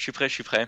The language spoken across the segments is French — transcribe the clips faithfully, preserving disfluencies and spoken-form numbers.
suis prêt, je suis prêt.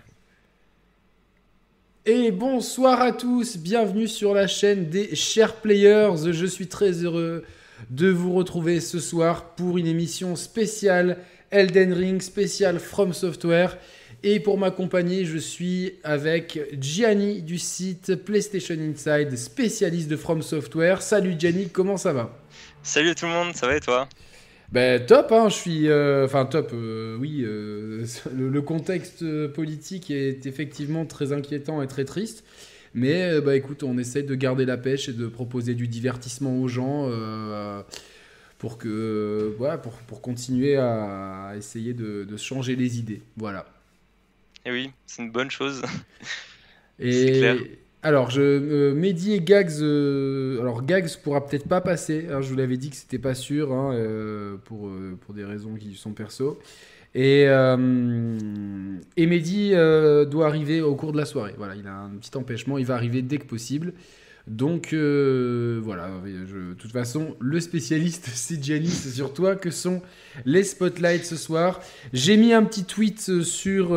Et bonsoir à tous, bienvenue sur la chaîne des chers players. Je suis très heureux de vous retrouver ce soir pour une émission spéciale Elden Ring, spéciale From Software. Et pour m'accompagner, je suis avec Gianni du site PlayStation Inside, spécialiste de From Software. Salut Gianni, comment ça va ? Salut tout le monde, ça va et toi ? Ben top, hein, je suis... euh, Enfin top, euh, oui, euh, le, le contexte politique est effectivement très inquiétant et très triste. Mais euh, bah écoute, on essaye de garder la pêche et de proposer du divertissement aux gens euh, pour, que, euh, voilà, pour, pour continuer à essayer de, de changer les idées. Voilà. Et oui, c'est une bonne chose, c'est clair. Et alors, je, euh, Mehdi et Gags, euh, alors Gags pourra peut-être pas passer, hein, je vous l'avais dit que c'était pas sûr, hein, euh, pour, euh, pour des raisons qui sont perso. Et, euh, et Mehdi euh, doit arriver au cours de la soirée. Voilà, il a un petit empêchement, il va arriver dès que possible. Donc euh, voilà, je- de toute façon, le spécialiste, c'est Gianni, c'est sur toi que sont les spotlights ce soir. J'ai mis un petit tweet sur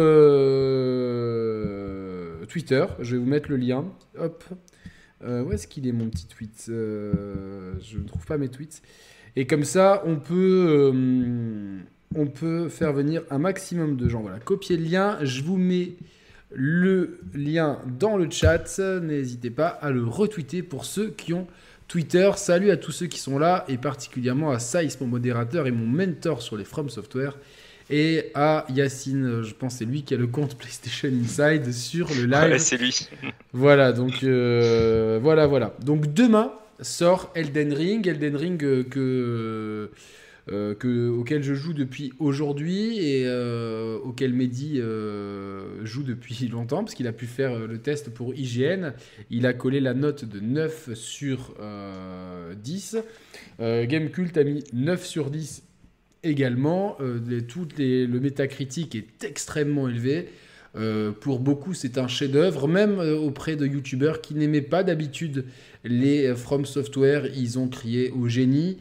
euh, Twitter, je vais vous mettre le lien. Hop, Euh, où est-ce qu'il est mon petit tweet Euh, Je ne trouve pas mes tweets. Et comme ça, on peut, euh, on peut faire venir un maximum de gens. Voilà, copier le lien, je vous mets le lien dans le chat. N'hésitez pas à le retweeter pour ceux qui ont Twitter. Salut à tous ceux qui sont là et particulièrement à Saïs, mon modérateur et mon mentor sur les From Software. Et à Yacine, je pense que c'est lui qui a le compte PlayStation Inside sur le Ouais, live. c'est lui. Voilà, donc euh, voilà, voilà. Donc demain sort Elden Ring, Elden Ring euh, que, euh, que, auquel je joue depuis aujourd'hui et euh, auquel Mehdi euh, joue depuis longtemps parce qu'il a pu faire euh, le test pour I G N. Il a collé la note de neuf sur euh, dix. Euh, Gamecult a mis neuf sur dix également. Euh, les- toutes les- le métacritique est extrêmement élevé. Euh, pour beaucoup, c'est un chef-d'œuvre, même euh, auprès de youtubeurs qui n'aimaient pas d'habitude les euh, From Software, ils ont crié au génie.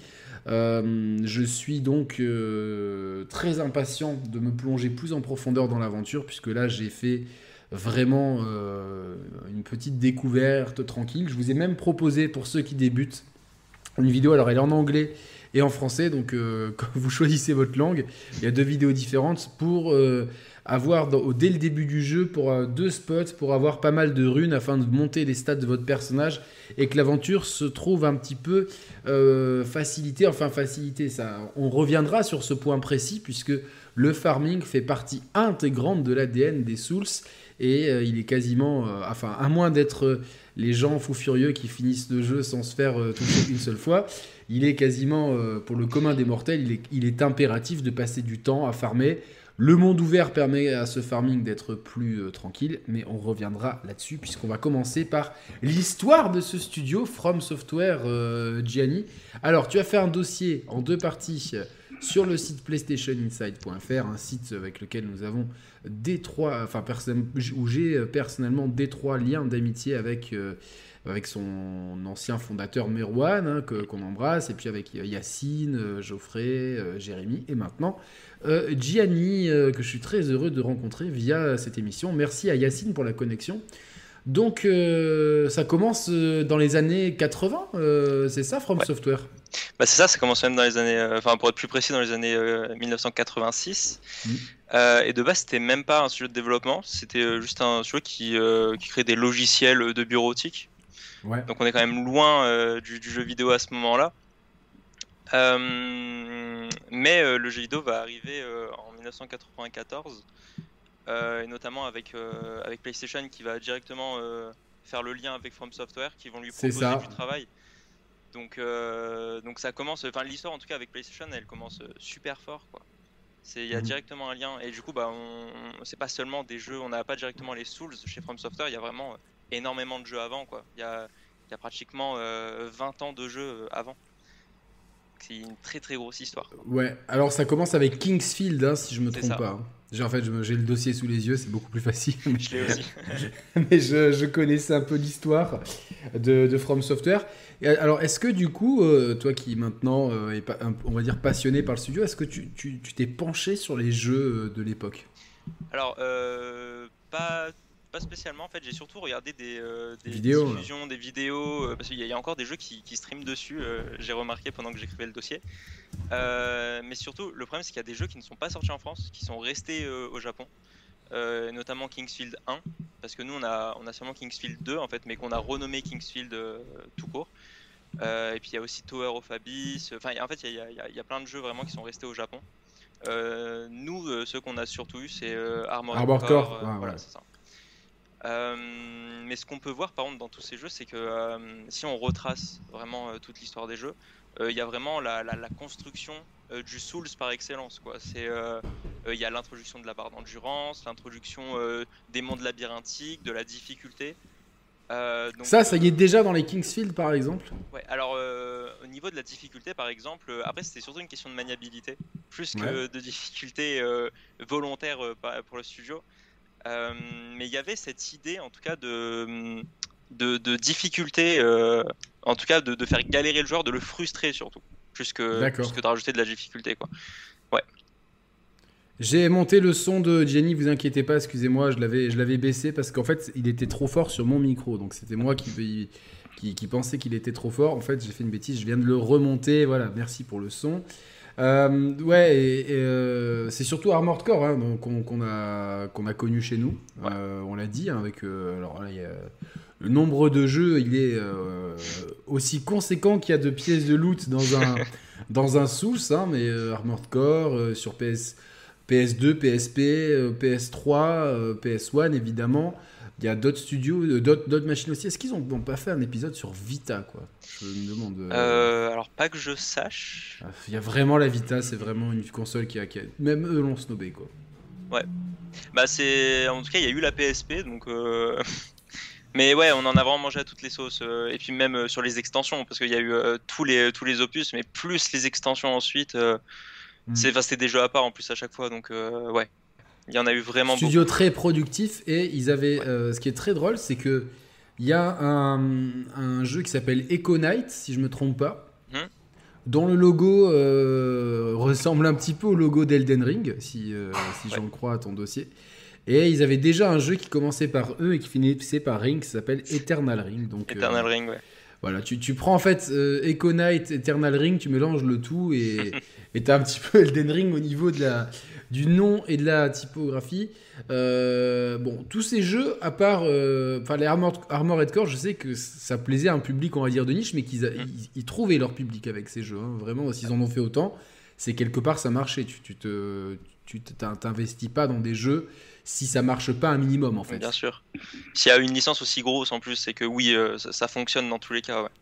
Euh, je suis donc euh, très impatient de me plonger plus en profondeur dans l'aventure, puisque là, j'ai fait vraiment euh, une petite découverte tranquille. Je vous ai même proposé, pour ceux qui débutent, une vidéo, alors elle est en anglais et en français, donc euh, quand vous choisissez votre langue, il y a deux vidéos différentes pour euh, avoir dans- au- dès le début du jeu pour euh, deux spots pour avoir pas mal de runes afin de monter les stats de votre personnage et que l'aventure se trouve un petit peu euh, facilitée, enfin facilitée, ça, on reviendra sur ce point précis puisque le farming fait partie intégrante de l'A D N des Souls et euh, il est quasiment, euh, enfin à moins d'être euh, les gens fous furieux qui finissent le jeu sans se faire euh, toucher une seule fois, il est quasiment, euh, pour le commun des mortels, il est, il est impératif de passer du temps à farmer. Le monde ouvert permet à ce farming d'être plus euh, tranquille, mais on reviendra là-dessus puisqu'on va commencer par l'histoire de ce studio From Software, euh, Gianni. Alors, tu as fait un dossier en deux parties euh, sur le site PlayStation Inside point F R, un site avec lequel nous avons des trois, enfin personne- où j'ai euh, personnellement des trois liens d'amitié avec euh, avec son ancien fondateur Merwan, hein, que- qu'on embrasse, et puis avec euh, Yacine, euh, Geoffrey, euh, Jérémy, et maintenant euh, Gianni, euh, que je suis très heureux de rencontrer via cette émission. Merci à Yacine pour la connexion. Donc, euh, ça commence euh, dans les années quatre-vingts, euh, c'est ça, From Ouais. Software? Bah c'est ça, ça commence même dans les années, euh, enfin pour être plus précis, dans les années euh, mille neuf cent quatre-vingt-six. Mm. Euh, et de base, c'était même pas un studio de développement, c'était euh, juste un studio qui, euh, qui crée des logiciels de bureautique. Ouais. Donc on est quand même loin euh, du, du jeu vidéo à ce moment-là. Euh, mais euh, le jeu vidéo va arriver euh, en mille neuf cent quatre-vingt-quatorze, euh, et notamment avec, euh, avec PlayStation qui va directement euh, faire le lien avec From Software, qui vont lui C'est proposer ça. du travail. Donc, euh, donc ça commence, enfin l'histoire en tout cas avec PlayStation, elle commence euh, super fort quoi. C'est, il y a Mhm. directement un lien et du coup bah on, c'est pas seulement des jeux, on n'a pas directement les Souls chez From Software, il y a vraiment euh, énormément de jeux avant quoi. Il y a, il y a pratiquement euh, vingt ans de jeux euh, avant. C'est une très très grosse histoire. Ouais, alors ça commence avec Kingsfield, hein, si je me C'est trompe ça. pas. hein. J'ai, en fait, je me- j'ai le dossier sous les yeux, c'est beaucoup plus facile. mais- Je l'ai aussi. mais je, je connaissais un peu l'histoire de, de From Software. Et alors, est-ce que du coup, euh, toi qui maintenant euh, est, pa- un- on va dire passionné par le studio, est-ce que tu, tu- tu t'es penché sur les jeux euh, de l'époque? Alors, euh, pas, pas spécialement. En fait, j'ai surtout regardé des, euh, des Vidéo. diffusions, des vidéos, euh, parce qu'il y, a- il y a encore des jeux qui, qui streament dessus. euh, j'ai remarqué pendant que j'écrivais le dossier. Euh, mais surtout, le problème, c'est qu'il y a des jeux qui ne sont pas sortis en France, qui sont restés euh, au Japon, euh, notamment Kingsfield un, parce que nous, on a, on a seulement Kingsfield deux, en fait, mais qu'on a renommé Kingsfield euh, tout court. Euh, et puis il y a aussi Tower of Abyss. Enfin, en fait, il y a, il y a- il y a plein de jeux vraiment qui sont restés au Japon. Euh, nous, euh, ceux qu'on a surtout eu, c'est euh, Armored Armored Core. Core. euh, Ouais, voilà, ouais. c'est ça. Euh, mais ce qu'on peut voir par contre dans tous ces jeux, c'est que euh, si on retrace vraiment euh, toute l'histoire des jeux, euh, il y a vraiment la, la- la construction euh, du Souls par excellence, quoi. C'est, euh, euh, il y a l'introduction de la barre d'endurance, l'introduction euh, des mondes labyrinthiques, de la difficulté. Euh, donc, Ça, ça y est euh, déjà dans les Kingsfield, par exemple. ouais, alors euh, au niveau de la difficulté, par exemple, euh, après c'était surtout une question de maniabilité, plus Ouais. que de difficulté euh, volontaire euh, pa- pour le studio. Euh, mais il y avait cette idée, en tout cas, de, de, de difficulté, euh, en tout cas, de, de faire galérer le joueur, de le frustrer surtout, plus que, plus D'accord. que de rajouter de la difficulté, quoi. Ouais, J'ai monté le son de Jenny, vous inquiétez pas, excusez-moi, je l'avais, je l'avais baissé parce qu'en fait, il était trop fort sur mon micro. Donc c'était moi qui, qui, qui pensais qu'il était trop fort. En fait, j'ai fait une bêtise, je viens de le remonter. Voilà, merci pour le son. Euh, ouais, et, et, euh, c'est surtout Armored Core hein, donc, qu'on, qu'on a, qu'on a connu chez nous. ouais. Euh, on l'a dit, hein, avec. Euh, alors là, il y a. Le nombre de jeux, il est euh, aussi conséquent qu'il y a de pièces de loot dans un, dans un Souls, hein, mais euh, Armored Core euh, sur P S, P S deux, P S P, euh, P S trois, euh, P S un évidemment. Il y a d'autres studios, euh, d'autres, d'autres machines aussi. Est-ce qu'ils n'ont pas fait un épisode sur Vita quoi? Je me demande. euh, Euh, alors, pas que je sache. Il y a vraiment la Vita, c'est vraiment une console qui a. Qui a... Même eux l'ont snobé quoi. Ouais. Bah, c'est. En tout cas, il y a eu la P S P, donc. euh, Mais ouais, on en a vraiment mangé à toutes les sauces. euh, Et puis même euh, sur les extensions, parce qu'il y a eu euh, tous les, tous les opus, mais plus les extensions ensuite. euh, C'est, Mm. enfin, c'était des jeux à part en plus à chaque fois, donc euh, ouais. Il y en a eu vraiment Studio beaucoup. très productif et ils avaient. Ouais. Euh, ce qui est très drôle, c'est que il y a un, un jeu qui s'appelle Echo Knight, si je me trompe pas, Mhm. dont le logo euh, ressemble un petit peu au logo d'Elden Ring, si, euh, si Ouais. j'en crois à ton dossier. Et ils avaient déjà un jeu qui commençait par E et qui finissait par Ring, qui s'appelle Eternal Ring. Donc, Eternal euh, Ring, ouais. voilà, tu, tu prends en fait euh, Echo Knight, Eternal Ring, tu mélanges le tout et et t'as un petit peu Elden Ring au niveau de la, du nom et de la typographie. Euh, bon, tous ces jeux, à part euh, enfin les Armored, Armored Core, je sais que ça plaisait à un public, on va dire, de niche, mais qu'ils a- ils, ils trouvaient leur public avec ces jeux. Hein, vraiment, s'ils en ont fait autant, c'est quelque part ça marchait. Tu, tu te, tu t'in- t'investis pas dans des jeux si ça marche pas un minimum en fait. Bien sûr. S'il y a une licence aussi grosse en plus, c'est que oui, euh, ça, ça fonctionne dans tous les cas, ouais.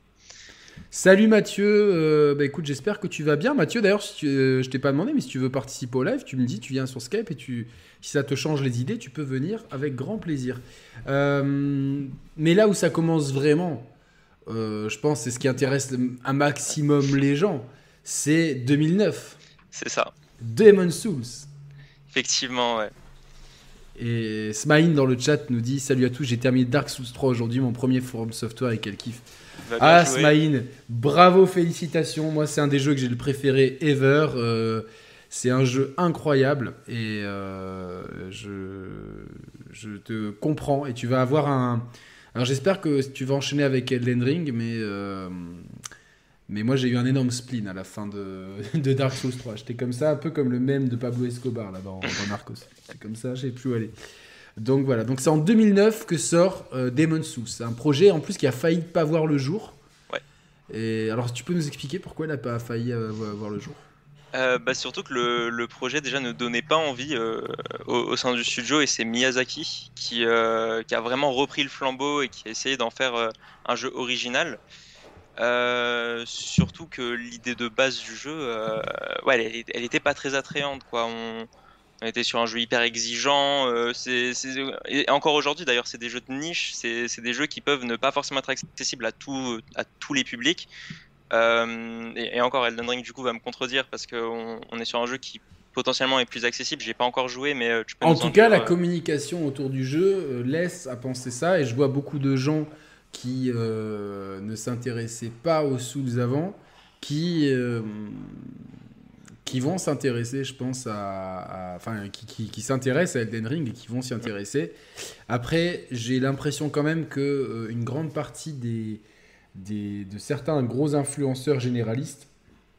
Salut Mathieu, euh, bah écoute, j'espère que tu vas bien. Mathieu, d'ailleurs, si tu- euh, je t'ai pas demandé, mais si tu veux participer au live, tu me dis, tu viens sur Skype et tu, si ça te change les idées, tu peux venir avec grand plaisir. Euh, mais là où ça commence vraiment, euh, je pense, c'est ce qui intéresse un maximum les gens, c'est deux mille neuf, C'est ça. Demon's Souls. Effectivement, ouais. Et Smaïn dans le chat nous dit, salut à tous, j'ai terminé Dark Souls trois aujourd'hui, mon premier Forum Software et quel kiff. Bah, bien Ah, joué. Smaïn, bravo, félicitations. Moi, c'est un des jeux que j'ai le préféré ever. Euh, c'est un jeu incroyable et euh, je, je te comprends. Et tu vas avoir un. Alors, j'espère que tu vas enchaîner avec Elden Ring, mais, euh, mais moi, j'ai eu un énorme spleen à la fin de, de Dark Souls trois. J'étais comme ça, un peu comme le mème de Pablo Escobar là, dans, dans Narcos. C'est comme ça, j'ai plus où aller. Donc voilà, donc c'est en deux mille neuf que sort euh, Demon's Souls. C'est un projet en plus qui a failli pas voir le jour. Ouais. Et alors tu peux nous expliquer pourquoi il n'a pas failli euh, voir le jour? Euh, bah, surtout que le, le projet déjà ne donnait pas envie euh, au, au sein du studio, et c'est Miyazaki qui, euh, qui a vraiment repris le flambeau et qui a essayé d'en faire euh, un jeu original. Euh, surtout que l'idée de base du jeu, euh, ouais, elle, elle était pas très attrayante, quoi. On, on était sur un jeu hyper exigeant. Euh, c'est, c'est- et encore aujourd'hui, d'ailleurs, c'est des jeux de niche. C'est, c'est des jeux qui peuvent ne pas forcément être accessibles à, tout, à tous les publics. Euh, et, et encore, Elden Ring, du coup, va me contredire parce qu'on on est sur un jeu qui potentiellement est plus accessible. J'ai pas encore joué, mais euh, tu peux En nous tout en cas, dire. la euh, communication autour du jeu euh, laisse à penser ça. Et je vois beaucoup de gens qui euh, ne s'intéressaient pas aux Souls avant, qui, euh, qui vont s'intéresser, je pense, à, à- enfin, qui, qui, qui s'intéressent à Elden Ring et qui vont s'y intéresser. Après, j'ai l'impression quand même que euh, une grande partie des, des, de certains gros influenceurs généralistes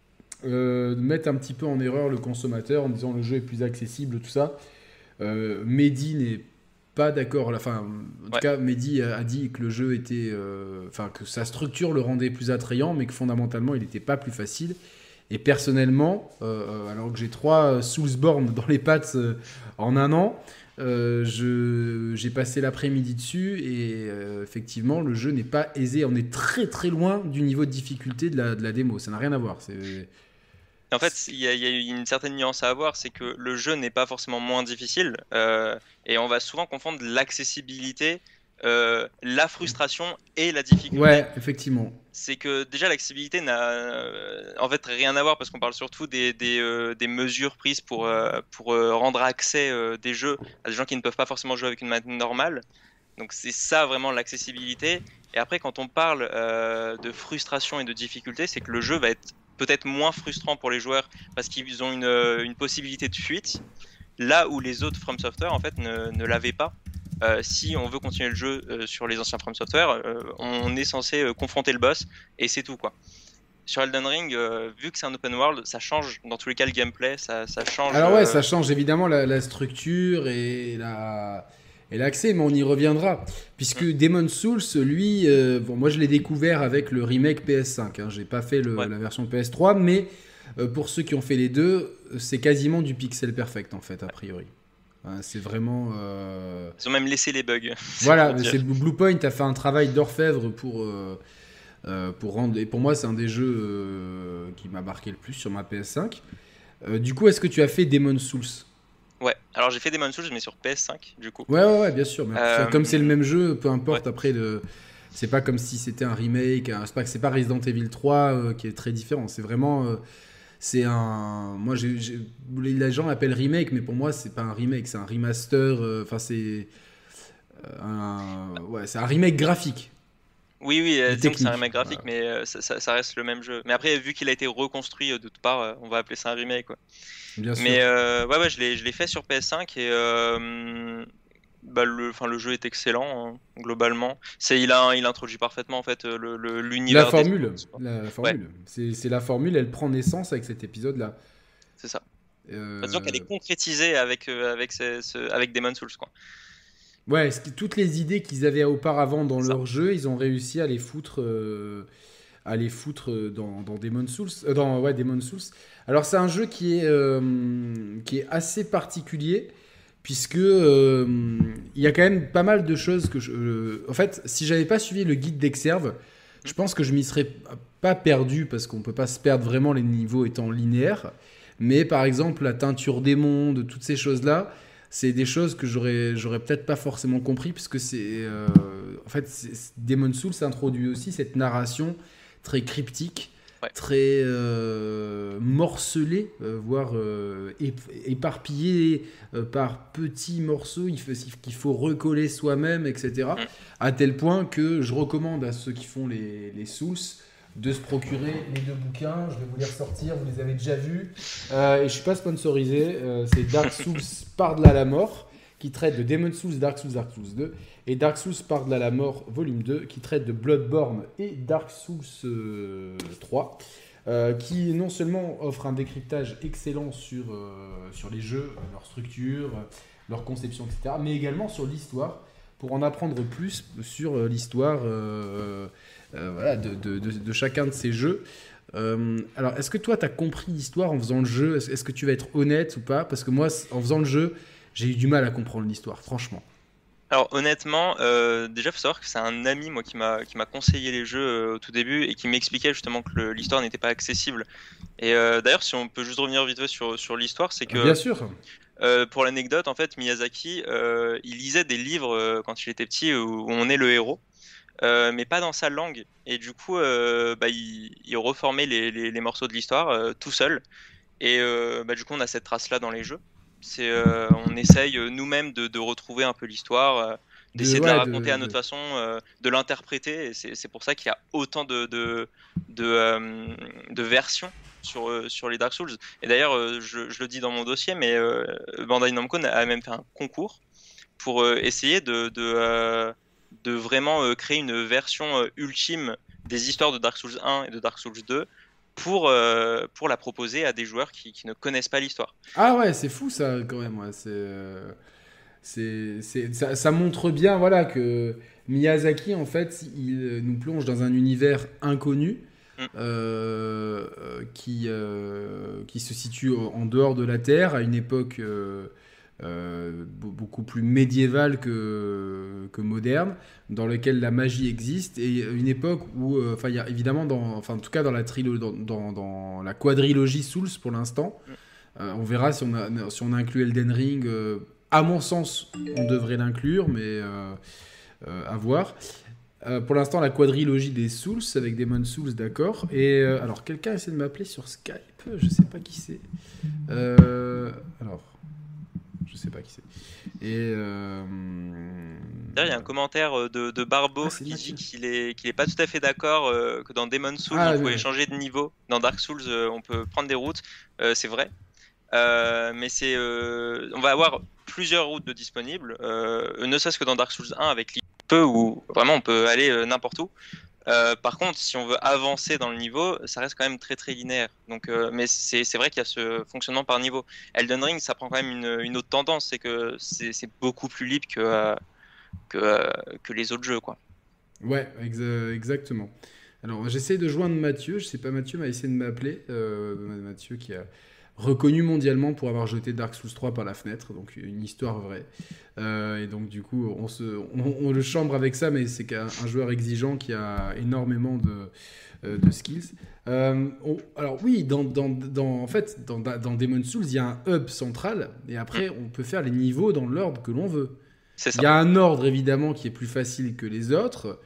euh, mettent un petit peu en erreur le consommateur en disant le jeu est plus accessible, tout ça. Euh, Mehdi n'est pas d'accord. Enfin, en tout Ouais. cas, Mehdi a, a dit que le jeu était, euh, enfin, que sa structure le rendait plus attrayant, mais que fondamentalement, il n'était pas plus facile. Et personnellement, euh, alors que j'ai trois Soulsborne dans les pattes euh, en un an, euh, je, j'ai passé l'après-midi dessus et euh, effectivement, le jeu n'est pas aisé. On est très très loin du niveau de difficulté de la, de la démo. Ça n'a rien à voir. C'est... Et en fait, il y, a il y a une certaine nuance à avoir, c'est que le jeu n'est pas forcément moins difficile, euh, et on va souvent confondre l'accessibilité, euh, la frustration et la difficulté. Ouais, effectivement. C'est que déjà l'accessibilité n'a euh, en fait rien à voir parce qu'on parle surtout des, des, euh, des mesures prises pour, euh, pour euh, rendre accès euh, des jeux à des gens qui ne peuvent pas forcément jouer avec une manette normale. Donc c'est ça vraiment l'accessibilité. Et après, quand on parle euh, de frustration et de difficulté, c'est que le jeu va être peut-être moins frustrant pour les joueurs parce qu'ils ont une, euh, une possibilité de fuite, là où les autres From Software en fait ne, ne l'avaient pas. Euh, si on veut continuer le jeu euh, sur les anciens From Software, euh, on est censé euh, confronter le boss et c'est tout quoi. Sur Elden Ring, euh, vu que c'est un open world, ça change dans tous les cas le gameplay, ça, ça change. Alors ouais, euh, ça change évidemment la, la structure et la et l'accès, mais on y reviendra. Puisque Mm. Demon's Souls, lui, euh, bon, moi je l'ai découvert avec le remake P S cinq. Hein. J'ai pas fait le- Ouais. la version P S trois, mais euh, pour ceux qui ont fait les deux, c'est quasiment du pixel perfect en fait, a priori. Hein, c'est vraiment. euh, Ils ont même laissé les bugs. c'est Voilà, pour dire. c'est Bluepoint a fait un travail d'orfèvre pour. euh, euh, pour rendre... Et pour moi, c'est un des jeux euh, qui m'a marqué le plus sur ma P S cinq. Euh, du coup, est-ce que tu as fait Demon's Souls? Ouais, alors j'ai fait Demon's Souls mais sur P S cinq du coup. Ouais, ouais, ouais, bien sûr. Mais Euh, comme c'est le même jeu, peu importe. ouais. Après, le... c'est pas comme si c'était un remake. un- C'est pas, c'est pas Resident Evil trois euh, qui est très différent. C'est vraiment. euh, C'est un. Moi, j'ai, j'ai- les gens l'appellent remake, mais pour moi, c'est pas un remake. C'est un remaster. euh, Enfin, c'est. euh, Un... Ouais, c'est un remake graphique. Oui, oui, euh, Et disons que c'est un technique. remake graphique, Voilà. mais euh, ça, ça- ça reste le même jeu. Mais après, vu qu'il a été reconstruit euh, de toutes parts, euh, on va appeler ça un remake, quoi. Bien sûr. Mais euh, ouais, ouais, je l'ai, je l'ai fait sur P S cinq et euh, bah, le, enfin, le jeu est excellent, hein, globalement. C'est, il a, il introduit parfaitement en fait euh, le, le- La l'univers des formule. Souls, quoi. La, la Ouais, formule. C'est, c'est la formule, elle prend naissance avec cet épisode-là. c'est ça. Bah, disons qu'elle Euh, est concrétisée avec, euh, avec, ce, ce- avec Demon's Souls, quoi. Ouais, ce qui- toutes les idées qu'ils avaient auparavant dans C'est ça. leur jeu, ils ont réussi à les foutre, euh, à les foutre euh, dans, dans Demon's Souls. euh, dans, ouais, Demon's Souls. Alors, c'est un jeu qui est, euh, qui est assez particulier, puisque euh, il y a quand même pas mal de choses que je. euh, en fait, si j'avais pas suivi le guide d'Exerve, je pense que je m'y serais pas perdu, parce qu'on peut pas se perdre vraiment les niveaux étant linéaires. Mais par exemple, la teinture des mondes, toutes ces choses-là, c'est des choses que j'aurais j'aurais peut-être pas forcément compris, puisque c'est euh, en fait c'est- Demon's Souls introduit aussi cette narration très cryptique, Ouais. très euh, morcelée, euh, voire euh, ép- éparpillée euh, par petits morceaux il faut- qu'il faut recoller soi-même, et cetera. Mm. À tel point que je recommande à ceux qui font les, les Souls de se procurer les deux bouquins. Je vais vous les ressortir, vous les avez déjà vus. Euh, et je suis pas sponsorisé. Euh, c'est Dark Souls Par-delà la mort, qui traite de Demon's Souls, Dark Souls, Dark Souls deux. Et Dark Souls Par-delà la mort, volume deux, qui traite de Bloodborne et Dark Souls euh, trois. Euh, qui non seulement offre un décryptage excellent sur, euh, sur les jeux, leur structure, leur conception, et cetera, mais également sur l'histoire, pour en apprendre plus sur euh, l'histoire euh, euh, voilà, de, de, de, de chacun de ces jeux. Euh, alors, est-ce que toi, tu as compris l'histoire en faisant le jeu? Est-ce, est-ce que tu vas être honnête ou pas? Parce que moi, en faisant le jeu, j'ai eu du mal à comprendre l'histoire, franchement. Alors honnêtement, euh, déjà faut savoir que c'est un ami moi qui m'a qui m'a conseillé les jeux euh, au tout début et qui m'expliquait justement que le- l'histoire n'était pas accessible. Et euh, d'ailleurs, si on peut juste revenir vite fait sur sur l'histoire, c'est Bien que sûr. euh, pour l'anecdote, en fait, Miyazaki, euh, il lisait des livres euh, quand il était petit où, où on est le héros, euh, mais pas dans sa langue. Et du coup, euh, bah, il, il reformait les, les, les morceaux de l'histoire euh, tout seul. Et euh, bah, du coup, on a cette trace-là dans les jeux. C'est, euh, on essaye euh, nous-mêmes de, de retrouver un peu l'histoire. euh, d'essayer de, ouais, la raconter de, à notre de... façon, euh, de l'interpréter. Et c'est, c'est pour ça qu'il y a autant de, de, de, euh, de versions sur, euh, sur les Dark Souls. Et d'ailleurs, euh, je, je le dis dans mon dossier, mais euh, Bandai Namco a même fait un concours pour euh, essayer de, de, euh, de vraiment euh, créer une version euh, ultime des histoires de Dark Souls un et de Dark Souls deux pour, euh, pour la proposer à des joueurs qui, qui ne connaissent pas l'histoire. Ah ouais, c'est fou ça quand même. Ouais. C'est, euh, c'est, c'est, ça, ça montre bien voilà, que Miyazaki, en fait, il nous plonge dans un univers inconnu. Mm. Euh, euh, qui, euh, qui se situe en dehors de la Terre, à une époque euh, euh, beaucoup plus médiévale que, que moderne, dans lequel la magie existe, et une époque où, enfin, euh, il y a évidemment, dans, enfin, en tout cas dans la, trilo, dans, dans, dans la quadrilogie Souls pour l'instant, Mm. euh, on verra si on, a, si on inclut Elden Ring. Euh, à mon sens, on devrait l'inclure, mais euh, euh, à voir. Euh, pour l'instant, la quadrilogie des Souls avec Demon Souls, d'accord. Et euh, alors, quelqu'un essaie de m'appeler sur Skype. Je sais pas qui c'est. Euh, alors, je sais pas qui c'est. Et euh, D'ailleurs, il y a un commentaire de, de Barbeau ah, qui Mathieu. dit qu'il est, qu'il est pas tout à fait d'accord euh, que dans Demon Souls, Ah, on pouvait mais... changer de niveau. Dans Dark Souls, euh, on peut prendre des routes. Euh, c'est vrai. Euh, mais c'est, euh, on va avoir plusieurs routes de disponibles. Euh, ne serait-ce que dans Dark Souls un avec l'I P, où vraiment on peut aller euh, n'importe où. Euh, par contre, si on veut avancer dans le niveau, ça reste quand même très très linéaire. Donc, euh, mais c'est c'est vrai qu'il y a ce fonctionnement par niveau. Elden Ring, ça prend quand même une, une autre tendance, c'est que c'est c'est beaucoup plus libre que, euh, que, euh, que les autres jeux, quoi. Ouais, exa- exactement. Alors, j'essaie de joindre Mathieu. Je sais pas, Mathieu m'a essayé de m'appeler. Euh, Mathieu qui a reconnu mondialement pour avoir jeté Dark Souls trois par la fenêtre, donc une histoire vraie. Euh, et donc du coup, on, se, on, on le chambre avec ça, mais c'est qu'un un joueur exigeant qui a énormément de, euh, de skills. Euh, on- alors oui, dans, dans, dans, en fait, dans, dans Demon Souls, il y a un hub central, et après, on peut faire les niveaux dans l'ordre que l'on veut. C'est Il ça. y a un ordre évidemment qui est plus facile que les autres.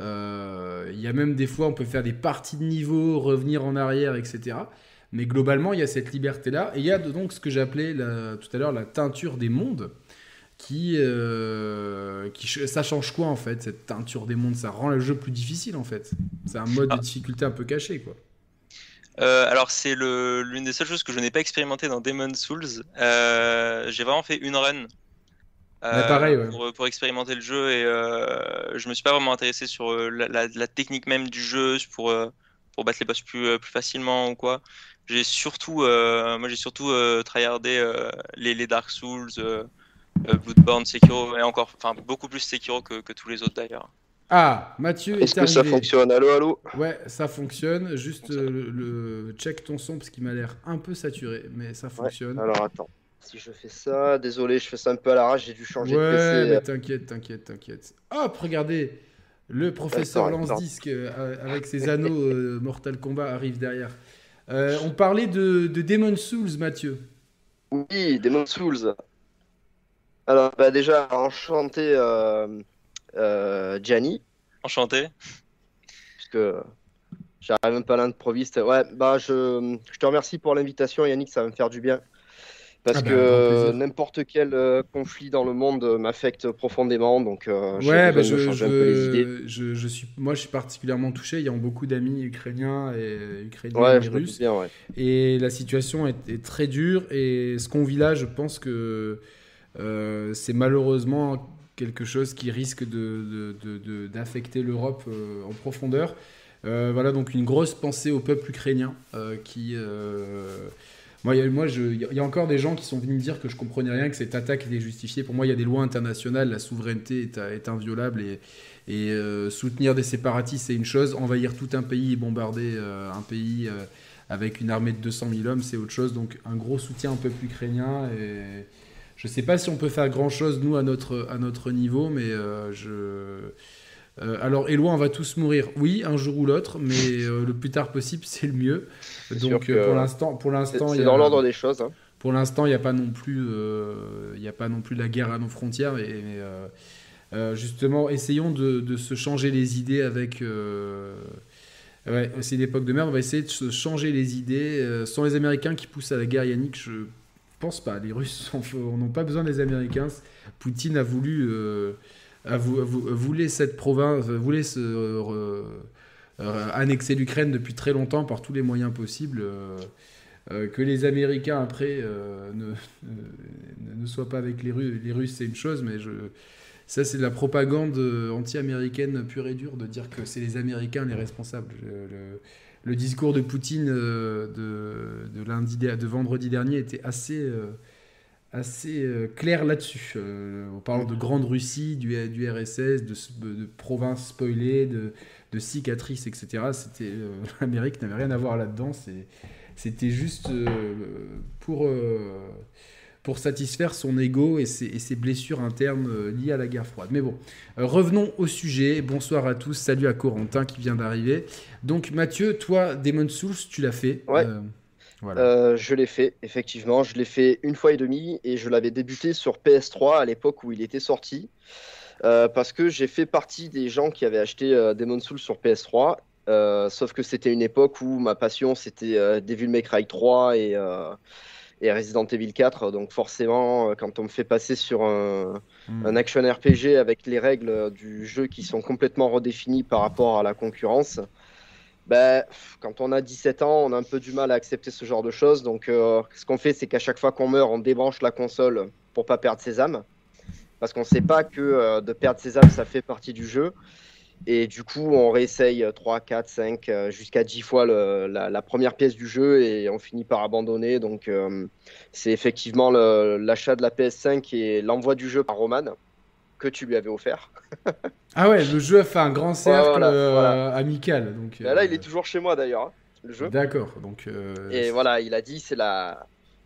Euh, Il y a même des fois, on peut faire des parties de niveau, revenir en arrière, et cetera. Mais globalement, il y a cette liberté-là. Et il y a donc ce que j'appelais la- tout à l'heure la teinture des mondes. Qui, euh, qui, ça change quoi en fait, cette teinture des mondes? Ça rend le jeu plus difficile en fait. C'est un mode de Ah, difficulté un peu caché quoi. euh, alors c'est le l'une des seules choses que je n'ai pas expérimenté dans Demon Souls. Euh, j'ai vraiment fait une run Ouais, euh, pareil, ouais. pour, pour expérimenter le jeu et euh, je me suis pas vraiment intéressé sur euh, la, la- la technique même du jeu pour, euh, pour battre les boss plus, euh, plus facilement ou quoi. J'ai surtout, euh, moi j'ai surtout euh, tryhardé euh, les, les Dark Souls, euh, euh, Bloodborne, Sekiro et encore, enfin beaucoup plus Sekiro que, que tous les autres d'ailleurs. Ah, Mathieu Est-ce est que ça arrivé. fonctionne? Allô, allô? Ouais, ça fonctionne. Juste Donc ça- euh, le, le- check ton son parce qu'il m'a l'air un peu saturé, mais ça Ouais, fonctionne. alors attends. Si je fais ça, désolé, je fais ça un peu à l'arrache, j'ai dû changer de Ouais, P C. mais t'inquiète, t'inquiète, t'inquiète. Hop, regardez, le professeur Attends, attends. Lance-Disque euh, avec ses anneaux euh, Mortal Kombat arrive derrière. Euh, on parlait de, de Demon Souls, Mathieu. Oui, Demon Souls. Alors, bah déjà, enchanté euh, euh, Gianni, Enchanté. puisque j'arrive un peu à l'improviste. Ouais, bah je, je te remercie pour l'invitation, Yannick, ça va me faire du bien. Ah Parce bah, grand que plaisir. n'importe quel euh, conflit dans le monde euh, m'affecte profondément, donc euh, j'ai Ouais, bah besoin de me je, changer un peu les idées. je, je, je suis, moi je suis particulièrement touché, ayant beaucoup d'amis ukrainiens et ukrainiennes Ouais, et je me doute russes. bien, ouais. Et la situation est, est très dure. Et ce qu'on vit là, je pense que euh, c'est malheureusement quelque chose qui risque de, de- de- de- d'affecter l'Europe euh, en profondeur. Euh, voilà, donc une grosse pensée au peuple ukrainien euh, qui... euh, moi, il y a- moi, je- il y a encore des gens qui sont venus me dire que je comprenais rien, que cette attaque était justifiée. Pour moi, il y a des lois internationales, la souveraineté est, est inviolable et, et, euh, soutenir des séparatistes, c'est une chose. Envahir tout un pays et bombarder euh, un pays euh, avec une armée de deux cent mille hommes, c'est autre chose. Donc, un gros soutien au peuple ukrainien. Et je ne sais pas si on peut faire grand-chose, nous, à notre, à notre niveau, mais euh, je... Euh, alors, Éloi, on va tous mourir. Oui, un jour ou l'autre, mais euh, le plus tard possible, c'est le mieux. C'est sûr Donc, euh, pour que l'instant, pour c'est l'instant, il c'est y dans a, l'ordre des choses, hein. pour l'instant, il n'y a pas non plus, euh, il y a pas non plus la guerre à nos frontières. Mais, mais, euh, euh, justement, essayons de, de se changer les idées avec. Euh, ouais, c'est une époque de merde. On va essayer de se changer les idées. Euh, sans les Américains qui poussent à la guerre, Yannick, je pense pas. Les Russes n'ont pas besoin des Américains. Poutine a voulu. Euh, à vou- à vou- voulait cette province, voulait se, euh, euh, annexer l'Ukraine depuis très longtemps par tous les moyens possibles. euh, euh, que les Américains après euh, ne, ne, ne soient pas avec les Russes, les Russes c'est une chose, mais je, ça c'est de la propagande anti-américaine pure et dure de dire que c'est les Américains les responsables. Le, le discours de Poutine euh, de, de, lundi, de vendredi dernier était assez, euh, assez euh, clair là-dessus. Euh, on parle de Grande Russie, du, du R S S, de, de provinces spoilées, de, de cicatrices, et cetera. C'était, euh, l'Amérique n'avait rien à voir là-dedans. C'est, c'était juste euh, pour, euh, pour satisfaire son ego et ses, et ses blessures internes euh, liées à la guerre froide. Mais bon, euh, revenons au sujet. Bonsoir à tous. Salut à Corentin qui vient d'arriver. Donc Mathieu, toi, Demon's Souls, tu l'as fait. Ouais. Euh, voilà. Euh, je l'ai fait, effectivement. Je l'ai fait une fois et demie et je l'avais débuté sur P S trois à l'époque où il était sorti. Euh, parce que j'ai fait partie des gens qui avaient acheté euh, Demon's Souls sur P S trois. Euh, sauf que c'était une époque où ma passion c'était euh, Devil May Cry trois et, euh, et Resident Evil quatre. Donc forcément, euh, quand on me fait passer sur un, Hmm. un action R P G avec les règles du jeu qui sont complètement redéfinies par rapport à la concurrence, ben, quand on a dix-sept ans, on a un peu du mal à accepter ce genre de choses. Donc euh, ce qu'on fait, c'est qu'à chaque fois qu'on meurt, on débranche la console pour pas perdre ses âmes. Parce qu'on sait pas que euh, de perdre ses âmes, ça fait partie du jeu. Et du coup, on réessaye trois, quatre, cinq, euh, jusqu'à dix fois le- la, la première pièce du jeu et on finit par abandonner. Donc, euh, c'est effectivement le- l'achat de la P S cinq et l'envoi du jeu par Roman que tu lui avais offert. Ah ouais, le jeu a fait un grand cercle voilà, euh, voilà. amical. Donc, Ben là, euh, il est toujours chez moi d'ailleurs, hein, le jeu. D'accord. Donc, euh, Et voilà, il a dit c'est la,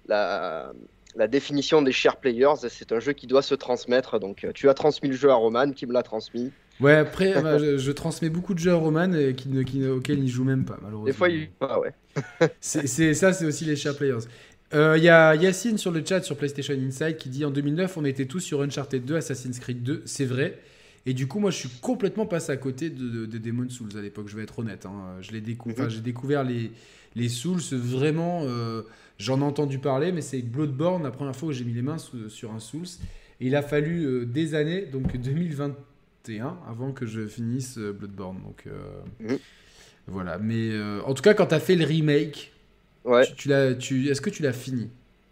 la, la définition des share players. C'est un jeu qui doit se transmettre. Donc, euh, tu as transmis le jeu à Roman, qui me l'a transmis. ouais, après, bah, je, je transmets beaucoup de jeux à Roman et qui ne, qui ne- auxquels il joue même pas, malheureusement. Des fois, il. Ah ouais. C'est, c'est- ça, c'est aussi les share players. Euh, Il y a Yacine sur le chat sur PlayStation Inside qui dit en deux mille neuf, on était tous sur Uncharted deux, Assassin's Creed deux. C'est vrai. Et du coup, moi, je suis complètement passé à côté de, de, de Demon's Souls à l'époque, je vais être honnête. Hein. Je l'ai décou- Mhm. enfin, j'ai découvert les, les Souls vraiment. euh, j'en ai entendu parler, mais c'est avec Bloodborne la première fois où j'ai mis les mains sous- sur un Souls. Et il a fallu euh, des années, donc deux mille vingt et un, avant que je finisse euh, Bloodborne. Donc euh, Mhm. voilà. Mais euh, en tout cas, quand tu as fait le remake, Ouais. tu, tu l'as, tu, est-ce que tu l'as fini?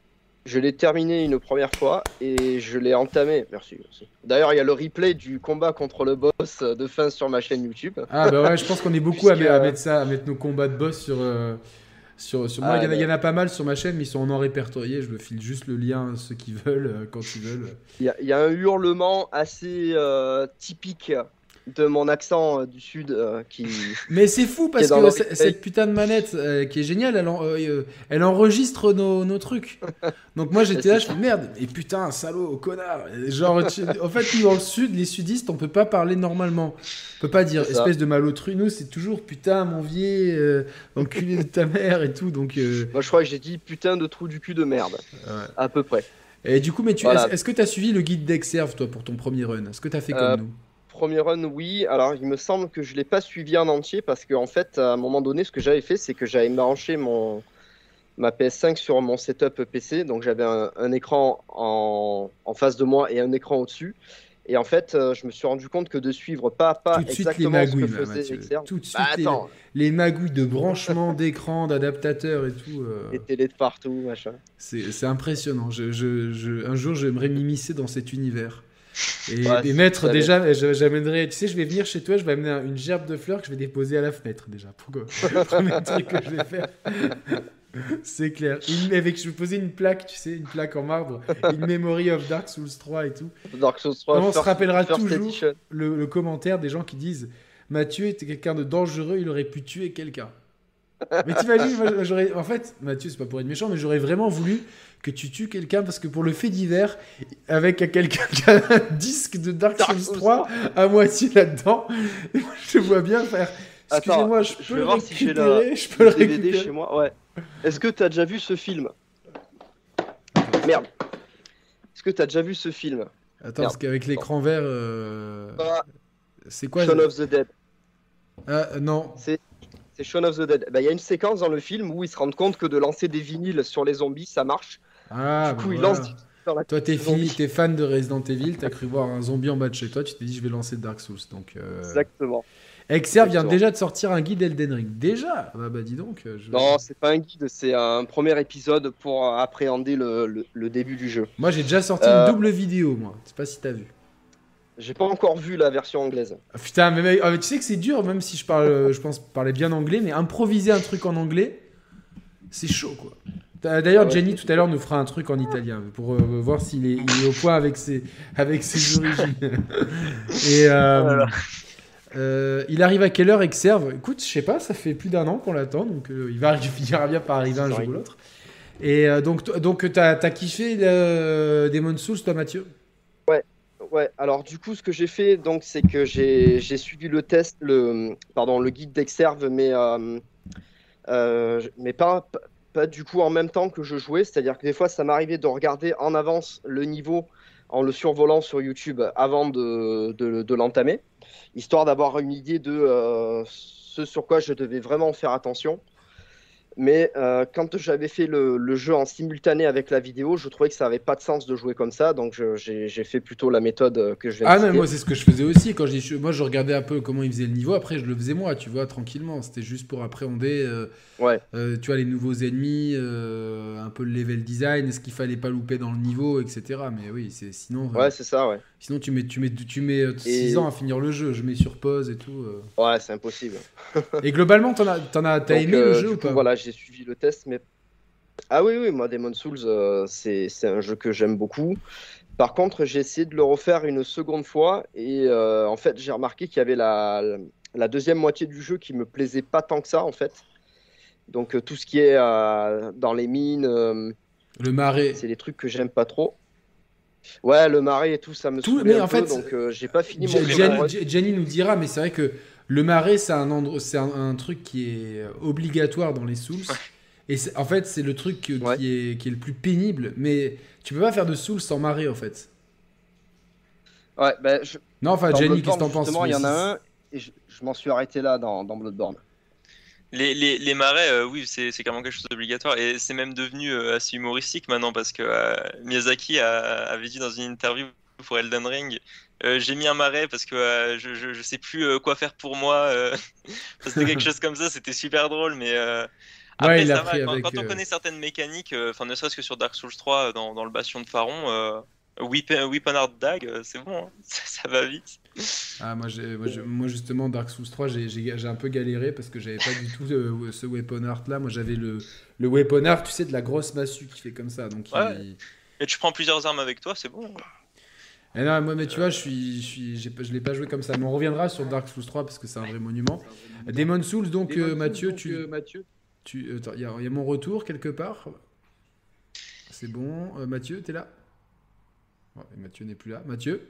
Je l'ai terminé une première fois et je l'ai entamé. Merci, merci. D'ailleurs, il y a le replay du combat contre le boss de fin sur ma chaîne YouTube. Ah bah ouais, je pense qu'on est beaucoup à, Puisque, à euh, mettre ça, à mettre nos combats de boss sur. euh, sur, sur... Moi, Ah, il y, en a- il y en ouais. a pas mal sur ma chaîne, mais ils sont en répertoriés. Je me file juste le lien à ceux qui veulent, euh, quand ils veulent. Il y a, il y a un hurlement assez euh, typique de mon accent euh, du sud euh, qui. Mais c'est fou Qui parce est dans que le c- replay. cette putain de manette euh, qui est géniale, elle, en- euh, euh, elle enregistre nos, nos trucs. Donc moi j'étais là, je fais merde, et putain, salaud, connard. Et genre, tu- en fait, nous dans le sud, les sudistes, on peut pas parler normalement. On peut pas dire C'est ça. espèce de malotru. Nous, c'est toujours putain, mon vieil, euh, enculé de ta mère et tout. Donc, euh, Moi, je crois que j'ai dit putain de trou du cul de merde, ouais. à peu près. Et du coup, mais tu, Voilà. est-ce, est-ce que tu as suivi le guide d'Exerve, toi, pour ton premier run? Est-ce que tu as fait comme Euh, nous? Premier run, oui. Alors, il me semble que je l'ai pas suivi en entier parce qu'en fait, à un moment donné, ce que j'avais fait, c'est que j'avais branché mon ma P S cinq sur mon setup P C. Donc, j'avais un, un écran en, en face de moi et un écran au-dessus. Et en fait, euh, je me suis rendu compte que de suivre pas à pas Tout de suite, les exactement ce magouilles, que bah, faisait Mathieu. Exerve. Tout de suite, Bah, les, attends, les magouilles de branchement d'écran, d'adaptateur et tout. euh, les télés de partout, machin. c'est, c'est impressionnant. Je, je, je- un jour, j'aimerais m'immiscer dans cet univers. Et, Ouais, et mettre ça déjà, je- j'amènerai, tu sais, je vais venir chez toi, je vais amener un- une gerbe de fleurs que je vais déposer à la fenêtre déjà. Pour que, le premier truc que je vais faire. C'est clair. Une- avec, je vais poser une plaque, tu sais, une plaque en marbre, In Memory of Dark Souls trois et tout. Dark Souls trois, On se First- rappellera First toujours Edition. le, le commentaire des gens qui disent Mathieu était quelqu'un de dangereux, il aurait pu tuer quelqu'un. Mais t'imagines, moi, j'aurais, en fait, Mathieu, c'est pas pour être méchant, mais j'aurais vraiment voulu que tu tues quelqu'un parce que pour le fait divers, avec quelqu'un qui a un disque de Dark Dark Souls Souls trois à moitié là-dedans, moi, je te vois bien faire. Excusez-moi, Attends, je je peux vais le voir si j'ai récupérer, la- je peux le Le D V D récupérer. chez moi, ouais. Est-ce que t'as déjà vu ce film? Merde. Est-ce que t'as déjà vu ce film? Attends, parce qu'avec l'écran vert, euh, Ah, c'est quoi Shaun ça of the Dead. Ah, non. C'est c'est Shaun of the Dead. Bah, il y a une séquence dans le film où ils se rendent compte que de lancer des vinyles sur les zombies, ça marche. Ah, du coup, bah ils, voilà. lancent, Dans la Toi, t'es zombie. fini, t'es fan de Resident Evil, t'as cru voir un zombie en bas de chez toi, tu t'es dit je vais lancer Dark Souls. Donc, euh... Exactement. Exer vient Exactement. déjà de sortir un guide Elden Ring. Déjà bah, bah dis donc. euh, Je... Non, c'est pas un guide, c'est un premier épisode pour appréhender le, le, le début du jeu. Moi, j'ai déjà sorti une Euh, double vidéo, moi. Je sais pas si t'as vu. J'ai pas encore vu la version anglaise. Ah, putain, mais, mec, ah, mais tu sais que c'est dur, même si je parle, euh, je pense parler bien anglais, mais improviser un truc en anglais, c'est chaud, quoi. T'as- D'ailleurs, Ah ouais, Jenny c'est- tout à l'heure nous fera un truc en italien pour euh, voir s'il est, il est au point avec ses, avec ses origines. Et euh, Voilà. euh, il arrive à quelle heure, Exerve? Écoute, je sais pas, ça fait plus d'un an qu'on l'attend, donc euh, il va il finira bien par arriver un jour ou l'autre. Et euh, donc, toi- donc t'as as kiffé euh, Demon's Souls, toi, Mathieu? Ouais, ouais. Alors du coup, ce que j'ai fait, donc, c'est que j'ai j'ai suivi le test, le pardon, le guide d'Exerve, mais euh, euh, mais pas, pas pas du coup en même temps que je jouais. C'est-à-dire que des fois, ça m'arrivait de regarder en avance le niveau en le survolant sur YouTube avant de de, de l'entamer, histoire d'avoir une idée de euh, ce sur quoi je devais vraiment faire attention. Mais euh, quand j'avais fait le, le jeu en simultané avec la vidéo, je trouvais que ça n'avait pas de sens de jouer comme ça, donc je- j'ai j'ai fait plutôt la méthode euh, que je viens de Ah non, citer. moi c'est ce que je faisais aussi quand je dis- moi je regardais un peu comment ils faisaient le niveau, après je le faisais moi, tu vois, tranquillement. C'était juste pour appréhender, euh, Ouais, euh, tu vois, les nouveaux ennemis, euh, un peu le level design, ce qu'il fallait pas louper dans le niveau, et cetera. Mais oui, c'est sinon, euh, ouais, c'est ça, ouais. sinon tu mets, tu mets, tu mets six ans Et à finir le jeu. Je mets sur pause et tout. euh. ouais, c'est impossible. Et globalement, t'en as, t'en as, t'as Donc, aimé le euh, jeu du ou coup, pas? voilà, j'ai suivi le test, mais ah oui, oui, moi, Demon's Souls, euh, c'est c'est un jeu que j'aime beaucoup. Par contre, j'ai essayé de le refaire une seconde fois, et euh, en fait, j'ai remarqué qu'il y avait la, la deuxième moitié du jeu qui me plaisait pas tant que ça, en fait. Donc, euh, tout ce qui est euh, dans les mines. euh, Le marais. C'est des trucs que j'aime pas trop. Ouais, le marais et tout, ça me Tout, saoulait mais un en peu, fait, donc euh, j'ai pas fini mon Je- les second Jenny, run. Je- Jenny nous dira, mais c'est vrai que le marais, c'est un, endroit- c'est un, un truc qui est obligatoire dans les Souls. Et c'est- en fait, c'est le truc qui Ouais. est, qui est le plus pénible. Mais tu peux pas faire de Souls sans marais, en fait. Ouais, ben, je- Non, enfin, dans Jenny, qu'est-ce que Bloodborne, t'en penses? justement, il y en Mais a c'est- un, et je, je m'en suis arrêté là dans, dans Bloodborne. Les, les, les marais, euh, oui, c'est c'est carrément quelque chose d'obligatoire. Et c'est même devenu euh, assez humoristique maintenant parce que euh, Miyazaki a- avait dit dans une interview pour Elden Ring, euh, j'ai mis un marais parce que euh, je, je, je sais plus euh, quoi faire pour moi. euh, Enfin, c'était quelque chose comme ça, c'était super drôle. Mais euh, Ouais, après, il l'a ça va. pris Quand, avec. quand on euh, connaît certaines mécaniques, euh, enfin, ne serait-ce que sur Dark Souls trois, euh, dans, dans le bastion de Faron, euh, Whip, Whip Hard Dag, euh, c'est bon, hein, ça, ça va vite. Ah, moi, j'ai- moi, je- moi, justement, Dark Souls trois, j'ai j'ai- j'ai un peu galéré parce que j'avais pas du tout euh, ce weapon art là. Moi, j'avais le, le weapon art, tu sais, de la grosse massue qui fait comme ça. Donc, Ouais. il- Et tu prends plusieurs armes avec toi, c'est bon. Eh non, moi, mais tu vois, je suis, je suis, j'ai pas- je l'ai pas joué comme ça. Mais on reviendra sur Dark Souls trois parce que c'est un vrai monument. Demon's Souls, donc euh, Mathieu, tu, tu, euh, attends, il y, a il y a mon retour quelque part. C'est bon. Euh, Mathieu, t'es là? Ouais, Mathieu n'est plus là. Mathieu,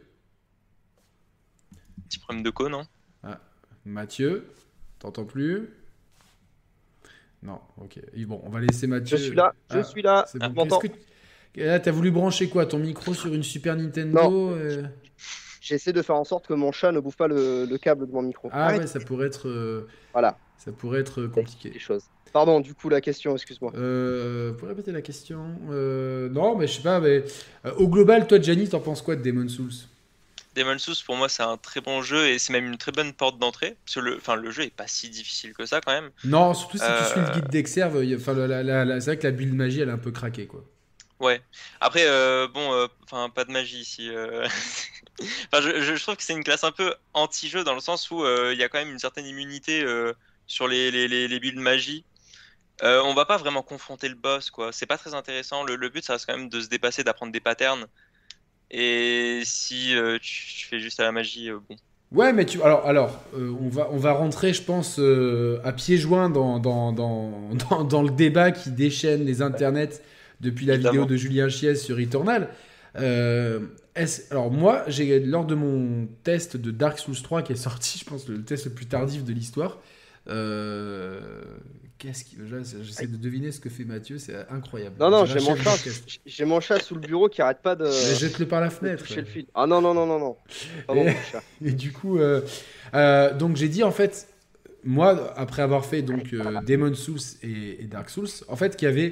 Petit problème de co, non? Mathieu, t'entends plus? Non, ok. Et bon, on va laisser Mathieu. Je suis là, je Ah, suis là, c'est je bon. m'entends. Qu'est-ce que tu- Là, t'as voulu brancher quoi? Ton micro sur une Super Nintendo? Non. euh J'essaie de faire en sorte que mon chat ne bouffe pas le, le câble de mon micro. Ah Arrête. ouais, ça pourrait être, euh, Voilà, ça pourrait être compliqué. des choses. Pardon, du coup, la question, excuse-moi. Euh, pour répéter la question, euh, non, mais je sais pas, mais euh, au global, toi, Gianni, t'en penses quoi de Demon's Souls? Demon's Souls, pour moi, c'est un très bon jeu et c'est même une très bonne porte d'entrée. Parce que le, enfin, le jeu est pas si difficile que ça quand même. Non, surtout si tu Euh, suis le guide d'Exerve, il y a- enfin, la- la- la- la- c'est vrai que la build magie, elle est un peu craquée, quoi. Ouais. Après, euh, bon, euh, enfin, pas de magie ici. euh. Enfin, je, je- je trouve que c'est une classe un peu anti-jeu dans le sens où euh, il y a quand même une certaine immunité euh, sur les, les, les, les builds magie. Euh, on va pas vraiment confronter le boss, quoi. C'est pas très intéressant. Le, le but, ça reste quand même de se dépasser, d'apprendre des patterns. Et si euh, tu, tu fais juste à la magie, euh, bon. Ouais, mais tu, alors, alors euh, on, va, on va rentrer, je pense, euh, à pieds joints dans, dans, dans, dans, dans le débat qui déchaîne les internets depuis la Évidemment. vidéo de Julien Chiez sur Returnal. Euh, est-ce- alors moi, j'ai, lors de mon test de Dark Souls trois qui est sorti, je pense le test le plus tardif de l'histoire, euh, qu'est-ce qui, là, j'essaie de deviner ce que fait Mathieu, c'est incroyable. Non, non, On dirait j'ai un mon chef chat, d'orchestre. j'ai mon chat sous le bureau qui arrête pas de, Mais jette-le par la de fenêtre. toucher le fil. Ah non, non, non, non, non. Pardon, Et- mon chat. Et du coup, euh, euh, donc j'ai dit en fait, moi, après avoir fait donc euh, Demon's Souls et, et Dark Souls, en fait, qu'il y avait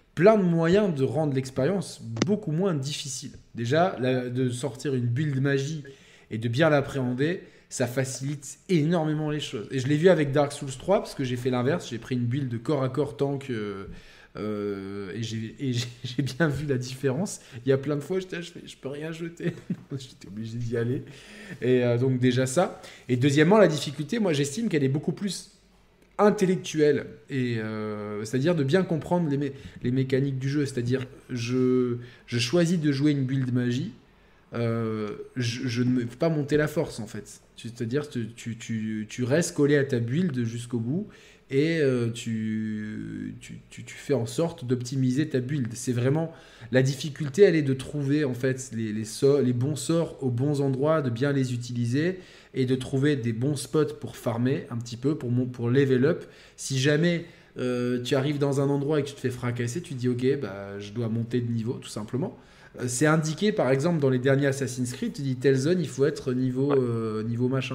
plein de moyens de rendre l'expérience beaucoup moins difficile. Déjà, la, de sortir une build magie et de bien l'appréhender, ça facilite énormément les choses. Et je l'ai vu avec Dark Souls trois, parce que j'ai fait l'inverse, j'ai pris une build de corps à corps tank, euh, euh, et, j'ai, et j'ai, j'ai bien vu la différence. Il y a plein de fois, j'étais, je, fais, je peux rien jeter, j'étais obligé d'y aller. Et euh, donc déjà ça. Et deuxièmement, la difficulté, moi j'estime qu'elle est beaucoup plus intellectuel, et euh, c'est-à-dire de bien comprendre les, mé- les mécaniques du jeu. C'est-à-dire, je, je choisis de jouer une build magie, euh, je, je ne me fais pas monter la force en fait. C'est-à-dire, tu, tu, tu, tu restes collé à ta build jusqu'au bout, et euh, tu, tu, tu, tu fais en sorte d'optimiser ta build. C'est vraiment la difficulté, elle est de trouver en fait les, les, sorts, les bons sorts aux bons endroits, de bien les utiliser et de trouver des bons spots pour farmer un petit peu, pour, mon, pour level up. Si jamais euh, tu arrives dans un endroit et que tu te fais fracasser, tu te dis ok, bah, je dois monter de niveau tout simplement. Euh, c'est indiqué par exemple dans les derniers Assassin's Creed, tu dis telle zone il faut être niveau, euh, niveau machin.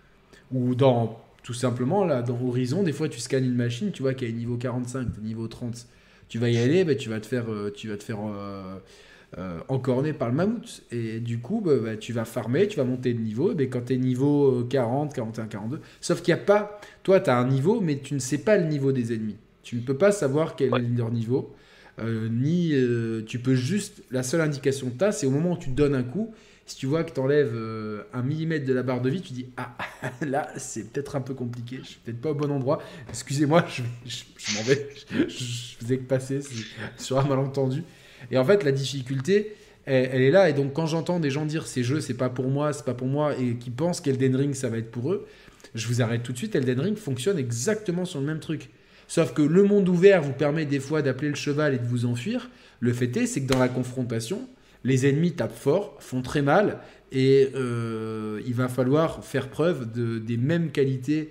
Ou dans tout simplement là, dans Horizon, des fois tu scannes une machine, tu vois qu'elle est niveau quarante-cinq, niveau trente. Tu vas y aller, bah, tu vas te faire, euh, tu vas te faire euh, euh, encorné par le mammouth. Et du coup, bah, bah, tu vas farmer, tu vas monter de niveau. Et bah, quand tu es niveau quarante, quarante et un, quarante-deux, sauf qu'il n'y a pas. Toi, tu as un niveau, mais tu ne sais pas le niveau des ennemis. Tu ne peux pas savoir quel Ouais. est leur niveau. Euh, ni euh, tu peux juste. La seule indication que tu as, c'est au moment où tu te donnes un coup. Si tu vois que tu enlèves euh, un millimètre de la barre de vie, tu dis ah, là, c'est peut-être un peu compliqué. Je suis peut-être pas au bon endroit. Excusez-moi, je, je, je m'en vais. Je, je, je faisais que passer c'est, sur un malentendu. Et en fait, la difficulté, elle, elle est là. Et donc, quand j'entends des gens dire ces jeux, c'est pas pour moi, c'est pas pour moi, et qui pensent qu'Elden Ring, ça va être pour eux, je vous arrête tout de suite. Elden Ring fonctionne exactement sur le même truc. Sauf que le monde ouvert vous permet des fois d'appeler le cheval et de vous enfuir. Le fait est, c'est que dans la confrontation, les ennemis tapent fort, font très mal, et euh, il va falloir faire preuve de, des mêmes qualités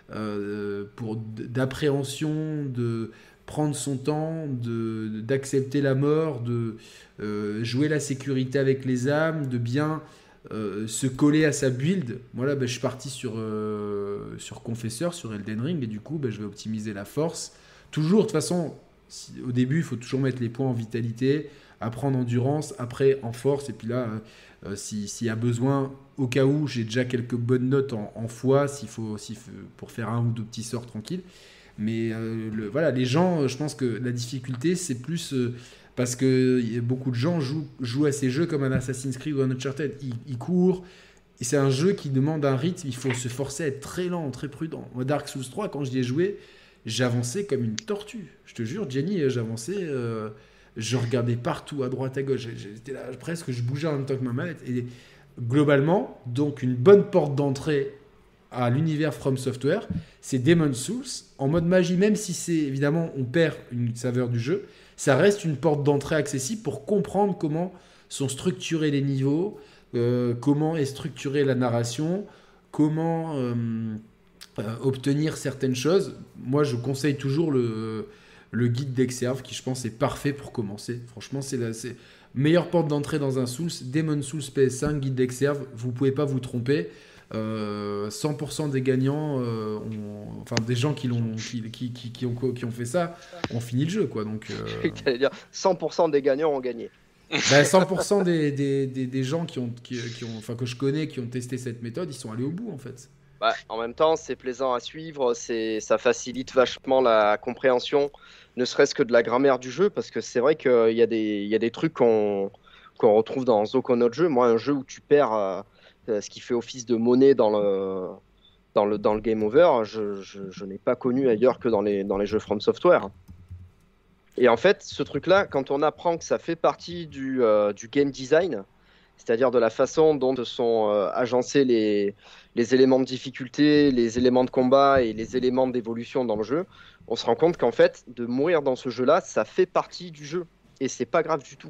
euh, pour, d'appréhension, de prendre son temps, de, d'accepter la mort, de euh, jouer la sécurité avec les âmes, de bien euh, se coller à sa build. Moi là, ben, je suis parti sur, euh, sur Confesseur, sur Elden Ring, et du coup, ben, je vais optimiser la force. Toujours, de toute façon, si, au début, il faut toujours mettre les points en vitalité, après en endurance, après en force, et puis là, euh, si, s'il y a besoin, au cas où, j'ai déjà quelques bonnes notes en, en foi, s'il faut, s'il faut, pour faire un ou deux petits sorts tranquilles. Mais euh, le, voilà, les gens, je pense que la difficulté, c'est plus euh, parce que y a beaucoup de gens jouent, jouent à ces jeux comme un Assassin's Creed ou un Uncharted. Ils, ils courent, et c'est un jeu qui demande un rythme, il faut se forcer à être très lent, très prudent. Moi, Dark Souls trois, quand j'y ai joué, j'avançais comme une tortue. Je te jure, Jenny, j'avançais, euh, je regardais partout, à droite, à gauche. J'étais là, presque, je bougeais en même temps que ma manette. Et globalement, donc une bonne porte d'entrée à l'univers From Software, c'est Demon's Souls en mode magie, même si c'est évidemment on perd une saveur du jeu, ça reste une porte d'entrée accessible pour comprendre comment sont structurés les niveaux, euh, comment est structurée la narration, comment euh, euh, obtenir certaines choses. Moi, je conseille toujours le, le guide d'Exerve, qui je pense est parfait pour commencer. Franchement, c'est la c'est meilleure porte d'entrée dans un Souls. Demon's Souls P S cinq, guide d'Exerve, vous pouvez pas vous tromper. Euh, cent pour cent des gagnants, euh, ont, enfin des gens qui, l'ont, qui, qui, qui, qui, ont, qui ont fait ça, ont fini le jeu, quoi. Donc, euh... J'allais dire, cent pour cent des gagnants ont gagné. Ben, cent pour cent des, des, des, des gens qui ont, qui, qui ont, enfin, que je connais qui ont testé cette méthode, ils sont allés au bout en fait. Bah, en même temps, c'est plaisant à suivre, c'est, ça facilite vachement la compréhension, ne serait-ce que de la grammaire du jeu, parce que c'est vrai qu'il y a des, il y a des trucs qu'on, qu'on retrouve dans aucun autre jeu. Moi, un jeu où tu perds euh, ce qui fait office de monnaie dans le, dans le, dans le game over, je, je, je n'ai pas connu ailleurs que dans les, dans les jeux From Software. Et en fait, ce truc-là, quand on apprend que ça fait partie du, euh, du game design, c'est-à-dire de la façon dont sont euh, agencés les, les éléments de difficulté, les éléments de combat et les éléments d'évolution dans le jeu, on se rend compte qu'en fait, de mourir dans ce jeu-là, ça fait partie du jeu. Et c'est pas grave du tout.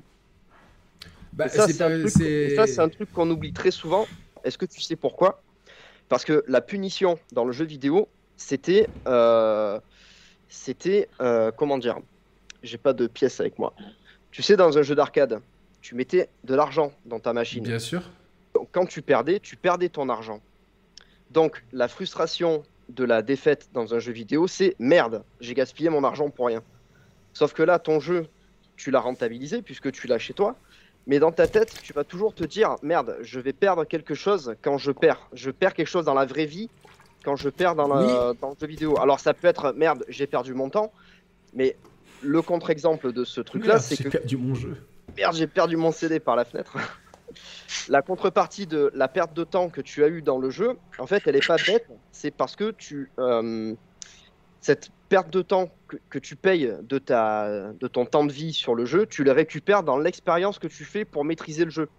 Bah, et ça, c'est c'est pas, un truc, c'est... et ça, c'est un truc qu'on oublie très souvent. Est-ce que tu sais pourquoi ? Parce que la punition dans le jeu vidéo, c'était... Euh, c'était... Euh, comment dire ? J'ai pas de pièces avec moi. Tu sais, dans un jeu d'arcade, tu mettais de l'argent dans ta machine. Bien sûr. Donc, quand tu perdais, tu perdais ton argent. Donc, la frustration de la défaite dans un jeu vidéo, c'est merde, j'ai gaspillé mon argent pour rien. Sauf que là, ton jeu, tu l'as rentabilisé puisque tu l'as chez toi. Mais dans ta tête, tu vas toujours te dire, merde, je vais perdre quelque chose quand je perds. Je perds quelque chose dans la vraie vie quand je perds dans, Oui. la, dans le jeu vidéo. Alors ça peut être, merde, j'ai perdu mon temps, mais le contre-exemple de ce truc-là, Merde, c'est j'ai que, perdu mon jeu. merde, j'ai perdu mon C D par la fenêtre. La contrepartie de la perte de temps que tu as eue dans le jeu, en fait, elle n'est pas bête. C'est parce que tu, euh, cette perte de temps que, que tu payes de, ta, de ton temps de vie sur le jeu, tu les récupères dans l'expérience que tu fais pour maîtriser le jeu.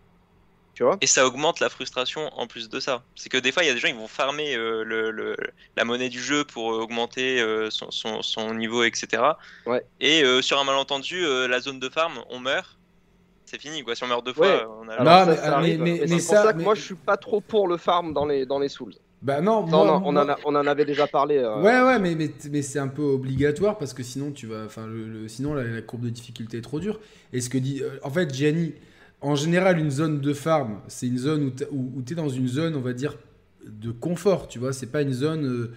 Tu vois ? Et ça augmente la frustration en plus de ça. C'est que des fois, il y a des gens qui vont farmer euh, le, le- la monnaie du jeu pour euh, augmenter euh, son, son- son niveau, et cetera. Ouais. Et euh, sur un malentendu, euh, la zone de farm, on meurt. C'est fini, quoi. Si on meurt deux Ouais. fois, on a... Alors Non, ça, mais- ça mais- arrive. mais- Mais, mais c'est ça- pour ça que mais- moi, je suis pas trop pour le farm dans les, dans les Souls. Bah non, Ça, moi, on, en, on, moi- en a- on en avait déjà parlé. euh, Ouais, ouais, mais, mais, mais c'est un peu obligatoire parce que sinon, tu vas, enfin, le, le- sinon la, la courbe de difficulté est trop dure. Et ce que dit, euh, en fait, Gianni, en général, une zone de farm, c'est une zone où, t'as- où, où tu es dans une zone, on va dire, de confort, tu vois. C'est pas une zone, euh,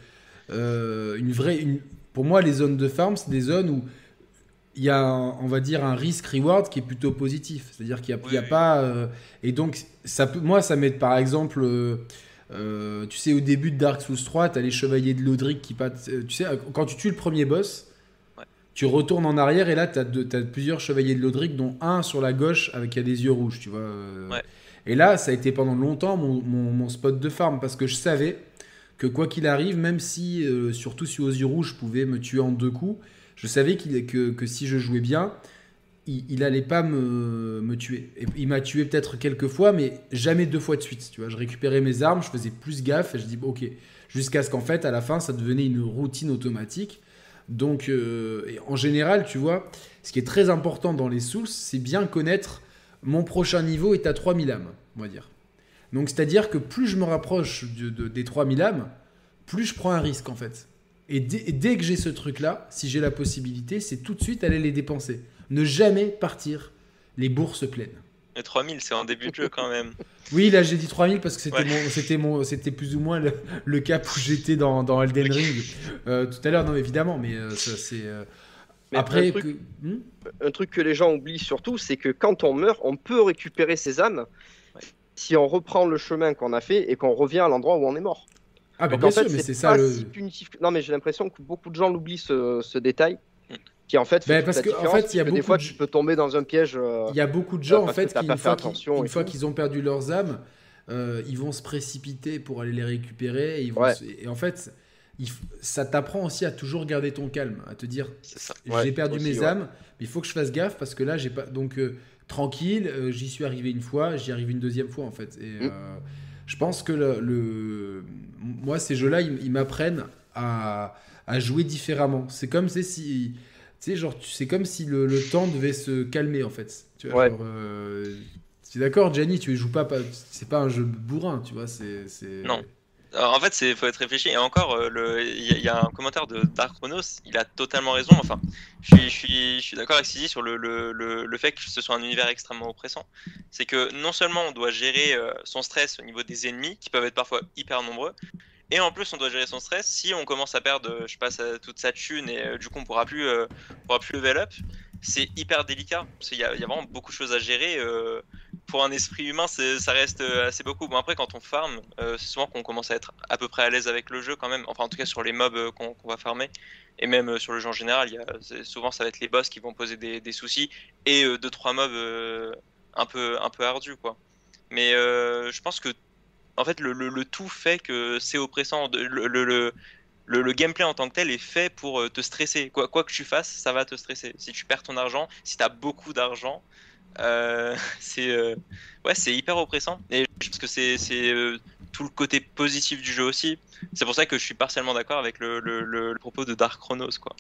euh, une vraie. Une... Pour moi, les zones de farm, c'est des zones où il y a, un- on va dire, un risk-reward qui est plutôt positif. C'est-à-dire qu'il n'y a, Oui, il y a oui. pas. euh, Et donc, ça peut, moi, ça m'aide, par exemple. euh, euh, tu sais, au début de Dark Souls trois, tu as les chevaliers de Lodric qui passent. euh, Tu sais, quand tu tues le premier boss, Ouais. tu retournes en arrière et là, tu as, plusieurs chevaliers de Lodric, dont un sur la gauche avec qui a des yeux rouges, tu vois. euh. Ouais. Et là, ça a été pendant longtemps mon, mon- mon spot de farm parce que je savais que quoi qu'il arrive, même si, euh, surtout si aux yeux rouges, je pouvais me tuer en deux coups, je savais qu'il- que, que si je jouais bien, il, il allait pas me, me tuer. Et il m'a tué peut-être quelques fois, mais jamais deux fois de suite. Tu vois, je récupérais mes armes, je faisais plus gaffe et je dis bon, ok. Jusqu'à ce qu'en fait, à la fin, ça devenait une routine automatique. Donc, euh, et en général, tu vois, ce qui est très important dans les Souls, c'est bien connaître mon prochain niveau est à trois mille âmes, on va dire. Donc, c'est-à-dire que plus je me rapproche de, de- des trois mille âmes, plus je prends un risque en fait. Et dès, et dès que j'ai ce truc-là, si j'ai la possibilité, c'est tout de suite aller les dépenser. Ne jamais partir les bourses pleines. Et trois mille, c'est en début de jeu quand même. Oui, là j'ai dit trois mille parce que c'était Ouais. mon, c'était mon, c'était plus ou moins le, le cap où j'étais dans, dans Elden Ok. Ring euh, tout à l'heure. Non, évidemment, mais euh, ça c'est. euh, Mais Après, un truc- que- Hmm Un truc que les gens oublient surtout, c'est que quand on meurt, on peut récupérer ses âmes Ouais. si on reprend le chemin qu'on a fait et qu'on revient à l'endroit où on est mort. ah, bah, Donc bien en sûr, fait, mais c'est c'est ça pas le. si punitif. que- Non, mais j'ai l'impression que beaucoup de gens l'oublient ce, ce détail, Mm. qui en fait fait Ben, toute parce la que, en différence, fait, il y a parce que des beaucoup fois de- tu peux tomber dans un piège. euh, Il y a beaucoup de gens en parce fait que t'as qui, pas une fait fois qu'ils attention une et fois tout. qu'ils ont perdu leurs âmes, euh, ils vont se précipiter pour aller les récupérer. Et, ils vont Ouais. se- et en fait, il f- ça t'apprend aussi à toujours garder ton calme, à te dire C'est ça. j'ai Ouais, perdu aussi, mes ouais. âmes, mais il faut que je fasse gaffe parce que là j'ai pas. Donc euh, tranquille, euh, j'y suis arrivé une fois, j'y arrive une deuxième fois en fait. Et Mm. euh, je pense que le, le- moi ces jeux-là, ils, ils m'apprennent à, à jouer différemment. C'est comme c'est si. Tu sais, genre, tu- c'est comme si le, le temps devait se calmer en fait. Tu vois, Ouais. genre, euh, tu es d'accord, Gianni, tu joues pas, pas c'est pas un jeu bourrin, tu vois, c'est. c'est- Non. Alors, en fait, c'est faut être réfléchi. Et encore, euh, le- il y, a- il y a un commentaire de Dark Chronos, il a totalement raison. Enfin, je suis, je suis, je suis d'accord avec Sisi sur le, le, le, le fait que ce soit un univers extrêmement oppressant. C'est que non seulement on doit gérer euh, son stress au niveau des ennemis, qui peuvent être parfois hyper nombreux, et en plus on doit gérer son stress si on commence à perdre, euh, je sais pas, sa- toute sa thune et euh, du coup on pourra plus, euh, on pourra plus level up. C'est hyper délicat. Parce qu'il y a, il y a vraiment beaucoup de choses à gérer. euh, pour un esprit humain, c'est- ça reste euh, assez beaucoup. Bon, après, quand on farm, euh, c'est souvent qu'on commence à être à peu près à l'aise avec le jeu quand même. Enfin, en tout cas, sur les mobs euh, qu'on qu'on va farmer. Et même euh, sur le jeu en général, il y a, c'est- souvent, ça va être les boss qui vont poser des, des soucis. Et euh, deux, trois mobs euh, un peu, un peu ardus, quoi. Mais euh, je pense que, en fait, le, le, le tout fait que c'est oppressant. De- Le, le, le, le, le gameplay en tant que tel est fait pour euh, te stresser. Quoi, quoi que tu fasses, ça va te stresser. Si tu perds ton argent, si tu as beaucoup d'argent, euh, c'est euh, ouais, c'est hyper oppressant. Et je pense que c'est c'est, euh, tout le côté positif du jeu aussi. C'est pour ça que je suis partiellement d'accord avec le, le, le, le propos de Dark Chronos, quoi.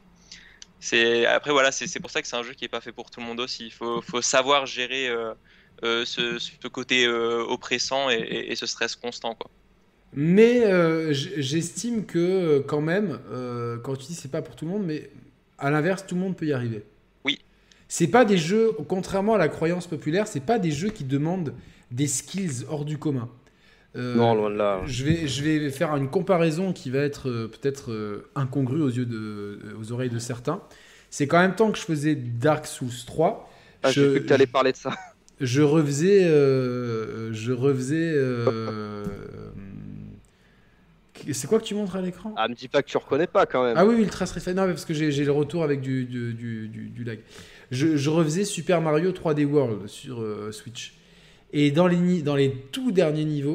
C'est après voilà, c'est c'est pour ça que c'est un jeu qui est pas fait pour tout le monde aussi. Il faut faut savoir gérer euh, euh, ce, ce côté euh, oppressant et, et, et ce stress constant, quoi. Mais euh, j- j'estime que euh, quand même, euh, quand tu dis c'est pas pour tout le monde, mais à l'inverse, tout le monde peut y arriver. Oui. C'est pas des jeux, contrairement à la croyance populaire, c'est pas des jeux qui demandent des skills hors du commun. Euh, Non, loin de là. Je vais, je vais faire une comparaison qui va être euh, peut-être euh, incongrue aux yeux de, aux oreilles de certains. c'est qu'en même temps que je faisais Dark Souls trois, Ah, je, j'ai cru que tu allais parler de ça. je refaisais, euh, je refaisais. euh, c'est quoi que tu montres à l'écran? Ah, me dis pas que tu reconnais pas quand même. Ah oui, Ultra Street Fighter, non, mais parce que j'ai j'ai le retour avec du, du, du, du, du lag. Je, je refaisais Super Mario trois D World sur euh, Switch. Et dans les, ni- dans les tout derniers niveaux,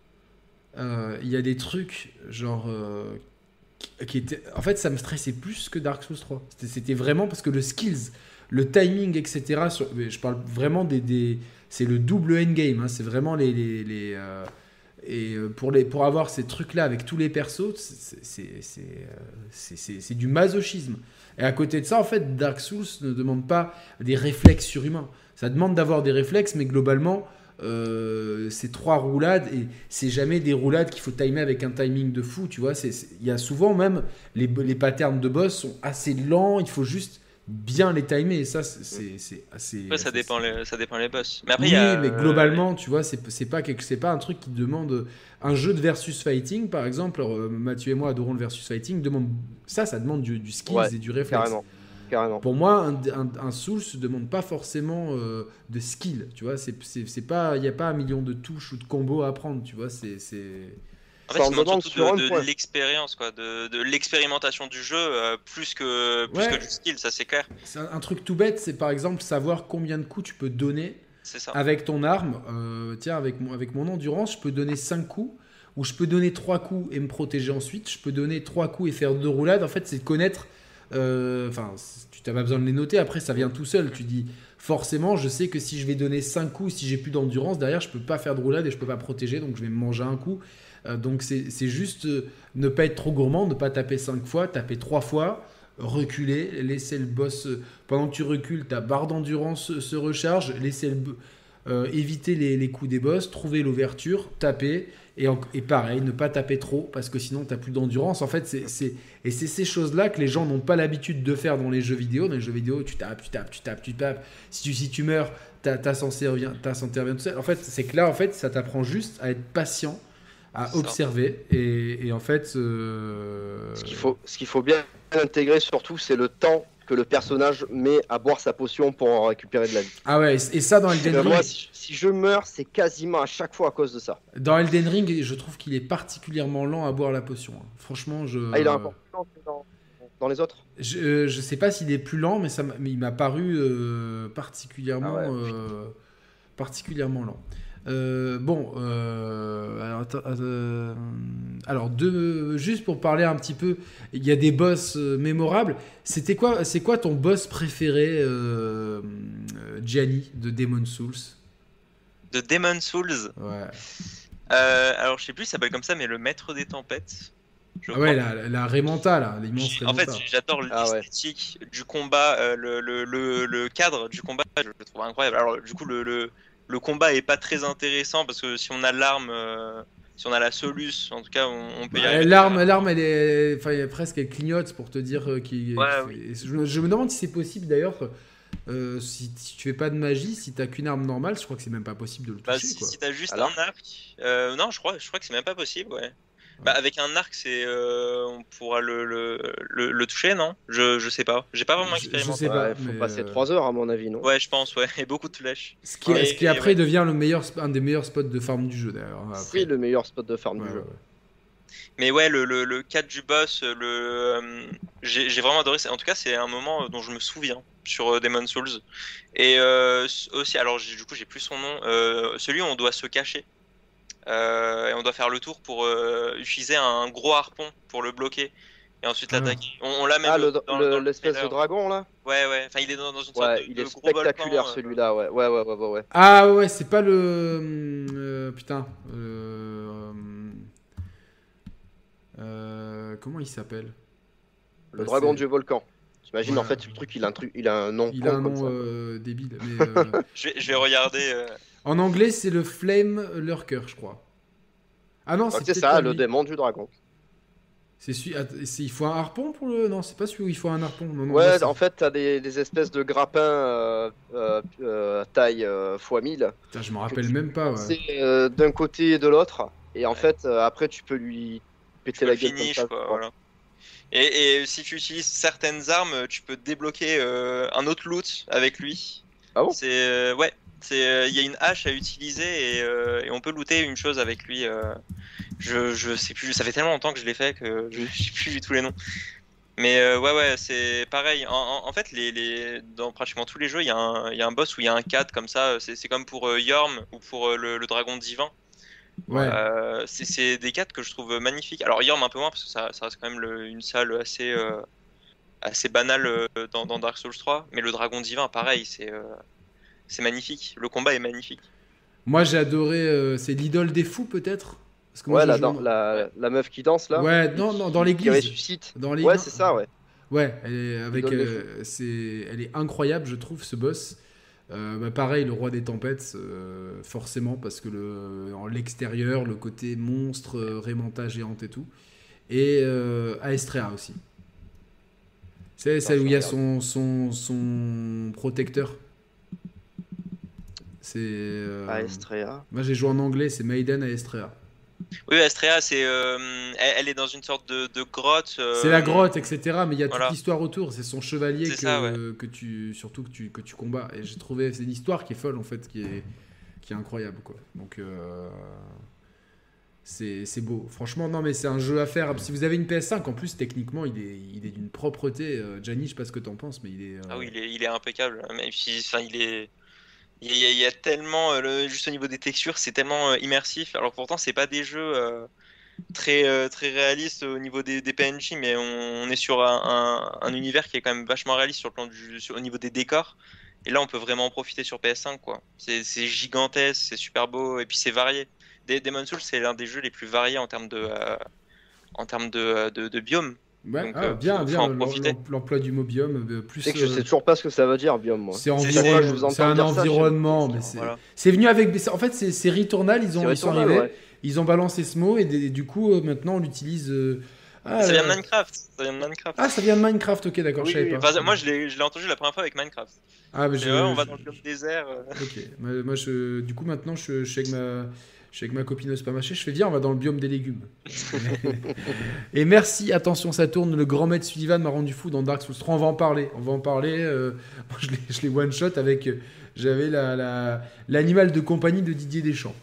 euh, il y a des trucs, genre. euh, qui, qui étaient... En fait, ça me stressait plus que Dark Souls trois. C'était c'était vraiment parce que le skills, le timing, et cetera. Sur... mais je parle vraiment des. des... C'est le double endgame, hein, c'est vraiment les. les, les euh, Et euh, pour, les, pour avoir ces trucs-là avec tous les persos, c'est- c'est c'est, euh, c'est- c'est- c'est du masochisme. Et à côté de ça, en fait, Dark Souls ne demande pas des réflexes surhumains. Ça demande d'avoir des réflexes, mais globalement, euh, c'est trois roulades et c'est jamais des roulades qu'il faut timer avec un timing de fou. Tu vois, c'est- c'est- il y a souvent même les, les patterns de boss sont assez lents. Il faut juste bien les timer. Et ça, c'est c'est- c'est assez. Après, ça assez- dépend, les, ça dépend les boss. Mais après, oui, il y a. mais euh, globalement, tu vois, c'est c'est pas quelque, c'est pas un truc qui demande un jeu de versus fighting, par exemple. Alors, euh, Mathieu et moi adorons le versus fighting. Demande ça, ça demande du, du skills Ouais, et du réflexe. Carrément. Carrément. Pour moi, un, un, un Souls ne demande pas forcément euh, de skill. Tu vois, c'est c'est c'est pas, il y a pas un million de touches ou de combos à apprendre. Tu vois, c'est c'est. En fait, Ça ça en demande demande surtout sur un de, de point. l'expérience, quoi, de, de l'expérimentation du jeu, euh, plus que plus Ouais. que du skill, ça c'est clair. C'est un, un truc tout bête, c'est par exemple savoir combien de coups tu peux donner C'est ça. avec ton arme. Euh, tiens, avec mon, avec mon endurance, je peux donner cinq coups, ou je peux donner trois coups et me protéger ensuite. Je peux donner trois coups et faire deux roulades. En fait, c'est de connaître. euh, Enfin, c'est- tu n'as pas besoin de les noter. Après, ça vient tout seul. Tu dis forcément, je sais que si je vais donner cinq coups, si j'ai plus d'endurance derrière, je peux pas faire de roulade et je peux pas protéger, donc je vais me manger un coup. Euh, donc c'est c'est juste euh, ne pas être trop gourmand, ne pas taper cinq fois, taper trois fois, reculer, laisser le boss. euh, pendant que tu recules, ta barre d'endurance se, se recharge, laisser le, b- euh, éviter les, les coups des boss, trouver l'ouverture, taper. Et, en- et pareil, ne pas taper trop parce que sinon tu n'as plus d'endurance. En fait, c'est c'est- et c'est ces choses-là que les gens n'ont pas l'habitude de faire dans les jeux vidéo. Dans les jeux vidéo, tu tapes, tu tapes, tu tapes, tu tapes. Si tu, si tu meurs, ta, ta santé revient, ta santé revient tout seul. En fait, c'est que là, en fait, ça t'apprend juste à être patient, à C'est ça. observer. Et, et en fait, euh, Ce qu'il faut, ce qu'il faut bien intégrer surtout, c'est le temps que le personnage met à boire sa potion pour en récupérer de la vie. Ah ouais, et ça dans Elden Euh, Ring, moi, si, si je meurs, c'est quasiment à chaque fois à cause de ça. dans Elden Ring, je trouve qu'il est particulièrement lent à boire la potion. hein. Franchement, je. Ah, il a un peu plus lent que dans, dans les autres. Je, euh, je sais pas s'il est plus lent, mais, ça m'a- mais il m'a paru euh, particulièrement, Ah ouais. euh, particulièrement lent. Euh, bon, euh, alors, attends, euh, alors deux, juste pour parler un petit peu, il y a des boss euh, mémorables. C'était quoi, c'est quoi ton boss préféré, euh, euh, Gianni, de Demon Souls? De Demon Souls. Ouais. Euh, alors je sais plus, il s'appelle comme ça, mais le maître des tempêtes. je Ah ouais, crois. la, la Raymanta, là, l'immense J'ai- En fait, Raymanta. j'adore Ah ouais. l'esthétique du combat, euh, le, le, le, le cadre du combat, je le trouve incroyable. Alors, du coup, le, le, le combat est pas très intéressant parce que si on a l'arme, euh, si on a la soluce, en tout cas, on, on peut y Ouais, arriver. L'arme, l'arme, elle est, enfin, elle est presque, elle clignote pour te dire euh, qu'il. Ouais, qu'il fait- je, me- je me demande si c'est possible d'ailleurs. euh, si, si tu fais pas de magie, si t'as qu'une arme normale, je crois que c'est même pas possible de le Bah, toucher. si quoi. si t'as juste Alors un arc, euh, non, je crois, je crois que c'est même pas possible, ouais. Bah, avec un arc, c'est, euh, on pourra le, le, le, le toucher, non? Je, je sais pas. J'ai pas vraiment Je- je expérimenté. sais pas, Ouais, faut mais, passer euh, trois heures à mon avis, non? Ouais, je pense, ouais. Et beaucoup de flèches. Ce qui, Ouais, ce qui et- après ouais. devient le meilleur, sp- un des meilleurs spots de farm du jeu d'ailleurs. après. C'est le meilleur spot de farm Ouais, du jeu. ouais, ouais. Mais ouais, le, le, le cadre du boss, le, euh, j'ai j'ai vraiment adoré. En tout cas, c'est un moment dont je me souviens sur euh, Demon Souls. Et euh, aussi, alors j'ai- du coup, j'ai plus son nom. Euh, celui où on doit se cacher. Euh, et on doit faire le tour pour euh, utiliser un gros harpon pour le bloquer. Et ensuite Ah. l'attaquer. On, on l'a même Ah, le- dans- le- dans le l'espèce de trailer. dragon là? Ouais, ouais. Enfin, il est dans, dans une sorte Ouais, de, il de est gros spectaculaire volcan, euh, celui-là, ouais. Ouais, ouais, ouais, ouais, ouais. Ah ouais, c'est pas le. euh, putain. euh, euh, comment il s'appelle? Le Bah, dragon c'est- du volcan. T'imagines Ouais. en fait le truc, il a un truc, il a un nom Il con a un comme nom ça. euh, débile. Mais, euh, Je vais, je vais regarder. euh, en anglais, c'est le Flame Lurker, je crois. Ah non, Donc, c'est c'est peut-être ça, pas le lui. démon du dragon. C'est celui. att- c'est- Il faut un harpon pour le. Non, c'est pas celui où il faut un harpon. Non, non, là, Ouais, c'est- en fait, t'as des, des espèces de grappins euh, euh, euh, taille euh, fois mille. Putain, je me rappelle même pas. Ouais. C'est euh, d'un côté et de l'autre. Et en Ouais. fait, euh, après, tu peux lui tu péter peux la le gueule comme finish, ça. quoi, je crois. voilà. Et, et si tu utilises certaines armes, tu peux débloquer euh, un autre loot avec lui. Ah bon? C'est euh, ouais, c'est euh, il y a une hache à utiliser et, euh, et on peut looter une chose avec lui. euh, je je sais plus, ça fait tellement longtemps que je l'ai fait que je sais plus du tout les noms. Mais euh, ouais ouais, c'est pareil. En, en, en fait, les, les dans pratiquement tous les jeux, il y a un il y a un boss où il y a un cadre comme ça. C'est c'est comme pour euh, Yorm ou pour euh, le, le dragon divin. Ouais. Euh, c'est c'est des cadres que je trouve magnifiques. Alors Yorm un peu moins parce que ça, ça reste quand même le- une salle assez euh, assez banale euh, dans, dans Dark Souls trois, mais le dragon divin pareil, c'est euh, c'est magnifique. Le combat est magnifique. Moi, j'ai adoré. euh, c'est l'idole des fous, peut-être. Parce que moi, Ouais, j'ai la, joué dan- en- la, la meuf qui danse là. Ouais, et non, non, qui, dans qui l'église. ressuscite. Dans les... Ouais, non. c'est ça, ouais. Ouais, elle est avec. L'idole des euh, c'est, elle est incroyable, je trouve, ce boss. Euh, bah, pareil, le roi des tempêtes, euh, forcément, parce que le, en l'extérieur, le côté monstre, euh, Raymanta géante et tout. Et euh, Aestrea aussi. C'est Attends, celle je où il y a regarde. son, son, son protecteur. C'est. euh, Ah, Estrea. Moi, j'ai joué en anglais, c'est Maiden Aestrea. Oui, Astrea, c'est euh, elle, elle est dans une sorte de, de grotte. euh, C'est la grotte, et cetera. Mais il y a toute voilà. l'histoire autour. C'est son chevalier C'est que, ça, ouais. que tu, surtout que tu, que tu combats. Et j'ai trouvé, c'est l'histoire qui est folle en fait, qui est, qui est incroyable quoi. Donc euh, c'est, c'est beau. Franchement, non mais c'est un jeu à faire. Si vous avez une P S cinq, en plus techniquement, il est, il est d'une propreté. Euh, Gianni, je sais pas ce que t'en penses, mais il est. euh, Ah oui, il est, il est impeccable. Mais puis, enfin, il est, il y a, il y a tellement, euh, le- juste au niveau des textures, c'est tellement euh, immersif. Alors pourtant, c'est pas des jeux euh, très, euh, très réalistes au niveau des, des P N J, mais on, on est sur un, un- un univers qui est quand même vachement réaliste sur le plan du, sur- au niveau des décors. Et là, on peut vraiment en profiter sur P S cinq, quoi. C'est c'est gigantesque, c'est super beau, et puis c'est varié. Des- Demon's Souls, c'est l'un des jeux les plus variés en termes de, euh, en termes de, euh, de, de biome. Ouais, Donc, ah, euh, bien, faut, faut bien. en l'em- profiter. l'em- L'emploi du mot biome, euh, plus. C'est que je euh, sais toujours pas ce que ça veut dire, biome, moi. C'est C'est environ, ça. Chaque fois que je vous c'est entends un dire ça, je fais, environnement, qu'est-ce mais qu'il y c'est, a Voilà. c'est venu avec. En fait, c'est, c'est Returnal. Ils ont, C'est ils sont Returnal, arrivés, ouais. ils ont balancé ce mot et, des- du coup, euh, maintenant, on l'utilise. euh, ah, Ça vient de euh, Minecraft. Ça vient de Minecraft. ah, ça vient de Minecraft. Ok, d'accord, Oui, je savais oui, pas. Enfin, moi, je l'ai, je l'ai entendu la première fois avec Minecraft. Ah, mais C'est je, ouais, on va je- dans le biome désert. euh. Ok. Moi, moi, je, du coup, maintenant, je, je suis avec ma, je suis avec ma copine Spamaché. Je fais viens, on va dans le biome des légumes. Et merci, attention, ça tourne. Le grand maître Sullivan m'a rendu fou dans Dark Souls trois. On va en parler. On va en parler. euh, moi, je l'ai, je l'ai one shot avec. euh, J'avais la, la- l'animal de compagnie de Didier Deschamps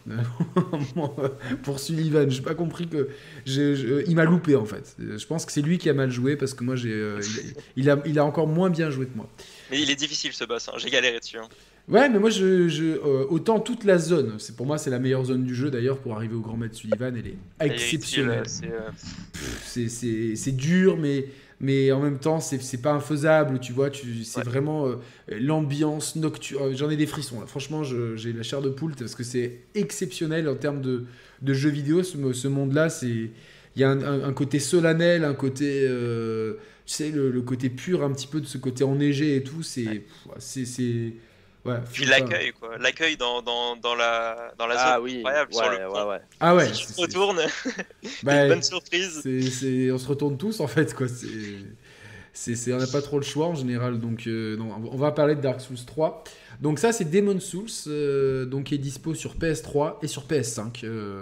pour Sullivan. J'ai pas compris que je- je- il m'a loupé en fait. Je pense que c'est lui qui a mal joué parce que moi j'ai, euh, il, il a, il a encore moins bien joué que moi. Mais il est difficile ce boss. hein. J'ai galéré dessus. hein. Ouais, mais moi, je, je, euh, autant toute la zone, c'est, pour moi, c'est la meilleure zone du jeu d'ailleurs pour arriver au Grand Maître Sullivan, elle est Et exceptionnelle. c'est, euh, Pff, C'est, c'est, c'est dur, mais, mais en même temps, c'est, c'est pas infaisable, tu vois. Tu, c'est Ouais. vraiment euh, l'ambiance nocturne. J'en ai des frissons là. Franchement, je- j'ai la chair de poule parce que c'est exceptionnel en termes de, de jeux vidéo. Ce, ce monde-là, c'est, il y a un, un- un côté solennel, un côté. euh, tu sais, le, le côté pur, un petit peu de ce côté enneigé et tout. C'est. Ouais. pff, c'est, c'est ouais, Puis enfin, l'accueil, quoi. L'accueil dans, dans, dans, la, dans la zone, Ah oui, incroyable, ouais, sur le ouais, pont. ouais. Ah ouais. Si tu te c'est- retournes, bah, t'as une bonne surprise. c'est, c'est- on se retourne tous en fait quoi. C'est, c'est, c'est- on n'a pas trop le choix en général. Donc euh, non, on va parler de Dark Souls trois. Donc ça c'est Demon's Souls, euh, donc qui est dispo sur P S trois et sur P S cinq,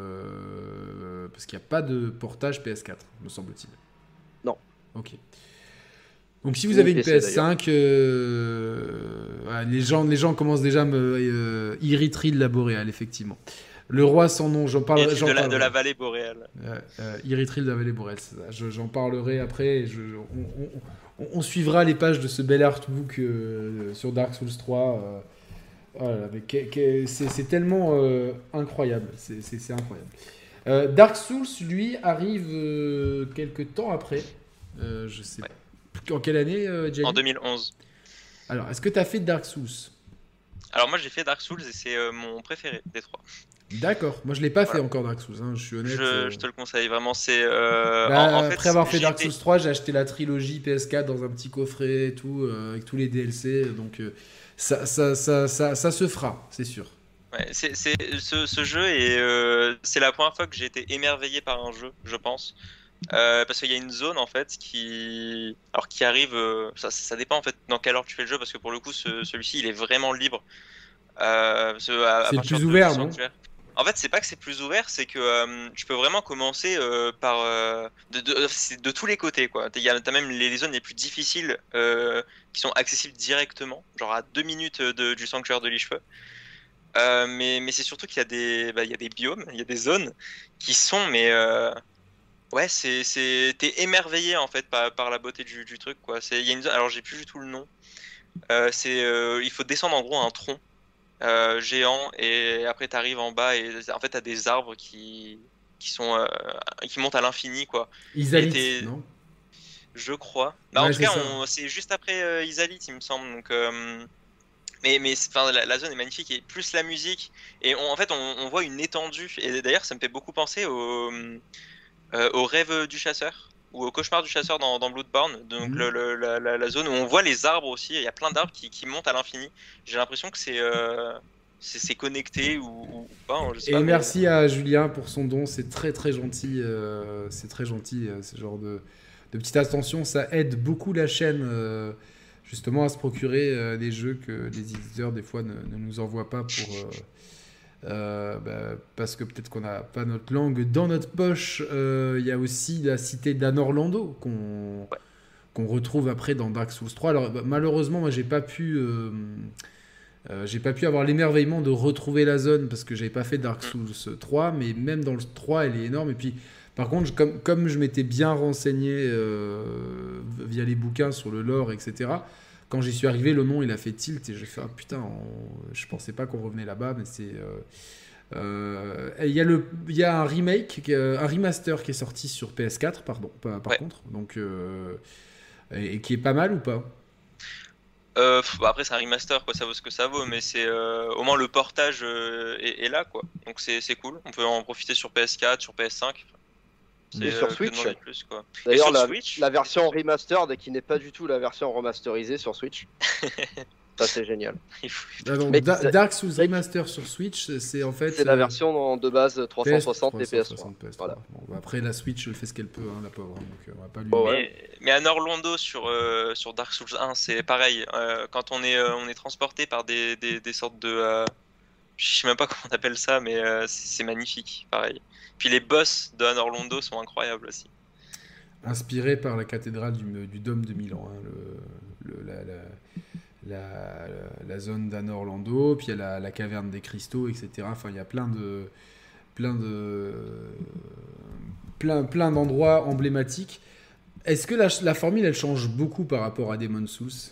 euh, parce qu'il n'y a pas de portage P S quatre, me semble-t-il. Non. Ok. Donc si vous Ni avez une P C, P S cinq, euh, ouais, les, gens, les gens commencent déjà à me euh, irriter de la boréale, effectivement. Le roi sans nom, j'en Et parlerai. puis j'en de, la, de parlerai. la vallée boréale. Euh, euh, Irritril de la vallée boréale, c'est ça. Je- j'en parlerai après. et Je, on, on- on- on suivra les pages de ce bel artbook euh, sur Dark Souls trois. euh, oh là là, mais que- que- c'est, c'est tellement euh, incroyable. C'est, c'est- c'est incroyable. Euh, Dark Souls, lui, arrive euh, quelques temps après. Euh, je sais Ouais. plus en quelle année, euh, Gianni En deux mille onze. Alors, est-ce que tu as fait Dark Souls? Alors moi j'ai fait Dark Souls et c'est euh, mon préféré des trois. D'accord. Moi, je l'ai pas Voilà. fait encore Dark Souls. hein, Je suis honnête. Je, euh. je te le conseille vraiment. C'est euh, Bah, en, en fait, après avoir fait j'ai Dark été- Souls trois, j'ai acheté la trilogie P S quatre dans un petit coffret et tout, euh, avec tous les D L C. Donc euh, ça, ça, ça, ça, ça se fera, c'est sûr. Ouais, c'est, c'est, ce, ce jeu et euh, c'est la première fois que j'ai été émerveillé par un jeu, je pense. Euh, parce qu'il y a une zone en fait qui, alors qui arrive, euh, ça, ça dépend en fait dans quelle heure tu fais le jeu parce que pour le coup ce- celui-ci il est vraiment libre. Euh, parce que à- à C'est le partir plus de- ouvert, du non sanctuaire. En fait, c'est pas que c'est plus ouvert, c'est que euh, tu peux vraiment commencer euh, par euh, de, de, c'est de tous les côtés, quoi. Il y a, t'as même les, les zones les plus difficiles euh, qui sont accessibles directement, genre à deux minutes de, du sanctuaire de Lich-Feu. Euh, mais mais c'est surtout qu'il y a des bah, il y a des biomes, il y a des zones qui sont mais euh, ouais, c'est c'est t'es émerveillé en fait par, par la beauté du, du truc, quoi. C'est il y a une zone, alors j'ai plus du tout le nom. Euh, c'est euh, il faut descendre en gros un tronc euh, géant et après t'arrives en bas et en fait t'as des arbres qui qui sont euh, qui montent à l'infini, quoi. Et Isalith, t'es non? je crois. Bah en Ouais, tout c'est cas ça. on c'est juste après euh, Isalith, il me semble. Donc euh, mais mais c'est- enfin la, la zone est magnifique et plus la musique et on- en fait on, on voit une étendue et d'ailleurs ça me fait beaucoup penser au euh, au rêve du chasseur ou au cauchemar du chasseur dans, dans Bloodborne, donc Mhm. le, le- la, la- la zone où on voit les arbres aussi, il y a plein d'arbres qui, qui montent à l'infini. J'ai l'impression que c'est euh, c'est c'est connecté ou, ou pas, hein, je sais Et pas, mais merci à Julien pour son don, c'est très très gentil, euh, c'est très gentil, euh, ce genre de, de petite attention, ça aide beaucoup la chaîne euh, justement à se procurer euh, des jeux que les éditeurs des fois ne, ne nous envoient pas pour, euh, euh, bah, parce que peut-être qu'on n'a pas notre langue dans notre poche. Euh, Il y a aussi la cité d'Anne Orlando qu'on ouais. qu'on retrouve après dans Dark Souls trois. Alors bah, malheureusement moi j'ai pas pu... euh, Euh, j'ai pas pu avoir l'émerveillement de retrouver la zone parce que j'avais pas fait Dark Mm. Souls trois, mais même dans le trois, elle est énorme. Et puis, par contre, je- comme, comme je m'étais bien renseigné euh, via les bouquins sur le lore, et cetera, quand j'y suis arrivé, le nom il a fait tilt et j'ai fait ah putain, on- je pensais pas qu'on revenait là-bas, mais c'est. euh, euh, et Il y, a le- il y a un remake, qui est- un remaster qui est sorti sur P S quatre, pardon, par, par Ouais. contre, donc, euh, et, et qui est pas mal ou pas? Euh, pff, bah après c'est un remaster, quoi, ça vaut ce que ça vaut, mais c'est euh, au moins le portage euh, est, est là, quoi. Donc c'est c'est cool, on peut en profiter sur P S quatre, sur P S cinq. C'est Et sur euh, que Switch. demander de plus, quoi. Et D'ailleurs, sur la, Switch, la version remastered qui n'est pas du tout la version remasterisée sur Switch. Ça, c'est génial. il faut- Ah, donc, Mec, Da- ça- Dark Souls mec, Remaster sur Switch, c'est en fait. c'est la euh, version de base trois cent soixante et P S trois. P S trois. Voilà. Bon, bah, après, la Switch, elle fait ce qu'elle peut, hein, la pauvre. hein, donc, euh, on va pas lui. Bon, ouais. Mais, mais à Orlando sur, euh, sur Dark Souls un, c'est pareil. Euh, quand on est, euh, on est transporté par des, des, des sortes de. Euh, je sais même pas comment on appelle ça, mais euh, c'est c'est magnifique, pareil. Puis les boss de Anne Orlando sont incroyables aussi. Inspiré par la cathédrale du, du Dôme de Milan, hein, le, le- la, la, la, la zone d'Anne Orlando, puis il y a la, la caverne des cristaux, et cetera. Enfin, il y a plein de. Plein de. Plein, plein d'endroits emblématiques. Est-ce que la, la formule, elle change beaucoup par rapport à Demon's Souls?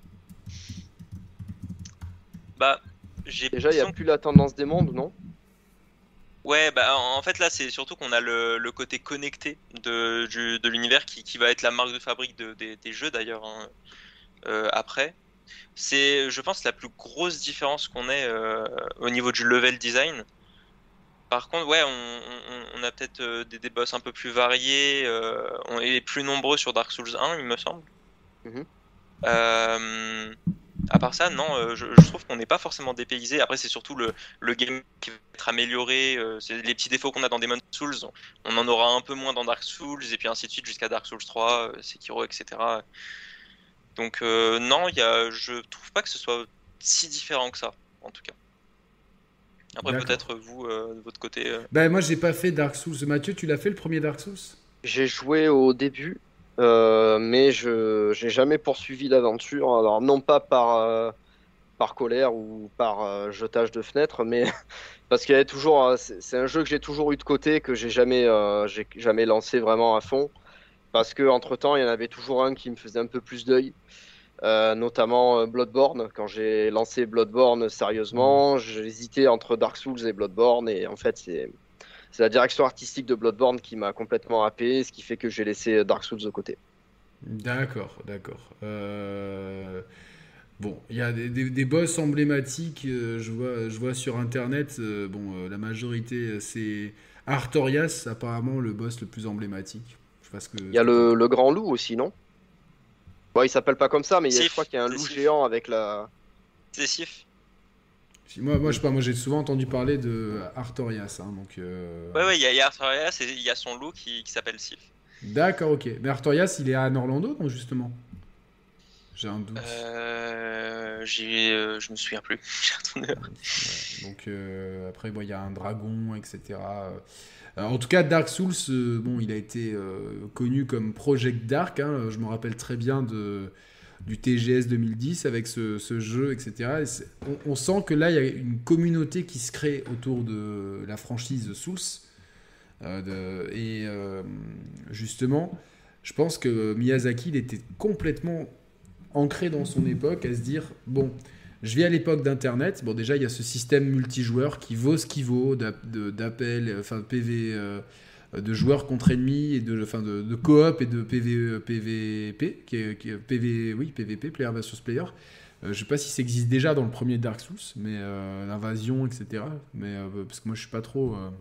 Bah, j'ai Déjà, il n'y a l'impression que- plus la tendance des mondes, non? Ouais, bah en en fait là c'est surtout qu'on a le, le côté connecté de, du- de l'univers qui, qui va être la marque de fabrique de- des, des jeux d'ailleurs, hein, euh, après. C'est, je pense, la plus grosse différence qu'on ait euh, au niveau du level design. Par contre, ouais, on, on- on a peut-être euh, des, des boss un peu plus variés, euh, on est plus nombreux sur Dark Souls un, il me semble. Mhm. Euh, à part ça, non, euh, je, je trouve qu'on n'est pas forcément dépaysé. Après, c'est surtout le, le game qui va être amélioré. Euh, c'est les petits défauts qu'on a dans Demon's Souls, on en aura un peu moins dans Dark Souls, et puis ainsi de suite jusqu'à Dark Souls trois, euh, Sekiro, et cetera. Donc, euh, non, il y a, je trouve pas que ce soit si différent que ça, en tout cas. Après, D'accord. peut-être vous, euh, de votre côté. euh, Ben, moi, j'ai pas fait Dark Souls. Mathieu, tu l'as fait le premier Dark Souls? J'ai joué au début, euh, mais je j'ai jamais poursuivi l'aventure. Alors, non pas par, euh, par colère ou par euh, jetage de fenêtre, mais parce qu'il y avait toujours. euh, c'est c'est un jeu que j'ai toujours eu de côté, que j'ai jamais, euh, j'ai jamais lancé vraiment à fond. Parce que entre-temps, il y en avait toujours un qui me faisait un peu plus d'œil. Euh, notamment euh, Bloodborne. Quand j'ai lancé Bloodborne sérieusement, j'hésitais entre Dark Souls et Bloodborne, et en fait, c'est c'est la direction artistique de Bloodborne qui m'a complètement happé, ce qui fait que j'ai laissé Dark Souls de côté. D'accord, d'accord. Euh, Bon, il y a des, des- des boss emblématiques, euh, je vois, je vois sur internet. Euh, bon, euh, la majorité, euh, c'est Artorias, apparemment le boss le plus emblématique. Je sais pas ce que. Il y a le, le grand loup aussi, non? Bon, il s'appelle pas comme ça, mais il y a- je Sif, crois qu'il y a un c'est loup Sif. géant avec la. C'est Sif. Si, Moi, moi, je sais pas, moi j'ai souvent entendu parler de Artorias, hein, donc. euh, Ouais, ouais, il y a, il y a Artorias et il y a son loup qui, qui s'appelle Sif. D'accord, ok. Mais Artorias, il est à Anne Orlando, donc justement. J'ai un doute. Euh, j'ai, euh, je me souviens plus. J'ai un tourneur. Ouais, donc euh, après, bon, il y a un dragon, et cetera. Alors, en tout cas, Dark Souls, euh, bon, il a été euh, connu comme Project Dark. Hein, je me rappelle très bien de, du T G S deux mille dix avec ce, ce jeu, et cetera. Et on, on sent que là, il y a une communauté qui se crée autour de la franchise Souls. Euh, de, et euh, justement, je pense que Miyazaki, il était complètement ancré dans son époque à se dire, bon, je vis à l'époque d'Internet. Bon, déjà, il y a ce système multijoueur qui vaut ce qu'il vaut, d'appel, enfin, de P V, euh, de joueurs contre ennemis, et de, enfin, de, de coop et de P V, P V P, qui est, qui est P V, oui, P V P, Player versus Player. Euh, je sais pas si ça existe déjà dans le premier Dark Souls, mais euh, l'invasion, et cetera. Mais, euh, parce que moi, je suis pas trop... Euh...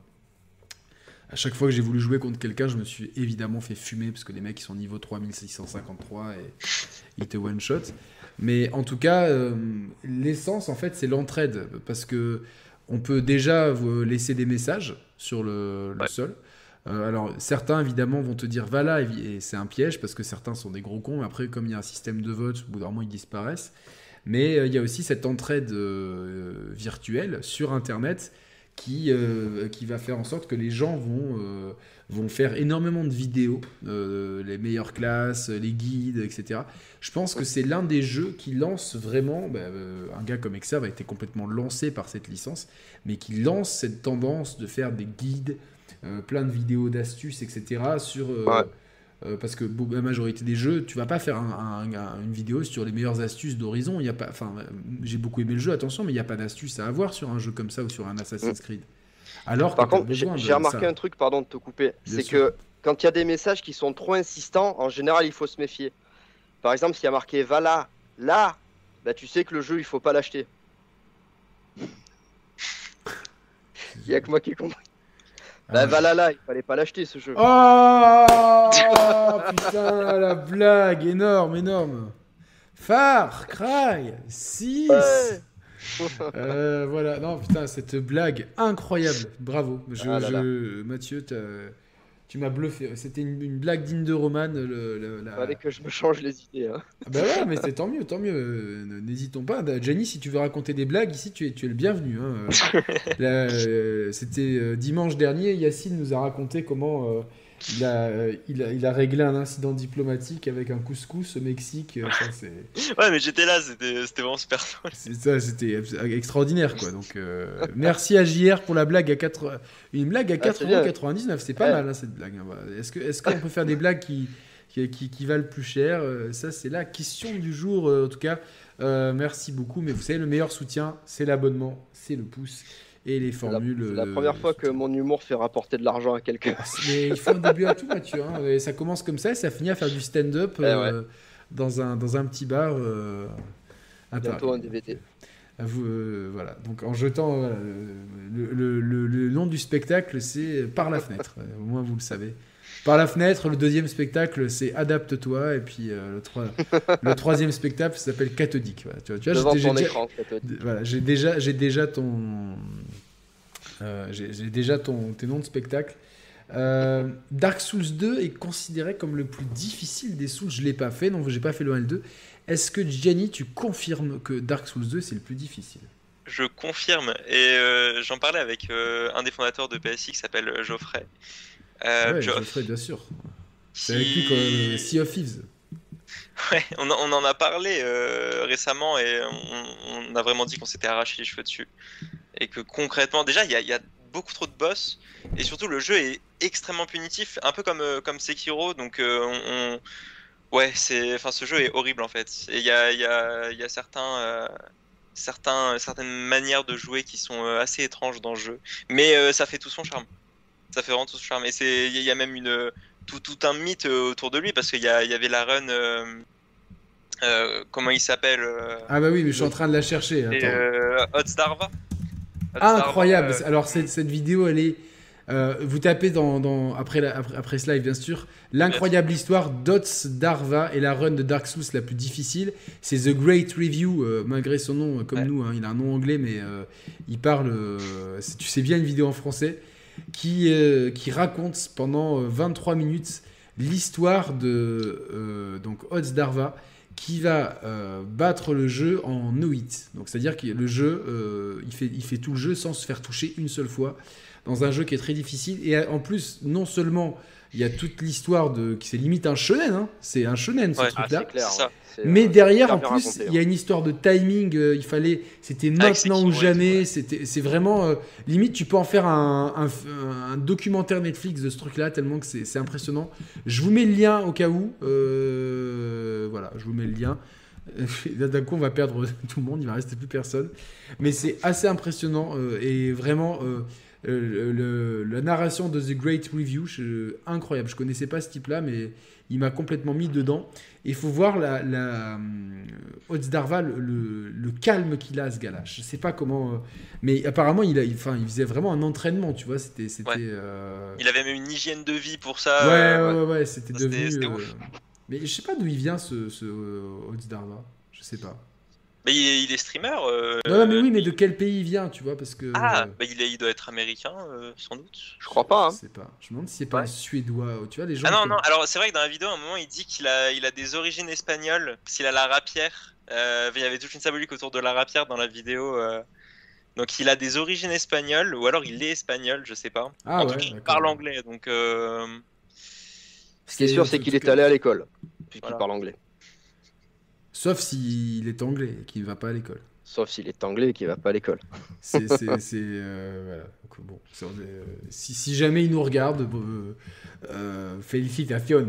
À chaque fois que j'ai voulu jouer contre quelqu'un, je me suis évidemment fait fumer, parce que les mecs, ils sont niveau trois mille six cent cinquante-trois et ils te one-shot. Mais en tout cas, euh, l'essence, en fait, c'est l'entraide. Parce que on peut déjà vous laisser des messages sur le, le Ouais. sol. Euh, alors, certains, évidemment, vont te dire « va là », et c'est un piège, parce que certains sont des gros cons. Après, comme il y a un système de vote, au bout d'un moment, ils disparaissent. Mais euh, il y a aussi cette entraide euh, virtuelle sur Internet qui, euh, qui va faire en sorte que les gens vont, euh, vont faire énormément de vidéos, euh, les meilleures classes, les guides, et cetera. Je pense que c'est l'un des jeux qui lance vraiment, bah, euh, un gars comme Exerve a été complètement lancé par cette licence, mais qui lance cette tendance de faire des guides, euh, plein de vidéos d'astuces, et cetera. Sur, euh, Ouais. euh, parce que bon, la majorité des jeux, tu vas pas faire un, un, un, une vidéo sur les meilleures astuces d'Horizon. Il y a pas, enfin, j'ai beaucoup aimé le jeu, attention, mais il n'y a pas d'astuces à avoir sur un jeu comme ça ou sur un Assassin's Creed. Alors Par que t'as contre, j'ai besoin j'ai de remarqué ça. un truc, pardon de te couper, Bien c'est sûr. que quand il y a des messages qui sont trop insistants, en général, il faut se méfier. Par exemple, s'il y a marqué va là, là, bah tu sais que le jeu, il faut pas l'acheter. Il y a que moi qui ai compris. Bah Ah, va là, là, il fallait pas l'acheter ce jeu. oh putain, la blague, énorme, énorme. Far Cry six. Ouais. Euh, voilà, non putain, cette blague incroyable, bravo. Je, Ah là là. je- Mathieu, t'as- tu m'as bluffé. C'était une, une blague digne de Roman. Le, le- la... Fallait que je me change les idées. Hein. Ah bah ouais, mais c'est tant mieux, tant mieux. Euh, N'hésitons pas. Jenny, si tu veux raconter des blagues ici, tu es, tu es le bienvenu. Hein. Euh, là, euh, c'était euh, dimanche dernier. Yacine nous a raconté comment euh, il, a, euh, il, a, il a réglé un incident diplomatique avec un couscous au Mexique. Euh, Enfin, c'est Ouais, mais j'étais là, c'était c'était vraiment super drôle. c'est ça, c'était extraordinaire quoi. Donc euh, merci à J R pour la blague à quatre une blague à Ah, quatre c'est euros bien. quatre-vingt-dix-neuf. C'est pas Ouais. mal hein, cette blague. hein. Voilà. Est-ce que est-ce qu'on peut faire des blagues qui qui, qui, qui valent plus cher? Euh, Ça c'est la question du jour euh, en tout cas. Euh, merci beaucoup. Mais vous savez le meilleur soutien c'est l'abonnement, c'est le pouce et les C'est la, formules. c'est la de première fois que soutien. mon humour fait rapporter de l'argent à quelqu'un. Ah, c'est- Mais il faut un début à tout, Mathieu. hein. Et ça commence comme ça et ça finit à faire du stand-up Eh ouais. euh, dans, un, dans un petit bar euh, à Bientôt Paris. un D V D. À vous, euh, voilà. Donc en jetant voilà, le, le- le- le nom du spectacle, c'est Par la fenêtre. Euh, Au moins vous le savez. Par la fenêtre, le deuxième spectacle, c'est Adapte-toi. Et puis euh, le, troi- le troisième spectacle s'appelle Cathodique. Voilà, tu vois, tu vois, Devant j'ai- j'ai ton déjà- écran, ça te dit. voilà, j'ai déjà, j'ai déjà ton, euh, j'ai j'ai déjà ton, tes noms de spectacle. Euh, Dark Souls deux est considéré comme le plus difficile des Souls. Je l'ai pas fait, donc j'ai pas fait le un et le deux. Est-ce que Gianni, tu confirmes que Dark Souls deux c'est le plus difficile? Je confirme, et euh, j'en parlais avec euh, un des fondateurs de P S I qui s'appelle euh, Geoffrey. Euh, Ouais, Geoff, Geoffrey, bien sûr. qui... C'est avec lui quand euh, Sea of Thieves. Ouais, on, en- on en a parlé euh, récemment et on, on a vraiment dit qu'on s'était arraché les cheveux dessus. Et que concrètement, déjà, il y a, il y a beaucoup trop de boss. Et surtout, le jeu est extrêmement punitif, un peu comme, euh, comme Sekiro. Donc, euh, on, on- ouais, c'est, enfin, ce jeu est horrible en fait. Et il y a, il y a, il y a certains, euh, certains, certaines manières de jouer qui sont euh, assez étranges dans le jeu. Mais euh, ça fait tout son charme. Ça fait vraiment tout son charme. Et c'est, il y a même une, tout, tout un mythe euh, autour de lui parce qu'il y, a- il y avait la run. euh, euh, comment il s'appelle euh, Ah bah oui, mais je suis en train de la chercher. et, Attends. euh, Odds Darva. Odds Ah, Darva, incroyable. euh, Alors cette, cette vidéo, elle est. euh, vous tapez dans, dans- après, la- après, après ce live, bien sûr, l'incroyable histoire d'Ots Darva et la run de Dark Souls la plus difficile. C'est The Great Review, euh, malgré son nom, euh, comme Ouais. nous. hein, il a un nom anglais, mais euh, il parle. euh, c'est- tu sais bien une vidéo en français qui, euh, qui raconte pendant euh, vingt-trois minutes l'histoire de euh, donc Odds Darva, qui va euh, battre le jeu en no hit. Donc c'est-à-dire que le jeu, euh, il, fait, il fait tout le jeu sans se faire toucher une seule fois, dans un jeu qui est très difficile. Et en plus, non seulement il y a toute l'histoire de... C'est limite un shonen, hein. C'est un shonen ce Ouais. truc-là. Ah, c'est clair, C'est ça. ouais. C'est, Mais euh, derrière, super en bien plus, raconté, il y a hein. une histoire de timing. euh, il fallait, c'était Avec ses maintenant ou keywords, jamais. ouais. C'était, c'est vraiment euh, limite. Tu peux en faire un, un, un documentaire Netflix de ce truc-là tellement que c'est, c'est impressionnant. Je vous mets le lien au cas où. Euh, voilà, je vous mets le lien. Là, d'un coup, on va perdre tout le monde. Il va rester plus personne. Mais c'est assez impressionnant euh, et vraiment. Euh, le, le- la narration de The Great Review, je- incroyable. Je connaissais pas ce type-là, mais il m'a complètement mis dedans. Et il faut voir la, la euh, Otsdarva, le, le, le calme qu'il a, ce gars-là. Je sais pas comment, euh, mais apparemment il, a, il, enfin, il faisait vraiment un entraînement, tu vois. C'était, c'était. Ouais. euh, Il avait même une hygiène de vie pour ça. Ouais, euh, ouais, ouais, ouais, c'était Ça, c'était- devenu. c'était euh, ouf. Mais je sais pas d'où il vient ce, ce euh, Otsdarva. Je sais pas. Mais il est, il est streamer. euh, Non, non, mais oui, mais de quel pays il vient, tu vois, parce que. Ah, euh, bah il, est- il doit être américain, euh, sans doute. Je crois pas. Je Hein. sais pas. Je me demande si c'est pas Ouais. un suédois. Tu vois, les gens. Ah non, comme- non, alors c'est vrai que dans la vidéo, à un moment, il dit qu'il a, il a des origines espagnoles, parce qu'il a la rapière. Euh, il y avait toute une symbolique autour de la rapière dans la vidéo. euh. Donc il a des origines espagnoles, ou alors il est espagnol, je sais pas. Ah en ouais, tout cas, il d'accord. parle anglais, donc... euh, Ce qui est sûr, c'est qu'il est allé à l'école, puisqu'il Voilà. parle anglais. Sauf s'il est anglais et qu'il ne va pas à l'école. Sauf s'il est anglais et qu'il va pas à l'école. C'est, c'est, c'est, euh, voilà. Donc, bon, c'est- euh, si, si jamais il nous regarde, euh, euh, félicitations.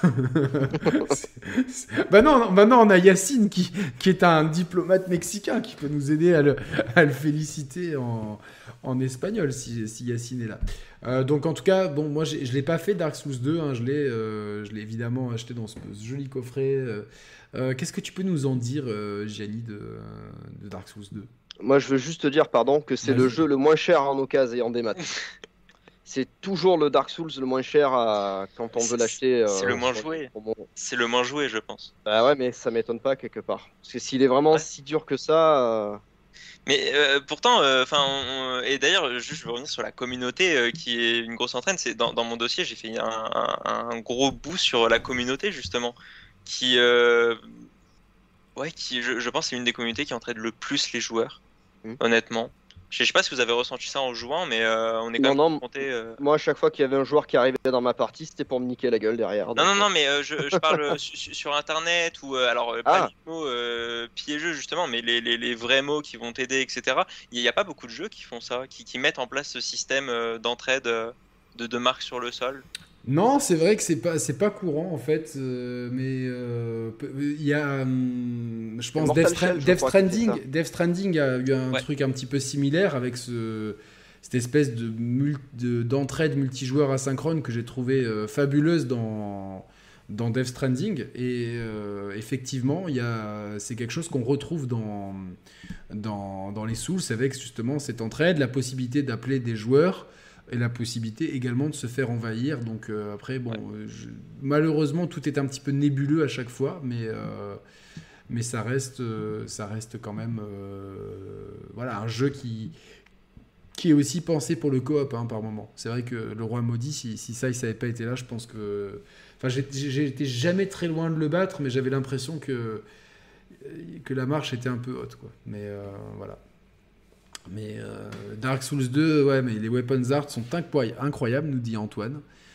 C'est- c'est- bah non, non, maintenant on a Yacine qui, qui est un diplomate mexicain qui peut nous aider à le, à le féliciter en, en espagnol si, si Yacine est là. Euh, donc en tout cas, bon, moi j'ai- je l'ai pas fait Dark Souls deux, hein, je l'ai, euh, je l'ai évidemment acheté dans ce, ce joli coffret. euh. Euh, qu'est-ce que tu peux nous en dire, euh, Gianni, de, de Dark Souls deux? Moi, je veux juste te dire, pardon, que c'est le Vas-y. jeu le moins cher en occasion et en démat. C'est toujours le Dark Souls le moins cher à- quand on veut l'acheter. C'est euh, le moins sur- joué. au bon- C'est le moins joué, je pense. Bah ouais, mais ça m'étonne pas quelque part. Parce que s'il est vraiment Ouais. si dur que ça. euh, Mais euh, pourtant, enfin, et d'ailleurs, juste je veux revenir sur la communauté euh, qui est une grosse entraîne. C'est dans, dans mon dossier, j'ai fait un, un- un gros bout sur la communauté justement, qui, euh, ouais, qui, je, je pense, c'est une des communautés qui entraîne le plus les joueurs, Mm. honnêtement. Je sais pas si vous avez ressenti ça en jouant, mais euh, on est quand Non, même non. confronté. euh, Moi, à chaque fois qu'il y avait un joueur qui arrivait dans ma partie, c'était pour me niquer la gueule derrière. Non, donc, non, euh, non, mais euh, je, je parle euh, su- su- sur internet ou euh, alors euh, Ah. pas les mots euh, piégeux justement, mais les, les, les vrais mots qui vont t'aider, et cetera. Il n'y a pas beaucoup de jeux qui font ça, qui, qui mettent en place ce système euh, d'entraide euh, de, de marques sur le sol. Non, c'est vrai que c'est pas, c'est pas courant en fait, euh, mais euh, peu- il y a, hum, je pense, Mortal Death, Stra- Shell, je Death crois que c'est Stranding, Death Stranding a eu un Ouais. truc un petit peu similaire avec ce, cette espèce de, mul- de- d'entraide multijoueur asynchrone que j'ai trouvé euh, fabuleuse dans, dans Death Stranding. Et euh, effectivement, il y a, c'est quelque chose qu'on retrouve dans, dans, dans les Souls avec justement cette entraide, la possibilité d'appeler des joueurs et la possibilité également de se faire envahir. Donc euh, après, bon, Ouais. euh, je- malheureusement, tout est un petit peu nébuleux à chaque fois, mais, euh, mais ça, reste, euh, ça reste quand même euh, voilà, un jeu qui, qui est aussi pensé pour le coop hein, par moment. C'est vrai que le Roi Maudit, si, si ça, il n'avait pas été là, je pense que... Enfin, j'ai, j'ai été jamais très loin de le battre, mais j'avais l'impression que, que la marche était un peu haute, quoi. Mais euh, voilà. Mais euh, Dark Souls deux, ouais, mais les weapons art sont incroy- incroyables, nous dit Antoine.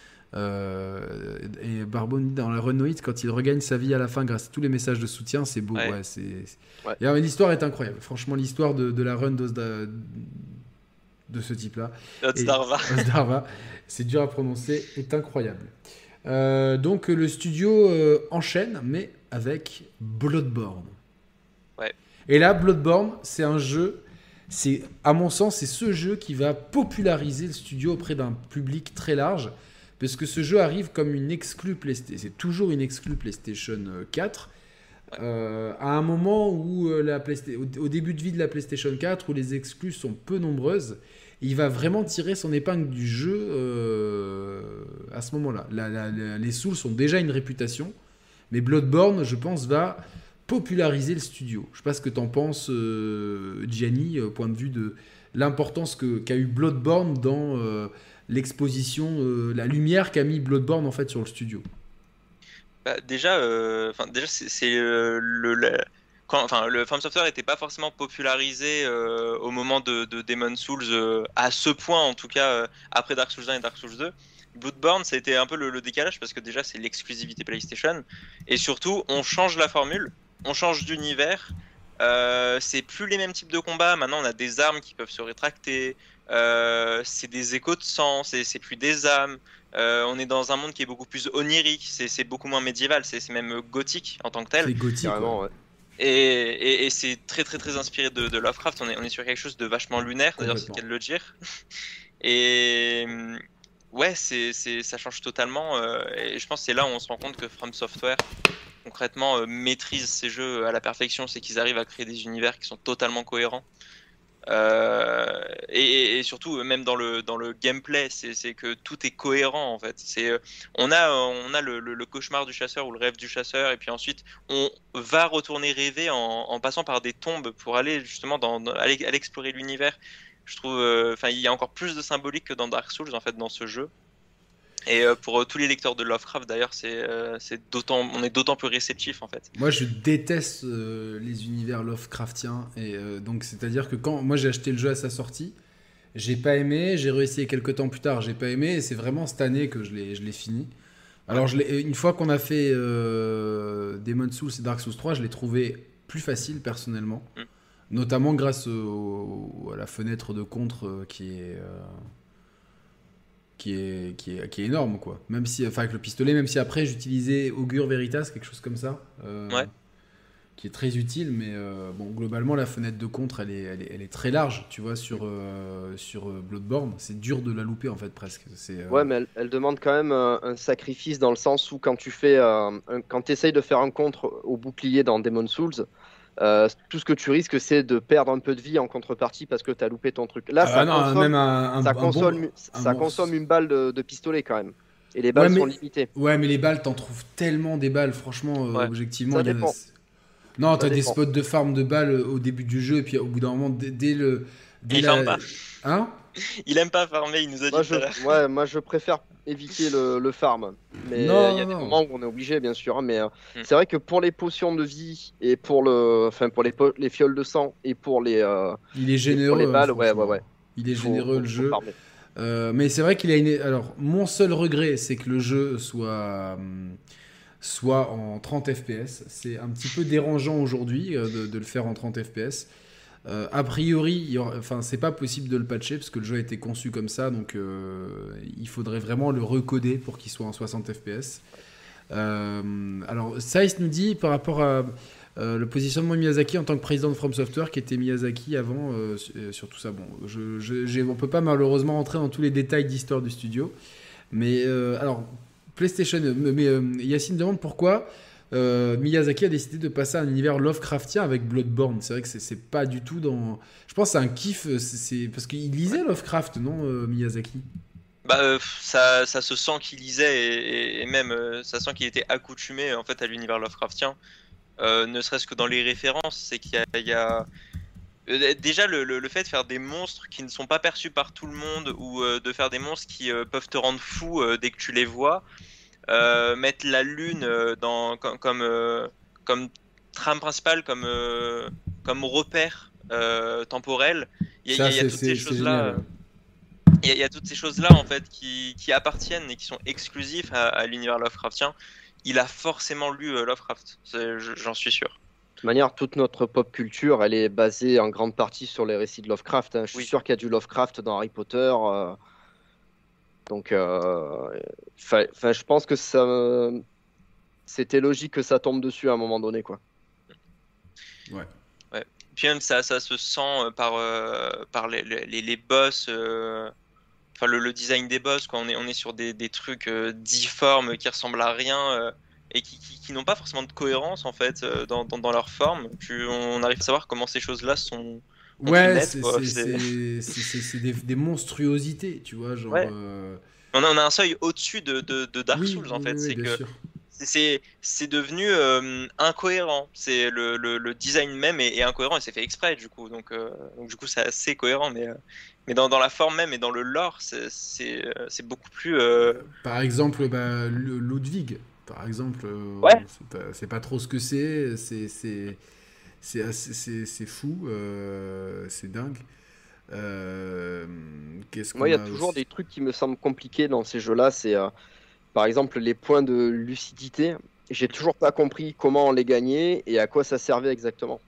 Euh, et Barboni dans la Renoid, quand il regagne sa vie à la fin grâce à tous les messages de soutien, c'est beau. Ouais. Ouais, c'est, c'est- Ouais. Et, alors, l'histoire est incroyable. Franchement, l'histoire de, de la run d'Osda- de ce type-là, et- Darva. Osdarva, c'est dur à prononcer, est incroyable. Euh, donc le studio euh, enchaîne, mais avec Bloodborne. Ouais. Et là, Bloodborne, c'est un jeu, c'est à mon sens, c'est ce jeu qui va populariser le studio auprès d'un public très large, parce que ce jeu arrive comme une exclue PlayStation. C'est toujours une exclue PlayStation quatre. Euh, à un moment où euh, la Playsta- au, au début de vie de la PlayStation quatre, où les exclus sont peu nombreuses, il va vraiment tirer son épingle du jeu euh, à ce moment-là. La- la- la- les Souls ont déjà une réputation, mais Bloodborne, je pense, va populariser le studio. Je sais pas ce que t'en penses, euh, Gianni, au point de vue de l'importance que, qu'a eu Bloodborne dans euh, l'exposition, euh, la lumière qu'a mis Bloodborne en fait sur le studio. Bah, déjà, euh, enfin, déjà c'est c'est, euh, le, le- quand, enfin, le From Software n'était pas forcément popularisé euh, au moment de, de Demon's Souls euh, à ce point, en tout cas euh, après Dark Souls un et Dark Souls deux. Bloodborne, ça a été un peu le, le décalage parce que déjà c'est l'exclusivité PlayStation et surtout on change la formule, on change d'univers. Euh, c'est plus les mêmes types de combats. Maintenant, on a des armes qui peuvent se rétracter. Euh, c'est des échos de sang. C'est c'est plus des âmes. Euh, on est dans un monde qui est beaucoup plus onirique, c'est c'est beaucoup moins médiéval, c'est c'est même gothique en tant que tel. C'est gothique, Carrément, ouais. ouais. Et, et, et c'est très très très inspiré de, de Lovecraft, on est, on est sur quelque chose de vachement lunaire, d'ailleurs c'est le Complètement. cas de le dire. Et hum, ouais, c'est, c'est, ça change totalement, euh, et je pense que c'est là où on se rend compte que From Software concrètement euh, maîtrise ces jeux à la perfection, c'est qu'ils arrivent à créer des univers qui sont totalement cohérents. Euh, et, et surtout même dans le dans le gameplay, c'est c'est que tout est cohérent en fait. C'est euh, on a on a le, le, le cauchemar du chasseur ou le rêve du chasseur et puis ensuite on va retourner rêver en, en passant par des tombes pour aller justement dans, dans aller, aller explorer l'univers. Je trouve enfin euh, il y a encore plus de symbolique que dans Dark Souls en fait dans ce jeu. Et euh, pour euh, tous les lecteurs de Lovecraft d'ailleurs, c'est euh, c'est d'autant on est d'autant plus réceptif en fait. Moi, je déteste euh, les univers Lovecraftiens. Et euh, donc, c'est-à-dire que quand moi j'ai acheté le jeu à sa sortie, j'ai pas aimé, j'ai réessayé quelques temps plus tard, j'ai pas aimé, et c'est vraiment cette année que je l'ai, je l'ai fini. Alors, je l'ai, une fois qu'on a fait euh, Demon's Souls et Dark Souls trois, je l'ai trouvé plus facile personnellement, Mm. notamment grâce au- à la fenêtre de contre euh, qui est. euh, qui est, qui est, qui est énorme, quoi. Même si, enfin, avec le pistolet, même si après j'utilisais Augure Veritas, quelque chose comme ça, euh, Ouais. qui est très utile, mais euh, bon, globalement, la fenêtre de contre, elle est, elle est, elle est très large, tu vois, sur, euh, sur euh, Bloodborne. C'est dur de la louper, en fait, presque. C'est, euh, Ouais, mais elle, elle demande quand même un, un sacrifice dans le sens où quand tu fais, euh, un- quand tu essayes de faire un contre au bouclier dans Demon's Souls, euh, tout ce que tu risques, c'est de perdre un peu de vie en contrepartie parce que tu as loupé ton truc. Là, Ah bah ça non, consomme, même un, un, ça un bon... consomme, Un ça bon... consomme une balle de, de pistolet quand même. Et les Ouais, balles mais, sont limitées. ouais, mais les balles, t'en trouves tellement des balles, franchement, euh, Ouais. objectivement. Ça Il y a... dépend. Non, Ça t'as des dépend. spots de farm de balles euh, au début du jeu, et puis au bout d'un moment, dès, dès le... Dès Il la... farme pas. Hein? Il aime pas farmer, il nous a dit Moi, tout je, à l'heure. ouais, moi, je préfère éviter le, le farm. Mais euh, il y Non, a non, des non. moments où on est obligé, bien sûr. Hein, mais euh, Mm. c'est vrai que pour les potions de vie et pour le, enfin, pour les, po- les fioles de sang et pour les, euh, Il est et pour les généreux, hein, balles, ouais, ouais, franchement. ouais. Il est Faut, généreux, faut, le faut jeu. farmer. Euh, mais c'est vrai qu'il a une... Alors, mon seul regret, c'est que le jeu soit, hum, soit en trente F P S. C'est un petit peu dérangeant aujourd'hui euh, de, de le faire en trente F P S. Euh, a priori, il y aura- enfin, c'est pas possible de le patcher parce que le jeu a été conçu comme ça, donc euh, il faudrait vraiment le recoder pour qu'il soit en soixante F P S. Euh, alors, Saïs nous dit par rapport à euh, le positionnement de Miyazaki en tant que président de From Software, qui était Miyazaki avant, euh, sur, euh, sur tout ça. Bon, je, je, j'ai- on peut pas malheureusement rentrer dans tous les détails d'histoire du studio, mais euh, alors PlayStation, euh, mais euh, Yacine demande pourquoi euh, Miyazaki a décidé de passer à un univers Lovecraftien avec Bloodborne. C'est vrai que c'est, c'est pas du tout dans. Je pense que c'est un kiff, c'est, c'est... parce qu'il lisait Lovecraft, non, euh, Miyazaki? Bah, euh, ça, ça se sent qu'il lisait et, et- et même euh, ça sent qu'il était accoutumé en fait à l'univers Lovecraftien. Euh, ne serait-ce que dans les références, c'est qu'il y a, il y a- euh, déjà le, le- le fait de faire des monstres qui ne sont pas perçus par tout le monde ou euh, de faire des monstres qui euh, peuvent te rendre fou euh, dès que tu les vois. Euh, mettre la lune euh, dans, comme, comme, euh, comme trame principale, comme, euh, comme repère euh, temporel. Il y a, il y Ça, a- il y a c'est, toutes c'est, ces c'est choses-là. génial. Il y, a, il y a toutes ces choses-là en fait qui, qui appartiennent et qui sont exclusifs à, à l'univers Lovecraftien. Il a forcément lu euh, Lovecraft, c'est- je- j'en suis sûr. De toute manière, toute notre pop culture, elle est basée en grande partie sur les récits de Lovecraft. Hein. Je suis Oui. sûr qu'il y a du Lovecraft dans Harry Potter. euh, Donc, euh, 'fin- 'fin, je pense que ça, c'était logique que ça tombe dessus à un moment donné, quoi. Ouais. Ouais. Puis même ça, ça se sent euh, par, euh, par les, les, les boss, euh, enfin le, le design des boss, quoi. On est, on est sur des, des trucs euh, difformes qui ressemblent à rien euh, et qui, qui, qui n'ont pas forcément de cohérence en fait euh, dans, dans, dans leur forme. Puis on arrive à savoir comment ces choses-là sont, ont pu Ouais, naître, c'est, quoi. c'est, C'est- c'est, c'est, c'est- c'est des, des monstruosités, tu vois, genre. Ouais. euh, On a, on a un seuil au-dessus de, de, de Dark Oui, Souls en oui, fait. oui, oui, C'est bien que sûr. c'est c'est devenu euh, incohérent. C'est le, le, le design même est, est incohérent et c'est fait exprès du coup. Donc, euh, donc du coup c'est assez cohérent, mais euh, mais dans, dans la forme même et dans le lore, c'est c'est euh, c'est beaucoup plus. euh, Par exemple, bah, le- Ludwig. par exemple. Euh, Ouais. C'est pas, c'est pas trop ce que c'est. C'est, c'est, c'est, assez- c'est, c'est fou. euh, c'est dingue. Euh, Qu'est-ce Moi, qu'on il y a a toujours aussi? des trucs qui me semblent compliqués dans ces jeux-là. C'est euh, par exemple les points de lucidité. J'ai toujours pas compris comment on les gagnait et à quoi ça servait exactement.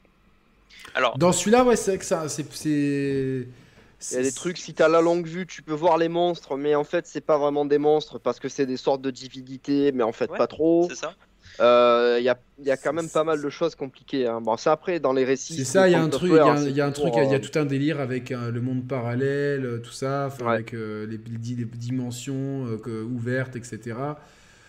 Alors, Dans celui-là, ouais, c'est vrai que ça, c'est, c'est, Il y a c'est- des trucs, si t'as la longue vue, tu peux voir les monstres, mais en fait, c'est pas vraiment des monstres parce que c'est des sortes de divinités, mais en fait, ouais, pas trop. c'est ça. Euh, Il y a, il y a quand même pas c'est- mal de choses compliquées, hein. Bon, ça après, dans les récits C'est de ça, il y a From un truc, il Software, y a, hein, un- il c'est y a un truc, il y a, il toujours. y a euh, tout un délire avec euh, le monde parallèle, euh, tout ça, enfin, ouais. avec euh, les, les di- les dimensions euh, que- ouvertes, et cetera.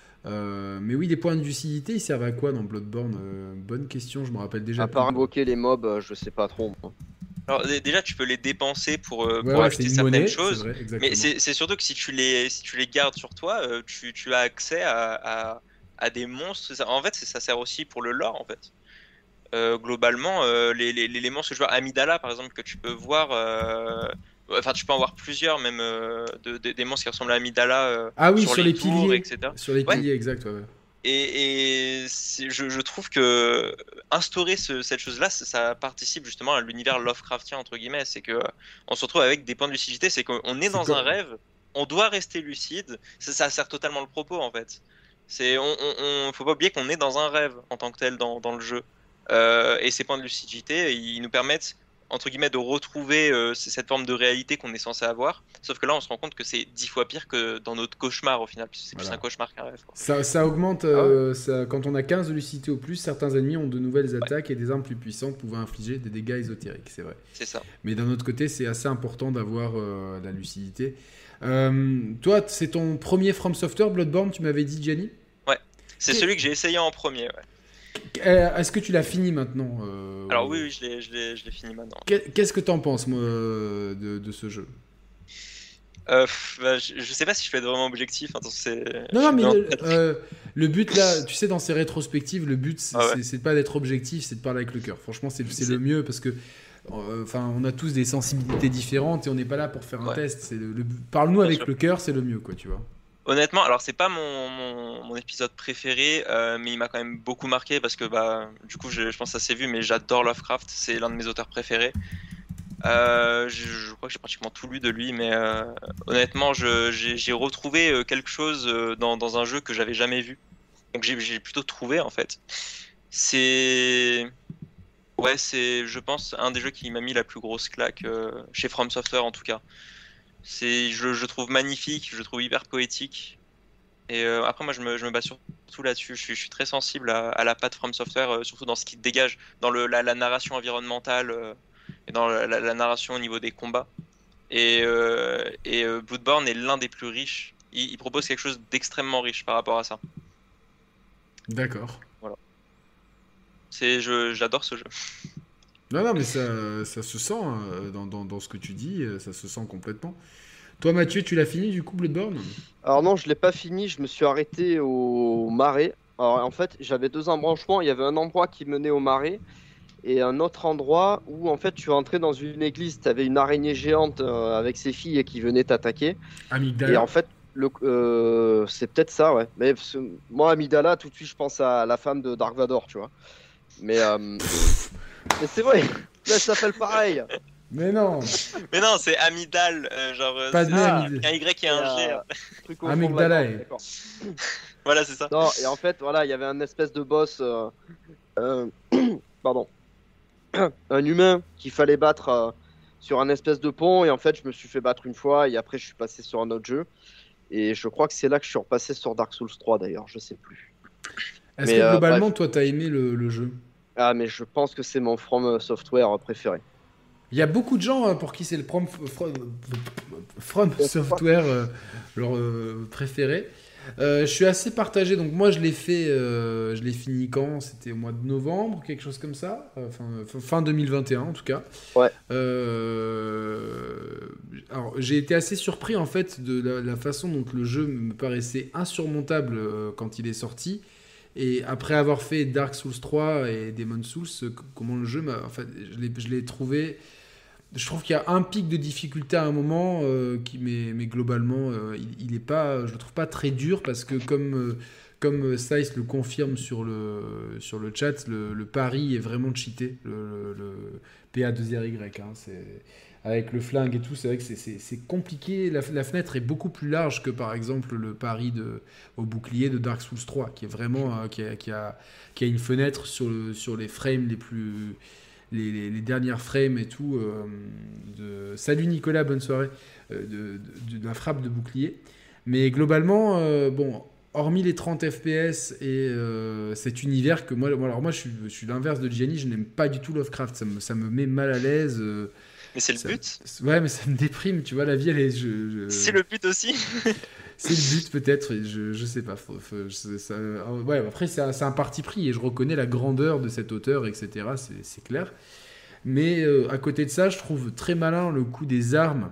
Euh, mais oui, les points de lucidité, ils servent à quoi dans Bloodborne? Euh, Bonne question, je me rappelle déjà À plus, part quoi. invoquer les mobs, euh, je sais pas trop, moi. Alors dé- déjà, tu peux les dépenser pour, euh, Ouais, pour ouais, c'est acheter une certaines monnaie, c'est choses, vrai, mais exactement. c'est c'est surtout que si tu les, si tu les gardes sur toi, euh, tu, tu as accès à, à, à des monstres. Ça- En fait, c'est- ça sert aussi pour le lore, en fait. Euh, globalement, euh, les, les, les monstres que je vois, Amidala, par exemple, que tu peux voir, euh, enfin, tu peux en voir plusieurs, même euh, de, de- des monstres qui ressemblent à Amidala euh, Ah oui, sur sur les les tours, piliers. et cetera. Sur les Ouais, piliers, exact, ouais. Ouais. et, et c'est- je, je trouve que instaurer ce- cette chose-là, ça, ça participe justement à l'univers Lovecraftien entre guillemets. C'est que euh, on se retrouve avec des points de lucidité, c'est qu'on est C'est dans un co- rêve, on doit rester lucide. Ça, ça sert totalement le propos en fait. C'est, on, on, on- faut pas oublier qu'on est dans un rêve en tant que tel dans, dans le jeu. Euh, et ces points de lucidité, ils nous permettent entre guillemets de retrouver euh, c- cette forme de réalité qu'on est censé avoir. Sauf que là, on se rend compte que c'est dix fois pire que dans notre cauchemar au final, puisque c'est plus un Voilà. cauchemar qu'un rêve, quoi. Ça, ça augmente, Ah ouais. euh, ça- quand on a quinze de lucidité au plus, certains ennemis ont de nouvelles attaques et des armes plus puissantes pouvant infliger des dégâts ésotériques, c'est vrai. C'est ça. Mais d'un autre côté, c'est assez important d'avoir euh, la lucidité. Euh, toi, c'est ton premier From Software, Bloodborne, tu m'avais dit, Gianni? Ouais, c'est Qu'est- celui que j'ai essayé en premier. Ouais. Euh, Est-ce que tu l'as fini maintenant? euh, Alors oui, oui, je l'ai, je l'ai, je l'ai fini maintenant. Qu'est- Qu'est-ce que t'en penses, moi, euh, de, de ce jeu? Euh, pff, bah, je, je sais pas si je peux être vraiment objectif. Attends, c'est. Non, je non, suis mais dans- le, euh, le but là, tu sais, dans ces rétrospectives, le but, c'est Ah ouais. c'est- c'est pas d'être objectif, c'est de parler avec le cœur. Franchement, c'est c'est C'est- le mieux parce que, euh, enfin, on a tous des sensibilités différentes et on n'est pas là pour faire un Ouais. test. C'est le, le- Parle-nous Bien avec sûr. le cœur, c'est le mieux, quoi, tu vois. Honnêtement, alors c'est pas mon, mon, mon épisode préféré, euh, mais il m'a quand même beaucoup marqué parce que bah du coup je, je pense que ça s'est vu, mais j'adore Lovecraft, c'est l'un de mes auteurs préférés. Euh, je, je crois que j'ai pratiquement tout lu de lui, mais euh, honnêtement, je, j'ai, j'ai retrouvé euh, quelque chose euh, dans, dans un jeu que j'avais jamais vu. Donc j'ai, j'ai plutôt trouvé en fait. C'est ouais, c'est je pense un des jeux qui m'a mis la plus grosse claque euh, chez From Software en tout cas. C'est je, je trouve magnifique, je le trouve hyper poétique. Et euh, après, moi, je me, je me base surtout là-dessus. Je suis, je suis très sensible à, à la patte From Software, euh, surtout dans ce qui dégage, dans le, la, la narration environnementale euh, et dans la, la- la narration au niveau des combats. Et, euh, et euh, Bloodborne est l'un des plus riches. Il, il propose quelque chose d'extrêmement riche par rapport à ça. D'accord. C'est, je, j'adore ce jeu. Non, non, mais ça, ça se sent hein, dans, dans, dans ce que tu dis, euh, ça se sent complètement. Toi, Mathieu, tu l'as fini du coup, Bloodborne? Alors non, je l'ai pas fini, je me suis arrêté au marais. Alors en fait, j'avais deux embranchements, il y avait un endroit qui menait au marais et un autre endroit où en fait tu rentrais dans une église, tu avais une araignée géante euh, avec ses filles qui venaient t'attaquer. Et Amygdala. en fait, le, euh, c'est peut-être ça, ouais. Mais parce que moi, Amidala, tout de suite, je pense à la femme de Dark Vador, tu vois. Mais, euh, mais c'est vrai, elle s'appelle pareil. Mais non, Mais non, c'est Amidal, euh, genre euh, pas c'est de Ah, nez, un Y et un G. Et, euh, hein. truc au fond de la Amygdala, gorge, ouais. d'accord. Voilà, c'est ça. Non, et en fait, voilà, il y avait un espèce de boss, euh, euh, pardon, un humain qu'il fallait battre euh, sur un espèce de pont. Et en fait, je me suis fait battre une fois et après, je suis passé sur un autre jeu. Et je crois que c'est là que je suis repassé sur Dark Souls trois d'ailleurs, je sais plus. Est-ce Mais, que euh, globalement, bref. toi, t'as aimé le, le jeu? Ah, mais je pense que c'est mon From Software préféré. Il y a beaucoup de gens euh, pour qui c'est le From, From, From Software euh, leur euh, préféré. Euh, je suis assez partagé. Donc moi, je l'ai fait, euh, je l'ai fini quand? C'était au mois de novembre, quelque chose comme ça. Enfin, fin deux mille vingt et un en tout cas. Ouais. Euh, alors, j'ai été assez surpris en fait de la, la façon dont le jeu me paraissait insurmontable euh, quand il est sorti. Et après avoir fait Dark Souls trois et Demon's Souls, euh, comment le jeu m'a, en fait, je l'ai, je l'ai trouvé. Je trouve qu'il y a un pic de difficulté à un moment, euh, qui, mais, mais globalement, euh, il, il est pas, je le trouve pas très dur parce que comme, euh, comme Sice le confirme sur le, sur le chat, le, le pari est vraiment cheaté, le, le P A deux R Y. Hein, c'est, avec le flingue et tout, c'est vrai que c'est, c'est, c'est compliqué. La, la fenêtre est beaucoup plus large que par exemple le pari de, au bouclier de Dark Souls trois, qui est vraiment euh, qui, a, qui, a, qui a une fenêtre sur, le, sur les frames les plus. Les, les, les dernières frames et tout. Euh, de... Salut Nicolas, bonne soirée. Euh, de, de, de la frappe de bouclier. Mais globalement, euh, bon, hormis les trente F P S et euh, cet univers que moi, alors moi je suis, je suis l'inverse de Gianni, je n'aime pas du tout Lovecraft, ça me, ça me met mal à l'aise. Euh, mais c'est le ça, but. Ouais, mais ça me déprime, tu vois, la vie elle est. Je, je... C'est le but aussi. C'est le but peut-être, je, je sais pas. Faut, faut, ça, ouais, après c'est un, c'est un parti pris et je reconnais la grandeur de cet auteur, et cetera. C'est, c'est clair. Mais euh, à côté de ça, je trouve très malin le coup des armes.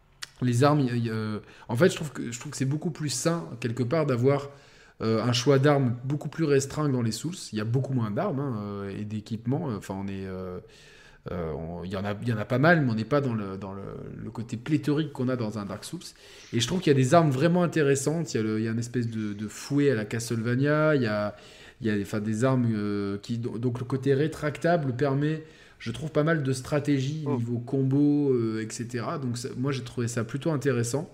Les armes, euh, en fait, je trouve que je trouve que c'est beaucoup plus sain quelque part d'avoir euh, un choix d'armes beaucoup plus restreint que dans les Souls. Il y a beaucoup moins d'armes hein, euh, et d'équipements. Enfin, on est euh, Euh, on, il, y en a, il y en a pas mal, mais on n'est pas dans, le, dans le, le côté pléthorique qu'on a dans un Dark Souls. Et je trouve qu'il y a des armes vraiment intéressantes. Il y a, le, il y a une espèce de, de fouet à la Castlevania. Il y a, il y a enfin, des armes euh, qui... Donc le côté rétractable permet, je trouve, pas mal de stratégie Oh. niveau combo, euh, et cetera. Donc ça, moi, j'ai trouvé ça plutôt intéressant.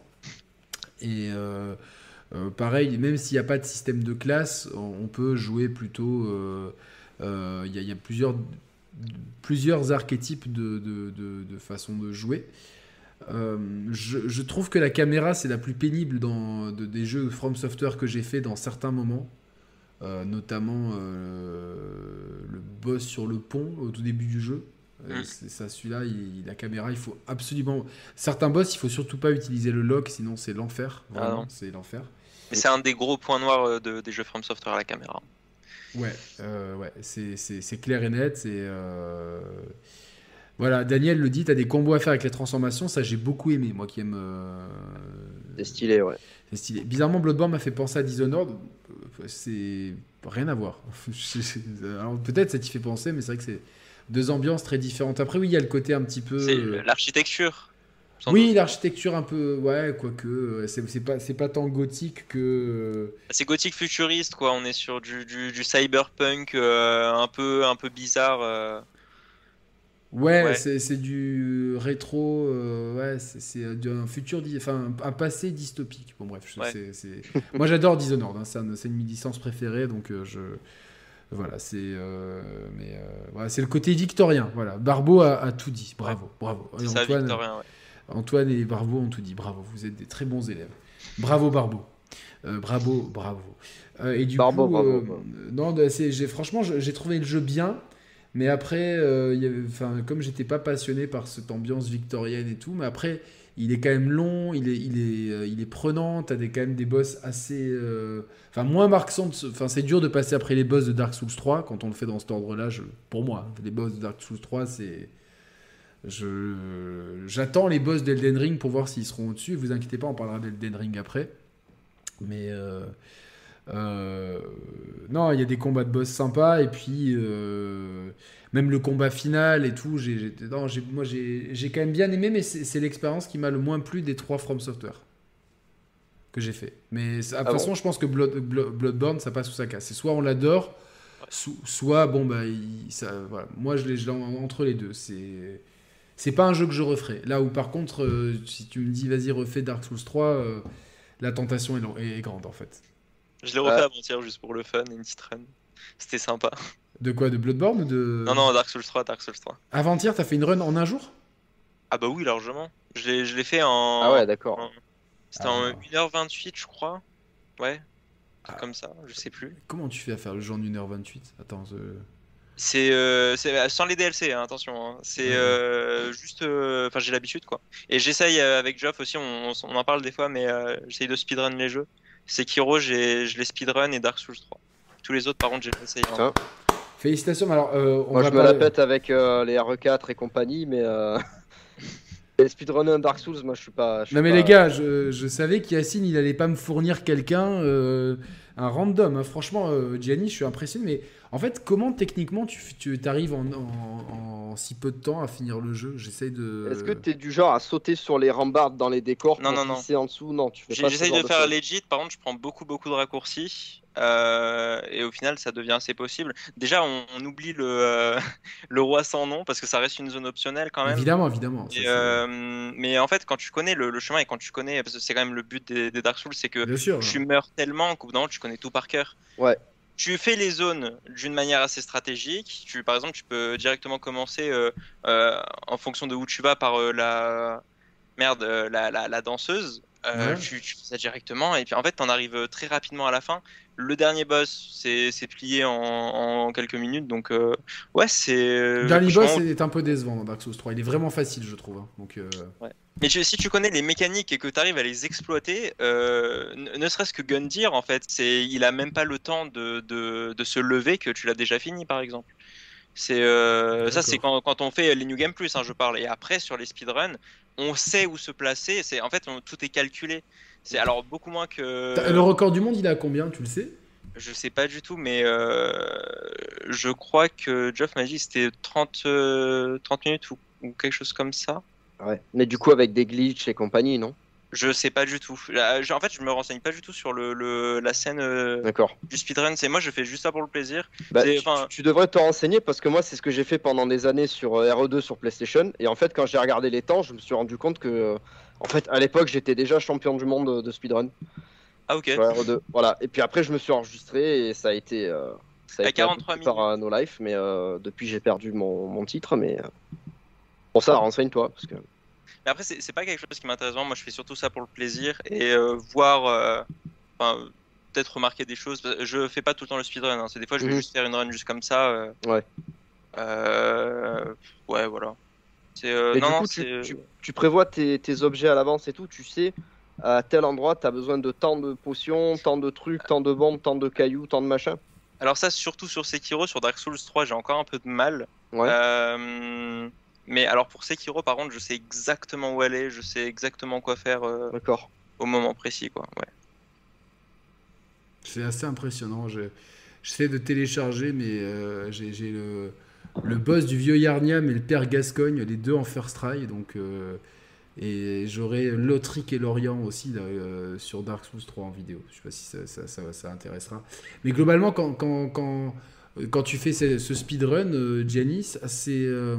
Et... Euh, Euh, pareil, même s'il n'y a pas de système de classe, on, on peut jouer plutôt. Il euh, euh, y, y a plusieurs, plusieurs archétypes de, de, de, de façon de jouer. Euh, je, je trouve que la caméra, c'est la plus pénible dans de, des jeux From Software que j'ai fait dans certains moments. Euh, notamment euh, le boss sur le pont au tout début du jeu. Euh, Mm. c'est ça, celui-là, il, la caméra, il faut absolument. Certains boss, il faut surtout pas utiliser le lock, sinon c'est l'enfer. Ah Vraiment, non. c'est l'enfer. Mais c'est un des gros points noirs euh, de, des jeux From Software à la caméra. Ouais, euh, ouais, c'est, c'est, c'est clair et net. C'est, euh... Voilà, Daniel le dit, t'as des combos à faire avec les transformations, ça j'ai beaucoup aimé, moi qui aime. Euh... C'est stylé, ouais. C'est stylé. Bizarrement, Bloodborne m'a fait penser à Dishonored. C'est rien à voir. Alors peut-être ça t'y fait penser, mais c'est vrai que c'est deux ambiances très différentes. Après, oui, il y a le côté un petit peu. C'est euh, l'architecture. sans Oui, doute. l'architecture un peu. Ouais, quoique. euh, C'est, c'est, pas, c'est pas tant gothique que. C'est gothique futuriste, quoi. On est sur du, du, du cyberpunk euh, un peu, un peu bizarre. euh. Ouais, Ouais. c'est, c'est du rétro. euh, ouais, c'est, c'est du- un futur. di- Enfin, un passé dystopique. Bon, bref. je- Ouais. c'est, c'est... Moi, j'adore Dishonored. Hein, c'est, un- c'est une de mes licences préférées. Donc, euh, je. Voilà, c'est. euh, Mais. euh, voilà, c'est le côté victorien. Voilà. Barbeau a, a tout dit. Bravo, bravo. C'est Et ça, Antoine, victorien, ouais. Antoine et Barbeau ont tout dit. Bravo, vous êtes des très bons élèves. Bravo, Barbeau. Euh, bravo, bravo. Euh, et du Barbeau, coup, bravo, euh, bravo. non, de- c'est, j'ai, franchement, je- j'ai trouvé le jeu bien, mais après, euh, il y avait- enfin, comme j'étais pas passionné par cette ambiance victorienne et tout, mais après, il est quand même long, il est, il est, euh, il est prenant. T'as des, quand même des boss assez, euh, enfin, moins marquants. de ce- Enfin, c'est dur de passer après les boss de Dark Souls trois quand on le fait dans cet ordre-là. Je, pour moi, les boss de Dark Souls trois, c'est je, j'attends les boss d'Elden Ring pour voir s'ils seront au-dessus. Vous inquiétez pas, on parlera d'Elden Ring après. Mais euh, euh, non, il y a des combats de boss sympas. Et puis, euh, même le combat final et tout, j'ai, j'ai- non, j'ai- moi j'ai, j'ai quand même bien aimé, mais c'est, c'est l'expérience qui m'a le moins plu des trois From Software que j'ai fait. Mais ça- de toute Ah façon, bon je pense que Blood- Blo- Bloodborne, ça passe ou ça casse. C'est soit on l'adore, so- soit, bon, bah, il- ça, voilà. Moi, je l'ai, je l'ai en- entre les deux. C'est. C'est pas un jeu que je referai. Là où par contre, euh, si tu me dis vas-y refais Dark Souls trois, euh, la tentation est, lo- est- est grande en fait. Je l'ai refait Ouais. avant-hier juste pour le fun, une petite run. C'était sympa. De quoi? De Bloodborne ou de... Non, non, Dark Souls trois, Dark Souls trois. Avant-hier, t'as fait une run en un jour? Ah bah oui, largement. Je l'ai, je l'ai fait en... Ah ouais, d'accord. en- C'était Ah. en une heure vingt-huit, je crois. Ouais, un truc Ah. comme ça, je sais plus. Comment tu fais à faire le jeu en une heure vingt-huit? Attends, je... C'est euh, c'est- euh, sans les D L C, hein, attention. hein. C'est Ouais. euh, juste... euh, Enfin, j'ai l'habitude, quoi. Et j'essaye euh, avec Geoff aussi, on, on, on en parle des fois, mais euh, j'essaye de speedrun les jeux. Sekiro, j'ai, je les speedrun et Dark Souls trois. Tous les autres, par contre, j'ai pas essayé. hein. Putain. Félicitations, mais alors euh, on Moi, va je me pas... la pète avec euh, les R E quatre et compagnie, mais euh... les speedrunners Dark Souls, moi, je suis pas. Je suis Non mais pas- les gars, je, je savais qu'Yacine, il allait pas me fournir quelqu'un, euh, un random. hein. Franchement, euh, Gianni, je suis impressionné. Mais en fait, comment techniquement tu, tu arrives en, en, en si peu de temps à finir le jeu? J'essaye de... Est-ce que t'es du genre à sauter sur les rambardes dans les décors Non, pour non, non. glisser en dessous? Non, tu fais J'ai- pas ce J'essaye genre de faire choses. legit, par contre, je prends beaucoup, beaucoup de raccourcis. Euh, et au final, ça devient assez possible. Déjà, on, on oublie le, euh, le roi sans nom parce que ça reste une zone optionnelle quand même. Évidemment, évidemment. Ça, Et, c'est... euh, mais en fait, quand tu connais le, le chemin et quand tu connais, parce que c'est quand même le but des, des Dark Souls, c'est que Bien sûr. tu meurs tellement qu'au bout d'un moment, tu connais tout par cœur. Ouais. Tu fais les zones d'une manière assez stratégique. Tu, par exemple, tu peux directement commencer euh, euh, en fonction de où tu vas par euh, la merde, euh, la, la, la danseuse. Euh, Ouais. tu, tu fais ça directement et puis en fait, t'en arrives très rapidement à la fin. Le dernier boss, c'est c'est plié en, en quelques minutes, donc euh, ouais, c'est Le euh, dernier boss franchement. est un peu décevant dans Dark Souls trois. Il est vraiment facile, je trouve. hein. Donc, euh, Ouais. Mais tu- si tu connais les mécaniques et que tu arrives à les exploiter, euh, ne, ne serait-ce que Gundyr, en fait, c'est, il a même pas le temps de, de, de se lever que tu l'as déjà fini, par exemple. C'est euh, ça, c'est D'accord. quand, quand on fait les New Game Plus, hein, je parle. Et après, sur les speedruns, on sait où se placer. C'est, en fait, on- tout est calculé. C'est alors beaucoup moins T'as- Le que. record du monde, il est à combien, tu le sais? Je sais pas du tout, mais euh, je crois que Geoff m'a dit que c'était trente euh, trente minutes ou, ou quelque chose comme ça. Ouais. Mais du coup, avec des glitches et compagnie, non? Je sais pas du tout. Là, je- en fait, je me renseigne pas du tout sur le, le- la scène euh, D'accord. du speedrun. C'est moi, je fais juste ça pour le plaisir. Bah, C'est, tu, tu- enfin, tu devrais te renseigner parce que moi, c'est ce que j'ai fait pendant des années sur euh, R E deux sur PlayStation. Et en fait, quand j'ai regardé les temps, je me suis rendu compte que, euh, en fait, à l'époque, j'étais déjà champion du monde de, de speedrun ah ok. sur R E deux. Voilà. Et puis après, je me suis enregistré et ça a été, euh, ça a À été quarante-trois adopté par minutes. euh, No Life. Mais euh, depuis, j'ai perdu mon, mon titre. Mais euh, pour ça, renseigne-toi. Parce que... Mais après, c'est c'est pas quelque chose qui m'intéresse vraiment. Moi, je fais surtout ça pour le plaisir et euh, voir, euh, enfin, peut-être remarquer des choses. Je fais pas tout le temps le speedrun. Hein. C'est des fois, je vais Mhm. juste faire une run juste comme ça. euh, Ouais. euh, ouais, voilà. C'est euh, Mais non, du non, coup, c'est. tu, tu, tu prévois tes, tes objets à l'avance et tout. Tu sais, à tel endroit, tu as besoin de tant de potions, tant de trucs, tant de bombes, tant de cailloux, tant de machins. Alors ça, surtout sur Sekiro, sur Dark Souls trois, j'ai encore un peu de mal. Ouais. Euh, Mais alors pour Sekiro, par contre, je sais exactement où aller, je sais exactement quoi faire euh, D'accord. au moment précis, quoi. Ouais. C'est assez impressionnant. Je- J'essaie de télécharger, mais euh, j'ai j'ai le, le boss du vieux Yarniam et le père Gascogne, les deux en first try. Donc, euh, et j'aurai Lothric et Lorient aussi là, euh, sur Dark Souls trois en vidéo. Je sais pas si ça, ça, ça, ça intéressera. Mais globalement, quand, quand, quand, quand tu fais ce, ce speedrun, euh, Giannis, c'est. euh,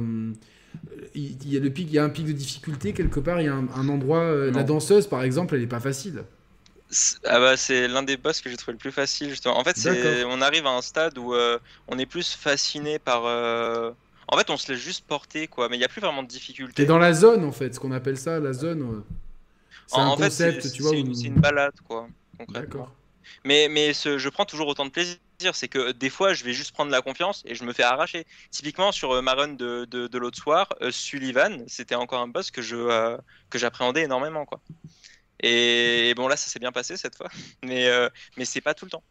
il, il y a le pic, il y a un pic de difficulté quelque part. Il y a un, un endroit. euh, la Non. danseuse, par exemple, elle est pas facile. C'est- Ah bah c'est l'un des boss que j'ai trouvé le plus facile justement. En fait, c'est D'accord. on arrive à un stade où euh, on est plus fasciné par. euh, En fait, on se laisse juste porter, quoi. Mais il n'y a plus vraiment de T'es difficulté. dans la zone en fait, ce qu'on appelle ça, la zone. euh, C'est En, un en fait, c'est concept, tu vois. c'est une, Où... c'est une balade, quoi, concrètement. D'accord. Mais, mais ce, je prends toujours autant de plaisir. C'est que des fois, je vais juste prendre la confiance et je me fais arracher. Typiquement, sur euh, ma run de, de, de l'autre soir, euh, Sullivan, c'était encore un boss que je euh, que j'appréhendais énormément, quoi. Et, et bon, là, ça s'est bien passé cette fois. Mais, euh, mais c'est pas tout le temps.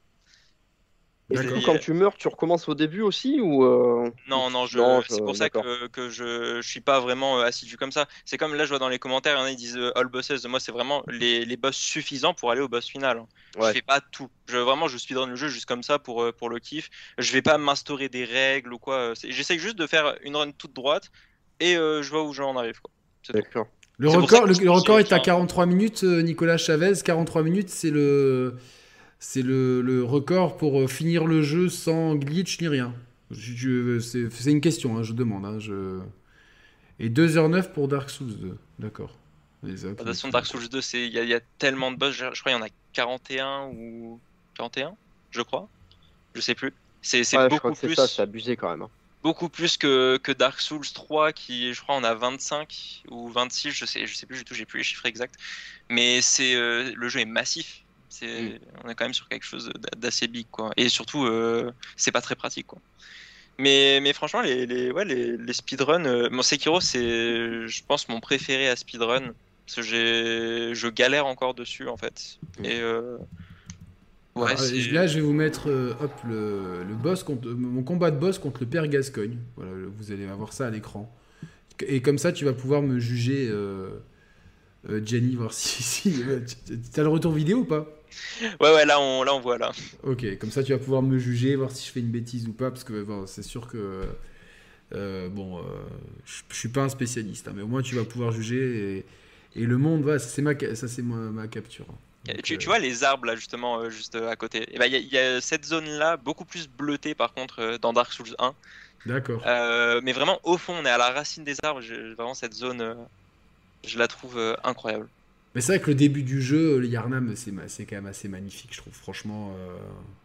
Et du coup, D'accord. quand C'est- tu meurs, tu recommences au début aussi ou, euh, ou Non, tu- non, je, non, je- c'est pour ça d'accord. que, que je, je suis pas vraiment euh, assidu comme ça. C'est comme là, je vois dans les commentaires, il y en a qui disent euh, all bosses. Moi, c'est vraiment les, les boss suffisants pour aller au boss final. hein. Je Ouais. fais pas tout. Je, vraiment, je speedrun le jeu juste comme ça pour, euh, pour le kiff. Je vais pas m'instaurer des règles ou quoi. C'est- J'essaie juste de faire une run toute droite et euh, je vois où j'en arrive, quoi. C'est tout. D'accord. Le C'est pour ça record, que le, je le pense record qu'il est à y a- quarante-trois minutes, euh, Nicolas Chavez. quarante-trois minutes, c'est le, c'est le, le record pour euh, finir le jeu sans glitch ni rien. Je- je- c'est c'est une question, hein, je demande. hein, je... Et deux heures neuf pour Dark Souls deux. D'accord. Les- ok, De toute façon, ok. Dark Souls deux, c'est, il y, a il y a tellement de boss. Je, je crois qu'il y en a quarante et un ou quarante et un, je crois. Je sais plus. C'est c'est Ouais, je crois beaucoup que c'est plus. ça, c'est abusé quand même. hein. Beaucoup plus que, que Dark Souls trois qui je crois en a vingt-cinq ou vingt-six, je sais je sais plus du tout, j'ai plus les chiffres exacts, mais c'est euh, le jeu est massif, c'est Mm. on est quand même sur quelque chose d'a- d'assez big, quoi, et surtout euh, c'est pas très pratique, quoi. Mais, mais franchement les, les, ouais, les, les speedruns, euh, mon Sekiro c'est je pense mon préféré à speedrun parce que j'ai je galère encore dessus en fait, Mm. et euh, Alors, ouais euh, c'est là, je vais vous mettre euh, hop, le, le boss contre, mon combat de boss contre le père Gascogne. Voilà, vous allez avoir ça à l'écran. Et comme ça, tu vas pouvoir me juger, euh, euh, Jenny, voir si, si euh, tu as le retour vidéo ou pas. ouais ouais là on là on voit là. Ok, comme ça, tu vas pouvoir me juger, voir si je fais une bêtise ou pas, parce que bon, c'est sûr que euh, bon, euh, je, je suis pas un spécialiste, hein, mais au moins tu vas pouvoir juger. Et, et le monde, voilà, ça, c'est ma, ca- ça c'est ma, ma capture. Donc, tu, euh, tu vois les arbres là justement euh, juste euh, à côté. Il ben, y, a- y a cette zone là beaucoup plus bleutée par contre euh, dans Dark Souls un. D'accord. Euh, mais vraiment au fond on est à la racine des arbres. Je- vraiment cette zone euh, je la trouve euh, incroyable. Mais c'est vrai que le début du jeu, le Yarnam, c'est ma- c'est quand même assez magnifique, je trouve. Franchement, euh,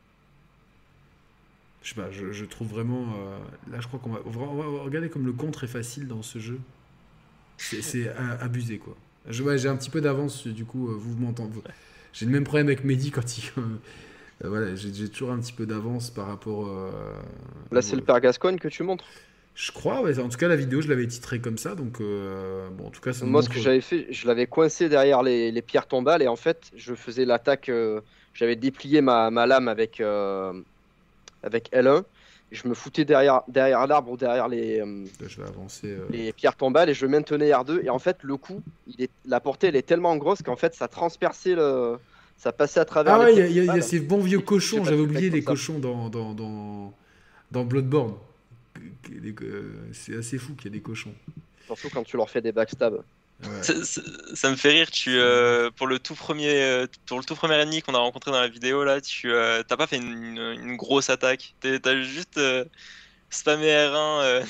je sais pas, je, je trouve vraiment. euh, Là, je crois qu'on va, on va, on va regarder comme le contre est facile dans ce jeu. C'est c'est a- abusé, quoi. Je, ouais, j'ai un petit peu d'avance, du coup, euh, vous m'entendez. vous- J'ai le même problème avec Mehdi quand il. euh, voilà, j'ai j'ai toujours un petit peu d'avance par rapport. euh, Là, à- c'est le père Gascoigne que tu montres. Je crois, ouais. En tout cas, la vidéo, je l'avais titrée comme ça, donc euh, bon, en tout cas, ça nous Moi, ce que montre. j'avais fait, je l'avais coincé derrière les, les pierres tombales et en fait, je faisais l'attaque. euh, J'avais déplié ma, ma lame avec, euh, avec L un. Je me foutais derrière, derrière l'arbre ou derrière les, euh, Là, je vais avancer. euh, les pierres tombales et je maintenais R deux. Et en fait, le coup, il est, la portée, elle est tellement grosse qu'en fait, ça transperçait le. Ça passait à travers Ah les ouais, il y, pierres a- il y a- il y a tombales. ces bons vieux Et du coup, j'ai cochons, pas j'avais pu le mettre oublié comme les ça. cochons dans, dans, dans, dans Bloodborne. Que- que- des- euh, C'est assez fou qu'il y ait des cochons. Surtout quand tu leur fais des backstabs. Ouais. Ça, ça- ça me fait rire. Tu euh, pour le tout premier euh, pour le tout premier ennemi qu'on a rencontré dans la vidéo là, tu euh, t'as pas fait une, une- une grosse attaque. T'es- T'as juste euh, spammé R un. euh.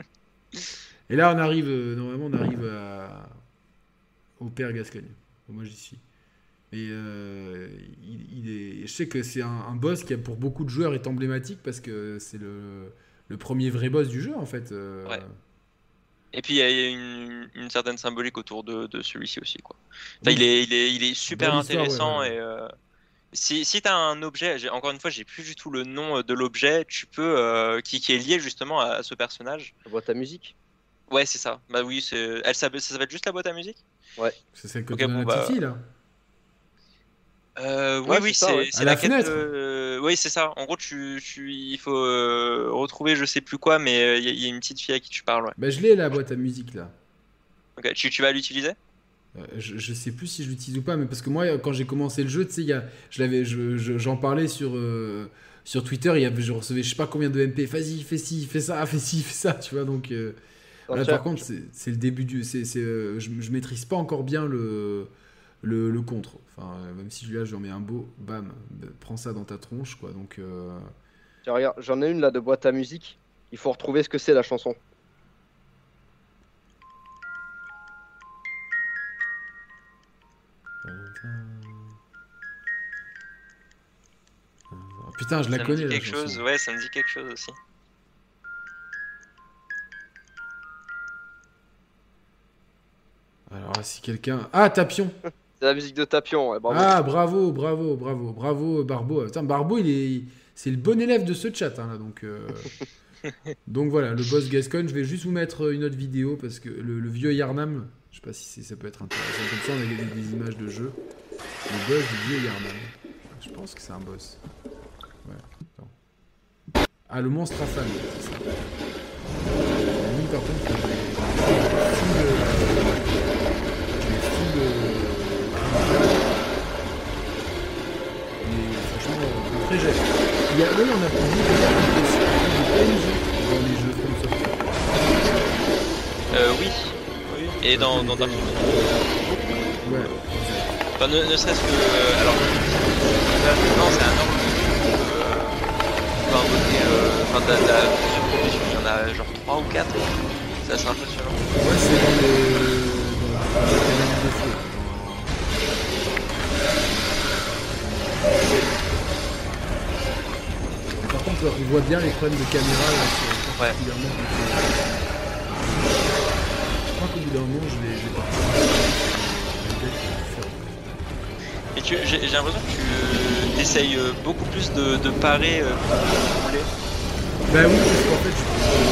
Et là, on arrive, euh, normalement, on arrive à- au père Gascogne. Moi, j'y suis. Et euh, il, il est, je sais que c'est un, un boss qui, pour beaucoup de joueurs, est emblématique parce que c'est le, le premier vrai boss du jeu, en fait. euh. Ouais. Et puis il y a une, une certaine symbolique autour de, de celui-ci aussi quoi. Enfin, Oui. il est il est il est super Dans l'histoire, intéressant ouais, ouais, ouais. et euh, si si t'as un objet, j'ai- encore une fois j'ai plus du tout le nom de l'objet, tu peux euh, qui qui est lié justement à, à ce personnage. La boîte à musique. Ouais c'est ça. Bah oui c'est elle s'appelle ça s'appelle juste la boîte à musique. Ouais. C'est celle que Ok, tu donnes bon, à la bah, petite fille, là. Euh, oui, Ouais, oui, c'est ça, c'est ouais. c'est À la quête. fenêtre. euh, Oui, c'est ça. En gros, tu, tu, il faut euh, retrouver je sais plus quoi, mais euh, il y, a- il y a une petite fille à qui tu parles. Ouais. Bah, je l'ai, la boîte à musique, là. Ok, tu, tu vas l'utiliser? Euh, je, je sais plus si je l'utilise ou pas, mais parce que moi, quand j'ai commencé le jeu, tu sais, il y a- je l'avais, je- je- j'en parlais sur, euh, sur Twitter, il y avait, je recevais je sais pas combien de M P. Vas-y, fais ci, fais ça, fais ci, fais ça, tu vois. Donc, euh, là, Tiens, par contre, c'est c'est le début du. c'est c'est, euh, je, je maîtrise pas encore bien le, le, le contre. Enfin, euh, même si là, j'en mets un beau, bam, euh, prends ça dans ta tronche, quoi. Donc, euh, tiens, regarde, j'en ai une là de boîte à musique. Il faut retrouver ce que c'est la chanson. oh, putain, je la Ça me connais, dit la quelque chanson. chose. Ouais, ça me dit quelque chose aussi. Alors, si quelqu'un. Ah, Tapion! C'est la musique de Tapion. Ouais, bravo. Ah, bravo, bravo, bravo, bravo, Barbeau. Putain, Barbeau, il est, c'est le bon élève de ce chat, hein, là, donc. euh, Donc voilà, le boss Gascogne. Je vais juste vous mettre une autre vidéo parce que le, le vieux Yarnam, je sais pas si c'est- ça peut être intéressant comme ça. On a des, des images de jeu. Le boss du vieux Yarnam. Je pense que c'est un boss. Ouais. Attends. Ah, le monstre à femme, c'est ça. Lui, par contre, je l'ai full, euh, je l'ai full, euh, mais franchement, euh, très cher. Il y a, oui, on a plus de P N J dans les jeux comme ça. Euh, oui. Oui. Et dans, dans Dark Souls. Ouais. Enfin, ne, ne serait-ce que. euh, alors, là, non, c'est un ordre euh, on peut invoquer. euh, Enfin, t'as t'as plusieurs propositions. Il y en a genre trois ou quatre. C'est assez impressionnant. Ouais, c'est dans le. Dans le canal de feu. Par contre, on voit bien les problèmes de caméra là, c'est particulièrement compliqué. Je crois qu'au bout d'un moment, je vais, je vais partir. Et tu, j'ai j'ai l'impression que tu essayes beaucoup plus de, de parer euh, que de rouler. Bah oui, parce qu'en fait, je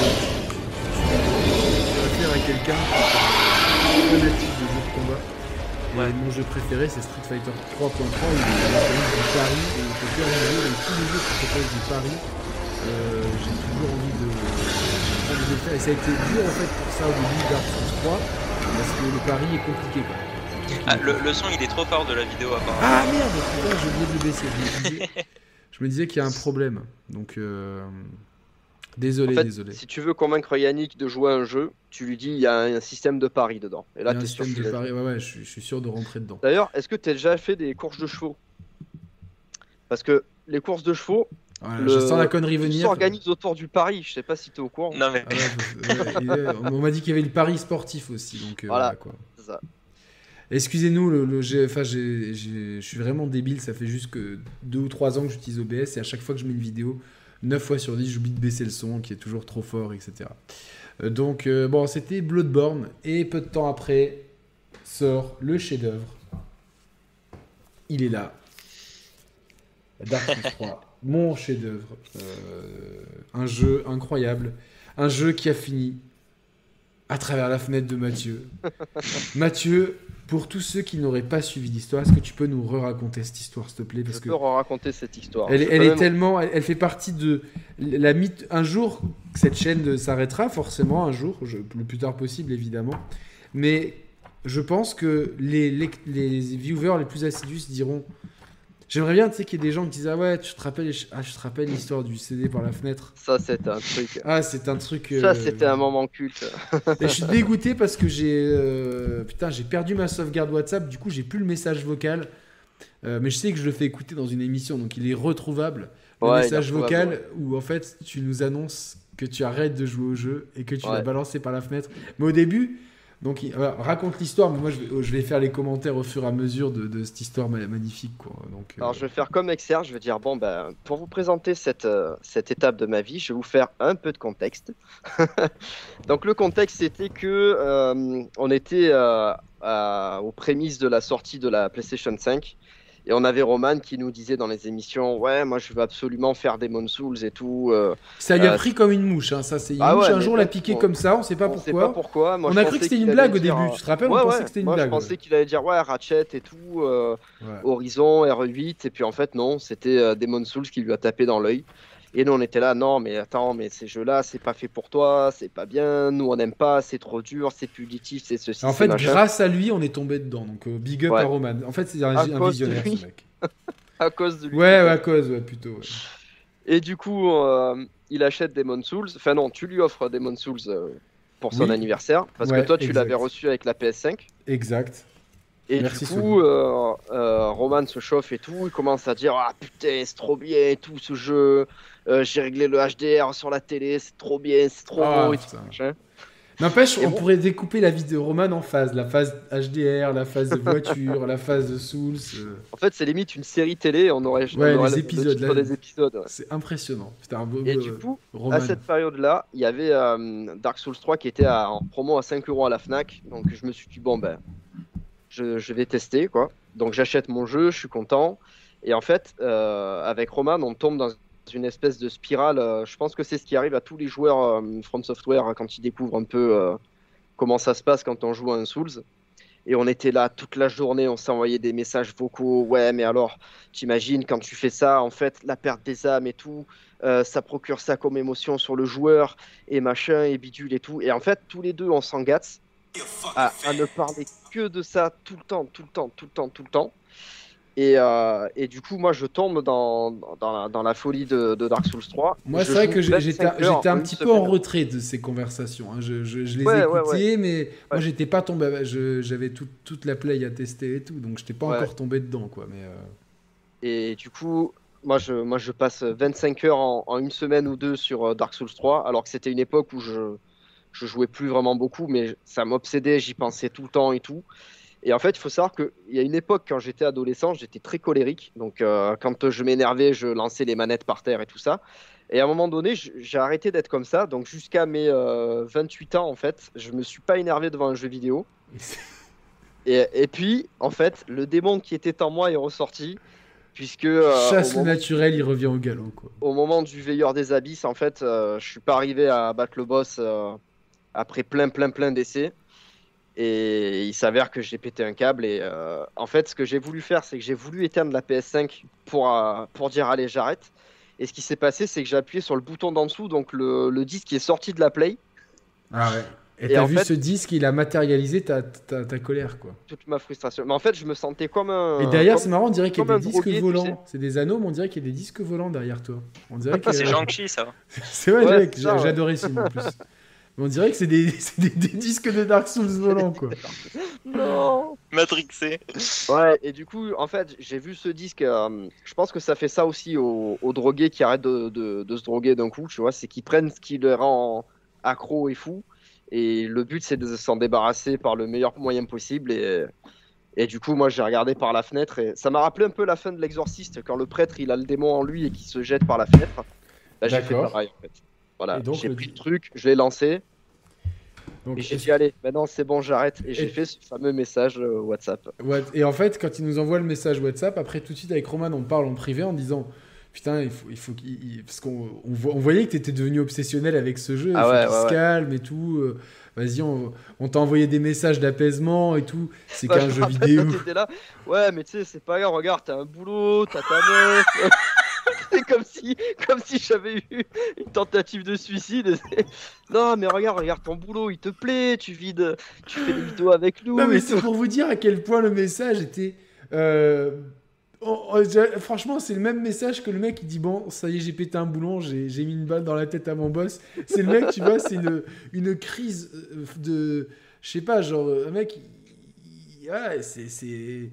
je réfère à quelqu'un qui est fanatique de jeux de combat. Et Ouais. mon jeu préféré, c'est Street Fighter trois point trois, où il y a du pari, et il peut faire un jeu, et tous les jeux qui proposent du pari, euh, j'ai toujours envie de, envie de le faire. Et ça a été dur en fait pour ça au début de Dark Souls trois, parce que le pari est compliqué, quoi. Ah, le, le son il est trop fort de la vidéo apparemment. Ah merde, putain, j'ai oublié de le baisser. Je me disais, je me disais qu'il y a un problème. Donc, euh, Désolé, En fait, désolé. si tu veux convaincre Yannick de jouer à un jeu, tu lui dis il y a un, un système de paris dedans. Et là, Il y a un t'es sûr système qu'il de va- pari. Ouais, ouais, je, suis- je suis sûr de rentrer dedans. D'ailleurs, est-ce que tu as déjà fait des courses de chevaux? Parce que les courses de chevaux, Voilà, le... je sens la connerie tout venir. s'organise autour du pari. Je sais pas si tu es au courant. Non mais Ah ouais, faut- ouais, il est- on m'a dit qu'il y avait le pari sportif aussi, donc euh, Voilà. voilà, quoi. C'est ça. Excusez-nous, le, le- j'ai- enfin, j'ai- j'ai- je suis vraiment débile, ça fait juste que deux ou trois ans que j'utilise O B S et à chaque fois que je mets une vidéo, neuf fois sur dix, j'oublie de baisser le son qui est toujours trop fort, et cetera. Euh, donc, euh, bon, c'était Bloodborne et peu de temps après sort le chef-d'œuvre. Il est là. Dark Souls trois, mon chef-d'œuvre. Euh, un jeu incroyable. Un jeu qui a fini à travers la fenêtre de Mathieu. Mathieu, pour tous ceux qui n'auraient pas suivi l'histoire, est-ce que tu peux nous re-raconter cette histoire, s'il te plaît? Parce Je que peux raconter cette histoire. elle, Je peux elle est même- tellement, elle, elle fait partie de la mythe. Un jour, cette chaîne s'arrêtera forcément un jour, je- le plus tard possible évidemment. Mais je pense que les, les, les viewers les plus assidus se diront. J'aimerais bien, tu sais, qu'il y ait des gens qui disent ah ouais, tu te rappelles, ah, je te rappelle l'histoire du C D par la fenêtre. Ça, c'était un truc. Ah, c'est un truc. Ça, euh, c'était un moment culte. Et je suis dégoûté parce que j'ai euh, putain, j'ai perdu ma sauvegarde WhatsApp. Du coup, j'ai plus le message vocal. Euh, mais je sais que je le fais écouter dans une émission, donc il est retrouvable. Le Ouais, il est message retrouvable, vocal où en fait tu nous annonces que tu arrêtes de jouer au jeu et que tu Ouais. l'as balancé par la fenêtre. Mais au début, donc il- voilà, raconte l'histoire. Mais moi, je vais, je vais faire les commentaires au fur et à mesure de, de cette histoire ma- magnifique, quoi. Donc, euh, Alors, je vais faire comme Exer, je vais dire bon, ben, pour vous présenter cette, euh, cette étape de ma vie, je vais vous faire un peu de contexte. Donc, le contexte, c'était que euh, on était euh, à- aux prémices de la sortie de la PlayStation cinq. Et on avait Roman qui nous disait dans les émissions ouais, moi je veux absolument faire Demon's Souls et tout. euh, ça lui a euh, pris comme une mouche. Hein, ça, c'est une Ah mouche ouais, un mais jour ça, l'a piqué on- comme ça. On sait pas on pourquoi. sait pas pourquoi. Moi, on je a cru pensais que c'était une qu'il blague allait au dire, début. euh, Tu te rappelles? Ouais, On pensait ouais, que c'était une moi blague. je pensais qu'il allait dire ouais, Ratchet et tout, euh, Ouais. Horizon, R huit, et puis en fait non, c'était euh, Demon's Souls qui lui a tapé dans l'œil. Et nous on était là, non mais attends, mais ces jeux-là, c'est pas fait pour toi, c'est pas bien, nous on n'aime pas, c'est trop dur, c'est punitif, c'est ceci, En c'est fait, machin. grâce à lui, on est tombé dedans. Donc, euh, big up Ouais. à Roman. En fait, c'est un, À un cause de visionnaire, lui. ce mec. À cause de lui. Ouais, ouais, à cause, ouais, plutôt. ouais. Et du coup, euh, il achète Demon's Souls, enfin non, tu lui offres Demon's Souls euh, pour son Oui. anniversaire, parce Ouais, que toi tu exact. l'avais reçu avec la P S cinq. Exact. Et Merci, du coup, euh, euh, Roman se chauffe et tout, il commence à dire ah putain c'est trop bien et tout ce jeu, Euh, j'ai réglé le H D R sur la télé, c'est trop bien, c'est trop Ah, beau et tout. putain. machin. N'empêche, Et on bon. pourrait découper la vie de Roman en phases. La phase H D R, la phase de voiture, la phase de Souls. euh, En fait, c'est limite une série télé, on aurait, on Ouais, aurait les le- épisodes, le titre là. des épisodes. ouais. C'est impressionnant. Putain, un beau, Et beau- du coup, Roman. à cette période-là, il y avait euh, Dark Souls trois qui était à- en promo à cinq euros à la Fnac, donc je me suis dit bon ben, je, je vais tester quoi. Donc j'achète mon jeu, je suis content. Et en fait, euh, avec Roman, on tombe dans une espèce de spirale. euh, je pense que c'est ce qui arrive à tous les joueurs euh, From Software hein, quand ils découvrent un peu euh, comment ça se passe quand on joue à un Souls. Et on était là toute la journée, on s'envoyait des messages vocaux. Ouais, mais alors, t'imagines quand tu fais ça, en fait, la perte des âmes et tout, euh, ça procure ça comme émotion sur le joueur et machin et bidule et tout. Et en fait, tous les deux, on s'engage à, à ne parler que de ça tout le temps, tout le temps, tout le temps, tout le temps. Et, euh, et du coup, moi, je tombe dans, dans, la, dans la folie de, de Dark Souls trois. Moi, Je c'est vrai joue que j'ai- j'étais vingt-cinq heures j'étais un en petit une peu en semaine. retrait de ces conversations. hein. Je, je- je les ai Ouais, ouais, écoutées, mais moi, Ouais. j'étais pas tombé. je- J'avais tout- toute la play à tester et tout, donc j'étais pas Ouais. encore tombé dedans, quoi. Mais euh, Et du coup, moi je, moi, je passe vingt-cinq heures en, en une semaine ou deux sur euh, Dark Souls trois, alors que c'était une époque où je, je jouais plus vraiment beaucoup, mais ça m'obsédait, j'y pensais tout le temps et tout. Et en fait, il faut savoir qu'il y a une époque, quand j'étais adolescent, j'étais très colérique. Donc, euh, quand je m'énervais, je lançais les manettes par terre et tout ça. Et à un moment donné, j- j'ai arrêté d'être comme ça. Donc, jusqu'à mes euh, vingt-huit ans, en fait, je me suis pas énervé devant un jeu vidéo. Et, et puis, en fait, le démon qui était en moi est ressorti. Puisque euh, chasse au, le moment, naturel, il revient au galop, quoi. au moment du Veilleur des Abysses, en fait, euh, je suis pas arrivé à battre le boss euh, après plein, plein, plein d'essais. Et il s'avère que j'ai pété un câble. Et euh, en fait, ce que j'ai voulu faire, c'est que j'ai voulu éteindre la P S cinq pour, euh, pour dire allez, j'arrête. Et ce qui s'est passé, c'est que j'ai appuyé sur le bouton d'en dessous, donc le, le disque qui est sorti de la Play. Ah ouais. Et, Et t'as en vu fait- ce disque, il a matérialisé ta, ta, ta colère, quoi. toute ma frustration. Mais en fait, je me sentais comme un. Et derrière, comme- c'est marrant, on dirait qu'il y comme a un des disques drogué, tu volants. sais. C'est des anneaux, mais on dirait qu'il y a des disques volants derrière toi. On dirait que... C'est Shang-Chi, ça. C'est vrai, Ouais, ouais, c'est ça, ouais. j'adorais ce film en plus. Mais on dirait que c'est des, c'est des, des disques de Dark Souls volants, quoi. Non. Matrixé. Ouais, et du coup, en fait, j'ai vu ce disque. euh, je pense que ça fait ça aussi aux, aux drogués qui arrêtent de, de- de se droguer d'un coup, tu vois. C'est qu'ils prennent ce qui les rend accro et fou. Et le but, c'est de s'en débarrasser par le meilleur moyen possible. Et, et du coup, moi, j'ai regardé par la fenêtre. Et ça m'a rappelé un peu la fin de l'Exorciste, quand le prêtre, il a le démon en lui et qui se jette par la fenêtre. Là, j'ai fait D'accord. pareil, en fait. Voilà, Et donc, j'ai le- pris le truc, je l'ai lancé. Donc, Et j'ai est-ce- dit, allez, maintenant, c'est bon, j'arrête. Et j'ai Et- fait ce fameux message euh, WhatsApp. Ouais, et en fait, quand il nous envoie le message WhatsApp, après tout de suite avec Roman, on parle en privé en disant putain, il faut, il faut qu'il. il- Parce qu'on on, vo- on voyait que t'étais devenu obsessionnel avec ce jeu, il Ah faut ouais, qu'il ouais, se ouais. calme et tout. euh, Vas-y, on, on t'a envoyé des messages d'apaisement et tout. C'est Bah, qu'un je jeu me rappelle vidéo. quand t'étais là, ouais, mais tu sais, c'est pas grave, regarde, t'as un boulot, t'as ta meuf. C'est comme si, comme si j'avais eu une tentative de suicide. Non, mais regarde, regarde ton boulot, il te plaît, tu vides, tu fais des vidéos avec nous. Non, mais et c'est tout. pour vous dire à quel point le message était. euh, oh, oh, j'ai- franchement, c'est le même message que le mec qui dit bon, ça y est, j'ai pété un boulon, j'ai j'ai mis une balle dans la tête à mon boss. C'est le mec, tu vois, c'est une, une crise euh, de. Je sais pas, genre, un mec. il- il- ouais, c'est- c'est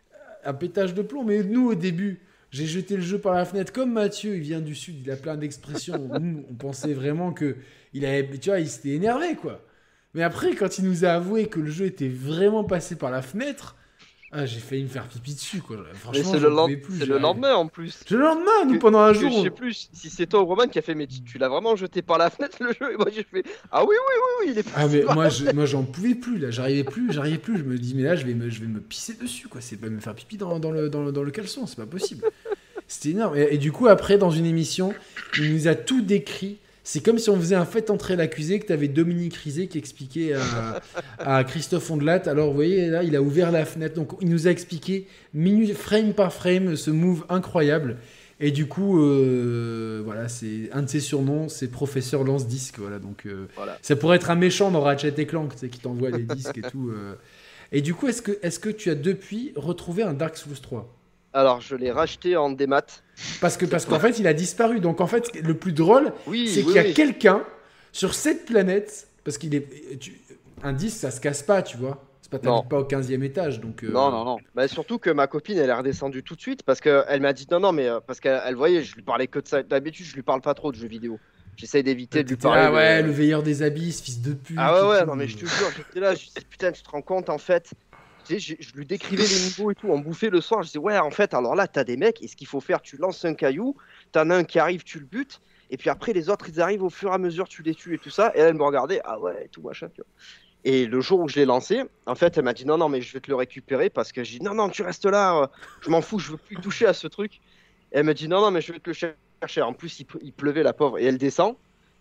un pétage de plomb. Mais nous, au début. J'ai jeté le jeu par la fenêtre comme Mathieu, il vient du sud, il a plein d'expressions. Nous, on pensait vraiment que il avait, tu vois, il s'était énervé quoi. Mais après, quand il nous a avoué que le jeu était vraiment passé par la fenêtre, ah, j'ai failli me faire pipi dessus quoi. Mais Franchement, c'est j'en le, len- pouvais plus. c'est j'ai- le lendemain en plus. C'est le lendemain, nous Que- pendant un Que jour. je sais plus si c'est toi ou Roman qui a fait, mais tu, tu l'as vraiment jeté par la fenêtre le jeu. Et moi j'ai fait, ah oui, oui, oui, oui, il est Ah passé mais par moi, la je, moi j'en pouvais plus là, j'arrivais plus, j'arrivais plus. Je me dis mais là je vais me, je vais me pisser dessus quoi. C'est pas me faire pipi dans, dans le, dans, le, dans le caleçon, c'est pas possible. C'était énorme. Et, et du coup après dans une émission, il nous a tout décrit. C'est comme si on faisait un fait entrer l'accusé, que tu avais Dominique Rizet qui expliquait à, à Christophe Ondelat. Alors vous voyez là, il a ouvert la fenêtre, donc il nous a expliqué minute, frame par frame ce move incroyable. Et du coup, euh, voilà, c'est un de ses surnoms, c'est Professeur Lance-Disque. Voilà, donc euh, Voilà. ça pourrait être un méchant dans Ratchet et Clank, tu sais, qui t'envoie les disques et tout. euh. Et du coup, est-ce que, est-ce que tu as depuis retrouvé un Dark Souls trois? Alors je l'ai racheté en démat. Parce que parce qu'en fait, il a disparu. Donc en fait, le plus drôle, Oui, c'est oui, qu'il y a oui. quelqu'un sur cette planète, parce qu'il est, tu- un disque, ça se casse pas, tu vois. C'est pas, Non. t'habites pas au quinzième étage, donc. euh, Non, non, non. Bah, surtout que ma copine, elle est redescendue tout de suite parce qu'elle m'a dit non, non, mais euh, parce qu'elle elle voyait, je lui parlais que de ça. D'habitude, je lui parle pas trop de jeux vidéo. J'essaye d'éviter de lui t'étais parler. là, de- ouais, le veilleur des abysses, fils de pute. Ah ouais, et ouais, tout. non, mais je te jure, j'étais là, je disais putain, tu te rends compte en fait. Tu sais, je, je lui décrivais les niveaux et tout, on bouffait le soir. Je disais ouais, en fait, alors là, t'as des mecs, et ce qu'il faut faire, tu lances un caillou, t'en as un qui arrive, tu le butes, et puis après, les autres, ils arrivent au fur et à mesure, tu les tues et tout ça. Et elle me regardait, ah ouais, et tout machin, tu vois. Et le jour où je l'ai lancé, en fait, elle m'a dit non, non, mais je vais te le récupérer parce que j'ai dit non, non, tu restes là, euh, je m'en fous, je veux plus toucher à ce truc. Et elle me dit non, non, mais je vais te le chercher. En plus, il, pe- il pleuvait, la pauvre, et elle descend.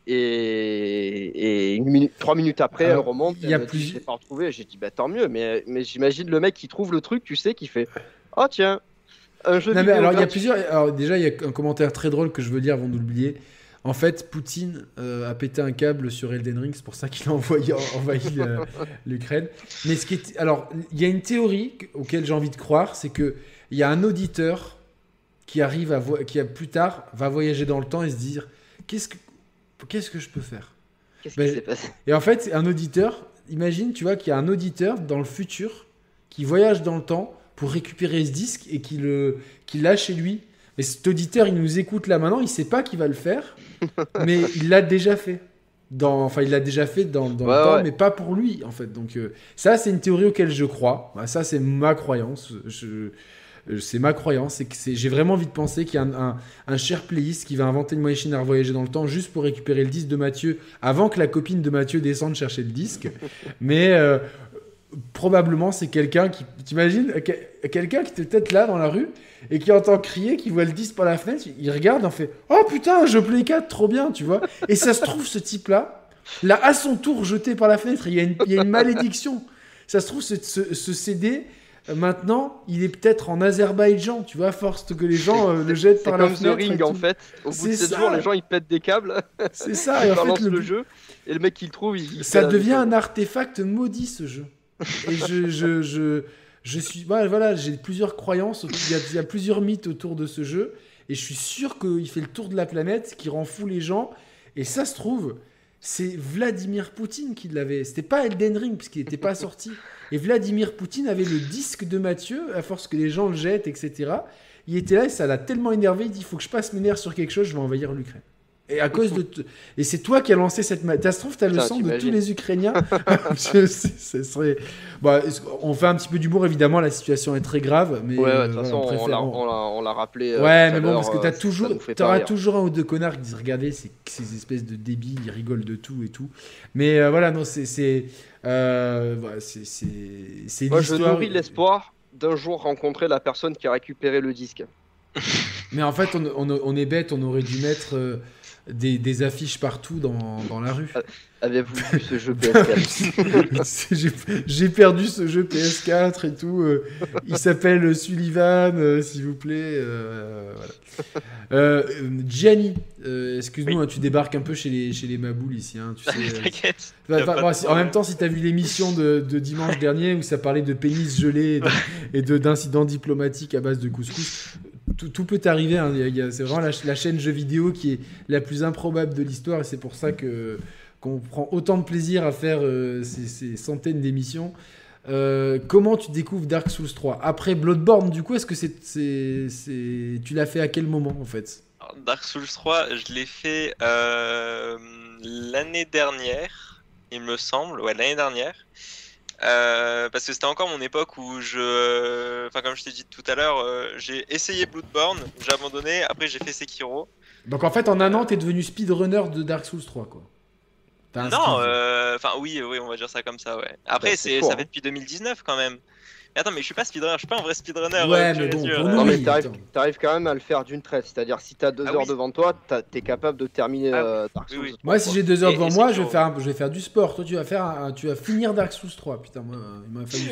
Et, et une minute, trois minutes après, Alors, elle remonte. il y a Elle me dit, plus- je l'ai pas retrouvé. J'ai dit bah tant mieux, mais, mais j'imagine le mec qui trouve le truc, tu sais, qui fait oh tiens, un jeu Non, mais vidéo. alors, il y a gratuit. plusieurs. Alors, déjà, il y a un commentaire très drôle que je veux dire avant d'oublier. En fait, Poutine euh, a pété un câble sur Elden Ring, c'est pour ça qu'il a envoyé, envahi le- l'Ukraine. Mais ce qui est, alors, il y a une théorie auquel j'ai envie de croire, c'est que il y a un auditeur qui arrive à vo- qui a plus tard va voyager dans le temps et se dire qu'est-ce que qu'est-ce que je peux faire. Qu'est-ce Ben, qui s'est passé? Et en fait, c'est un auditeur. Imagine, tu vois, qu'il y a un auditeur dans le futur qui voyage dans le temps pour récupérer ce disque et qui le, qui l'a chez lui. Mais cet auditeur, il nous écoute là maintenant, il sait pas qu'il va le faire, mais il l'a déjà fait. Dans, enfin, il l'a déjà fait dans, dans Ouais, le temps, ouais. mais pas pour lui, en fait. Donc, euh, ça, c'est une théorie auquel je crois. Bah, ça, c'est ma croyance. Je, euh, c'est ma croyance. C'est que c'est, j'ai vraiment envie de penser qu'il y a un, un, un cher playiste qui va inventer une machine à voyager dans le temps juste pour récupérer le disque de Mathieu avant que la copine de Mathieu descende chercher le disque. Mais euh, probablement, c'est quelqu'un qui. T'imagines que- quelqu'un qui était peut-être là dans la rue et qui entend crier, qui voit le disque par la fenêtre, il regarde, en fait oh putain, un jeu Play quatre, trop bien, tu vois. Et ça se trouve, ce type-là, l'a à son tour jeté par la fenêtre. Il y a une, il y a une malédiction. Ça se trouve, ce, ce, ce C D Maintenant, il est peut-être en Azerbaïdjan, tu vois, à force que les gens euh, le jettent par la fenêtre. C'est comme The Ring en fait. Au bout de sept jours, les gens ils pètent des câbles. C'est ça. Ils et en balancent fait, le... le jeu et le mec qui le trouve, il. Ça devient un artefact maudit ce jeu. Et je, je, je, je suis, voilà, voilà j'ai plusieurs croyances. Il y, a, il y a plusieurs mythes autour de ce jeu, et je suis sûr qu'il fait le tour de la planète, qui rend fou les gens. Et ça se trouve, c'est Vladimir Poutine qui l'avait. C'était pas Elden Ring puisqu'il n'était pas sorti. Et Vladimir Poutine avait le disque de Mathieu, à force que les gens le jettent, et cetera. Il était là et ça l'a tellement énervé. Il dit, il faut que je passe mes nerfs sur quelque chose, je vais envahir l'Ukraine. Et à cause de t- et c'est toi qui as lancé cette ma... ça se trouve t'as le sang de tous les Ukrainiens. je sais, ce serait bon, on fait un petit peu d'humour évidemment, la situation est très grave, mais ouais, de euh, toute voilà, façon on, préfère... on, l'a, on, l'a, on l'a rappelé ouais euh, mais bon parce que t'as euh, toujours t'auras toujours un ou deux connards qui disent regardez ces, ces espèces de débiles, ils rigolent de tout et tout, mais euh, voilà non c'est c'est euh, voilà, c'est c'est, c'est moi l'histoire... je nourris l'espoir d'un jour rencontrer la personne qui a récupéré le disque. Mais en fait on, on, on est bête, on aurait dû mettre euh, Des, des affiches partout dans, dans la rue. Avez-vous vu ce jeu P S quatre? j'ai, j'ai perdu ce jeu P S quatre et tout. Euh, il s'appelle Sullivan, euh, s'il vous plaît. Euh, voilà. euh, Gianni, euh, excuse-nous, oui. hein, tu débarques un peu chez les, chez les Maboules ici. Hein, tu sais, T'inquiète. Euh, bah, bah, en même temps, si tu as vu l'émission de, de dimanche dernier où ça parlait de pénis gelés et, de, et de, d'incidents diplomatiques à base de couscous, tout, tout peut arriver. Hein. Il y a, c'est vraiment la, la chaîne jeux vidéo qui est la plus improbable de l'histoire et c'est pour ça que, qu'on prend autant de plaisir à faire euh, ces, ces centaines d'émissions. Euh, comment tu découvres Dark Souls trois après Bloodborne, du coup, est-ce que c'est, c'est, c'est... tu l'as fait à quel moment en fait? Alors, Dark Souls trois, je l'ai fait euh, l'année dernière, il me semble, ouais, l'année dernière. Euh, parce que c'était encore mon époque où je, enfin comme je t'ai dit tout à l'heure, euh, j'ai essayé Bloodborne, j'ai abandonné, après j'ai fait Sekiro. Donc en fait en un an t'es devenu speedrunner de Dark Souls trois quoi. Non, enfin euh, oui, oui, on va dire ça comme ça, ouais. Après bah, c'est, c'est fou, ça hein. fait depuis deux mille dix-neuf quand même. Mais attends, mais je suis pas speedrunner, je suis pas un vrai speedrunner. Ouais, mais bon, pour nous, non, mais oui, t'arrives, t'arrives quand même à le faire d'une traite. C'est-à-dire, si t'as deux ah, heures oui. devant toi, t'es capable de terminer ah, euh, Dark Souls. Oui, oui. Moi, si j'ai deux heures et, devant et moi, je vais, faire un, je vais faire du sport. Toi, tu vas, faire un, tu vas finir Dark Souls trois. Putain, moi, il m'a fallu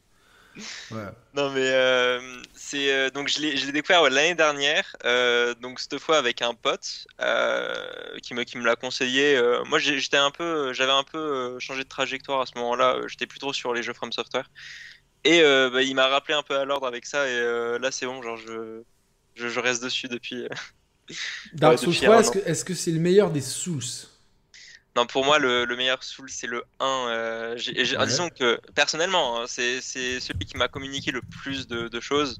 ça. Ouais. Non, mais euh, c'est. Euh, donc, je l'ai, je l'ai découvert ouais, l'année dernière. Euh, donc, cette fois avec un pote euh, qui, me, qui me l'a conseillé. Euh, moi, j'étais un peu, j'avais un peu changé de trajectoire à ce moment-là. J'étais plus trop sur les jeux From Software. Et euh, bah, il m'a rappelé un peu à l'ordre avec ça et euh, là c'est bon, genre je, je, je reste dessus depuis. Dark Souls trois, est-ce que, est-ce que c'est le meilleur des Souls? Non, pour moi le, le meilleur Souls c'est le un. Euh, j'ai, j'ai, ouais. Disons que personnellement, hein, c'est, c'est celui qui m'a communiqué le plus de, de choses.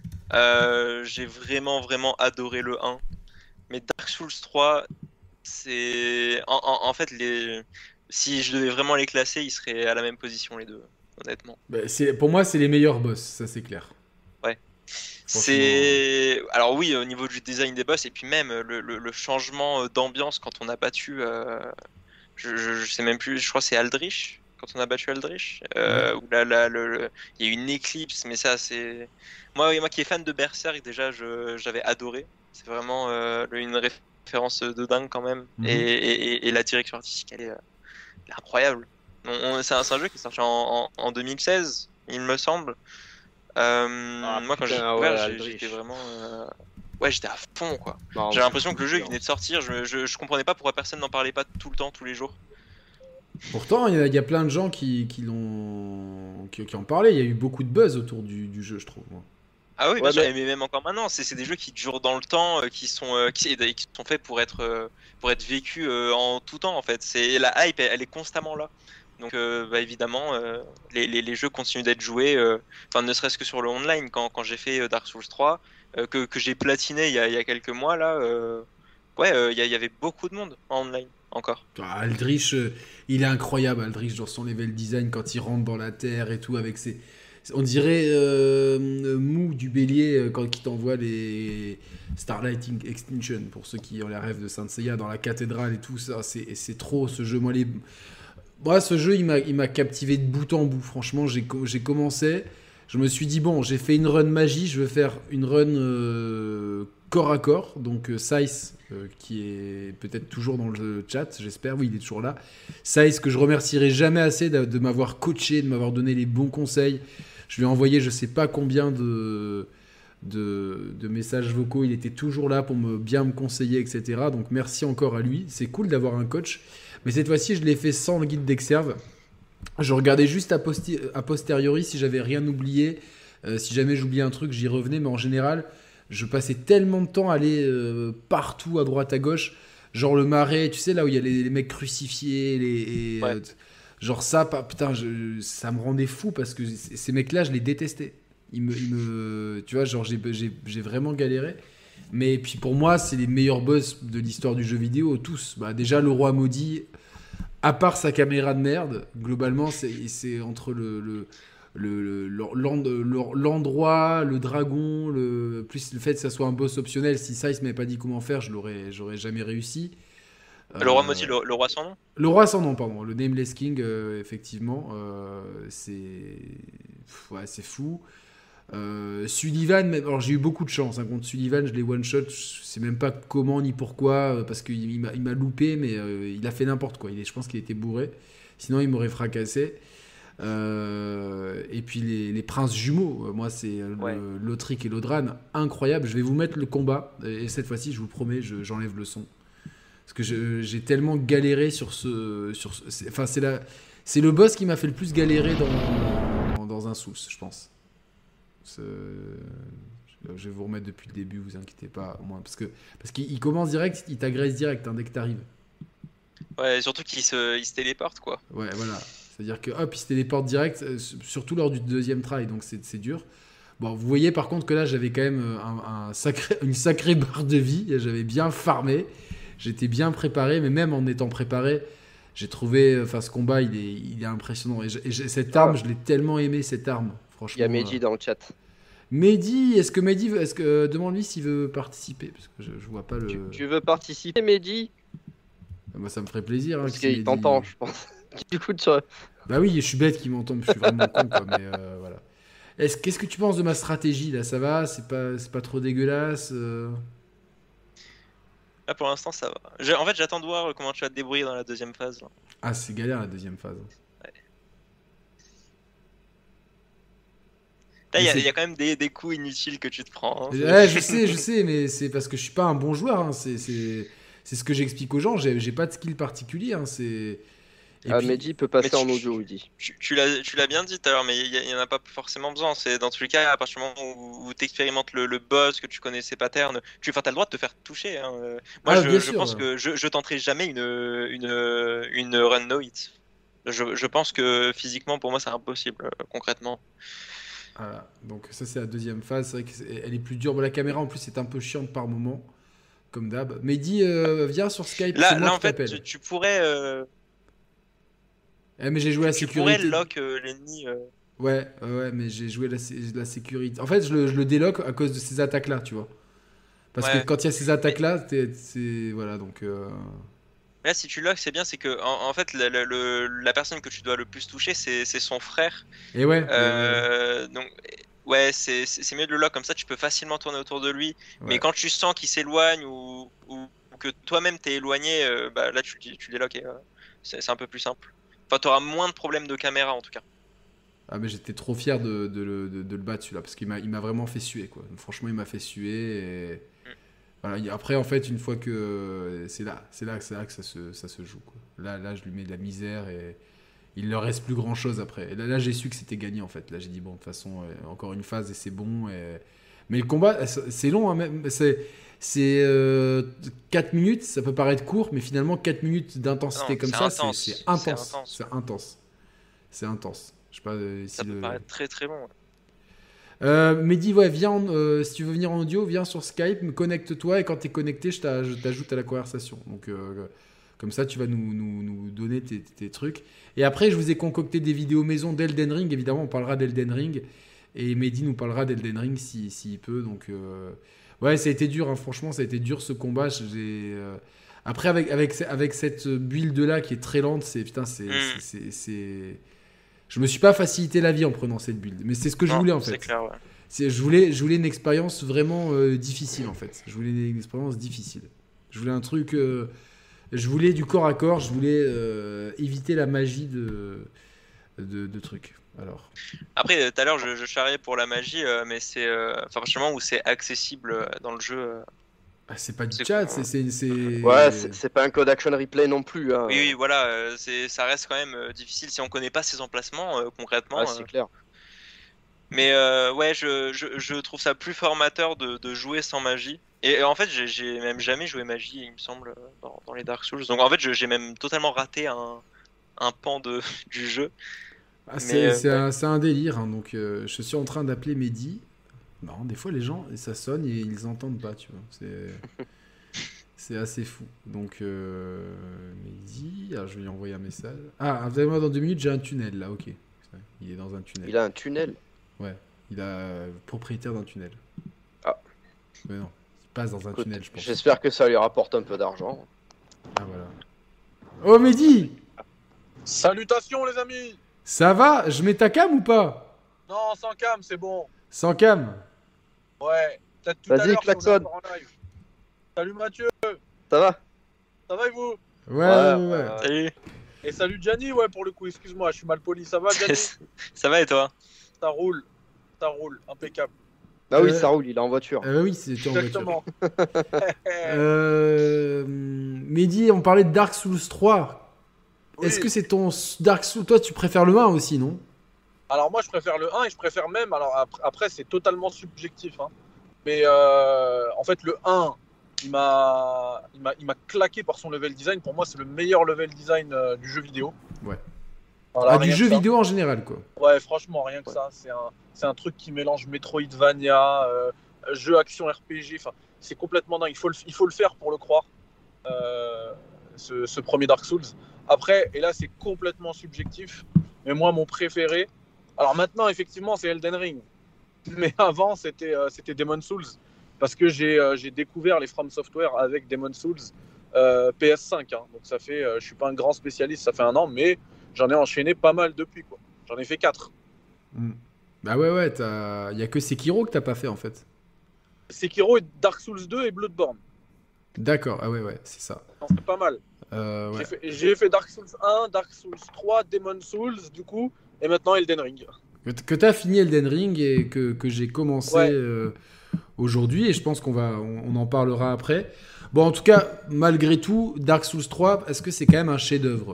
Euh, j'ai vraiment vraiment adoré le un. Mais Dark Souls trois, c'est. En, en, en fait, les... si je devais vraiment les classer, ils seraient à la même position les deux. Honnêtement. Bah, c'est, pour moi, c'est les meilleurs boss, ça c'est clair. Ouais. C'est alors oui au niveau du design des boss et puis même le, le, le changement d'ambiance quand on a battu, euh... je, je, je sais même plus, je crois que c'est Aldrich quand on a battu Aldrich. Euh, ouais. Où là, là le, le... il y a eu une éclipse, mais ça c'est moi, moi qui est fan de Berserk déjà, je, j'avais adoré. C'est vraiment euh, une référence de dingue quand même. Mm-hmm. Et, et, et la direction artistique elle est, elle est incroyable. On, on, c'est, un, c'est un jeu qui est sorti en, en, en deux mille seize, il me semble. Euh, ah, moi, quand putain, j'ai découvert, ouais, j'étais vraiment. Euh... Ouais, j'étais à fond, quoi. Non, j'ai l'impression que le jeu il venait de sortir. Je, je, je comprenais pas pourquoi personne n'en parlait pas tout le temps, tous les jours. Pourtant, il y, y a plein de gens qui, qui l'ont. Qui, qui en parlaient. Il y a eu beaucoup de buzz autour du, du jeu, je trouve. Moi. Ah oui, ouais, bien mais... sûr, mais même encore maintenant, c'est, c'est des jeux qui durent dans le temps, euh, qui sont euh, qui, qui sont faits pour être euh, pour être vécus euh, en tout temps, en fait. C'est la hype, elle, elle est constamment là. Donc euh, bah, évidemment, euh, les, les, les jeux continuent d'être joués, euh, enfin ne serait-ce que sur le online. Quand, quand j'ai fait Dark Souls trois, euh, que, que j'ai platiné il y a, il y a quelques mois là, euh, ouais, il euh, y, y avait beaucoup de monde en online encore. Ah, Aldrich, euh, il est incroyable, Aldrich, dans son level design quand il rentre dans la terre et tout avec ses, on dirait euh, Mou du Bélier quand il t'envoie les Starlight Extinction pour ceux qui ont les rêves de Saint Seiya dans la cathédrale et tout ça. C'est, c'est trop ce jeu. Moi les Moi, ce jeu, il m'a, il m'a captivé de bout en bout. Franchement, j'ai, j'ai commencé, je me suis dit, bon, j'ai fait une run magie, je vais faire une run euh, corps à corps. Donc, euh, Saïs, euh, qui est peut-être toujours dans le chat, j'espère, oui, il est toujours là. Saïs, que je remercierai jamais assez de, de m'avoir coaché, de m'avoir donné les bons conseils. Je lui ai envoyé je sais pas combien de, de, de messages vocaux. Il était toujours là pour me, bien me conseiller, et cetera. Donc merci encore à lui. C'est cool d'avoir un coach. Mais cette fois-ci, je l'ai fait sans le guide d'Exerve. Je regardais juste a, posti- a posteriori si j'avais rien oublié. Euh, si jamais j'oubliais un truc, j'y revenais. Mais en général, je passais tellement de temps à aller euh, partout, à droite, à gauche. Genre le marais, tu sais, là où il y a les, les mecs crucifiés. Les, et, Ouais. euh, genre ça, pa- putain, je, ça me rendait fou parce que c- ces mecs-là, je les détestais. Ils me, ils me, tu vois, genre j'ai, j'ai, j'ai vraiment galéré. Mais puis pour moi, c'est les meilleurs boss de l'histoire du jeu vidéo, tous. Bah, déjà, le roi maudit, à part sa caméra de merde, globalement, c'est, c'est entre le, le, le, le- l'end- l'end- l'endroit, le dragon, le, plus le fait que ça soit un boss optionnel. Si ça, il se m'avait pas dit comment faire, je l'aurais, j'aurais jamais réussi. Le roi Euh, maudit, le, le roi sans nom. le roi sans nom, pardon. Le Nameless King, euh, effectivement, euh, c'est... pff, ouais, c'est fou. Euh, Sullivan, même- alors j'ai eu beaucoup de chance hein, contre Sullivan, je l'ai one shot, je sais même pas comment ni pourquoi, euh, parce qu'il il m'a, il m'a loupé, mais euh, il a fait n'importe quoi. Il est, je pense qu'il était bourré, sinon il m'aurait fracassé. Euh, et puis les, les princes jumeaux, euh, moi c'est euh, Ouais. le- Lothric et Lodran, incroyable. Je vais vous mettre le combat, et cette fois-ci, je vous promets, je- j'enlève le son. Parce que je- j'ai tellement galéré sur ce. Sur ce c'est, enfin, c'est, la, c'est le boss qui m'a fait le plus galérer dans, dans un Souls, je pense. C'est- je vais vous remettre depuis le début, vous inquiétez pas. Au moins, parce, que, parce qu'il il commence direct, il t'agresse direct hein, dès que t'arrives. Ouais, surtout qu'il se, il se téléporte, quoi. Ouais, voilà. C'est-à-dire que hop, il se téléporte direct, euh, surtout lors du deuxième try, donc c'est, c'est dur. Bon, vous voyez par contre que là, j'avais quand même un, un sacré, une sacrée barre de vie, et j'avais bien farmé. J'étais bien préparé, mais même en étant préparé, j'ai trouvé, enfin, ce combat, il est, il est impressionnant. Et, j'ai- et j'ai- cette arme, je l'ai tellement aimé, cette arme. Franchement. Il y a Mehdi euh, dans le chat. Mehdi, est-ce que Mehdi, veut- est-ce que euh, demande-lui s'il veut participer, parce que je, je vois pas le. Tu, tu veux participer, Mehdi? Moi, ça me ferait plaisir. hein, Parce que si qu'il Mehdi- t'entend, je pense. Du coup, tu... Bah oui, je suis bête qu'il m'entende, je suis vraiment con, quoi. Mais euh, voilà. Est-ce, qu'est-ce que tu penses de ma stratégie là? Ça va? C'est pas, c'est pas trop dégueulasse? euh Là, pour l'instant, ça va. J'ai- En fait, j'attends de voir comment tu vas te débrouiller dans la deuxième phase. Là. Ah, c'est galère la deuxième phase. Là, il y, a- Mais il c'est- y a quand même des, des coups inutiles que tu te prends. hein. Ouais, je sais, je sais, mais c'est parce que je suis pas un bon joueur. hein. C'est, c'est, c'est ce que j'explique aux gens. J'ai, j'ai pas de skill particulier. hein. C'est. Et Ah, puis- Mehdi peut passer Mais tu- en audio, il dit. Tu, tu l'as, tu l'as bien dit tout à l'heure, mais il n'y en a pas forcément besoin. C'est dans tous les cas, à partir du moment où, où tu expérimentes le, le boss, que tu connais ses patterns, tu as le droit de te faire toucher. hein. Euh, Moi, Ah, je, bien je sûr, pense ouais. que je, je tenterai jamais une, une, une run no hit. Je, je pense que physiquement, pour moi, c'est impossible, euh, concrètement. Voilà. Donc ça c'est la deuxième phase. C'est vrai qu'elle est plus dure. Bon, la caméra en plus est un peu chiante par moment, comme d'hab. Mehdi, euh, viens sur Skype. Là, c'est moi là qui en fait, t'appelle. tu, tu pourrais, euh, Eh, mais j'ai joué la tu pourrais sécurité. lock euh, l'ennemi. euh. Ouais, ouais, ouais, mais j'ai joué la, sé- la sécurité. En fait, je le, je le déloque à cause de ces attaques-là, tu vois. Parce Ouais. que quand il y a ces attaques-là, t'es- c'est voilà donc. euh, Là, si tu lock, c'est bien, c'est que en, en fait, le- le- le- la personne que tu dois le plus toucher, c'est c'est son frère. Et ouais. Euh, donc, ouais, c'est c'est- c'est mieux de le lock, comme ça tu peux facilement tourner autour de lui. Ouais. Mais quand tu sens qu'il s'éloigne ou, ou que toi-même t'es éloigné, euh, bah, là tu, tu les lock et euh, c'est c'est un peu plus simple. Enfin, t'auras moins de problèmes de caméra en tout cas. Ah mais j'étais trop fier de, de le, de- de le battre celui-là parce qu'il m'a, il m'a vraiment fait suer quoi. Franchement il m'a fait suer et Mm. voilà. il- Après en fait une fois que c'est là, c'est là, c'est là que ça se, ça se joue quoi. Là, là je lui mets de la misère et il ne reste plus grand chose après. Et là, là j'ai su que c'était gagné en fait. Là j'ai dit bon de toute façon euh, encore une phase et c'est bon. Et... Mais le combat c'est long hein, même. C'est, c'est euh, quatre minutes, ça peut paraître court, mais finalement quatre minutes d'intensité Non, comme c'est ça, intense. c'est, c'est C'est intense. intense. C'est intense. C'est intense. Je sais pas euh, si Ça peut le- paraître très très long. Euh, Mehdi, ouais, viens en- euh, si tu veux venir en audio, viens sur Skype, me connecte-toi et quand tu es connecté, je t'a- je t'ajoute à la conversation. Donc, euh, comme ça, tu vas nous, nous, nous donner tes, tes trucs. Et après, je vous ai concocté des vidéos maison d'Elden Ring. Évidemment, on parlera d'Elden Ring. Et Mehdi nous parlera d'Elden Ring s'il si, s'il peut. Donc, euh, ouais, ça a été dur. hein. Franchement, ça a été dur ce combat. J'ai, euh, Après, avec, avec, avec cette build-là qui est très lente, c'est putain, c'est, Mm. c'est, c'est, c'est- je me suis pas facilité la vie en prenant cette build. Mais c'est ce que je Non, voulais en c'est fait. clair, ouais. C'est, je, voulais, je voulais une expérience vraiment euh, difficile en fait. Je voulais une expérience difficile. Je voulais un truc. euh, je voulais du corps à corps. Je voulais euh, éviter la magie de, de, de trucs. Alors. Après, tout à l'heure, je, je charriais pour la magie, euh, mais c'est. Euh, enfin, franchement, où c'est accessible euh, dans le jeu. euh, Ah, c'est pas du C'est chat, con, c'est. c'est, c'est... Ouais, c'est c'est pas un code action replay non plus. Hein. Oui, oui, voilà, euh, c'est, ça reste quand même euh, difficile si on connaît pas ces emplacements euh, concrètement. Ah, euh. c'est clair. Mais euh, ouais, je, je, je trouve ça plus formateur de, de jouer sans magie. Et euh, en fait, j'ai, j'ai même jamais joué magie, il me semble, euh, dans, dans les Dark Souls. Donc en fait, je- j'ai même totalement raté un, un pan de, du jeu. Ah, Mais c'est, euh, c'est, ouais. un, c'est un délire, hein, donc euh, je suis en train d'appeler Mehdi. Non, des fois les gens, ça sonne et ils entendent pas, tu vois. C'est, c'est assez fou. Donc, euh, Mehdi, alors je vais lui envoyer un message. Ah, vous allez voir, dans deux minutes, j'ai un tunnel là, ok. Il est dans un tunnel. Il a un tunnel. Ouais, il a euh, propriétaire d'un tunnel. Ah. Mais non, il passe dans un Écoute, tunnel, je pense. j'espère que ça lui rapporte un peu d'argent. Ah voilà. Oh Mehdi, Salutations les amis. ça va? Je mets ta cam ou pas? Non, sans cam, c'est bon. Sans cam? Ouais. Peut-être tout à Vas-y, l'heure si on est klaxonne. encore en live. Salut Mathieu, Ça va? ça va et vous? Ouais, ouais, ouais. euh, Salut, Et salut Gianni, ouais pour le coup, excuse-moi, je suis mal poli. Ça va Gianni? ça va et toi? Ça roule, ça roule, impeccable. Ah oui, Euh, ça roule, il est en voiture. Euh, oui, c'était en voiture. Exactement. Euh, Mehdi, on parlait de Dark Souls trois. Oui. Est-ce que c'est ton Dark Souls? Toi, tu préfères le un aussi, non? Alors moi je préfère le un et je préfère même, alors après, après, c'est totalement subjectif, hein. Mais euh, en fait le un, il m'a, il m'a, il m'a claqué par son level design. Pour moi c'est le meilleur level design euh, du jeu vidéo. Ouais. Voilà, Ah, rien du que jeu ça. vidéo en général, quoi. Ouais, franchement, rien que Ouais. ça. C'est un, c'est un truc qui mélange Metroidvania, euh, jeu action R P G. Enfin, c'est complètement dingue. Il faut le, il faut le faire pour le croire, euh, ce, ce premier Dark Souls. Après, et là, c'est complètement subjectif. Mais moi, mon préféré. Alors maintenant, effectivement, c'est Elden Ring. Mais avant, c'était euh, c'était Demon's Souls. Parce que j'ai euh, j'ai découvert les From Software avec Demon's Souls euh, P S cinq. Hein. Donc ça fait, euh, je suis pas un grand spécialiste, ça fait un an, mais j'en ai enchaîné pas mal depuis, quoi. J'en ai fait quatre. Mm. Bah ouais, ouais, t'as... y a que Sekiro que t'as pas fait, en fait. Sekiro, et Dark Souls deux et Bloodborne. D'accord, ah ouais, ouais, c'est ça. Non, c'est pas mal. Euh, ouais. J'ai fait, j'ai fait Dark Souls un, Dark Souls trois, Demon's Souls, du coup, et maintenant Elden Ring. Que, que t'as fini Elden Ring et que, que j'ai commencé Ouais. euh, aujourd'hui, et je pense qu'on va, on, on en parlera après. Bon, en tout cas, malgré tout, Dark Souls trois, est-ce que c'est quand même un chef-d'œuvre?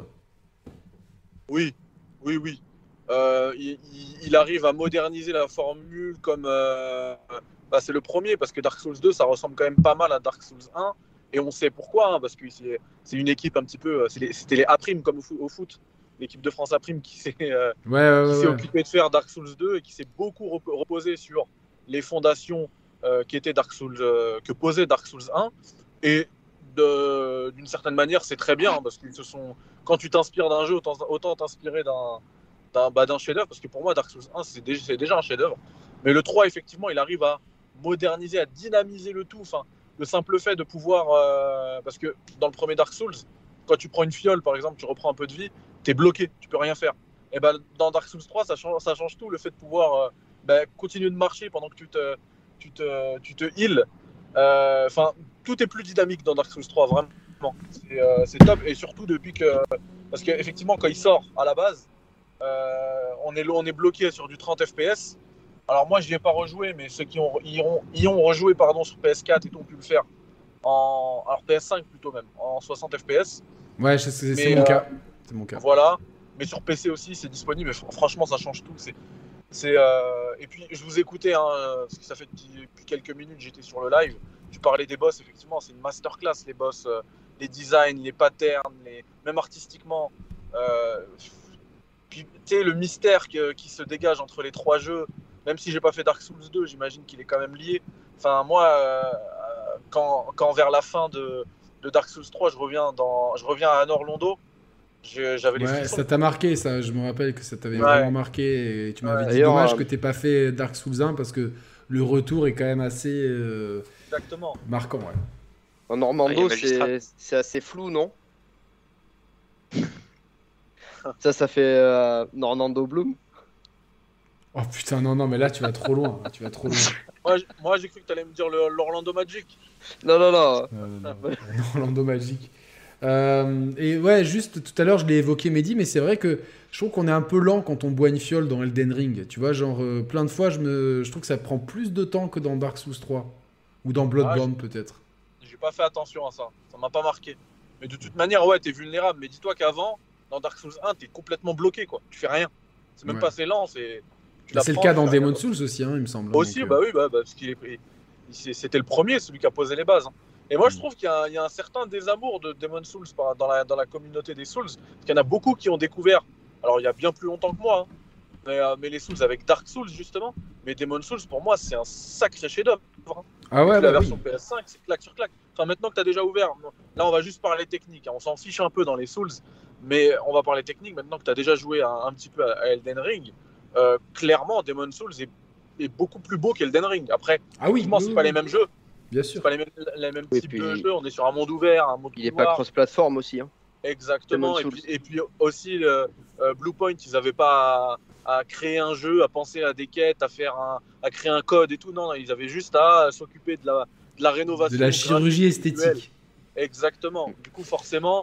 Oui, oui, oui. Euh, il, il- il arrive à moderniser la formule comme... euh, bah, c'est le premier, parce que Dark Souls deux, ça ressemble quand même pas mal à Dark Souls un. Et on sait pourquoi, hein, parce que c'est c'est une équipe un petit peu... c'est les- C'était les A-Prime comme au, fo- au foot. L'équipe de France A-Prime qui s'est euh, Ouais, ouais, qui ouais. s'est ouais. occupé de faire Dark Souls deux et qui s'est beaucoup rep- reposé sur les fondations euh, qui étaient Dark Souls, euh, que posait Dark Souls un. Et de- d'une certaine manière, c'est très bien, hein, parce qu'ils se sont... Quand tu t'inspires d'un jeu, autant, autant t'inspirer d'un d'un bah, d'un chef-d'œuvre, parce que pour moi, Dark Souls un, c'est déjà, c'est déjà un chef-d'œuvre. Mais le trois, effectivement, il arrive à moderniser, à dynamiser le tout. Enfin, le simple fait de pouvoir... euh, parce que dans le premier Dark Souls, quand tu prends une fiole, par exemple, tu reprends un peu de vie, t'es bloqué, tu peux rien faire. Et ben dans Dark Souls trois, ça change, ça change tout, le fait de pouvoir euh, bah, continuer de marcher pendant que tu te, tu te, tu te heal. Enfin, euh, tout est plus dynamique dans Dark Souls trois, vraiment. C'est euh, c'est top, et surtout depuis que, parce qu'effectivement, quand il sort à la base, euh, on est on est bloqué sur du trente F P S. Alors moi, je n'y ai pas rejoué, mais ceux qui ont y ont, y ont rejoué pardon sur P S quatre et tout ont pu le faire en, alors P S cinq plutôt même, en soixante F P S. Ouais, c'est, c'est, c'est Mais, mon euh, cas. C'est mon cas. Voilà, mais sur P C aussi, c'est disponible. Et fr- franchement, ça change tout. C'est, c'est, euh, Et puis, je vous écoutais, hein, parce que ça fait depuis, depuis quelques minutes, j'étais sur le live. Tu parlais des boss, effectivement, c'est une masterclass, les boss, euh, les designs, les patterns, les... même artistiquement. Euh... Puis, tu sais, le mystère que- qui se dégage entre les trois jeux, même si j'ai pas fait Dark Souls deux, j'imagine qu'il est quand même lié. Enfin, moi, euh, quand, quand vers la fin de, de Dark Souls trois, je reviens, dans, je reviens à Anor Londo, j'ai- j'avais les Ouais, frissons. ça t'a marqué, ça. Je me rappelle que ça t'avait Ouais. vraiment marqué. Et tu m'avais Ouais. dit D'ailleurs, dommage euh, que t'aies pas fait Dark Souls un parce que le retour est quand même assez euh, Exactement. marquant. Ouais. En Ah, il y Normando, a Magistrat. c'est c'est assez flou, non? Ça, ça fait euh, Normando Bloom. Oh putain, non, non, mais là tu vas trop loin. Tu vas trop loin. Moi, j- moi, j'ai cru que tu allais me dire le- l'Orlando Magic. Non, non, non. Non, non, non. Orlando Magic. Euh, et ouais, juste tout à l'heure, je l'ai évoqué, Mehdi, mais c'est vrai que je trouve qu'on est un peu lent quand on boit une fiole dans Elden Ring. Tu vois, genre, euh, plein de fois, je, me, je trouve que ça prend plus de temps que dans Dark Souls trois. Ou dans Bloodborne, Ah, peut-être. j'ai pas fait attention à ça. Ça m'a pas marqué. Mais de toute manière, ouais, t'es vulnérable. Mais dis-toi qu'avant, dans Dark Souls un, t'es complètement bloqué, quoi. Tu fais rien. C'est même Ouais. pas assez lent. C'est, tu Mais c'est le l'apprends, cas tu dans fais rien, Demon's quoi. Souls aussi, hein, il me semble. Aussi, Donc, bah euh, oui, bah, bah, parce qu'il est, il- c'était le premier, celui qui a posé les bases, hein. Et moi, je Mm. trouve qu'il y a, un, il y a un certain désamour de Demon's Souls par- dans la, dans la communauté des Souls. Parce qu'il y en a beaucoup qui ont découvert, alors il y a bien plus longtemps que moi, hein, mais, euh, mais les Souls avec Dark Souls, justement. Mais Demon's Souls, pour moi, c'est un sacré chef-d'œuvre, hein. Ah ouais, Depuis la bah version oui. P S cinq, c'est claque sur claque. Enfin, maintenant que tu as déjà ouvert, là, on va juste parler technique, hein. On s'en fiche un peu dans les Souls, mais on va parler technique. Maintenant que tu as déjà joué un, un petit peu à, à Elden Ring, euh, clairement, Demon's Souls est, est beaucoup plus beau qu'Elden Ring. Après, Ah oui, effectivement, oui, c'est oui, pas oui. les mêmes jeux, Bien c'est sûr. pas les mêmes, les mêmes Oui, types puis de jeux. On est sur un monde ouvert, un monde Il est pas couloir. cross-platform aussi. Hein. Exactement. Demon's Et Souls. puis, et puis aussi, le, euh, Bluepoint, ils n'avaient pas à, à créer un jeu, à penser à des quêtes, à, faire un, à créer un code et tout. Non, non, ils avaient juste à s'occuper de la, de la rénovation. De la graphique, chirurgie visuelle. esthétique. Exactement. Du coup, forcément,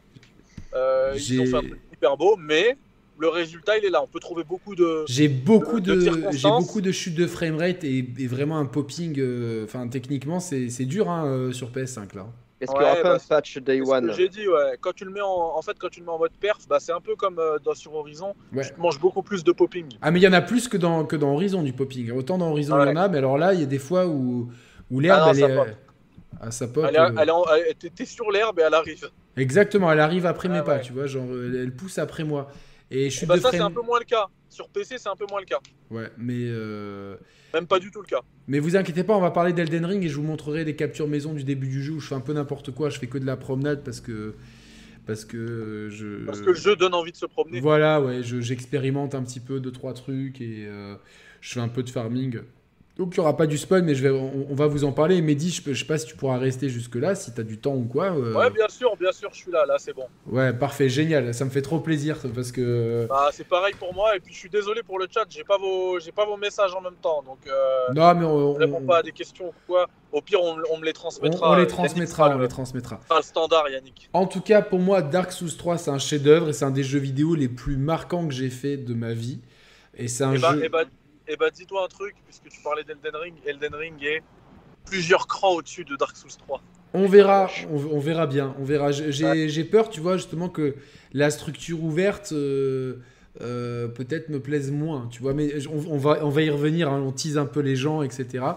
euh, ils ont J'ai- fait un truc hyper beau, mais le résultat, il est là. On peut trouver beaucoup de, J'ai beaucoup de, de de, j'ai circonstances. beaucoup de chutes de framerate et, et vraiment un popping. euh, Enfin, techniquement, c'est c'est dur hein, euh, sur P S cinq là. Est-ce qu'il y aura Ouais, pas bah, un patch Day c'est ce que One? j'ai dit, ouais. Quand tu le mets en, en fait, quand tu le mets en mode perf, bah, c'est un peu comme euh, dans sur Horizon. Ouais. Tu te manges beaucoup plus de popping. Ah, mais il y en a plus que dans, que dans Horizon du popping. Autant dans Horizon, il Ouais. y en a, mais alors là, il y a des fois où, où l'herbe, Ah non, elle ça est. pop. Ah, ça pop. Elle est, euh, elle est en- elle- t'es- t'es sur l'herbe et elle arrive. Exactement, elle arrive après Ah mes pas, ouais. tu vois, genre, elle, elle pousse après moi. Et Et chute bah de ça, c'est un frame. peu moins le cas. Sur P C, c'est un peu moins le cas. Ouais, mais. euh, Même pas du tout le cas. Mais vous inquiétez pas, on va parler d'Elden Ring et je vous montrerai des captures maison du début du jeu où je fais un peu n'importe quoi, je fais que de la promenade parce que. Parce que euh, je. Parce que le jeu donne envie de se promener. Voilà, ouais, je- j'expérimente un petit peu deux trois trucs et euh, je fais un peu de farming. Donc il n'y aura pas du spoil, mais je vais, on, on va vous en parler. Mehdi, je, peux- je sais pas si tu pourras rester jusque là, si tu as du temps ou quoi. euh, Ouais, bien sûr, bien sûr, je suis là, là, c'est bon. Ouais, parfait, génial. Ça me fait trop plaisir parce que. Bah, c'est pareil pour moi, et puis je suis désolé pour le chat, j'ai pas vos, j'ai pas vos messages en même temps, donc euh, Non, mais on, je réponds on- pas à des questions ou quoi. Au pire, on, on me les on- transmettra. on les euh, transmettra, Yannick on les sera transmettra. le, sera le standard, Yannick. En tout cas, pour moi, Dark Souls trois, c'est un chef-d'œuvre et c'est un des jeux vidéo les plus marquants que j'ai fait de ma vie. Et c'est un Et bah, jeu. et bah, et bah, dis-toi un truc, puisque tu parlais d'Elden Ring, Elden Ring est plusieurs crans au-dessus de Dark Souls trois. On verra, on, on verra bien, on verra. J'ai j'ai- j'ai peur, tu vois, justement que la structure ouverte euh, euh, peut-être me plaise moins, tu vois. Mais on, on va, on va y revenir, hein, on tease un peu les gens, et cetera.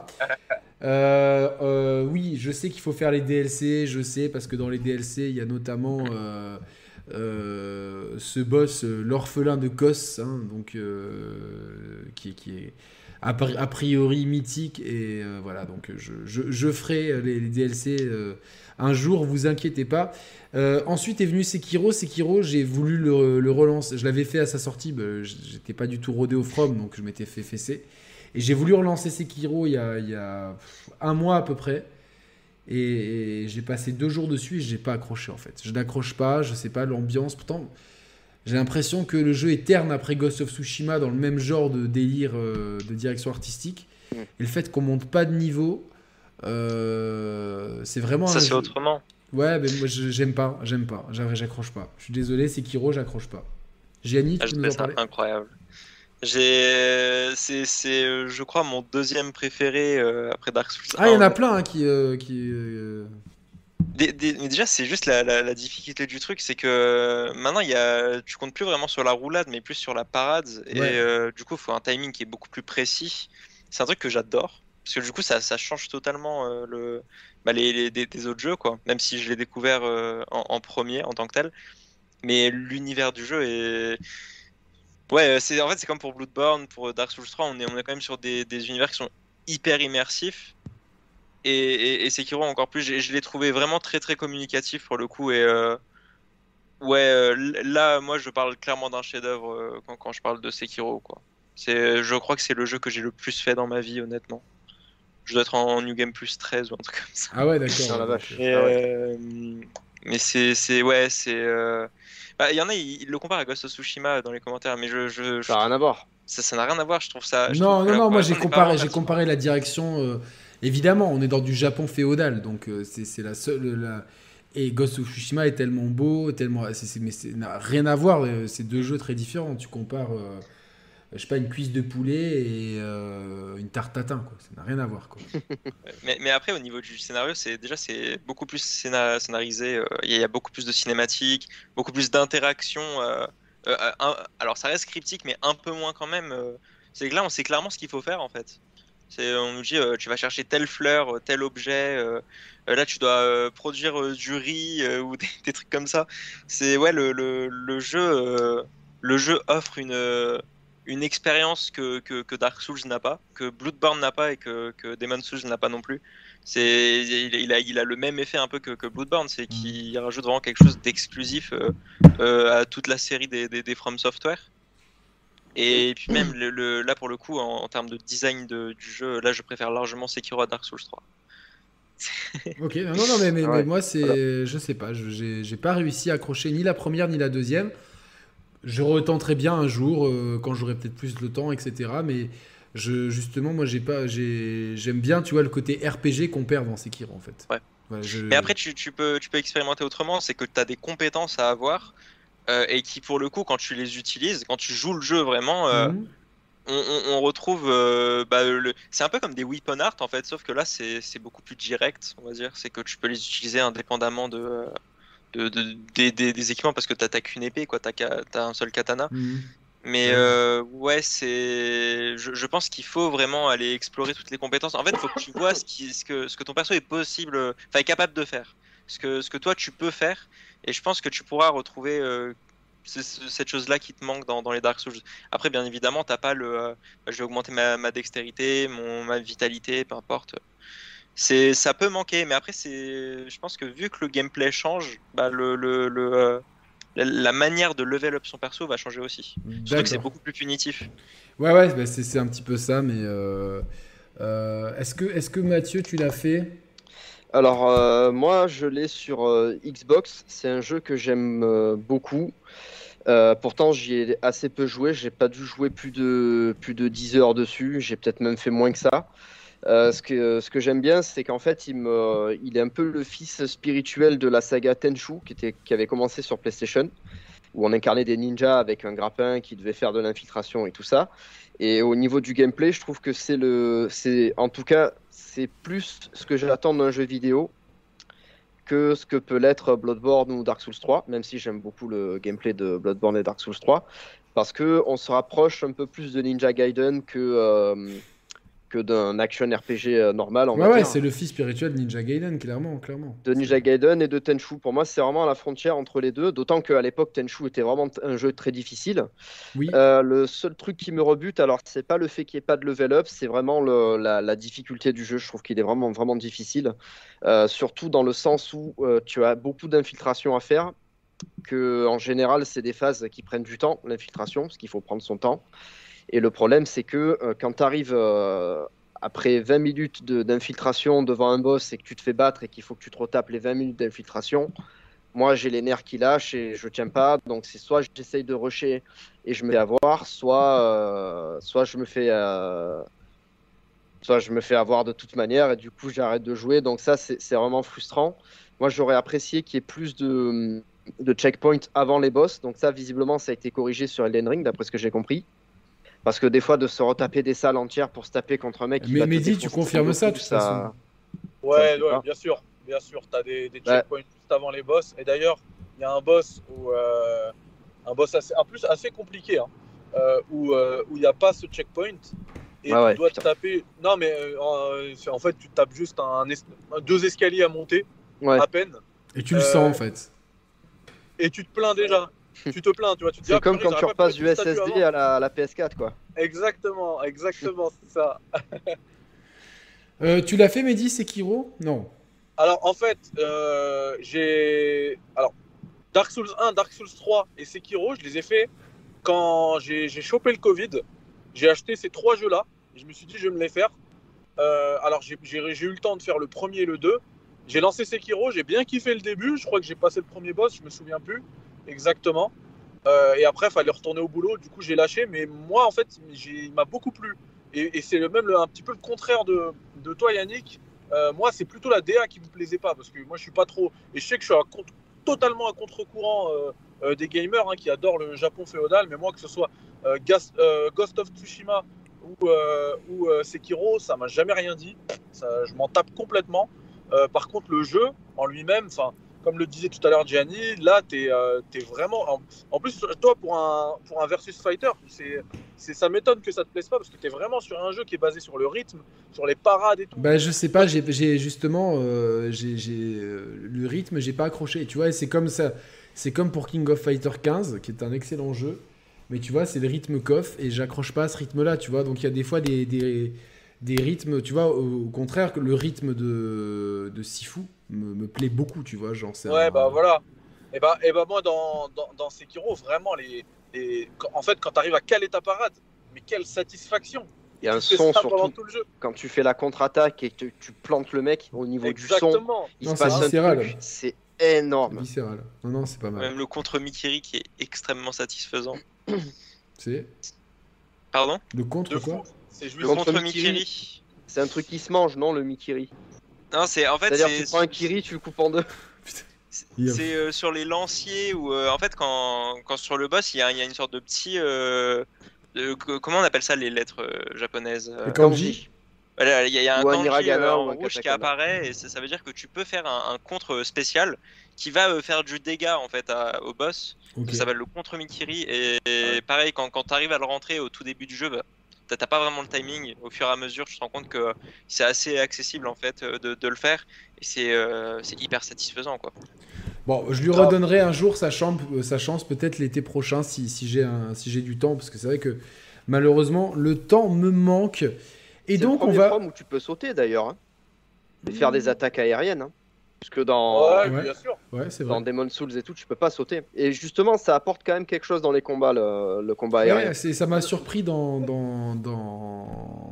Euh, euh, oui, je sais qu'il faut faire les D L C, je sais, parce que dans les D L C, il y a notamment euh, euh, ce boss, euh, l'orphelin de Kos, hein, donc, euh, qui, qui est a, pri- a priori mythique. Et euh, voilà, donc je, je, je ferai les, les D L C euh, un jour, vous inquiétez pas. Euh, ensuite est venu Sekiro. Sekiro, j'ai voulu le, le relancer. Je l'avais fait à sa sortie, bah, j'étais pas du tout rodé au From, donc je m'étais fait fesser. Et j'ai voulu relancer Sekiro il y a, il y a pff, un mois à peu près. Et, et j'ai passé deux jours dessus et j'ai pas accroché en fait. Je n'accroche pas, je sais pas l'ambiance. Pourtant, j'ai l'impression que le jeu est terne après Ghost of Tsushima dans le même genre de délire euh, de direction artistique. Mm. Et le fait qu'on monte pas de niveau, euh, c'est vraiment Ça, un c'est jeu- autrement. Ouais, mais moi je- j'aime pas, j'aime pas, J'a- j'accroche pas. Je suis désolé, Sekiro, j'accroche pas. Gianni, Ah, tu je peux nous trouvais en ça parler? incroyable. J'ai, c'est, c'est, euh, je crois, mon deuxième préféré euh, après Dark Souls Ah, il y en un. a plein hein, qui. euh, qui euh, Dé- dé- mais déjà, c'est juste la, la, la difficulté du truc, c'est que maintenant, il y a, tu comptes plus vraiment sur la roulade, mais plus sur la parade. Et Ouais. euh, du coup, il faut un timing qui est beaucoup plus précis. C'est un truc que j'adore, parce que du coup, ça, ça change totalement euh, le, bah, les, les- des, des autres jeux, quoi. Même si je l'ai découvert euh, en, en premier, en tant que tel. Mais l'univers du jeu est... Ouais, c'est, en fait, c'est comme pour Bloodborne, pour Dark Souls trois, on est, on est quand même sur des, des univers qui sont hyper immersifs. Et, et, et Sekiro encore plus, je, je l'ai trouvé vraiment très très communicatif pour le coup. Et euh, ouais, euh, l- là, moi, je parle clairement d'un chef-d'œuvre euh, quand, quand je parle de Sekiro, quoi. C'est, je crois que c'est le jeu que j'ai le plus fait dans ma vie, honnêtement. Je dois être en New Game Plus treize ou un truc comme ça. Ah ouais, d'accord. Ah, la donc, vache. euh, Et, Ah ouais. euh, mais c'est, c'est, ouais, c'est. euh, bah, il y en a, ils, ils le comparent à Ghost of Tsushima dans les commentaires, mais je, je, je- Ça n'a rien à voir. ça, ça n'a rien à voir. Je trouve ça. Je Non, trouve que non, la non, moi comparaison j'ai n'est pas comparé, vraiment j'ai pertinente. comparé la direction. euh, évidemment, on est dans du Japon féodal, donc euh, c'est c'est la seule. La... et Ghost of Tsushima est tellement beau, tellement, c'est, c'est, mais ça n'a rien à voir. euh, C'est deux jeux très différents. Tu compares, euh, je sais pas, une cuisse de poulet et euh, une tarte tatin, quoi. Ça n'a rien à voir, quoi. Mais, mais après, au niveau du scénario, c'est déjà c'est beaucoup plus scéna- scénarisé. euh, Il y, a il y a beaucoup plus de cinématiques, beaucoup plus d'interactions. euh, euh, un- alors, ça reste cryptique, mais un peu moins quand même. euh. C'est que là, on sait clairement ce qu'il faut faire en fait. C'est, on nous dit, euh, tu vas chercher telle fleur, euh, tel objet. euh, euh, là, tu dois euh, produire euh, du riz euh, ou des, des trucs comme ça. C'est ouais, le, le, le jeu, euh, le jeu offre une euh, une expérience que, que, que Dark Souls n'a pas, que Bloodborne n'a pas et que, que Demon's Souls n'a pas non plus. C'est, il, il a, il a le même effet un peu que, que Bloodborne, c'est qu'il rajoute vraiment quelque chose d'exclusif euh, euh, à toute la série des, des, des From Software. Et puis même le, le- là pour le coup en, en termes de design de- du jeu, là je préfère largement Sekiro à Dark Souls trois. Ok, non, non, non, mais, mais, Ah mais ouais, moi, c'est, voilà. je sais pas, je- j'ai, j'ai pas réussi à accrocher ni la première ni la deuxième. Je retenterai bien un jour, euh, quand j'aurai peut-être plus le temps, et cetera. Mais je, justement, moi, j'ai pas, j'ai, j'aime bien, tu vois, le côté R P G qu'on perd dans Sekiro, en fait. Ouais. Voilà, je... Mais après tu, tu peux, tu peux expérimenter autrement, c'est que tu as des compétences à avoir euh, et qui pour le coup quand tu les utilises, quand tu joues le jeu vraiment, euh, Mhm. on, on- on retrouve, euh, bah, le... c'est un peu comme des weapon art en fait, sauf que là c'est c'est beaucoup plus direct, on va dire. C'est que tu peux les utiliser indépendamment de, euh, de, de- des, des- des équipements parce que t'as qu'une épée, quoi, t'as qu'à- t'as un seul katana. Mhm. Mais Ouais. euh, ouais, c'est, je, je pense qu'il faut vraiment aller explorer toutes les compétences. En fait, il faut que tu vois ce, qui, ce, que, ce que ton perso est possible, enfin est capable de faire, ce que, ce que toi tu peux faire. Et je pense que tu pourras retrouver euh, ce- ce- cette chose-là qui te manque dans, dans les Dark Souls. Après, bien évidemment, t'as pas le, euh, je vais augmenter ma, ma dextérité, mon, ma vitalité, peu importe. C'est, ça peut manquer, mais après, c'est, je pense que vu que le gameplay change, bah, le, le, le, euh, la, la manière de level up son perso va changer aussi. Surtout que c'est D'accord. beaucoup plus punitif. Ouais, ouais, bah, c'est, c'est un petit peu ça, mais euh, euh, est-ce que, est-ce que Mathieu, tu l'as fait? Alors, euh, moi, je l'ai sur euh, Xbox. C'est un jeu que j'aime euh, beaucoup. Euh, pourtant, j'y ai assez peu joué. J'ai pas dû jouer plus de, plus de dix heures dessus. J'ai peut-être même fait moins que ça. Euh, ce que, ce que j'aime bien, c'est qu'en fait, il, me, il est un peu le fils spirituel de la saga Tenchu, qui, était, qui avait commencé sur PlayStation, où on incarnait des ninjas avec un grappin qui devait faire de l'infiltration et tout ça. Et au niveau du gameplay, je trouve que c'est le, c'est, en tout cas, c'est plus ce que j'attends d'un jeu vidéo que ce que peut l'être Bloodborne ou Dark Souls trois, même si j'aime beaucoup le gameplay de Bloodborne et Dark Souls trois, parce que on se rapproche un peu plus de Ninja Gaiden que, euh, que d'un action R P G euh, normal, on Ouais, va ouais, dire. c'est le fils spirituel de Ninja Gaiden, clairement, clairement. De Ninja Gaiden et de Tenchu. Pour moi, c'est vraiment à la frontière entre les deux, d'autant qu'à l'époque, Tenchu était vraiment un jeu très difficile. Oui. Euh, le seul truc qui me rebute, alors c'est pas le fait qu'il n'y ait pas de level up, c'est vraiment le- la, la difficulté du jeu. Je trouve qu'il est vraiment, vraiment difficile. Euh, surtout dans le sens où euh, tu as beaucoup d'infiltration à faire, que en général, c'est des phases qui prennent du temps, l'infiltration, parce qu'il faut prendre son temps. Et le problème, c'est que euh, quand tu arrives euh, après vingt minutes de- d'infiltration devant un boss et que tu te fais battre et qu'il faut que tu te retapes les vingt minutes d'infiltration, moi j'ai les nerfs qui lâchent et je tiens pas. Donc c'est soit j'essaye de rusher et je me fais avoir, soit, euh, soit je me fais, euh, soit je me fais avoir de toute manière et du coup j'arrête de jouer. Donc ça c'est c'est vraiment frustrant. Moi j'aurais apprécié qu'il y ait plus de, de checkpoints avant les boss. Donc ça visiblement ça a été corrigé sur Elden Ring d'après ce que j'ai compris. Parce que des fois, de se retaper des salles entières pour se taper contre un mec qui Mais va te Mehdi, tu défoncer sur confirmes le ça, de coup, toute façon. ça, ça me Ouais, plaît ouais, pas. bien sûr, bien sûr. T'as des, des Bah, checkpoints juste avant les boss. Et d'ailleurs, il y a un boss où, euh, un boss assez, en plus assez compliqué, hein, euh, où euh, où il n'y a pas ce checkpoint et ah tu ouais, dois te putain. taper. Non, mais euh, en c'est- en fait, tu tapes juste un, es- deux escaliers à monter Ouais. à peine Et tu le Euh, sens, en fait. et tu te plains déjà. Tu te plains, tu vois. Tu te dis, C'est ah, comme purée, quand ils tu auraient pas pu repasses mettre du le statut S S D avant. à la, à la P S quatre, quoi. Exactement, exactement, c'est ça. Euh, tu l'as fait, Mehdi, Sekiro? Non. Alors en fait, euh, j'ai alors Dark Souls un, Dark Souls trois et Sekiro, je les ai fait quand j'ai j'ai chopé le Covid. J'ai acheté ces trois jeux-là et je me suis dit je vais me les faire. Euh, alors j'ai j'ai- j'ai eu le temps de faire le premier et le deux. J'ai lancé Sekiro, j'ai bien kiffé le début. Je crois que j'ai passé le premier boss, je me souviens plus exactement. Euh, et après, il fallait retourner au boulot. Du coup, j'ai lâché. Mais moi, en fait, j'ai- il m'a beaucoup plu. Et, et c'est le même le- un petit peu le contraire de, de toi, Yannick. Euh, moi, c'est plutôt la D A qui me plaisait pas parce que moi, je suis pas trop. Et je sais que je suis à contre- totalement à contre-courant euh, euh, des gamers hein, qui adorent le Japon féodal, mais moi, que ce soit euh, Gas- euh, Ghost of Tsushima ou, euh, ou euh, Sekiro, ça m'a jamais rien dit. Ça, je m'en tape complètement. Euh, par contre, le jeu en lui-même, enfin, comme le disait tout à l'heure Gianni, là, t'es euh, t'es vraiment. En, en plus, toi, pour un pour un versus fighter, c'est c'est ça m'étonne que ça te plaise pas parce que t'es vraiment sur un jeu qui est basé sur le rythme, sur les parades et tout. Bah je sais pas, j'ai j'ai justement euh, j'ai j'ai, euh, le rythme, j'ai pas accroché. Tu vois, et c'est comme ça, c'est comme pour King of Fighter quinze, qui est un excellent jeu. Mais tu vois, c'est le rythme K O F et j'accroche pas à ce rythme-là, tu vois. Donc il y a des fois des, des, des rythmes, tu vois, au, au contraire, que le rythme de, de Sifu me, me plaît beaucoup, tu vois. Genre, c'est Ouais, un- bah voilà. Et bah, et bah moi, dans, dans, dans Sekiro, vraiment, les, les... quand- en fait, quand tu arrives à caler ta parade, mais quelle satisfaction! Il y a un Tu fais son ça pendant surtout tout le jeu. quand tu fais la contre-attaque et que tu, tu plantes le mec au niveau du son. Exactement. Il Non, se c'est passe un viscéral. truc, c'est c'est énorme. viscéral. Non, non, c'est pas mal. Même le contre Mikiri qui est extrêmement satisfaisant. C'est Pardon? le contre De quoi fou. C'est Le jouissif. Contre contre Mikiri. Mikiri. C'est un truc qui se mange, non, le Mikiri? Non, c'est en fait C'est-à-dire, c'est tu prends un Kiri, tu le coupes en deux. Il y a- c'est euh, sur les lanciers où euh, en fait quand, quand sur le boss il y a, il y a une sorte de petit euh, de- que- comment on appelle ça les lettres euh, japonaises euh, Le kanji. voilà, il y a, il y a un Ou un kanji hiragana euh, ou en un rouge qui katakana. apparaît et ça, ça veut dire que tu peux faire un, un contre spécial qui va euh, faire du dégât en fait à- au boss. Ok. Ça s'appelle le contre Mikiri et, et Ouais. pareil quand, quand tu arrives à le rentrer au tout début du jeu bah, t'as t'as pas vraiment le timing. Au fur et à mesure tu te rends compte que c'est assez accessible en fait euh, de, de le faire et c'est euh, c'est hyper satisfaisant quoi. Bon, je lui Grave. redonnerai un jour sa chance, sa chance peut-être l'été prochain si, si j'ai un- si j'ai du temps, parce que c'est vrai que malheureusement le temps me manque. Et C'est donc le on premier va. From où tu peux sauter d'ailleurs. Hein. Et faire des attaques aériennes. Hein. Parce que dans, Ouais, Ouais. bien sûr. Ouais, c'est vrai. dans Demon's Souls et tout, tu peux pas sauter. Et justement, ça apporte quand même quelque chose dans les combats, le, le combat aérien. Ouais, c'est- ça m'a surpris dans, dans, dans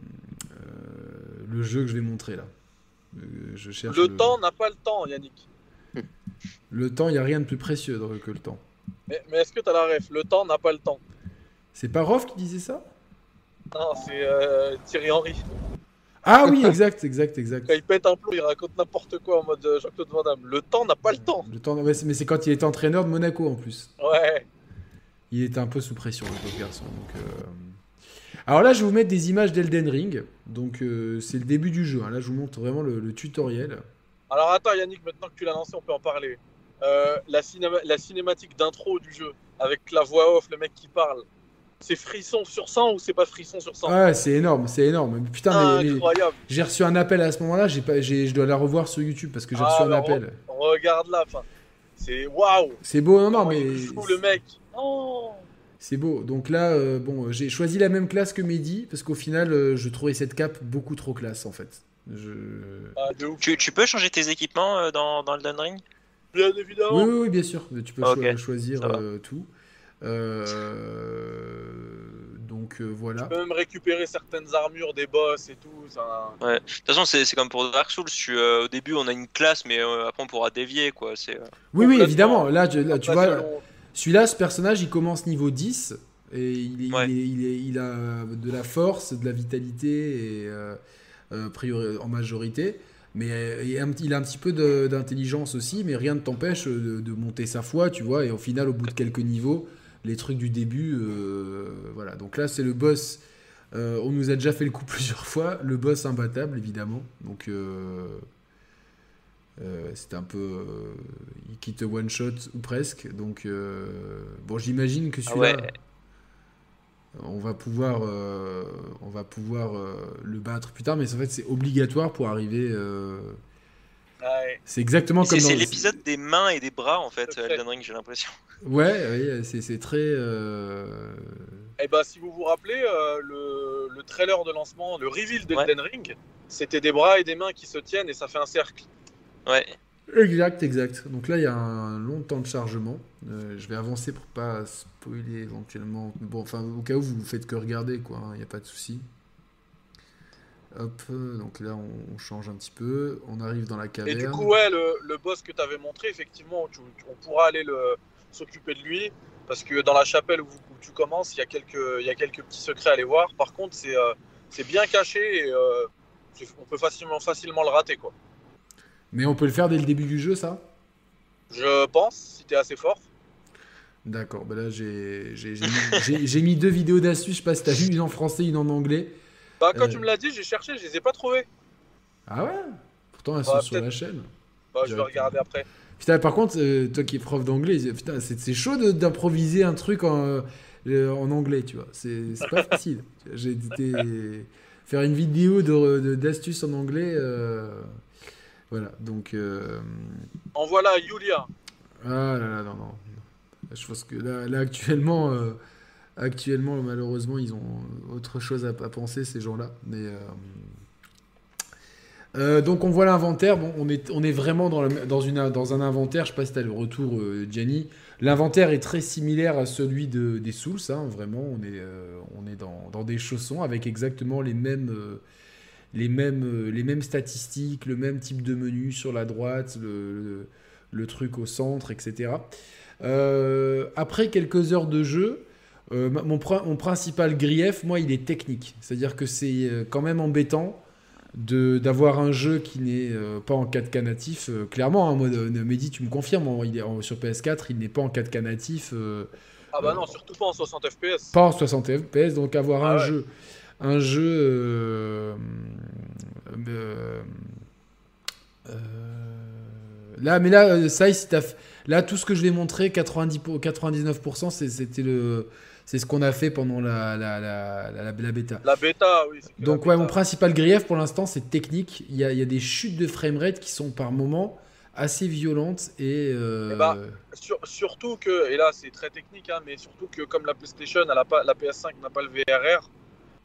euh, le jeu que je vais montrer là. Euh, je cherche Le temps n'a pas le temps, Yannick. Le temps, il n'y a rien de plus précieux dans- que le temps. Mais, mais est-ce que t'as la ref? Le temps n'a pas le temps. C'est pas Rof qui disait ça? Non, c'est euh, Thierry Henry. Ah oui, exact, exact, exact. Quand il pète un plomb, il raconte n'importe quoi en mode euh, Jean-Claude Van Damme. Le temps n'a pas le temps. Le temps, ouais, c'est- mais c'est quand il était entraîneur de Monaco en plus. Ouais. Il était un peu sous pression, le pauvre garçon. Donc, euh, alors là, je vais vous mettre des images d'Elden Ring. Donc, euh, c'est le début du jeu. Hein. Là, je vous montre vraiment le, le tutoriel. Alors attends Yannick, maintenant que tu l'as lancé, on peut en parler. Euh, la, cinéma- la cinématique d'intro du jeu, avec la voix off, le mec qui parle, c'est frisson sur cent ou c'est pas frisson sur cent? Ah, c'est énorme, c'est énorme. Mais Putain, mais, mais Incroyable. j'ai reçu un appel à ce moment-là. J'ai pas, j'ai, je dois la revoir sur YouTube parce que j'ai Ah, reçu un bah, appel. re- Regarde là, enfin, c'est waouh. C'est beau, non, non, Comment mais il joue le mec. Oh. c'est beau. Donc là, euh, bon, j'ai choisi la même classe que Mehdi parce qu'au final, euh, je trouvais cette cape beaucoup trop classe en fait. Je... Ah, de ouf. Tu, tu peux changer tes équipements euh, dans, dans Elden Ring? Bien Oui, évidemment. oui, oui, bien sûr. Tu peux Ah, cho- ok, choisir ça va. euh, tout. Euh, Donc euh, voilà. Tu peux même récupérer certaines armures des boss et tout. Ça... Ouais. De toute façon, c'est c'est comme pour Dark Souls. Tu, euh, au début, on a une classe, mais euh, après, on pourra dévier. Quoi. C'est, euh, Oui, oui, complètement. évidemment. Là, je- là, tu Après, vois, selon- celui-là, ce personnage, il commence niveau dix et il, est- Ouais. il, est- il, est- il a de la force, de la vitalité et euh, euh, priori- en majorité. Mais euh, il, a un, petit- il a un petit peu de- d'intelligence aussi, mais rien ne t'empêche de, de monter sa foi, tu vois. Et au final, au bout de quelques niveaux, les trucs du début, euh, voilà. Donc là, c'est le boss. Euh, on nous a déjà fait le coup plusieurs fois. Le boss imbattable, évidemment. Donc euh, euh, c'était un peu, euh, il quitte one shot ou presque. Donc euh, bon, j'imagine que Ah celui-là, ouais. on va pouvoir, euh, on va pouvoir euh, le battre plus tard. Mais en fait, c'est obligatoire pour arriver. euh, Ouais. c'est exactement C'est comme c'est dans l'épisode des mains et des bras, en fait, Tout à fait. Elden Ring, j'ai l'impression. Ouais, ouais, c'est c'est très. euh, Et bah, si vous vous rappelez, euh, le, le trailer de lancement, le reveal d'Elden Ring, c'était des bras et des mains qui se tiennent et ça fait un cercle. Ouais. Exact, exact. Donc là, il y a un long temps de chargement. Euh, je vais avancer pour pas spoiler éventuellement. Bon, enfin, au cas où vous faites que regarder, quoi. Il n'y a pas de souci. Hop, euh, donc là, on, on change un petit peu. On arrive dans la Et caverne. du coup, ouais, le, le boss que tu avais montré, effectivement, tu- tu- on pourra aller le, s'occuper de lui. Parce que dans la chapelle où, où tu commences, il y, a quelques, il y a quelques petits secrets à aller voir. Par contre, c'est euh, c'est bien caché. Et, euh, On peut facilement, facilement le rater, quoi. Mais on peut le faire dès le début du jeu, ça? Je pense, si t'es assez fort. D'accord, bah là j'ai j'ai- j'ai mis, j'ai- j'ai mis deux vidéos d'astuces, je sais pas si t'as vu, une en français, une en anglais. Bah, quand Euh. tu me l'as dit, j'ai cherché, je les ai pas trouvées. Ah ouais? Pourtant elles Bah, sont sur peut-être. la chaîne. Bah, je vais Direct. regarder après. Putain, par contre, euh, toi qui es prof d'anglais, putain, c'est c'est chaud de- d'improviser un truc en, euh, en anglais, tu vois. C'est c'est pas facile. J'ai été faire une vidéo de- de- d'astuces en anglais. euh, Voilà, donc. euh, En voilà, Yulia. Ah là là, non, non. Je pense que là, là actuellement, euh, actuellement, malheureusement, ils ont autre chose à, à penser, ces gens-là. Mais. euh, euh, donc on voit l'inventaire, bon, on, est, on est vraiment dans, le- dans, une, dans un inventaire, je sais pas si tu as le retour, euh, Gianni. L'inventaire est très similaire à celui de, des Souls, hein, vraiment, on est, euh, on est dans, dans des chaussons avec exactement les mêmes, euh, les, mêmes, euh, les mêmes statistiques, le même type de menu sur la droite, le, le, le truc au centre, et cetera. Euh, après quelques heures de jeu, euh, mon, prin- mon principal grief, moi, il est technique. C'est-à-dire que c'est euh, quand même embêtant de d'avoir un jeu qui n'est euh, pas en quatre K natif. Euh, clairement, hein, moi, euh, Mehdi, tu me confirmes, hein, il est en- sur P S quatre, il n'est pas en quatre K natif, euh, Ah bah Euh, non, surtout pas en soixante F P S. pas en soixante F P S. Donc avoir Ah un ouais. jeu, un jeu, euh, euh, euh, là, mais là, euh, ça, si t'as f- là, tout ce que je vais montrer, quatre-vingt-dix pour- quatre-vingt-dix-neuf pour cent, c'est- c'était le, c'est ce qu'on a fait pendant la la, la, la, la- la bêta. La bêta, oui. c'est que Donc la ouais, bêta. mon principal grief pour l'instant, c'est technique. Il y a, il y a des chutes de framerate qui sont par moments assez violentes et... euh, Eh bah, Sur- surtout que, et là c'est très technique, hein, mais surtout que comme la PlayStation, elle a pas, la P S cinq n'a pas le V R R,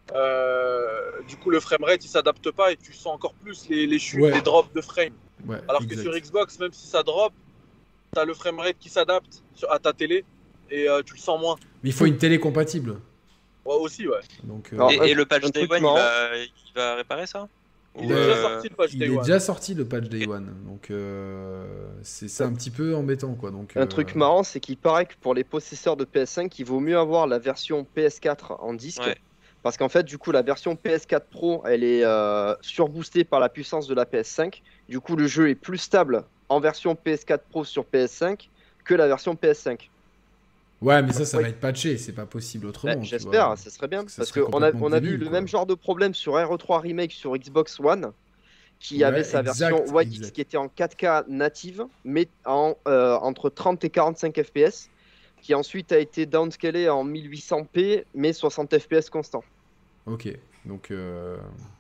euh, du coup le framerate il s'adapte pas et tu sens encore plus les, les chutes, Ouais. les drops de frame. ouais, Alors exact. que sur Xbox, même si ça drop, t'as le framerate qui s'adapte sur- à ta télé et euh, tu le sens moins. Mais il faut une télé compatible. Ouais, aussi, ouais. Donc, euh, Alors, Et, un- et le patch un Day truc One, il marrant. va, il va réparer ça? Il Ou, est Euh, déjà sorti le patch il Day est One. déjà sorti le patch Day One. Donc euh, c'est c'est un petit peu embêtant, quoi. Donc, Un euh, truc marrant, c'est qu'il paraît que pour les possesseurs de P S cinq, il vaut mieux avoir la version P S quatre en disque. Ouais. Parce qu'en fait, du coup, la version P S quatre Pro, elle est euh, surboostée par la puissance de la P S cinq. Du coup, le jeu est plus stable en version P S quatre Pro sur P S cinq que la version P S cinq. Ouais, mais ça, ça Oui. va être patché. C'est pas possible autrement. Ouais, tu J'espère, vois. ça serait bien. Parce que ça Parce serait qu'on a, complètement on a vu débile, le quoi. même genre de problème sur R E trois Remake sur Xbox One, qui Ouais, avait sa exact, version White X exact. qui était en quatre K native, mais en, euh, entre trente et quarante-cinq F P S, qui ensuite a été downscalé en mille huit cents p, mais soixante F P S constant. Ok. Donc euh,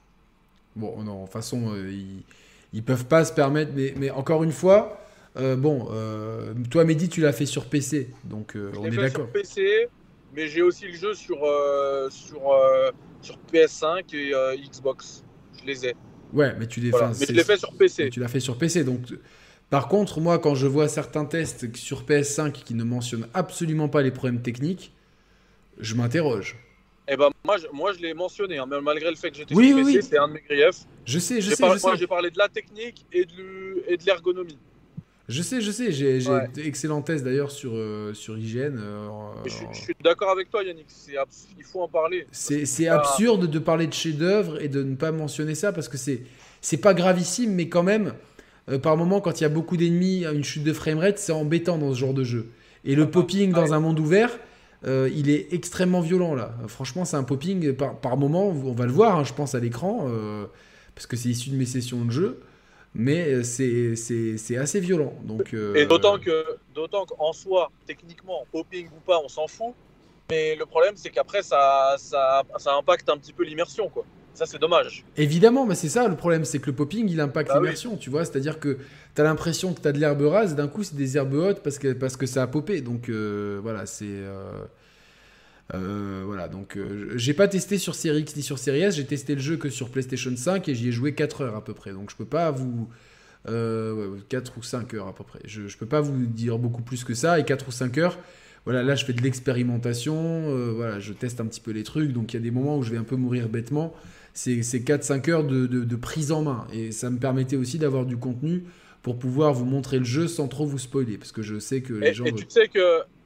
bon, non. De toute façon, euh, ils, ils peuvent pas se permettre. Mais, mais encore une fois, euh, bon, euh, toi, Mehdi, tu l'as fait sur P C, donc euh, Je on l'ai est fait d'accord. sur P C, mais j'ai aussi le jeu sur, euh, sur, euh, sur P S cinq et euh, Xbox. Je les ai. Ouais, mais tu les Voilà. enfin, Mais c'est- je l'ai fait sur P C. Tu l'as fait sur P C, donc. Par contre, moi, quand je vois certains tests sur P S cinq qui ne mentionnent absolument pas les problèmes techniques, je m'interroge. Et ben moi, je, moi, je l'ai mentionné, hein, même malgré le fait que j'étais Oui, sur oui, P C, oui. c'est un de mes griefs. Je sais, je J'ai sais, par- je moi, sais. j'ai parlé de la technique et de l'u- et de l'ergonomie. Je sais, je sais. J'ai j'ai Ouais. d'excellents tests d'ailleurs sur, euh, sur I G N. euh, Et je, suis- euh, je suis d'accord avec toi, Yannick. C'est abs- il faut en parler. C'est c'est pas- absurde de parler de chef-d'œuvre et de ne pas mentionner ça parce que c'est c'est pas gravissime, mais quand même, euh, par moment, quand il y a beaucoup d'ennemis, une chute de framerate, c'est embêtant dans ce genre de jeu. Et le Ah, popping ouais. dans un monde ouvert, euh, il est extrêmement violent là. Franchement, c'est un popping par, par moment, on va le voir, hein, je pense, à l'écran, euh, parce que c'est issu de mes sessions de jeu, mais euh, c'est c'est- c'est assez violent. Donc, euh, Et d'autant que, d'autant qu'en soi, techniquement, popping ou pas, on s'en fout. Mais le problème, c'est qu'après, ça, ça, ça impacte un petit peu l'immersion, quoi. Ça, c'est dommage. Évidemment, mais c'est ça le problème, c'est que le popping il impacte Bah oui. l'immersion, tu vois, c'est-à-dire que tu as l'impression que tu as de l'herbe rase, d'un coup c'est des herbes hautes parce que, parce que ça a popé, donc euh, voilà, c'est... euh, euh, voilà, donc euh, j'ai pas testé sur Series X ni sur Series S, j'ai testé le jeu que sur PlayStation cinq et j'y ai joué quatre heures à peu près, donc je peux pas vous... Euh, ouais, quatre ou cinq heures à peu près, je, je peux pas vous dire beaucoup plus que ça, et quatre ou cinq heures... Voilà, là je fais de l'expérimentation, euh, voilà, je teste un petit peu les trucs, donc il y a des moments où je vais un peu mourir bêtement. C'est, c'est quatre cinq heures de, de, de prise en main, et ça me permettait aussi d'avoir du contenu pour pouvoir vous montrer le jeu sans trop vous spoiler, parce que je sais que les Et, gens... et tu sais que,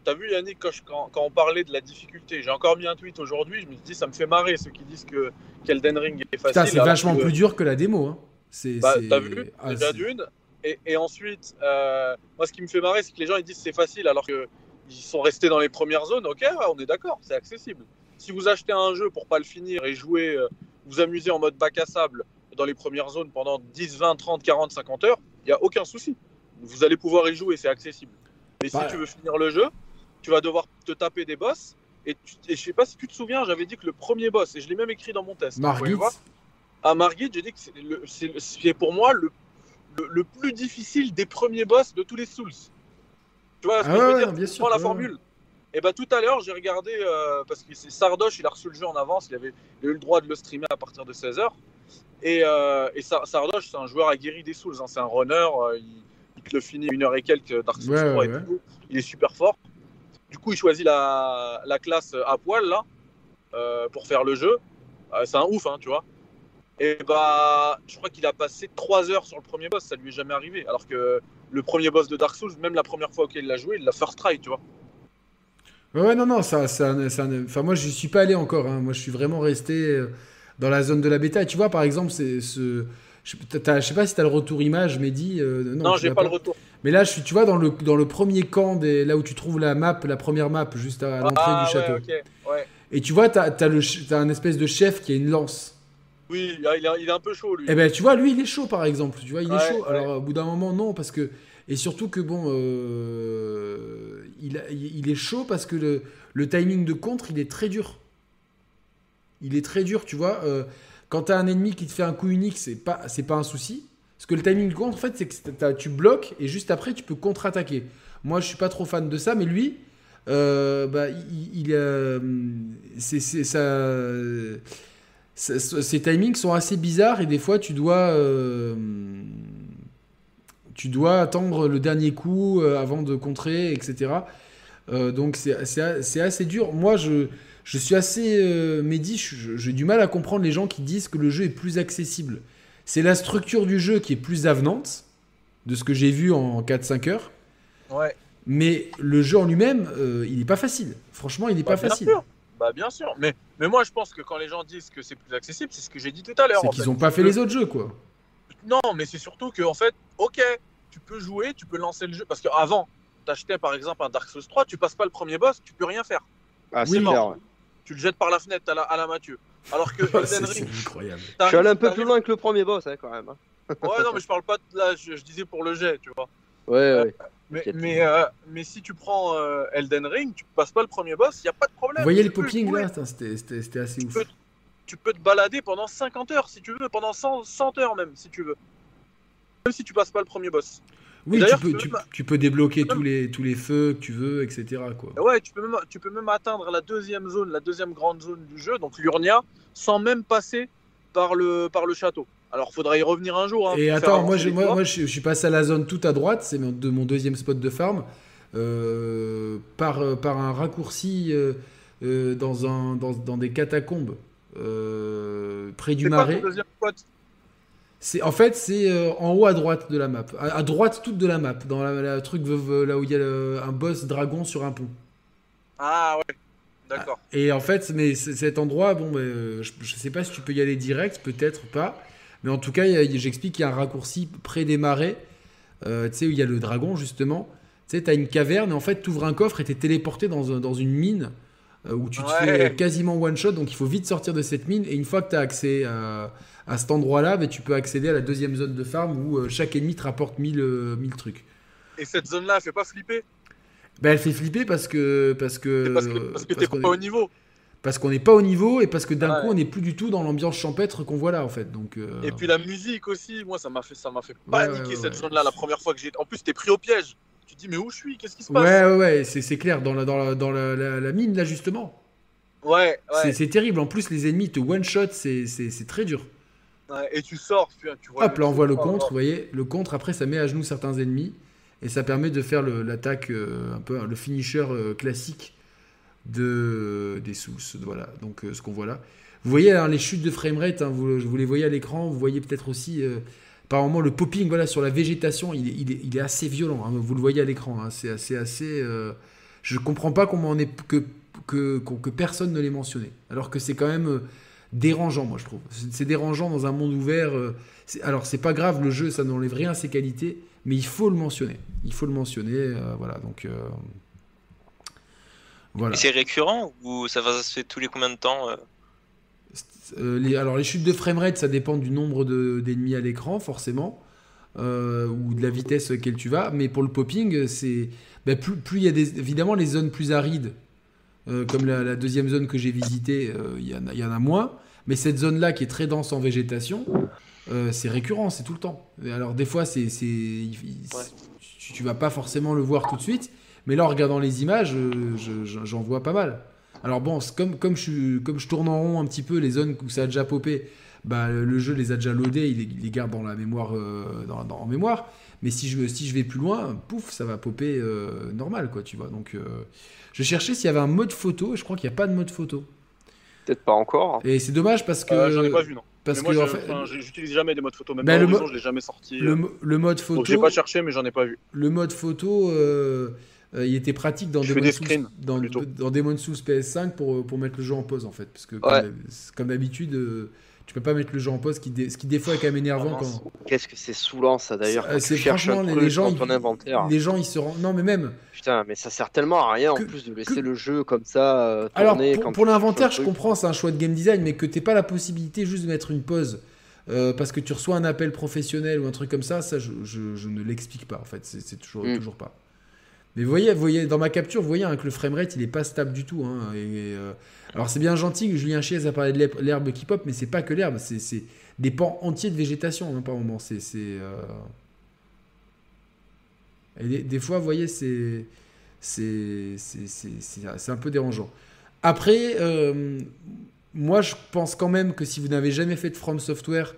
t'as vu Yannick, quand, je- quand, quand on parlait de la difficulté, j'ai encore mis un tweet aujourd'hui, je me suis dit, ça me fait marrer ceux qui disent que qu'Elden Ring est facile. Putain, c'est alors vachement que- plus dur que la démo. Hein. C'est, Bah, c'est... t'as vu, Ah, déjà c'est- d'une. Et, et ensuite, euh, moi, ce qui me fait marrer, c'est que les gens ils disent c'est facile alors qu'ils sont restés dans les premières zones. Ok, ouais, on est d'accord, c'est accessible. Si vous achetez un jeu pour pas le finir et jouer, euh, vous amuser en mode bac à sable dans les premières zones pendant dix, vingt, trente, quarante, cinquante heures, il n'y a aucun souci. Vous allez pouvoir y jouer, c'est accessible. Mais si Ouais. tu veux finir le jeu, tu vas devoir te taper des boss. Et, tu, et je sais pas si tu te souviens, j'avais dit que le premier boss, et je l'ai même écrit dans mon test. vous pouvez le voir. Margit. À Margit, j'ai dit que c'est, le- c'est, le- c'est pour moi le, le, le plus difficile des premiers boss de tous les Souls. Tu vois ce Ah que je ouais, veux ouais, dire? non, bien Tu sûr, prends la ouais, formule. Et bah tout à l'heure, j'ai regardé, euh, parce que c'est Sardoche, il a reçu le jeu en avance, il avait il a eu le droit de le streamer à partir de seize heures. Et, euh, et Sar- Sardoche, c'est un joueur aguerri des Souls, hein, c'est un runner, euh, il, il te le finit une heure et quelques, Dark Souls Ouais, trois ouais, et ouais. tout. Il est super fort. Du coup, il choisit la, la classe à poil, là, euh, pour faire le jeu. Euh, c'est un ouf, hein, tu vois. Et bah, je crois qu'il a passé trois heures sur le premier boss, ça lui est jamais arrivé. Alors que le premier boss de Dark Souls, même la première fois qu'il l'a joué, il l'a first try, tu vois. Ouais, ouais, non, non, ça, ça, ça, enfin, moi, je suis pas allé encore. Hein. Moi, je suis vraiment resté euh, dans la zone de la bêta. Et tu vois, par exemple, c'est ce. Je t'as- je sais pas si tu as le retour image, Mehdi. euh, non, Non, tu j'ai l'as pas le retour. Mais là, je suis, tu vois, dans le, dans le premier camp, des, là où tu trouves la map, la première map, juste à, à l'entrée Ah du château. ouais, ok. Ouais. Et tu vois, tu as, un espèce de chef qui a une lance. Oui, il, a- il a- il est un peu chaud, lui. Eh ben, tu vois, lui, il est chaud, par exemple. Tu vois, il est Ouais, chaud. ouais. Alors, au bout d'un moment, non, parce que. Et surtout que, bon, euh, il, a- il est chaud parce que le, le timing de contre, il est très dur. Il est très dur, tu vois. Euh, quand tu as un ennemi qui te fait un coup unique, c'est pas, c'est pas un souci. Parce que le timing de contre, en fait, c'est que t'as- tu bloques et juste après, tu peux contre-attaquer. Moi, je suis pas trop fan de ça, mais lui, euh, bah, il, il, euh, c'est, c'est, ça, ça- ses timings sont assez bizarres et des fois, tu dois, euh, tu dois attendre le dernier coup euh, avant de contrer, et cetera. Euh, donc, c'est, c'est, c'est assez dur. Moi, je, je suis assez euh, Mehdi, je- j'ai du mal à comprendre les gens qui disent que le jeu est plus accessible. C'est la structure du jeu qui est plus avenante, de ce que j'ai vu en quatre cinq heures. Ouais. Mais le jeu en lui-même, euh, il n'est pas facile. Franchement, il n'est Bah, pas bien facile. sûr. Bah, bien sûr. Mais, mais moi, je pense que quand les gens disent que c'est plus accessible, c'est ce que j'ai dit tout à l'heure. C'est en qu'ils fait. n'ont pas Tu fait peux- les autres jeux, quoi. Non, mais c'est surtout que, en fait, ok, tu peux jouer, tu peux lancer le jeu. Parce qu'avant, t'achetais par exemple un Dark Souls trois, tu passes pas le premier boss, tu peux rien faire. Ah, Oui, c'est mort. clair. Ouais. Tu le jettes par la fenêtre à la, à la Mathieu. Alors que Oh, c'est, Elden c'est Ring, incroyable. Je suis allé un peu t'arrives- plus loin que le premier boss, hein, quand même. hein. Ouais, non, mais je parle pas de là, je, je disais pour le jet, tu vois. Ouais, ouais. Mais, T'inquiète. mais, euh, mais si tu prends euh, Elden Ring, tu passes pas le premier boss, il y a pas de problème. Vous voyez Tu le peux popping jouer. là? Putain, c'était, c'était, c'était assez Tu ouf. peux, tu peux te balader pendant cinquante heures si tu veux, pendant cent, cent heures même si tu veux. Même si tu passes pas le premier boss. Oui, Et tu d'ailleurs, peux, tu tu, peux- tu peux débloquer tu peux- tous les, tous les feux que tu veux, et cetera. Quoi. Et ouais, tu peux, même, tu peux même atteindre la deuxième zone, la deuxième grande zone du jeu, donc l'Urnia, sans même passer par le, par le château. Alors, faudra y revenir un jour. Hein, Et pour faire attends, moi, avancer je, moi, l'histoire. moi je, je suis passé à la zone tout à droite, c'est mon, de mon deuxième spot de farm, euh, par, euh, par un raccourci euh, euh, dans, un, dans, dans des catacombes euh, près du C'est pas marais. ton deuxième spot. C'est, en fait, c'est euh, en haut à droite de la map, à, à droite toute de la map, dans la, la truc veuve, là où il y a le- un boss dragon sur un pont. Ah ouais, d'accord. Et en fait, mais c- cet endroit, bon, mais, euh, je, je sais pas si tu peux y aller direct, peut-être pas. Mais en tout cas, il y a- j'explique qu'il y a un raccourci près des marais, euh, tu sais, où il y a le dragon, justement. Tu sais, t'as une caverne, et en fait, t'ouvres un coffre et t'es téléporté dans, un- dans une mine euh, où tu te Ouais. fais quasiment one-shot, donc il faut vite sortir de cette mine. Et une fois que t'as accès à, à cet endroit-là, ben, tu peux accéder à la deuxième zone de farm où euh, chaque ennemi te rapporte mille, euh, mille trucs. Et cette zone-là, elle fait pas flipper Ben, elle fait flipper parce que... Parce que, C'est parce que, parce que t'es qu'on pas est- au niveau. Parce qu'on n'est pas au niveau et parce que d'un Ouais. coup on n'est plus du tout dans l'ambiance champêtre qu'on voit là en fait. Donc, euh, Et puis la musique aussi, moi ça m'a fait, ça m'a fait Ouais, paniquer ouais, ouais, cette ouais. zone-là la première fois que j'ai. En plus, t'es pris au piège. Tu te dis, mais où je suis? Qu'est-ce qui se passe? ouais, ouais, ouais, c'est, c'est clair dans la, dans la, dans la, la- la mine là justement. Ouais, C'est, ouais. c'est terrible. En plus, les ennemis te one shot, c'est, c'est, c'est très dur. Ouais, et tu sors, tu, tu vois. Hop, là on voit le oh, contre. oh. Vous voyez, le contre après ça met à genoux certains ennemis et ça permet de faire le- l'attaque euh, un peu le finisher euh, classique de des Souls. Voilà. Donc euh, ce qu'on voit là. Vous voyez hein, les chutes de framerate, hein, vous, vous les voyez à l'écran. Vous voyez peut-être aussi. Euh, par moment, le popping voilà, sur la végétation, il est, il est, il est assez violent. Hein, vous le voyez à l'écran. Hein, c'est assez. assez euh, je comprends pas comment on est que, que, que, que personne ne l'ait mentionné. Alors que c'est quand même euh, dérangeant, moi je trouve. C'est, c'est dérangeant dans un monde ouvert. Euh, c'est, alors c'est pas grave, le jeu, ça n'enlève rien à ses qualités, mais il faut le mentionner. Il faut le mentionner, euh, voilà. Donc euh, voilà. Et c'est récurrent ou ça va ça se fait tous les combien de temps euh Euh, les, alors les chutes de framerate, ça dépend du nombre de, d'ennemis à l'écran, forcément, euh, ou de la vitesse à laquelle tu vas. Mais pour le popping, c'est ben, plus, plus il y a des, évidemment les zones plus arides, euh, comme la, la deuxième zone que j'ai visitée, euh, il y en a, il y en a moins. Mais cette zone-là qui est très dense en végétation, euh, c'est récurrent, c'est tout le temps. Et alors des fois, c'est, c'est, il- il- Ouais. tu, tu vas pas forcément le voir tout de suite, mais là, en regardant les images, euh, je- je- j'en vois pas mal. Alors bon, c'est comme, comme, je, suis- comme je tourne en rond un petit peu les zones où ça a déjà popé, bah, le, le jeu les a déjà loadés, il les, il les garde dans la mémoire, euh, dans, dans- en mémoire. Mais si je, si je vais plus loin, pouf, ça va popper euh, normal, quoi, tu vois. Donc, euh, je cherchais s'il y avait un mode photo, et je crois qu'il n'y a pas de mode photo. Peut-être pas encore. Et c'est dommage parce que... Euh, J'en ai pas vu, non. Parce Mais moi, que, je- en fait, enfin, j'utilise jamais des modes photo. Même Ben, dans le Horizon, mo- je l'ai jamais sorti. le, euh. mo- le mode photo... Donc j'ai pas cherché, mais j'en ai pas vu. Le mode photo, euh, euh, il était pratique dans Je fais Demon's des Souls, screens, dans, plutôt. dans Demon's Souls P S cinq pour, pour mettre le jeu en pause en fait. Parce que comme, Ouais. d'hab- comme d'habitude, euh, tu peux pas mettre le jeu en pause, ce qui, dé- ce qui des fois est quand même énervant Ah, mince. quand. Qu'est-ce que c'est saoulant ça d'ailleurs. C'est- Quand c'est tu cherches franchement, un les- truc les gens, dans ton ils- inventaire. Les gens ils se rendent. Non mais même. Putain, mais ça sert tellement à rien Que- en plus de laisser que- le jeu comme ça euh, Alors tourner. pour, quand pour tu cherches l'inventaire, un je truc. comprends, c'est un choix de game design, mais que t'aies pas la possibilité juste de mettre une pause. euh, parce que tu reçois un appel professionnel ou un truc comme ça, ça je, je- je ne l'explique pas en fait, c'est, c'est toujours, Mm. toujours pas. Mais vous voyez, vous voyez, dans ma capture, vous voyez hein, que le framerate il est pas stable du tout. Hein, et, euh, alors c'est bien gentil que Julien Chiez a parlé de l'herbe- l'herbe qui pop, mais c'est pas que l'herbe, c'est, c'est des pans entiers de végétation hein, par moment. C'est, c'est, euh, et des, des fois, vous voyez, c'est, c'est, c'est, c'est, c'est, c'est un peu dérangeant. Après, euh, moi je pense quand même que si vous n'avez jamais fait de From Software,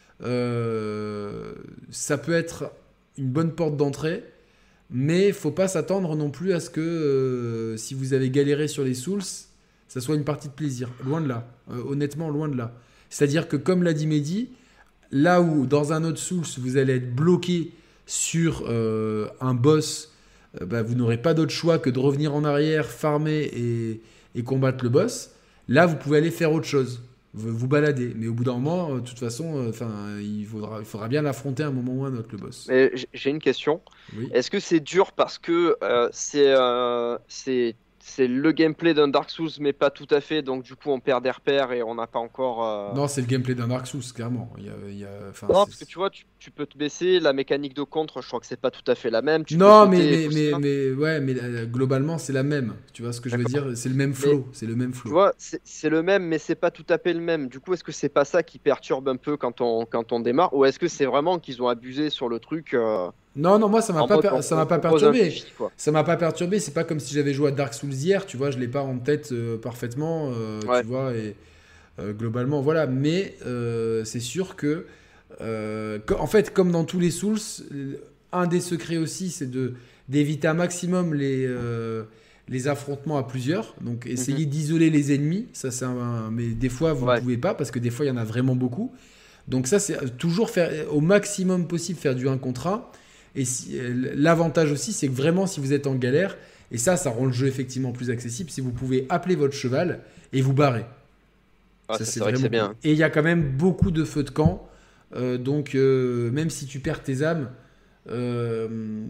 euh, ça peut être une bonne porte d'entrée. Mais faut pas s'attendre non plus à ce que euh, si vous avez galéré sur les Souls, ça soit une partie de plaisir. Loin de là. Euh, honnêtement, loin de là. C'est-à-dire que comme l'a dit Mehdi, là où dans un autre Souls, vous allez être bloqué sur euh, un boss, euh, bah, vous n'aurez pas d'autre choix que de revenir en arrière, farmer et, et combattre le boss. Là, vous pouvez aller faire autre chose. Vous, vous balader. Mais au bout d'un moment, euh, de toute façon, enfin, il faudra, il faudra bien l'affronter à un moment ou à un autre, le boss. Mais j- j'ai une question. Oui. Est-ce que c'est dur parce que euh, c'est euh, c'est c'est le gameplay d'un Dark Souls mais pas tout à fait, donc du coup on perd des repères et on n'a pas encore. euh, Non, c'est le gameplay d'un Dark Souls, clairement. Il y a, il y a, enfin, Non, c'est- parce que tu vois, tu, tu peux te baisser, la mécanique de contre, je crois que c'est pas tout à fait la même. Tu Non, peux mais, sauter, mais, tout mais, ça. mais, ouais, mais euh, globalement, c'est la même. Tu vois ce que je veux D'accord. dire? C'est le même flow. C'est le même Tu flow. vois, c'est c'est le même, mais c'est pas tout à fait le même. Du coup, est-ce que c'est pas ça qui perturbe un peu quand on, quand on démarre, ou est-ce que c'est vraiment qu'ils ont abusé sur le truc euh, Non, non, moi, ça m'a en pas, mode, per- on- ça on m'a pas propose un perturbé. défi, quoi. Ça m'a pas perturbé. C'est pas comme si j'avais joué à Dark Souls hier. Tu vois, je l'ai pas en tête euh, parfaitement. euh, Ouais. Tu vois, et euh, globalement, voilà. Mais euh, c'est sûr que, euh, que- en fait, comme dans tous les Souls, euh, un des secrets aussi, c'est de d'éviter un maximum les euh, les affrontements à plusieurs. Donc, essayer d'isoler les ennemis. Ça, c'est un, mais des fois, vous ne Ouais. pouvez pas parce que des fois, il y en a vraiment beaucoup. Donc ça, c'est toujours faire au maximum possible faire du un contre un. Et si, euh, l'avantage aussi, c'est que vraiment, si vous êtes en galère, et ça, ça rend le jeu effectivement plus accessible, si vous pouvez appeler votre cheval et vous barrer. Ah, Ça, ça, c'est vrai que vraiment c'est bien. cool. Et il y a quand même beaucoup de feux de camp. Euh, donc, euh, même si tu perds tes âmes, euh,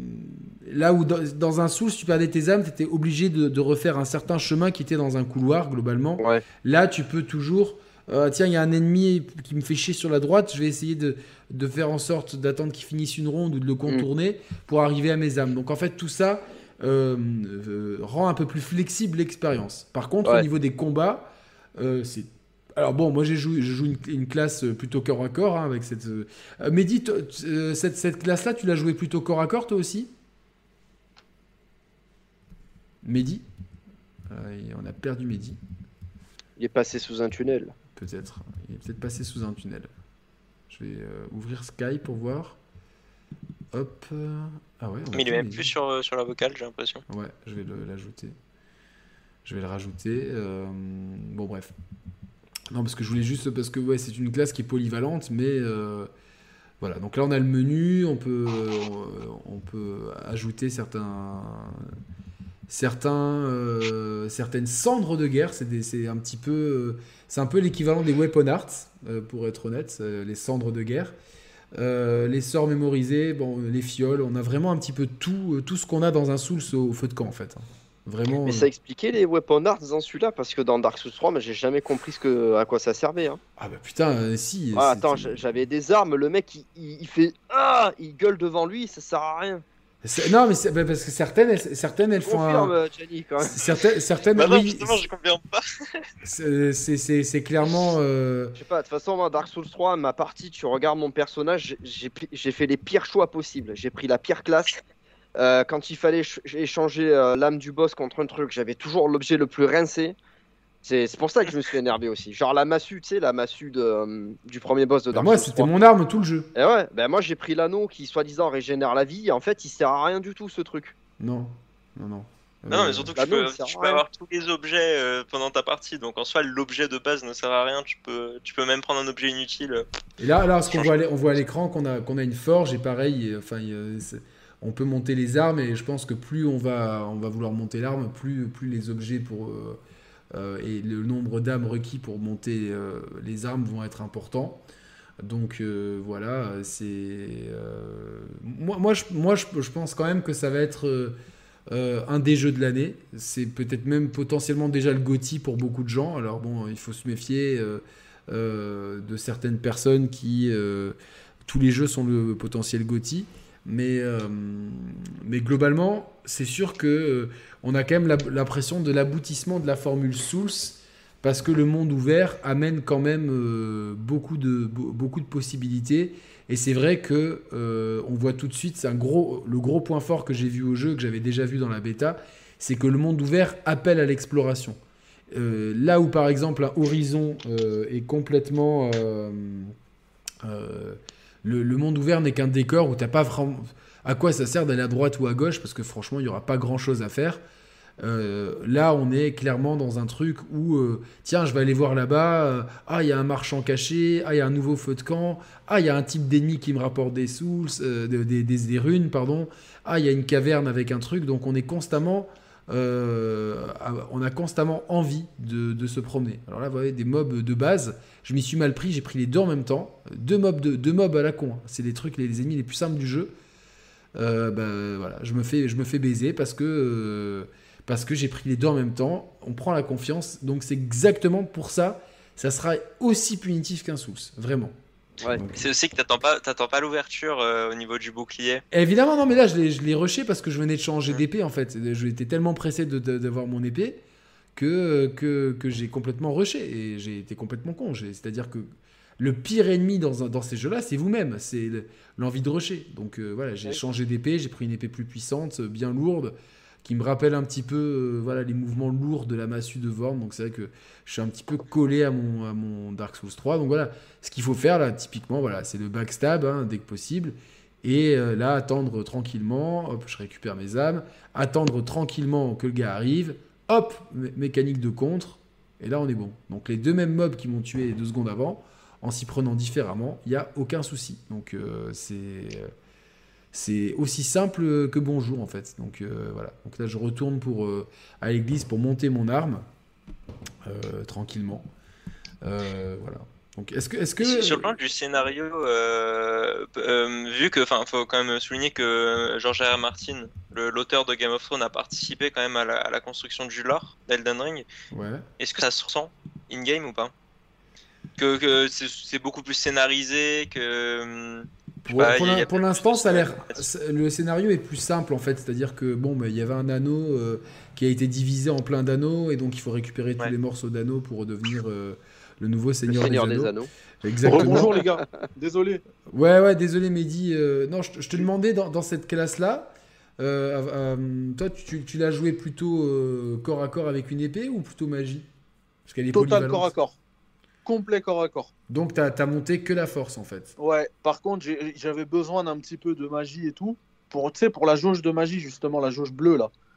là où dans, dans un Souls, tu perdais tes âmes, tu étais obligé de, de refaire un certain chemin qui était dans un couloir, globalement. Ouais. Là, tu peux toujours. euh, tiens, il y a un ennemi qui me fait chier sur la droite. Je vais essayer de, de faire en sorte d'attendre qu'il finisse une ronde ou de le contourner pour arriver à mes âmes. Donc, en fait, tout ça euh, euh, rend un peu plus flexible l'expérience. Par contre, Ouais. au niveau des combats, euh, c'est. Alors bon, moi j'ai joué, je joue une, une classe plutôt corps à corps hein, avec cette. Euh... Mehdi, toi, t- euh, cette, cette classe-là, tu l'as joué plutôt corps à corps toi aussi? Mehdi, Euh, et on a perdu Mehdi. Il est passé sous un tunnel. Peut-être. Il est peut-être passé sous un tunnel. Je vais euh, ouvrir Skype pour voir. Hop. euh, Ah ouais. on a Mais il est plus même Mehdi. plus sur, euh, sur la vocale, j'ai l'impression. Ouais, je vais le- l'ajouter. Je vais le rajouter. euh, Bon, bref. Non, parce que je voulais juste. Parce que ouais, c'est une classe qui est polyvalente, mais. euh, Voilà, donc là on a le menu, on peut, on, on peut ajouter certains, certains, euh, certaines cendres de guerre. C'est, des, c'est un petit peu, euh, c'est un peu l'équivalent des weapon arts, euh, pour être honnête, euh, les cendres de guerre. Euh, les sorts mémorisés, bon, les fioles, on a vraiment un petit peu tout, euh, tout ce qu'on a dans un Souls au, au feu de camp en fait. Vraiment. Mais euh, ça expliquait les weapon arts dans celui-là, parce que dans Dark Souls trois, mais j'ai jamais compris ce que, à quoi ça servait. Hein. Ah bah putain, euh, si. Ah, c'est- attends, j'a- j'avais des armes, le mec il, il- il fait ah, il gueule devant lui, ça sert à rien. c'est- Non, mais c'est, bah, parce que certaines, elles, certaines, elles font Confirme, un. Jenny, quand même. Certaines, certaines Bah non, oui, justement, je confirme pas. c'est, c'est, c'est- c'est clairement. euh, Je sais pas, de toute façon, moi, Dark Souls trois, ma partie, tu regardes mon personnage, j'ai- j'ai pris- j'ai fait les pires choix possibles. J'ai pris la pire classe. Euh, quand il fallait ch- échanger euh, l'âme du boss contre un truc, j'avais toujours l'objet le plus rincé. C'est c'est pour ça que je me suis énervé aussi. Genre la massue, tu sais, la massue de, euh, du premier boss de bah, Dark moi, Souls c'était trois. mon arme tout le jeu. Et ouais, ben moi j'ai pris l'anneau qui soi-disant régénère la vie. Et en fait, il sert à rien du tout ce truc. Non, non, non. Non, non, Euh, mais surtout que bah tu non, peux, ça sert tu à peux rien. avoir tous les objets euh, pendant ta partie, donc en soi l'objet de base ne sert à rien, tu peux, tu peux même prendre un objet inutile. euh. Et là, là, ce qu'on voit, à l'é- on voit à l'écran qu'on a, qu'on a une forge et pareil, et, enfin, euh, c'est- on peut monter les armes et je pense que plus on va, on va vouloir monter l'arme, plus, plus les objets pour euh, euh, et le nombre d'âmes requis pour monter euh, les armes vont être importants. Donc euh, voilà, c'est euh, moi, moi, je, moi je, je pense quand même que ça va être euh, euh, un des jeux de l'année. C'est peut-être même potentiellement déjà le GOTY pour beaucoup de gens. Alors bon, il faut se méfier euh, euh, de certaines personnes qui euh, tous les jeux sont le potentiel GOTY. Mais, euh, mais globalement, c'est sûr que euh, on a quand même la- l'impression de l'aboutissement de la formule Souls parce que le monde ouvert amène quand même euh, beaucoup, de, be- beaucoup de possibilités. Et c'est vrai que euh, on voit tout de suite, c'est un gros, le gros point fort que j'ai vu au jeu, que j'avais déjà vu dans la bêta, c'est que le monde ouvert appelle à l'exploration. Euh, là où par exemple un Horizon euh, est complètement... euh, euh, le, le monde ouvert n'est qu'un décor où t'as pas vraiment... À quoi ça sert d'aller à droite ou à gauche? Parce que franchement, il n'y aura pas grand-chose à faire. Euh, là, on est clairement dans un truc où, euh, tiens, je vais aller voir là-bas. euh, ah, il y a un marchand caché. Ah, il y a un nouveau feu de camp. Ah, il y a un type d'ennemi qui me rapporte des souls, euh, des, des- des- des runes, pardon. Ah, il y a une caverne avec un truc. Donc, on est constamment, euh, à- on a constamment envie de, de se promener. Alors là, vous voyez, des mobs de base. Je m'y suis mal pris. J'ai pris les deux en même temps. Deux mobs, de, deux mobs à la con. hein. C'est les trucs, les, les ennemis les plus simples du jeu. Euh, bah, voilà, je me fais, je me fais baiser parce que, euh, parce que j'ai pris les deux en même temps. On prend la confiance, donc c'est exactement pour ça. Ça sera aussi punitif qu'un Souls, vraiment. Ouais. Donc, C'est aussi que t'attends pas, t'attends pas l'ouverture euh, au niveau du bouclier. évidemment, non, mais là, je l'ai, je l'ai rushé parce que je venais de changer Ouais. d'épée en fait. J'étais tellement pressé de, de- d'avoir mon épée que, que, que j'ai complètement rushé et j'ai été complètement con. J'ai- C'est-à-dire que le pire ennemi dans, un- dans ces jeux-là, c'est vous-même, c'est le- l'envie de rusher. Donc euh, voilà, j'ai Ouais. changé d'épée, j'ai pris une épée plus puissante, euh, bien lourde, qui me rappelle un petit peu euh, voilà, les mouvements lourds de la massue de Vorn. Donc c'est vrai que je suis un petit peu collé à mon, à mon Dark Souls trois. Donc voilà, ce qu'il faut faire là, typiquement, voilà, c'est le backstab hein, dès que possible. Et euh, là, attendre tranquillement, hop, je récupère mes âmes, attendre tranquillement que le gars arrive, hop, mé- mécanique de contre, et là on est bon. Donc les deux mêmes mobs qui m'ont tué deux secondes avant, en s'y prenant différemment, il n'y a aucun souci. Donc euh, c'est euh, c'est aussi simple que bonjour en fait. Donc euh, voilà. Donc là je retourne pour, euh, à l'église pour monter mon arme euh, tranquillement. Euh, voilà. Donc est-ce que, est-ce que... Sur sur le plan du scénario, euh, euh, vu que, enfin, faut quand même souligner que George R. R. Martin, le- l'auteur de Game of Thrones, a participé quand même à la, à la construction du lore d'Elden Ring. Ouais. Est-ce que ça se ressent in-game ou pas? Que, que c'est c'est beaucoup plus scénarisé, que... hum, je sais Pour, pas, pour il y a- l'in- il y a pour plus l'instant, de ça a l'air. scénarisation. Le scénario est plus simple en fait, c'est-à-dire que bon, bah, il y avait un anneau euh, qui a été divisé en plein d'anneaux et donc il faut récupérer tous Ouais. les morceaux d'anneaux pour devenir euh, le nouveau Le Seigneur, Seigneur des, des Anneaux. Anneaux. Exactement. Bonjour les gars, désolé. Ouais, ouais, désolé Mehdi. euh, non, je, te- je te demandais dans, dans cette classe-là, euh, euh, toi, tu, tu l'as joué plutôt euh, corps à corps avec une épée ou plutôt magie? Parce qu'elle est Total polyvalente. corps à corps. Complet corps à corps. Donc t'as as monté que la force en fait. Ouais, par contre, j'ai- j'avais besoin d'un petit peu de magie et tout. Pour, tu sais, pour la jauge de magie, justement, la jauge bleue là.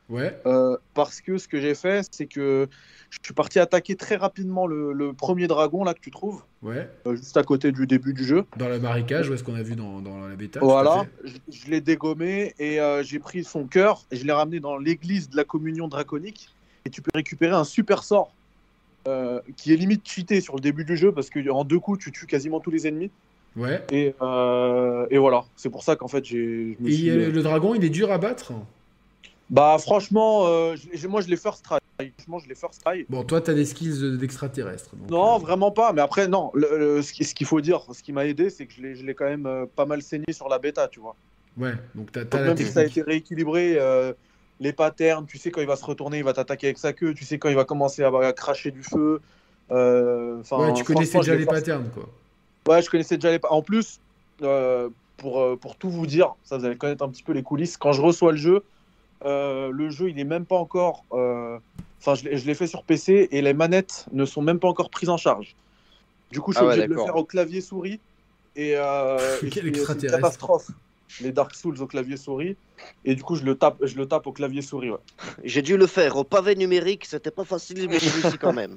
Ouais. Euh, parce que ce que j'ai fait, c'est que je suis parti attaquer très rapidement le, le premier dragon là que tu trouves, Ouais. euh, juste à côté du début du jeu. Dans la marécage, où est-ce qu'on a vu dans, dans la bêta, tout à Voilà, fait. je, je l'ai dégommé et euh, j'ai pris son cœur et je l'ai ramené dans l'église de la communion draconique. Et tu peux récupérer un super sort euh, qui est limite cheaté sur le début du jeu parce qu'en deux coups, tu tues quasiment tous les ennemis. Ouais. Et, euh, et voilà, c'est pour ça qu'en fait, j'ai. je me Et suis- euh, le dragon, il est dur à battre. Bah, franchement, euh, je- moi, je l'ai first try. Franchement, je l'ai first try. Bon, toi, t'as des skills de- d'extraterrestre. donc, Non, euh, vraiment pas. Mais après, non. Le- le- ce qui- ce qu'il faut dire, ce qui m'a aidé, c'est que je l'ai je l'ai quand même euh, pas mal saigné sur la bêta, tu vois. Ouais, donc t'as, Donc, t'as la même si ça a technique. été rééquilibré, euh, les patterns, tu sais quand il va se retourner, il va t'attaquer avec sa queue, tu sais quand il va commencer à, à cracher du feu. euh, enfin, Ouais, tu connaissais franchement, je déjà l'ai les forcé. patterns, quoi. Ouais, je connaissais déjà les patterns. En plus, euh, pour, euh, pour tout vous dire, ça vous allez connaître un petit peu les coulisses, quand je reçois le jeu, euh, le jeu il est même pas encore. euh, Enfin, je l'ai je l'ai fait sur P C et les manettes ne sont même pas encore prises en charge. Du coup, je suis Ah ouais, obligé de le d'accord. faire au clavier souris et, euh, et Quel c'est- c'est une extraterrestre. catastrophe. Les Dark Souls au clavier souris et du coup je le tape, je le tape au clavier souris. Ouais. J'ai dû le faire au pavé numérique, c'était pas facile, mais j'ai réussi quand même.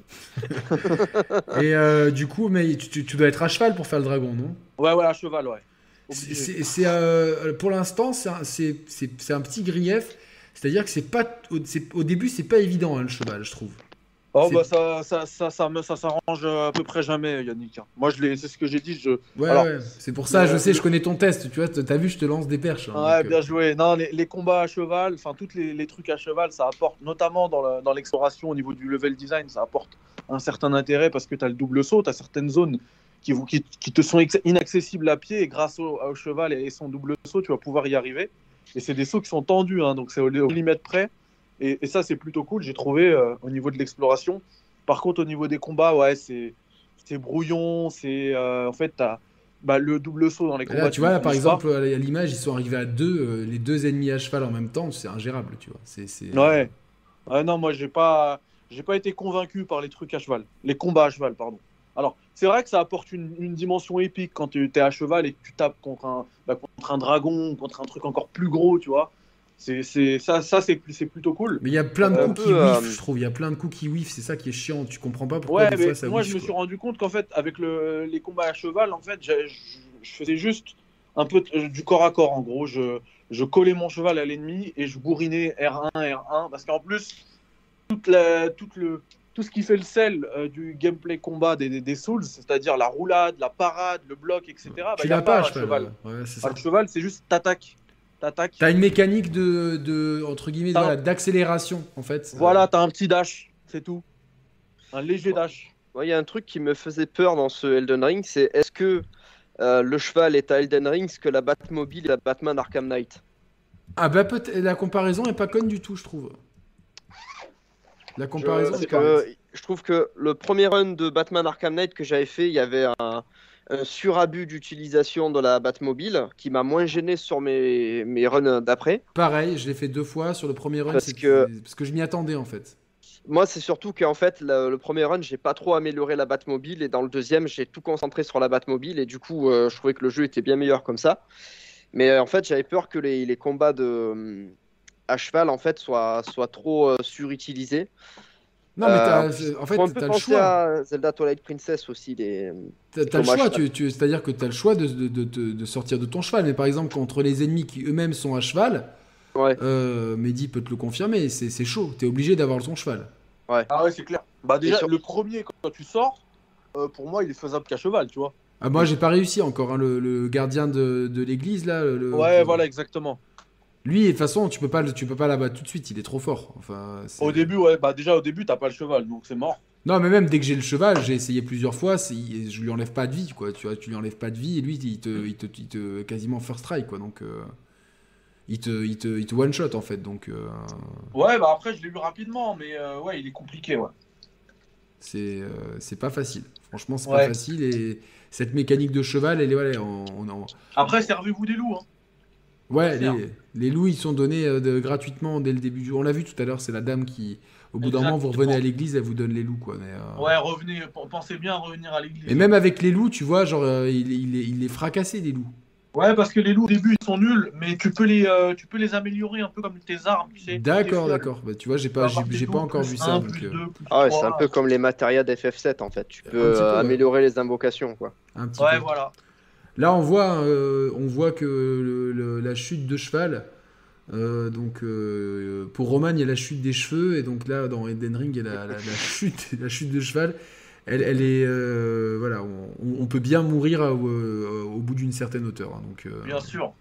Et euh, du coup, mais tu, tu- tu dois être à cheval pour faire le dragon, non? Ouais, ouais, à cheval, ouais. C'est, Obligé. c'est- c'est, euh, pour l'instant, c'est un, c'est, c'est- c'est un petit grief. C'est-à-dire que c'est pas, au, c'est- au début, c'est pas évident, hein, le cheval, je trouve. Oh c'est- bah ça, ça, ça, ça, me- ça s'arrange à peu près jamais, Yannick. Moi, je l'ai, c'est ce que j'ai dit. Je... Ouais, Alors, ouais. C'est pour ça, je euh, sais, je le- connais ton test. Tu vois, t'as vu, je te lance des perches. hein, Ouais, donc, bien euh, joué. Non, les, les combats à cheval, enfin, tous les, les trucs à cheval, ça apporte, notamment dans, le- dans l'exploration au niveau du level design, ça apporte un certain intérêt parce que tu as le double saut, tu as certaines zones qui, vous, qui, qui te sont ex- inaccessibles à pied et grâce au, au cheval et son double saut, tu vas pouvoir y arriver. Et c'est des sauts qui sont tendus, hein, donc c'est au, au millimètre près. Et, et ça, c'est plutôt cool, j'ai trouvé, euh, au niveau de l'exploration. Par contre, au niveau des combats, ouais, c'est, c'est brouillon, c'est... euh, en fait, tu as bah, le double saut dans les et combats. là, tu vois, là, par l'utilises pas. exemple, à l'image, ils sont arrivés à deux, euh, les deux ennemis à cheval en même temps. C'est ingérable, tu vois. C'est, c'est... Ouais. Ouais, non, moi, j'ai pas, j'ai pas été convaincu par les trucs à cheval. Les combats à cheval, pardon. Alors, c'est vrai que ça apporte une, une dimension épique quand tu es à cheval et que tu tapes contre un, bah, contre un dragon, contre un truc encore plus gros, tu vois. C'est, c'est, ça, ça c'est, c'est plutôt cool. Mais il y a plein de Un coups peu, qui euh, whiffent, je trouve. Il y a plein de coups qui whiffent. C'est ça qui est chiant. Tu comprends pas pourquoi Ouais, des mais fois ça moi, whiff, je me quoi. suis rendu compte qu'en fait, avec le, les combats à cheval, en fait, j'ai- je, je faisais juste un peu de- du corps à corps, en gros. Je, je collais mon cheval à l'ennemi et je bourrinais R un, R un. Parce qu'en plus, toute la, toute le, tout ce qui fait le sel euh, du gameplay combat des, des, des Souls, c'est-à-dire la roulade, la parade, le bloc, et cetera, bah, Tu y a l'as pas à à cheval. cheval. Ouais, Ouais, c'est À ça. cheval, c'est juste t'attaques. T'attaques. T'as une mécanique de, de entre guillemets, T'as- voilà, d'accélération, en fait. Voilà, t'as un petit dash, c'est tout. Un léger dash. Moi, il y a un truc qui me faisait peur dans ce Elden Ring, c'est est-ce que euh, le cheval est à Elden Ring ce que la Batmobile est à Batman Arkham Knight? Ah bah peut-être la comparaison est pas conne du tout, je trouve. La comparaison Parce est pas que je trouve que le premier run de Batman Arkham Knight que j'avais fait, il y avait un, un surabus d'utilisation de la Batmobile qui m'a moins gêné sur mes, mes runs d'après. pareil, je l'ai fait deux fois sur le premier run Parce c'est- que- parce que je m'y attendais en fait. Moi, c'est surtout qu'en fait, le, le premier run, j'ai pas trop amélioré la Batmobile et dans le deuxième, j'ai tout concentré sur la Batmobile et du coup, euh, je trouvais que le jeu était bien meilleur comme ça. Mais euh, en fait, j'avais peur que les, les combats de, euh, à cheval en fait soient, soient trop euh, surutilisés. Non mais Euh, t'as- en en fait Faut un peu t'as le penser choix. à Zelda Twilight Princess aussi. Les... T'as, t'as le Thomas choix, Cheval. tu, tu- c'est-à-dire que t'as le choix de, de, de, de- de sortir de ton cheval. Mais par exemple, contre les ennemis qui eux-mêmes sont à cheval, Ouais. euh, Mehdi peut te le confirmer, c'est, c'est chaud. T'es obligé d'avoir ton cheval. Ah ouais, c'est clair. Bah déjà, Et sur- le premier, quand tu sors, euh, pour moi, il est faisable qu'à cheval, tu vois. Ah, moi j'ai pas réussi encore, hein, le, le gardien de, de l'église là. le- Ouais, le- voilà, exactement. Lui, de toute façon, tu peux pas, le- tu peux pas l'abattre tout de suite. Il est trop fort. Enfin, c'est- Au début, ouais, bah déjà au début, t'as pas le cheval, donc c'est mort. Non, mais même dès que j'ai le cheval, j'ai essayé plusieurs fois, c'est- je lui enlève pas de vie, quoi. Tu vois, tu lui enlèves pas de vie et lui, il te, il te, il te quasiment first strike, quoi. Donc, euh, il te, il te, il te one shot en fait. Donc, euh, Ouais, bah après, je l'ai eu rapidement, mais euh, ouais, il est compliqué, ouais. c'est, euh, c'est pas facile. Franchement, c'est pas Ouais. facile et cette mécanique de cheval, elle est, ouais, on, on en- Après, servez-vous des loups, hein. ouais, faire. les, les loups, ils sont donnés euh, de- gratuitement dès le début du jeu. On l'a vu tout à l'heure, c'est la dame qui, au bout d'un moment, vous Exactement. revenez à l'église, elle vous donne les loups, quoi. Mais, euh, Ouais, revenez, p- pensez bien à revenir à l'église. Et même avec les loups, tu vois, genre, euh, il, il, est- il est fracassé, les loups. Ouais, parce que les loups au début ils sont nuls, mais tu peux les, euh, tu peux les améliorer un peu comme tes armes, tu sais. D'accord, tes d'accord. Bah, tu vois, j'ai Tu peux pas, j'ai, avoir tes j'ai pas loups, encore plus vu ça. un, Donc, plus euh, deux, plus Ah ouais, c'est un trois. peu comme les matérias d'F F sept en fait. Tu Un peux petit peu, euh, ouais. améliorer les invocations quoi. un petit Ouais, peu. voilà. Là, on voit, euh, on voit que le- le- la chute de cheval. euh, donc, euh, pour Roman, il y a la chute des cheveux, et donc là, dans Elden Ring, il y a la, la- la chute, la chute de cheval. Elle, elle est, euh, voilà, on, on peut bien mourir à- au, au bout d'une certaine hauteur. hein, donc, euh, Bien sûr.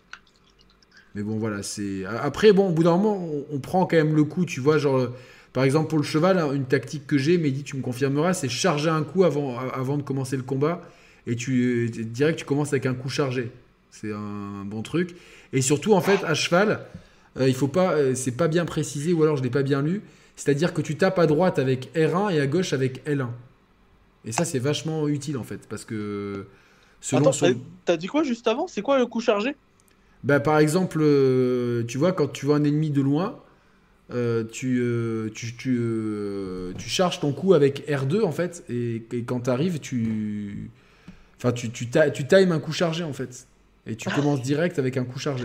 mais bon, voilà, c'est. Après, bon, au bout d'un moment, on, on prend quand même le coup, tu vois, genre, par exemple, pour le cheval, hein, une tactique que j'ai, Mehdi, tu me confirmeras, c'est charger un coup avant, avant de commencer le combat, et tu direct, tu commences avec un coup chargé. C'est un bon truc. Et surtout, en fait, à cheval, euh, il faut pas, euh, c'est pas bien précisé, ou alors je l'ai pas bien lu. C'est-à-dire que tu tapes à droite avec R un et à gauche avec L un. Et ça, c'est vachement utile, en fait, parce que selon Attends, son. t'as- t'as dit quoi juste avant? C'est quoi le coup chargé? Bah, par exemple, euh, tu vois, quand tu vois un ennemi de loin, euh, tu, euh, tu, tu, euh, tu charges ton coup avec R deux, en fait, et, et quand tu arrives, tu. Enfin, tu, tu, ta- tu times un coup chargé, en fait. Et tu commences direct avec un coup chargé.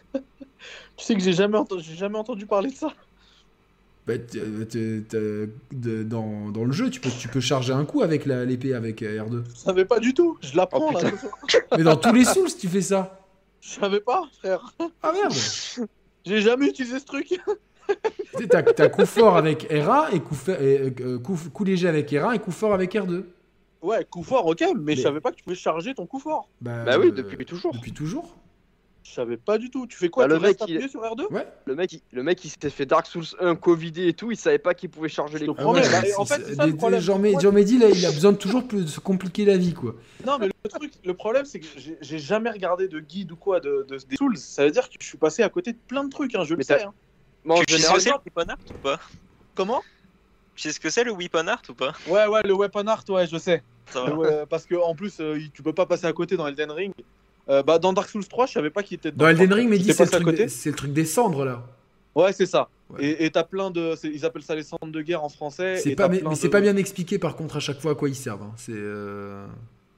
Tu sais que j'ai jamais, ent- j'ai jamais entendu parler de ça. Bah, t- t- t- de- dans, dans le jeu, tu peux, tu peux charger un coup avec la- l'épée avec euh, R deux. Je savais pas du tout. Je l'apprends Oh, là. Mais dans tous les Souls, tu fais ça. Je savais pas, frère. Ah merde. J'ai jamais utilisé ce truc. Tu sais, t'as, t'as coup fort avec R un et coup, fa- et, euh, coup, coup léger avec R un et coup fort avec R deux. Ouais, coup fort, ok, mais, Mais- je savais pas que tu pouvais charger ton coup fort. Bah, Bah oui, euh, depuis toujours. Depuis toujours. Je savais pas du tout. Tu fais quoi? Bah, Tu le restes mec, il- appuyé sur R deux? Ouais. Le mec, il, le mec, il s'était fait Dark Souls un Covidé et tout, il savait pas qu'il pouvait charger les Je te coups. promets, ouais, bah, c'est- en fait, c'est- c'est ça des- le problème. Jean, Moi, Jean Mehdi, là, il a besoin de toujours plus de se compliquer la vie, quoi. Non, mais le truc, le problème, c'est que j'ai- j'ai jamais regardé de guide ou quoi de, de- des Souls. Ça veut dire que je suis passé à côté de plein de trucs, hein, je le Mais sais. t'as- hein. Moi, en Tu sais ce général, que c'est le weapon art ou pas? Comment? Tu sais ce que c'est le weapon art ou pas? Ouais, ouais, le weapon art, ouais, je sais. Ça va. Ouais, parce que en plus, euh, tu peux pas passer à côté dans Elden Ring. Euh, bah, dans Dark Souls trois, je savais pas qu'il était Dans Elden Ring, mais Mehdi, c'est le, truc des- c'est le truc des cendres, là. Ouais, c'est ça. Ouais. Et et t'as plein de. c'est- Ils appellent ça les cendres de guerre en français. C'est et pas, t'as mais plein mais c'est de- pas bien expliqué, par contre, à chaque fois à quoi ils servent. hein. C'est. euh,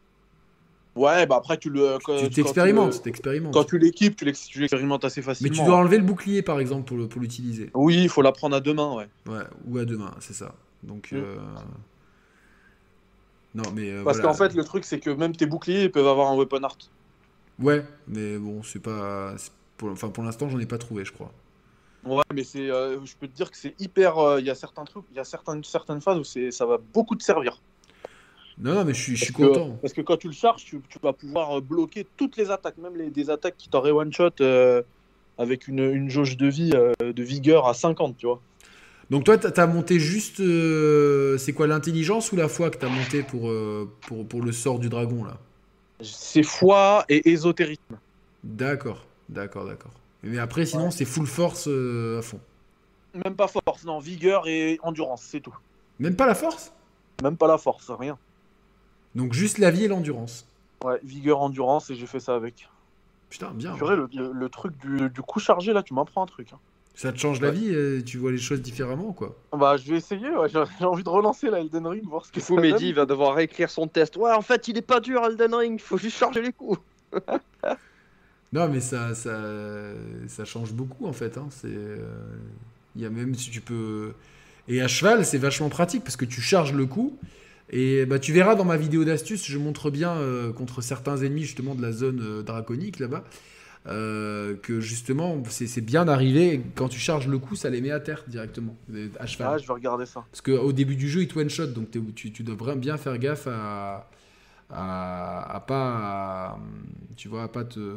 Ouais, bah après, tu le. quand- Tu quand t'expérimentes, le- t'expérimentes. Quand tu l'équipes, tu l'ex- tu l'expérimentes assez Mais facilement. tu dois enlever le bouclier, par exemple, pour, le, pour l'utiliser. Oui, il faut la prendre à deux mains, ouais. Ouais, ou à deux mains, c'est ça. Donc. Mm. euh, Non, mais. euh, Parce voilà. qu'en fait, le truc, c'est que même tes boucliers, ils peuvent avoir un weapon art. Ouais, mais bon, c'est pas. c'est Pour... Enfin, pour l'instant, j'en ai pas trouvé, je crois. Ouais, mais c'est. euh, je peux te dire que c'est hyper. euh, Il y a certains trucs, il y a certaines, certaines phases où c'est, ça va beaucoup te servir. Non, non, mais je suis, je suis Parce que- content. Parce que quand tu le charges, tu, tu vas pouvoir euh, bloquer toutes les attaques, même les, des attaques qui t'auraient one-shot euh, avec une, une jauge de vie, euh, de vigueur à cinquante, tu vois. Donc, toi, t'as t'as monté juste. euh, C'est quoi, l'intelligence ou la foi que t'as monté pour, euh, pour, pour le sort du dragon, là? C'est foi et ésotérisme. D'accord, d'accord, d'accord. Mais après, sinon, Ouais. c'est full force euh, à fond. Même pas force, non, vigueur et endurance, c'est tout. Même pas la force? Même pas la force, rien. Donc, juste la vie et l'endurance. Ouais, vigueur, endurance, et j'ai fait ça avec. Putain, bien. Purée, le, le- le truc du, du coup chargé, là, tu m'apprends un truc. hein. Ça te change la Ouais. vie, euh, tu vois les choses différemment, quoi. Bah, je vais essayer, ouais, j'ai j'ai envie de relancer la Elden Ring, voir ce que du coup, ça Mehdi donne. il va devoir réécrire son test. Ouais, en fait, il est pas dur, Elden Ring, faut juste charger les coups. Non, mais ça, ça, ça change beaucoup, en fait. hein. C'est, euh, il y a même si tu peux. Et à cheval, c'est vachement pratique parce que tu charges le coup. Et bah, tu verras dans ma vidéo d'astuce, je montre bien euh, contre certains ennemis justement de la zone euh, draconique là-bas. euh, que justement, c'est c'est bien d'arriver. Quand tu charges le coup, ça les met à terre directement, euh, à cheval. Ah, je vais regarder ça. Parce qu'au début du jeu, il te one-shot, donc t'es- tu, tu devrais bien faire gaffe à, à, à pas, à, tu vois, à pas te,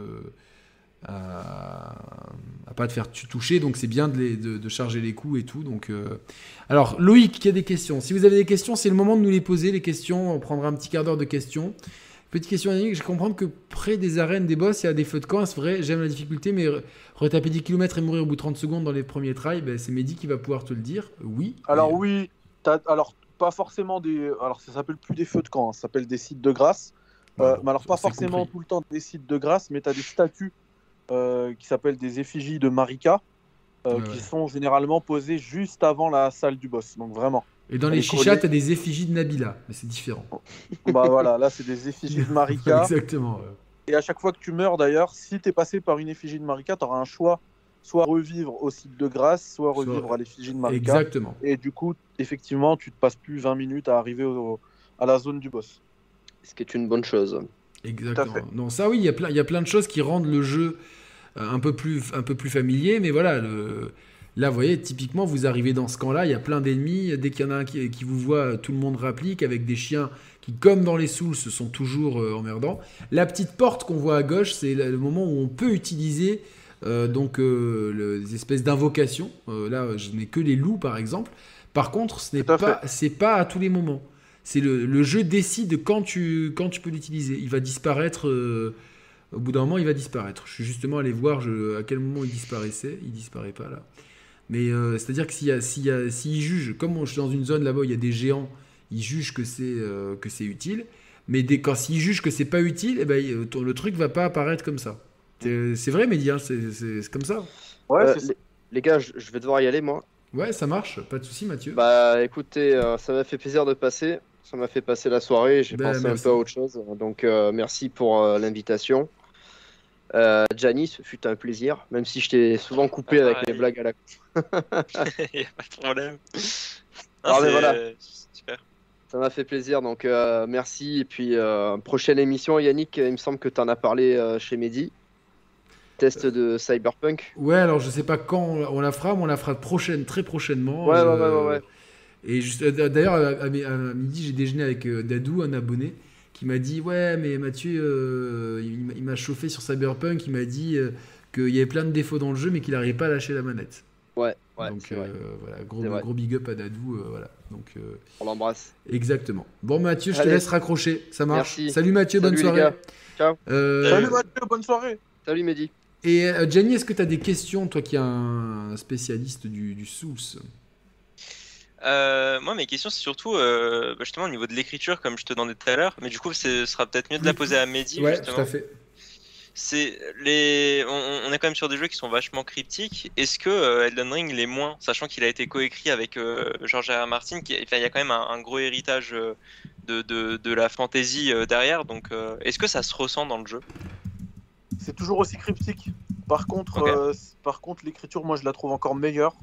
à, à pas te faire tu- toucher. Donc c'est bien de, les- de, de charger les coups et tout. Donc, euh, alors Loïc, qui a des questions. Si vous avez des questions, c'est le moment de nous les poser. Les questions, on prendra un petit quart d'heure de questions. Petite question Yannick, je comprends que près des arènes des boss, il y a des feux de camp. C'est vrai, j'aime la difficulté, mais re- retaper dix kilomètres et mourir au bout de trente secondes dans les premiers tries, ben, c'est Mehdi qui va pouvoir te le dire. Oui. Alors mais- oui, t'as- alors pas forcément des, alors ça s'appelle plus des feux de camp, hein, ça s'appelle des sites de grâce. Ouais, Euh, bon, mais alors ça, pas c'est forcément compris. tout le temps des sites de grâce, mais t'as des statues euh, qui s'appellent des effigies de Marika, euh, Ouais, qui ouais. sont généralement posées juste avant la salle du boss. Donc vraiment. Et dans Elle les est chichas, collée. t'as des effigies de Nabila, mais c'est différent. Bah voilà, là c'est des effigies de Marika. Exactement. ouais. Et à chaque fois que tu meurs, d'ailleurs, si t'es passé par une effigie de Marika, t'auras un choix. Soit revivre au site de grâce, soit revivre Soit... à l'effigie de Marika. Exactement. Et du coup, effectivement, tu te passes plus vingt minutes à arriver au, à la zone du boss. Ce qui est une bonne chose. Exactement. Non, ça oui, il y a plein, il y a plein de choses qui rendent le jeu un peu plus, un peu plus familier, mais voilà, le... là, vous voyez, typiquement, vous arrivez dans ce camp-là, il y a plein d'ennemis, dès qu'il y en a un qui, qui vous voit, tout le monde rapplique, avec des chiens qui, comme dans les Souls, sont toujours euh, emmerdants. La petite porte qu'on voit à gauche, c'est le moment où on peut utiliser euh, donc, euh, le, les espèces d'invocations. Euh, là, je n'ai que les loups, par exemple. Par contre, ce n'est pas, c'est pas à tous les moments. C'est le, le jeu décide quand tu, quand tu peux l'utiliser. Il va disparaître... Euh, Au bout d'un moment, il va disparaître. Je suis justement allé voir je, à quel moment il disparaissait. Il disparaît pas là. Mais euh, c'est-à-dire que s'il y a, s'il y a, s'il juge, comme je suis dans une zone là-bas, il y a des géants, il juge que c'est euh, que c'est utile. Mais dès, quand s'il juge que c'est pas utile, eh ben, le truc va pas apparaître comme ça. C'est, c'est vrai, Mehdi, hein, c'est, c'est, c'est comme ça. Ouais, euh, c'est les, les gars, je, je vais devoir y aller, moi. Ouais, ça marche. Pas de souci, Mathieu. Bah, écoutez, euh, ça m'a fait plaisir de passer. Ça m'a fait passer la soirée. J'ai ben, pensé merci. un peu à autre chose. Donc, euh, merci pour euh, l'invitation. Euh, Gianni, ce fut un plaisir, même si je t'ai souvent coupé ah, avec ouais. les blagues à la con. Il n'y a pas de problème. Non, non, mais voilà. Super. Ça m'a fait plaisir, donc euh, merci. Et puis, euh, prochaine émission, Yannick, il me semble que tu en as parlé euh, chez Mehdi. Test de Cyberpunk. Ouais, alors je sais pas quand on la fera, mais on la fera prochaine, très prochainement. Ouais, euh, ouais, ouais, ouais. Et juste, d'ailleurs, à, à, à midi, j'ai déjeuné avec euh, Dadou, un abonné, qui m'a dit ouais mais Mathieu euh, il, il m'a chauffé sur Cyberpunk, il m'a dit euh, qu'il y avait plein de défauts dans le jeu mais qu'il n'arrivait pas à lâcher la manette. Ouais, ouais. Donc euh, voilà, gros, gros big up à Dadou, euh, voilà. Donc euh, on l'embrasse. Exactement. Bon Mathieu, je Allez. te laisse raccrocher, ça marche. Merci. Salut Mathieu, Salut, bonne soirée. Ciao. Euh... Salut Mathieu, bonne soirée. Salut Mehdi. Et euh, Gianni, est-ce que tu as des questions, toi qui es un spécialiste du, du Souls? Euh, moi, mes questions, c'est surtout euh, justement au niveau de l'écriture, comme je te demandais tout à l'heure. Mais du coup, ce sera peut-être mieux de la poser à Mehdi. Ouais, justement. Tout à fait. C'est les, on, on est quand même sur des jeux qui sont vachement cryptiques. Est-ce que euh, Elden Ring l'est moins, sachant qu'il a été coécrit avec euh, George R. R. Martin, qui, enfin, il y a quand même un, un gros héritage euh, de, de, de la fantasy euh, derrière. Donc, euh, est-ce que ça se ressent dans le jeu? C'est toujours aussi cryptique. Par contre, okay. euh, par contre, l'écriture, moi, je la trouve encore meilleure.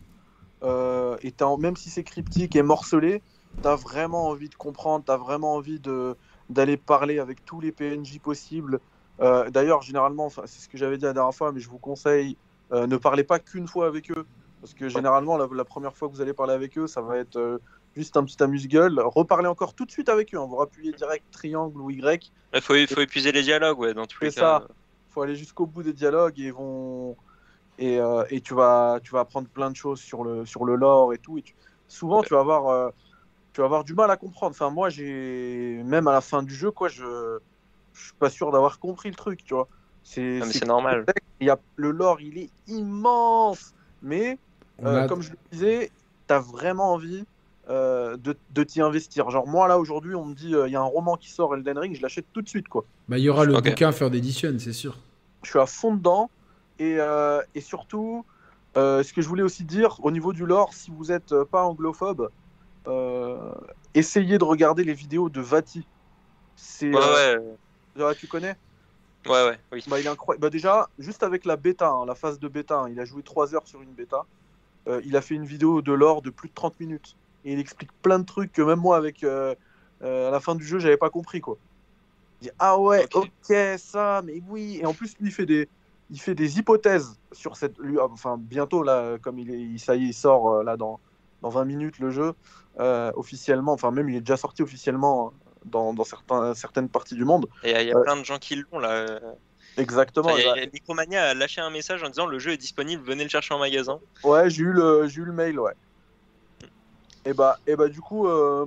Euh, et même si c'est cryptique et morcelé, t'as vraiment envie de comprendre, t'as vraiment envie de, d'aller parler avec tous les P N J possibles. Euh, d'ailleurs, généralement, c'est ce que j'avais dit la dernière fois, mais je vous conseille, euh, ne parlez pas qu'une fois avec eux, parce que généralement, la, la première fois que vous allez parler avec eux, ça va être euh, juste un petit amuse-gueule. Reparlez encore tout de suite avec eux, hein. Vous appuyez direct triangle ou Y. Il faut, faut épuiser les dialogues, ouais, dans tous les c'est cas. Ça. Faut aller jusqu'au bout des dialogues et ils vont... Et, euh, et tu vas tu vas apprendre plein de choses sur le sur le lore et tout et tu... souvent tu vas avoir euh, tu vas avoir du mal à comprendre. Enfin moi j'ai même à la fin du jeu quoi je je suis pas sûr d'avoir compris le truc, tu vois. C'est, c'est, c'est normal. Il y a le lore, il est immense, mais euh, a... comme je le disais, t'as vraiment envie euh, de, de t'y investir. Genre moi là aujourd'hui on me dit il euh, y a un roman qui sort Elden Ring, je l'achète tout de suite quoi. Bah il y aura le okay. bouquin Third Edition, c'est sûr. Je suis à fond dedans. Et, euh, et surtout, euh, ce que je voulais aussi dire, au niveau du lore, si vous n'êtes euh, pas anglophobe, euh, essayez de regarder les vidéos de Vati. C'est, ouais, ouais. Tu connais? Ouais, ouais, oui. Bah, il est incroyable. Bah, déjà, juste avec la bêta, hein, la phase de bêta, hein, il a joué trois heures sur une bêta. Euh, il a fait une vidéo de lore de plus de trente minutes. Et il explique plein de trucs que même moi, avec, euh, euh, à la fin du jeu, j'avais pas compris, quoi. Il dit, ah ouais, ok, okay ça, mais oui. Et en plus, lui, il fait des... Il fait des hypothèses sur cette. Lui, enfin, bientôt, là, comme il, est, ça y est, il sort euh, là, dans, dans vingt minutes le jeu, euh, officiellement. Enfin, même, il est déjà sorti officiellement dans, dans certains, certaines parties du monde. Et il y a euh, plein de gens qui l'ont, là. Exactement. Enfin, y a, y a Micromania a lâché un message en disant le jeu est disponible, venez le chercher en magasin. Ouais, j'ai eu le, j'ai eu le mail, ouais. Et bah, et bah du coup, euh,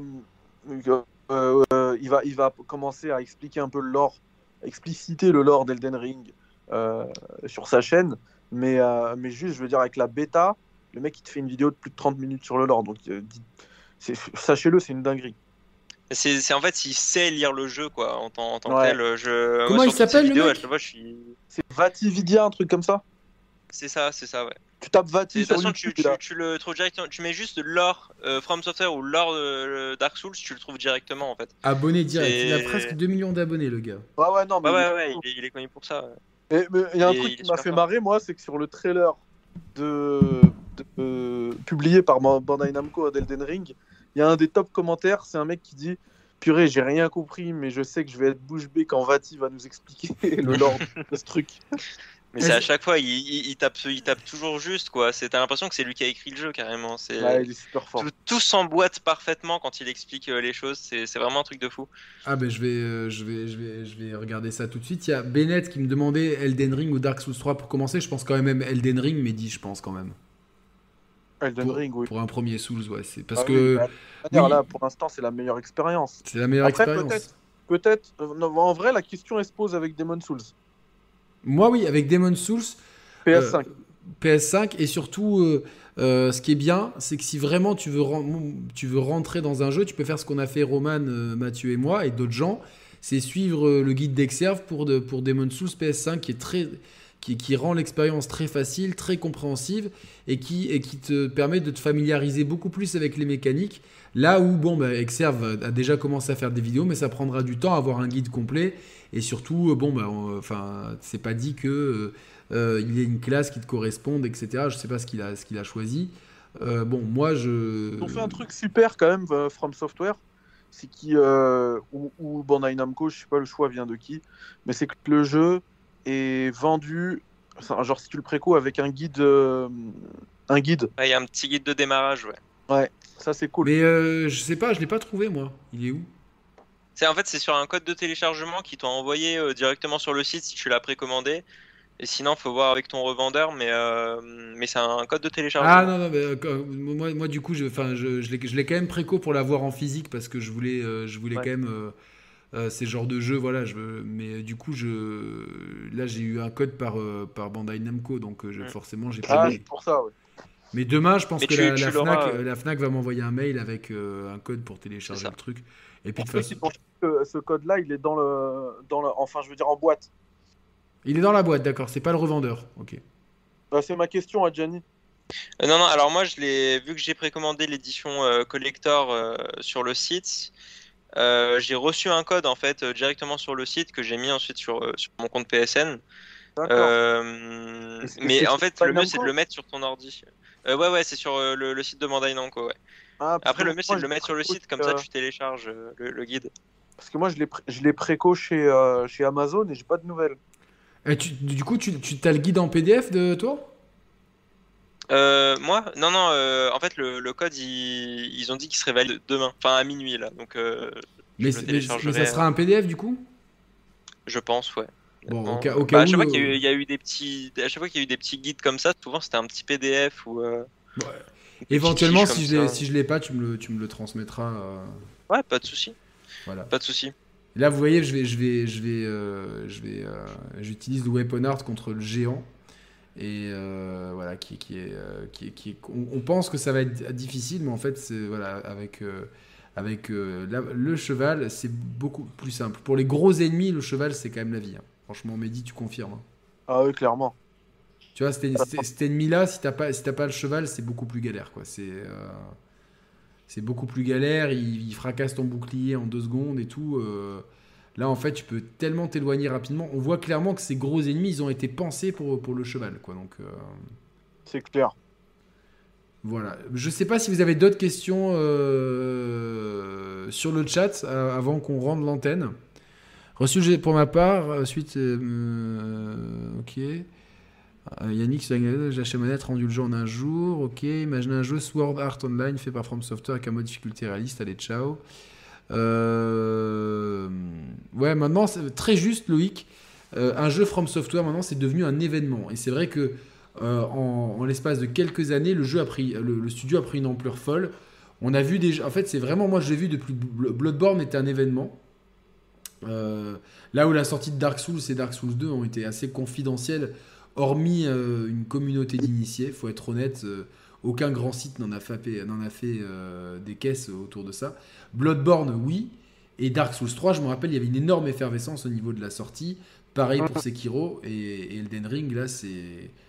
euh, euh, il, va, il va commencer à expliquer un peu le lore, expliciter le lore d'Elden Ring. Euh, sur sa chaîne, mais, euh, mais juste, je veux dire, avec la bêta, le mec, il te fait une vidéo de plus de trente minutes sur le lore, donc euh, c'est, sachez-le, c'est une dinguerie. C'est, c'est en fait, il sait lire le jeu, quoi, en tant, en tant ouais. que tel. Je... Comment moi, il s'appelle, le mec je, vois, je suis... C'est Vatividia, un truc comme ça. C'est ça, c'est ça, ouais. Tu tapes Vati De toute sur façon, tu, YouTube. tu, là. tu le trouves directement. Tu mets juste lore euh, From Software ou lore euh, Dark Souls, tu le trouves directement en fait. Abonné direct. C'est- Il a presque deux millions d'abonnés, le gars. Ouais, ouais, non, mais. Ouais, il est- ouais, ouais, il est, il est connu pour ça. ouais. Et- mais il y a un Il est- truc il est qui m'a super fait fort. marrer, moi, c'est que sur le trailer de, de- euh, publié par Ma- Bandai Namco à d'Elden Ring, il y a un des top commentaires, c'est un mec qui dit purée, j'ai rien compris, mais je sais que je vais être bouche bée quand Vati va nous expliquer le lore de ce truc. Mais c'est à chaque fois, il, il, il tape, il tape toujours juste quoi. C'est- T'as l'impression que c'est lui qui a écrit le jeu carrément. C'est Ouais, il est super fort. tout, tout s'emboîte parfaitement quand il explique euh, les choses. C'est c'est vraiment un truc de fou. Ah ben je vais, euh, je, vais, je, vais, je vais regarder ça tout de suite. Il y a Bennett qui me demandait Elden Ring ou Dark Souls trois pour commencer. Je pense quand même Elden Ring, mais dit je pense quand même. Elden Pour, Ring, oui. pour un premier Souls, ouais. C'est parce Ah que oui, bah, de toute manière, oui. là, pour l'instant, c'est la meilleure expérience. c'est la meilleure Après, expérience. peut-être, peut-être, euh, non, en vrai, la question elle se pose avec Demon's Souls. Moi oui, avec Demon's Souls, P S cinq. Euh, P S cinq et surtout euh, euh, ce qui est bien c'est que si vraiment tu veux, ren- tu veux rentrer dans un jeu, tu peux faire ce qu'on a fait Roman, euh, Mathieu et moi et d'autres gens, c'est suivre euh, le guide d'Exerve pour, de, pour Demon's Souls P S cinq qui est très qui, qui rend l'expérience très facile, très compréhensive et qui, et qui te permet de te familiariser beaucoup plus avec les mécaniques. Là où bon, bah, Exerve a déjà commencé à faire des vidéos, mais ça prendra du temps à avoir un guide complet. Et surtout, euh, bon, bah, on- enfin, c'est pas dit que euh, euh, il y ait une classe qui te corresponde, et cetera. Je sais pas ce qu'il a, ce qu'il a choisi. Euh, bon, moi, je. Ils ont fait un truc super quand même, euh, From Software. C'est qui euh, ou, ou Bandai Namco, je sais pas le choix vient de qui, mais c'est que le jeu est vendu, enfin, genre si tu le préco avec un guide, euh, un guide. Ouais, il y a un petit guide de démarrage, ouais. Ouais, ça c'est cool. Mais euh, je sais pas, je l'ai pas trouvé moi. Il est où? C'est en fait c'est sur un code de téléchargement qui t'ont envoyé euh, directement sur le site si tu l'as précommandé. Et sinon, faut voir avec ton revendeur, mais euh, mais c'est un code de téléchargement. Ah non, non, mais, euh, quand- moi, moi du coup, je, enfin, je, je l'ai je l'ai quand même préco pour l'avoir en physique parce que je voulais, euh, je voulais Ouais. quand même euh, euh, ces genres de jeux, voilà. Je veux, mais euh, du coup, je, là, j'ai eu un code par, euh, par Bandai Namco, donc euh, je- Mm. forcément, j'ai Ah, pas. c'est pour ça, ouais. Mais demain, je pense Mais que tu- la, tu la, l'auras, Fnac, euh. euh, la Fnac va m'envoyer un mail avec euh, un code pour télécharger C'est ça. le truc. Et puis En de toute plus, façon, ils pensent que ce code-là, il est dans le, dans le, enfin, je veux dire en boîte. il est dans la boîte, d'accord. C'est pas le revendeur. Ok. Bah, c'est ma question à Gianni. Euh, non, non, alors moi, je l'ai vu que j'ai précommandé l'édition euh, collector euh, sur le site. Euh, j'ai reçu un code en fait euh, directement sur le site que j'ai mis ensuite sur, euh, sur mon compte P S N. D'accord. Euh, Et c'est- mais c'est en sur fait, Bandai le mieux c'est de Namco le mettre sur ton ordi. Euh, ouais, ouais, c'est sur euh, le, le site de Bandai Namco. Ouais. Ah, parce Après, que le mieux moi, c'est de je le l'ai mettre sur le préco site, comme chez, ça euh, tu télécharges euh, le, le guide. Parce que moi, je l'ai, pré- je l'ai préco chez, euh, chez Amazon et j'ai pas de nouvelles. Et tu- du coup, tu, tu as le guide en P D F de toi? Euh, moi, non, non, euh, en fait, le, le code, ils, ils ont dit qu'il serait valide demain, enfin à minuit là, donc euh, je Mais, le c'est- mais, téléchargerai, mais ça sera un P D F du coup? je pense, ouais. Bon, Honnêtement, au cas, euh, au cas bah, à où. chaque fois qu'il y a euh, eu, il y a eu des petits, à chaque fois qu'il y a eu des petits guides comme ça, souvent c'était un petit P D F ou euh, ouais. une petite Éventuellement, fiche si comme je l'ai ça. si je l'ai pas, tu me le, tu me le transmettras. euh, Ouais, pas de souci, voilà. pas de souci. Là, vous voyez, je vais, je vais, je vais, euh, je vais, euh, j'utilise le Weapon Art contre le géant et euh, voilà, qui, qui est, euh, qui est, qui est- on, on pense que ça va être difficile, mais en fait, c'est voilà, avec, euh, avec euh, la- le cheval, c'est beaucoup plus simple. Pour les gros ennemis, le cheval, c'est quand même la vie. hein. Franchement, Mehdi, tu confirmes. hein. Ah oui, clairement. Tu vois, cet, cet- cet ennemi-là, si t'as pas, si t'as pas le cheval, c'est beaucoup plus galère, quoi. C'est, euh, c'est beaucoup plus galère. Il, il fracasse ton bouclier en deux secondes et tout. euh. Là, en fait, tu peux tellement t'éloigner rapidement. On voit clairement que ces gros ennemis, ils ont été pensés pour, pour le cheval, quoi. Donc, euh, C'est clair. voilà. Je sais pas si vous avez d'autres questions euh, sur le chat euh, avant qu'on rende l'antenne. Reçu j'ai- pour ma part, euh, suite. euh, ok. Euh, Yannick, sur la- j'ai acheté manette, rendu le jeu en un jour. Ok. Imaginez un jeu Sword Art Online fait par From Software avec un mode difficulté réaliste. Allez, ciao. Euh, Ouais, maintenant, c'est très juste, Loïc. Euh, un jeu From Software, maintenant, c'est devenu un événement. Et c'est vrai que euh, en, en l'espace de quelques années, le jeu a pris, le, le studio a pris une ampleur folle. On a vu déjà. En fait, c'est vraiment, moi, je l'ai vu depuis Bl- Bloodborne était un événement. Euh, là où la sortie de Dark Souls et Dark Souls deux ont été assez confidentielles, hormis euh, une communauté d'initiés, faut être honnête, euh, aucun grand site n'en a fait, n'en a fait euh, des caisses autour de ça. Bloodborne, oui, et Dark Souls trois, je me rappelle, il y avait une énorme effervescence au niveau de la sortie. Pareil pour Sekiro et, et Elden Ring, là, c'est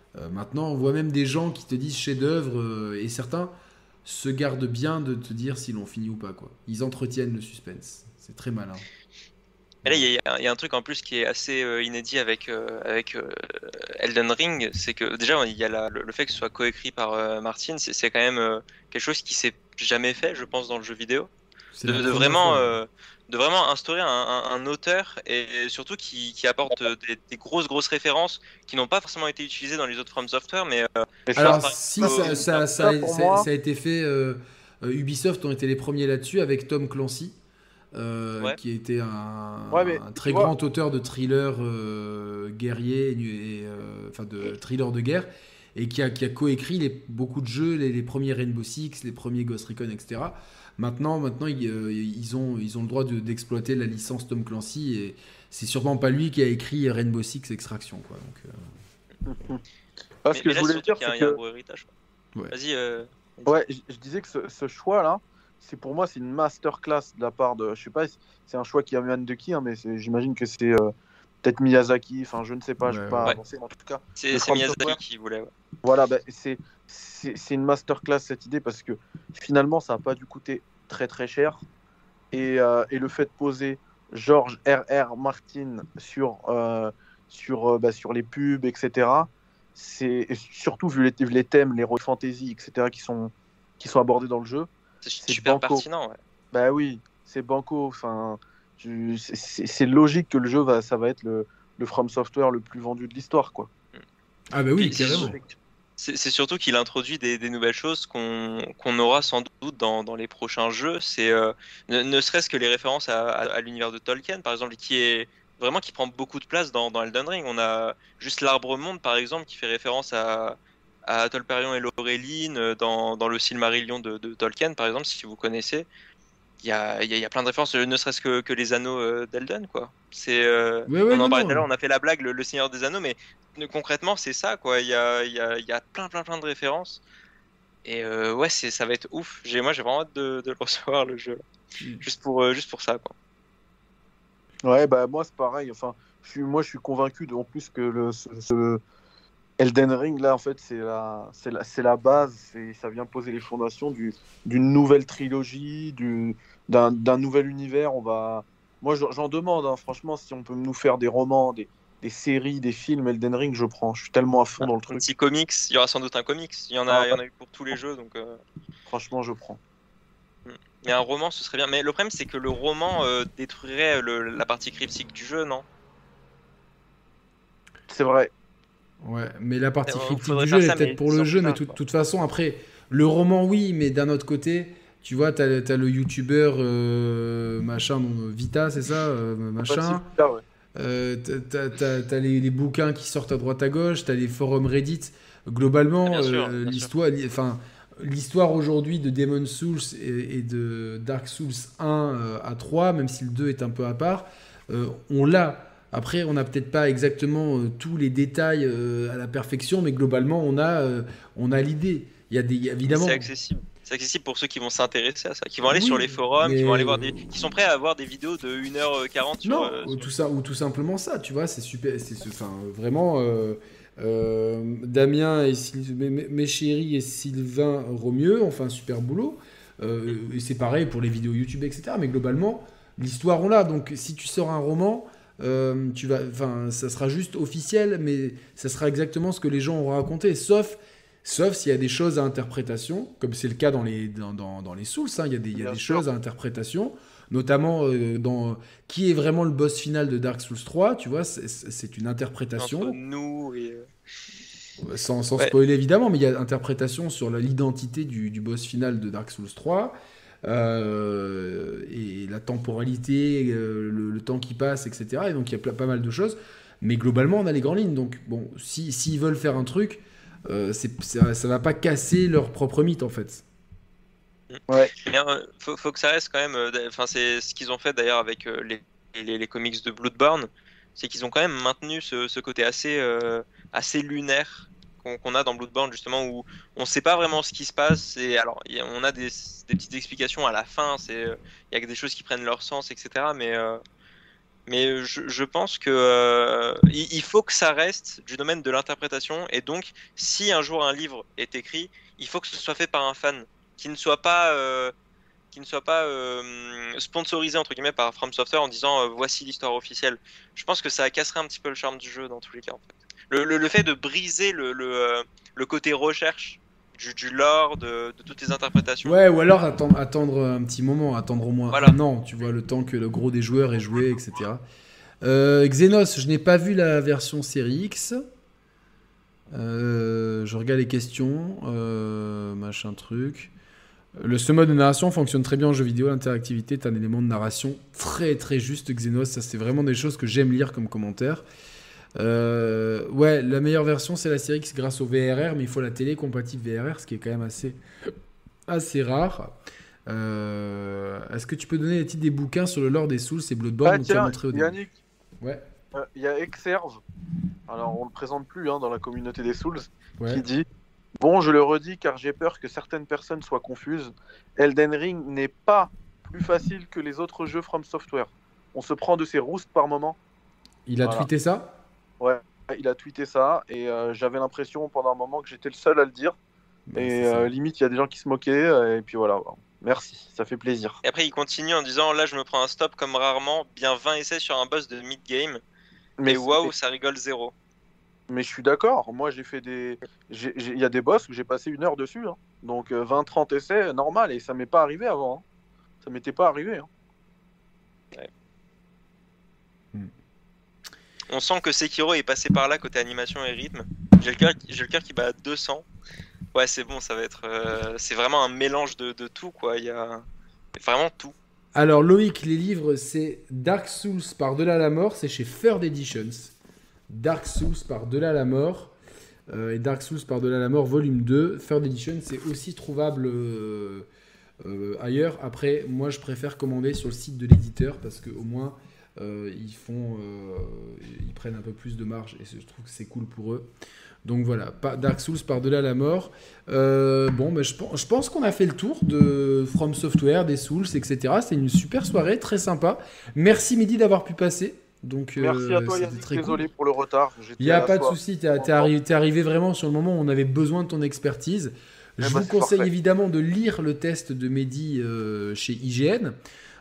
Euh, maintenant, on voit même des gens qui te disent chef-d'œuvre, euh, et certains se gardent bien de te dire s'ils l'ont fini ou pas, quoi. Ils entretiennent le suspense. C'est très malin. Et là, il y, a- il y a un truc en plus qui est assez euh, inédit avec, euh, avec euh, Elden Ring, c'est que déjà, il y a la- le, le fait que ce soit coécrit par euh, Martin, c'est c'est quand même euh, quelque chose qui s'est jamais fait, je pense, dans le jeu vidéo. C'est De, la de première vraiment, fois. euh, de vraiment instaurer un, un- un auteur et surtout qui, qui apporte euh, des, des grosses, grosses références qui n'ont pas forcément été utilisées dans les autres From Software, mais euh, Et je Alors, pense par si, exemple ça, au- ça, ça, ça, a- pour ça- moi- ça a été fait. euh, euh, Ubisoft ont été les premiers là-dessus avec Tom Clancy, euh, Ouais. qui était un, Ouais, mais un tu très vois- grand auteur de thrillers euh, guerriers, et, et, euh, enfin de thrillers de guerre, et qui a, qui a coécrit les, beaucoup de jeux, les, les premiers Rainbow Six, les premiers Ghost Recon, et cetera. Maintenant, maintenant ils, euh, ils, ont, ils ont le droit de- d'exploiter la licence Tom Clancy, et c'est sûrement pas lui qui a écrit Rainbow Six Extraction, quoi. Donc, euh, Ah, mais- ce que mais je là, voulais surtout dire, qu'il y a un- c'est il y a un que gros héritage. quoi. Ouais. Vas-y. euh, ouais, je, je disais que ce, ce choix-là, c'est pour moi, c'est une masterclass de la part de, je sais pas, si c'est un choix qui amène de qui, hein, mais c'est- j'imagine que c'est euh, peut-être Miyazaki, enfin je ne sais pas, je Ouais, peux pas ouais. avancer, mais en tout cas, C'est le c'est From Miyazaki Software. qui voulait. ouais. Voilà, bah, c'est c'est c'est une masterclass cette idée parce que finalement, ça n'a pas dû coûter très très cher. Et, euh, et le fait de poser George R R. Martin sur, euh, sur, euh, bah, sur les pubs, et cetera, c'est et surtout vu les, les thèmes, les rôles fantasy, et cetera, qui sont, qui sont abordés dans le jeu. C'est C'est super banco. pertinent. Ouais. Bah oui, c'est banco. Enfin, tu- c'est- c'est c'est logique que le jeu, va, ça va être le, le From Software le plus vendu de l'histoire, quoi. Ah bah oui, Puis, c'est carrément. sûr- C'est c'est surtout qu'il introduit des, des nouvelles choses qu'on qu'on aura sans doute dans, dans les prochains jeux. C'est euh, ne, ne serait-ce que les références à, à- à l'univers de Tolkien, par exemple, qui est vraiment qui prend beaucoup de place dans, dans Elden Ring. On a juste l'Arbre Monde, par exemple, qui fait référence à, à Tolperion et Laureline euh, dans, dans le Silmarillion de, de Tolkien, par exemple, si vous connaissez. Il y a, il y a- il y a plein de références, ne serait-ce que, que les anneaux euh, d'Elden, quoi. C'est, euh, Ouais, ouais, on non, en parlait non. tout à l'heure, on a fait la blague, le, le Seigneur des Anneaux, mais euh, concrètement, c'est ça, quoi. Il y a, il y a, il y a plein, plein, plein de références. Et euh, ouais, c'est, ça va être ouf. J'ai, moi, j'ai vraiment hâte de, de le recevoir, le jeu. Juste pour, euh, juste pour ça, quoi. Ouais, bah moi c'est pareil. Enfin, je suis, moi je suis convaincu de, en plus que le, ce, ce Elden Ring là, en fait, c'est la, c'est la, c'est la base. C'est, ça vient poser les fondations du, d'une nouvelle trilogie, du, d'un, d'un nouvel univers. On va, moi j'en j'en demande, hein, franchement, si on peut nous faire des romans, des, des séries, des films, Elden Ring, je prends. Je suis tellement à fond dans le Un truc. petit comics, il y aura sans doute un comics. Il y en a, Ah, il y en a eu pour tous les jeux, donc. euh, Franchement, je prends. Mais un roman, ce serait bien. Mais le problème, c'est que le roman euh, détruirait le- la partie cryptique du jeu, non? C'est vrai. Ouais, mais la partie Euh, cryptique faudrait du faire jeu, elle ça, est peut-être mais pour dix le ans jeu, plus mais tard, de quoi. toute façon, après, le roman, oui, mais d'un autre côté, tu vois, t'as, as le youtubeur euh, machin, bon, Vita, c'est ça, euh, machin. Ah, ouais. Euh, t'as, t'as- t'as les, les bouquins qui sortent à droite à gauche, t'as les forums Reddit. Globalement, Ah, bien sûr, euh, bien sûr. l'histoire, li- enfin, l'histoire aujourd'hui de Demon's Souls et, et de Dark Souls un euh, à trois, même si le deux est un peu à part, euh, on l'a. Après, on n'a peut-être pas exactement euh, tous les détails euh, à la perfection, mais globalement, on a, euh, on a l'idée. Il y a des, il y a évidemment. C'est accessible. C'est accessible pour ceux qui vont s'intéresser à ça, qui vont aller Oui, sur les forums, qui mais- vont aller voir des, qui sont prêts à voir des vidéos de une heure quarante sur. Non, euh, ou sur- tout ça, ou tout simplement ça, tu vois, c'est super, c'est ce- enfin vraiment euh, euh, Damien et Syl- mes, mes- mes chéris et Sylvain Romieux ont fait un super boulot. Euh, et c'est pareil pour les vidéos YouTube, et cetera. Mais globalement, l'histoire on l'a. Donc si tu sors un roman, euh, tu vas, enfin, ça sera juste officiel, mais ça sera exactement ce que les gens ont raconté, sauf Sauf s'il y a des choses à interprétation, comme c'est le cas dans les, dans, dans, dans les Souls, hein, il y a des, il y a Bien des sûr. choses à interprétation, notamment euh, dans qui est vraiment le boss final de Dark Souls trois, tu vois, c'est- c'est une entre interprétation, nous et. euh, sans, sans Ouais. spoiler évidemment, mais il y a interprétation sur la- l'identité du, du boss final de Dark Souls trois, euh, et la temporalité, euh, le, le temps qui passe, et cetera. Et donc il y a pla- pas mal de choses, mais globalement on a les grandes lignes, donc bon, si, s'ils veulent faire un truc, euh, c'est, ça, ça va pas casser leur propre mythe en fait. Ouais. Mais, euh, faut, faut que ça reste quand même. euh, d'a- Enfin, c'est ce qu'ils ont fait d'ailleurs avec euh, les, les, les comics de Bloodborne, c'est qu'ils ont quand même maintenu ce, ce côté assez, euh, assez lunaire qu'on qu'on a dans Bloodborne justement où on sait pas vraiment ce qui se passe. Et alors, il y a- on a des, des petites explications à la fin. C'est, euh, il y a que des choses qui prennent leur sens, et cetera. Mais euh, Mais je, je pense que euh, il, il faut que ça reste du domaine de l'interprétation. Et donc, si un jour un livre est écrit, il faut que ce soit fait par un fan, qui ne soit pas, euh, qui ne soit pas euh, sponsorisé entre guillemets par From Software en disant euh, voici l'histoire officielle. Je pense que ça casserait un petit peu le charme du jeu dans tous les cas. En fait. Le, le, le fait de briser le, le, euh, le côté recherche du, du lore, de, de toutes les interprétations. Ouais, ou alors attendre, attendre un petit moment, attendre au moins Voilà. un an, tu vois, le temps que le gros des joueurs ait joué, et cetera. Euh, Xenos, je n'ai pas vu la version série X. Euh, je regarde les questions, euh, machin truc. Le ce mode de narration fonctionne très bien en jeu vidéo. L'interactivité est un élément de narration très très juste. Xenos, ça c'est vraiment des choses que j'aime lire comme commentaires. Euh, ouais, la meilleure version c'est la série X grâce au V R R, mais il faut la télé compatible V R R, ce qui est quand même assez assez rare. Euh, est-ce que tu peux donner les titres des bouquins sur le lore des Souls et Bloodborne Ah dont tu as tiens, montré au début? Yannick, Ouais, euh, il y a Exerve, alors on le présente plus hein, dans la communauté des Souls, ouais. qui dit « Bon, je le redis car j'ai peur que certaines personnes soient confuses. Elden Ring n'est pas plus facile que les autres jeux From Software. On se prend de ses roustes par moment. » Il a Voilà. tweeté ça? Ouais, il a tweeté ça et euh, j'avais l'impression pendant un moment que j'étais le seul à le dire. Bah, Et c'est ça. euh, limite, il y a des gens qui se moquaient. euh, Et puis voilà, bon. Merci, ça fait plaisir. Et après, il continue en disant là, je me prends un stop comme rarement, bien vingt essais sur un boss de mid-game. Mais Et c'est- waouh, ça rigole zéro. Mais je suis d'accord. Moi, j'ai fait des. j'ai- j'ai- Il y a des boss où j'ai passé une heure dessus. hein. Donc euh, vingt trente essais, normal. Et ça m'est pas arrivé avant. hein. Ça m'était pas arrivé. hein. On sent que Sekiro est passé par là côté animation et rythme. J'ai le cœur, j'ai le cœur qui bat à deux cents. Ouais, c'est bon, ça va être. euh, c'est vraiment un mélange de, de tout, quoi. Il y a vraiment tout. Alors Loïc, les livres, c'est Dark Souls par-delà la mort, c'est chez Third Editions. Dark Souls par-delà la mort euh, et Dark Souls par-delà la mort volume deux. Third Edition, c'est aussi trouvable euh, euh, ailleurs. Après, moi je préfère commander sur le site de l'éditeur parce qu'au moins euh, ils font, euh, ils prennent un peu plus de marge et je trouve que c'est cool pour eux. Donc voilà, Dark Souls par-delà la mort. Euh, bon, bah, je, je pense qu'on a fait le tour de From Software, des Souls, et cetera. C'était une super soirée, très sympa. Merci Mehdi d'avoir pu passer. Donc, Merci euh, à toi, c'était Yannick. très Désolé cool. pour le retard. J'étais Il n'y a à la pas de soirée. souci, t'es t'es arrivé, t'es arrivé vraiment sur le moment où on avait besoin de ton expertise. Eh Je ben, vous c'est conseille parfait. évidemment de lire le test de Mehdi euh, chez I G N.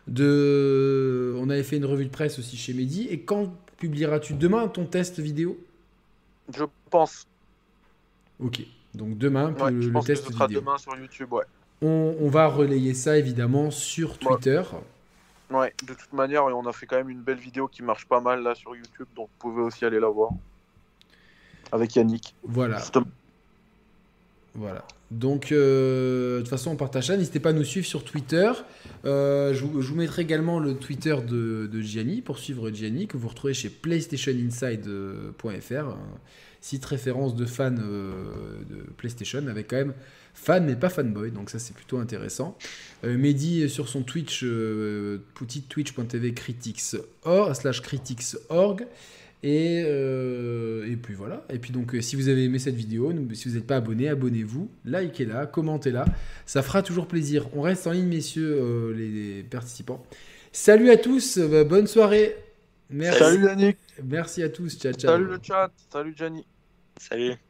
De... On avait fait une revue de presse aussi chez Mehdi. Et quand publieras-tu demain ton test vidéo? Je pense. Ok, donc demain, Ouais, le, je le pense que test ce sera vidéo. demain sur YouTube. Ouais. On, on va relayer ça évidemment sur Twitter. Ouais. De toute manière, on a fait quand même une belle vidéo qui marche pas mal là sur YouTube, donc vous pouvez aussi aller la voir. Avec Yannick. Voilà. Justement. Voilà. Donc, euh, de toute façon, on partage ça. N'hésitez pas à nous suivre sur Twitter. Euh, je, vous, je vous mettrai également le Twitter de, de Gianni pour suivre Gianni, que vous retrouvez chez PlayStation Inside point F R, un site référence de fans euh, de PlayStation, avec quand même fan mais pas fanboy, donc ça c'est plutôt intéressant. Euh, Mehdi sur son Twitch, euh, petite twitch point t v critics slash critics org. Et, euh, et puis voilà. Et puis donc, euh, si vous avez aimé cette vidéo, si vous n'êtes pas abonné, abonnez-vous, likez-la, commentez-la. Ça fera toujours plaisir. On reste en ligne, messieurs, euh, les, les participants. Salut à tous, euh, bonne soirée. Merci. Salut Yannick. Merci à tous. Ciao, ciao. Salut le chat. Salut Gianni. Salut.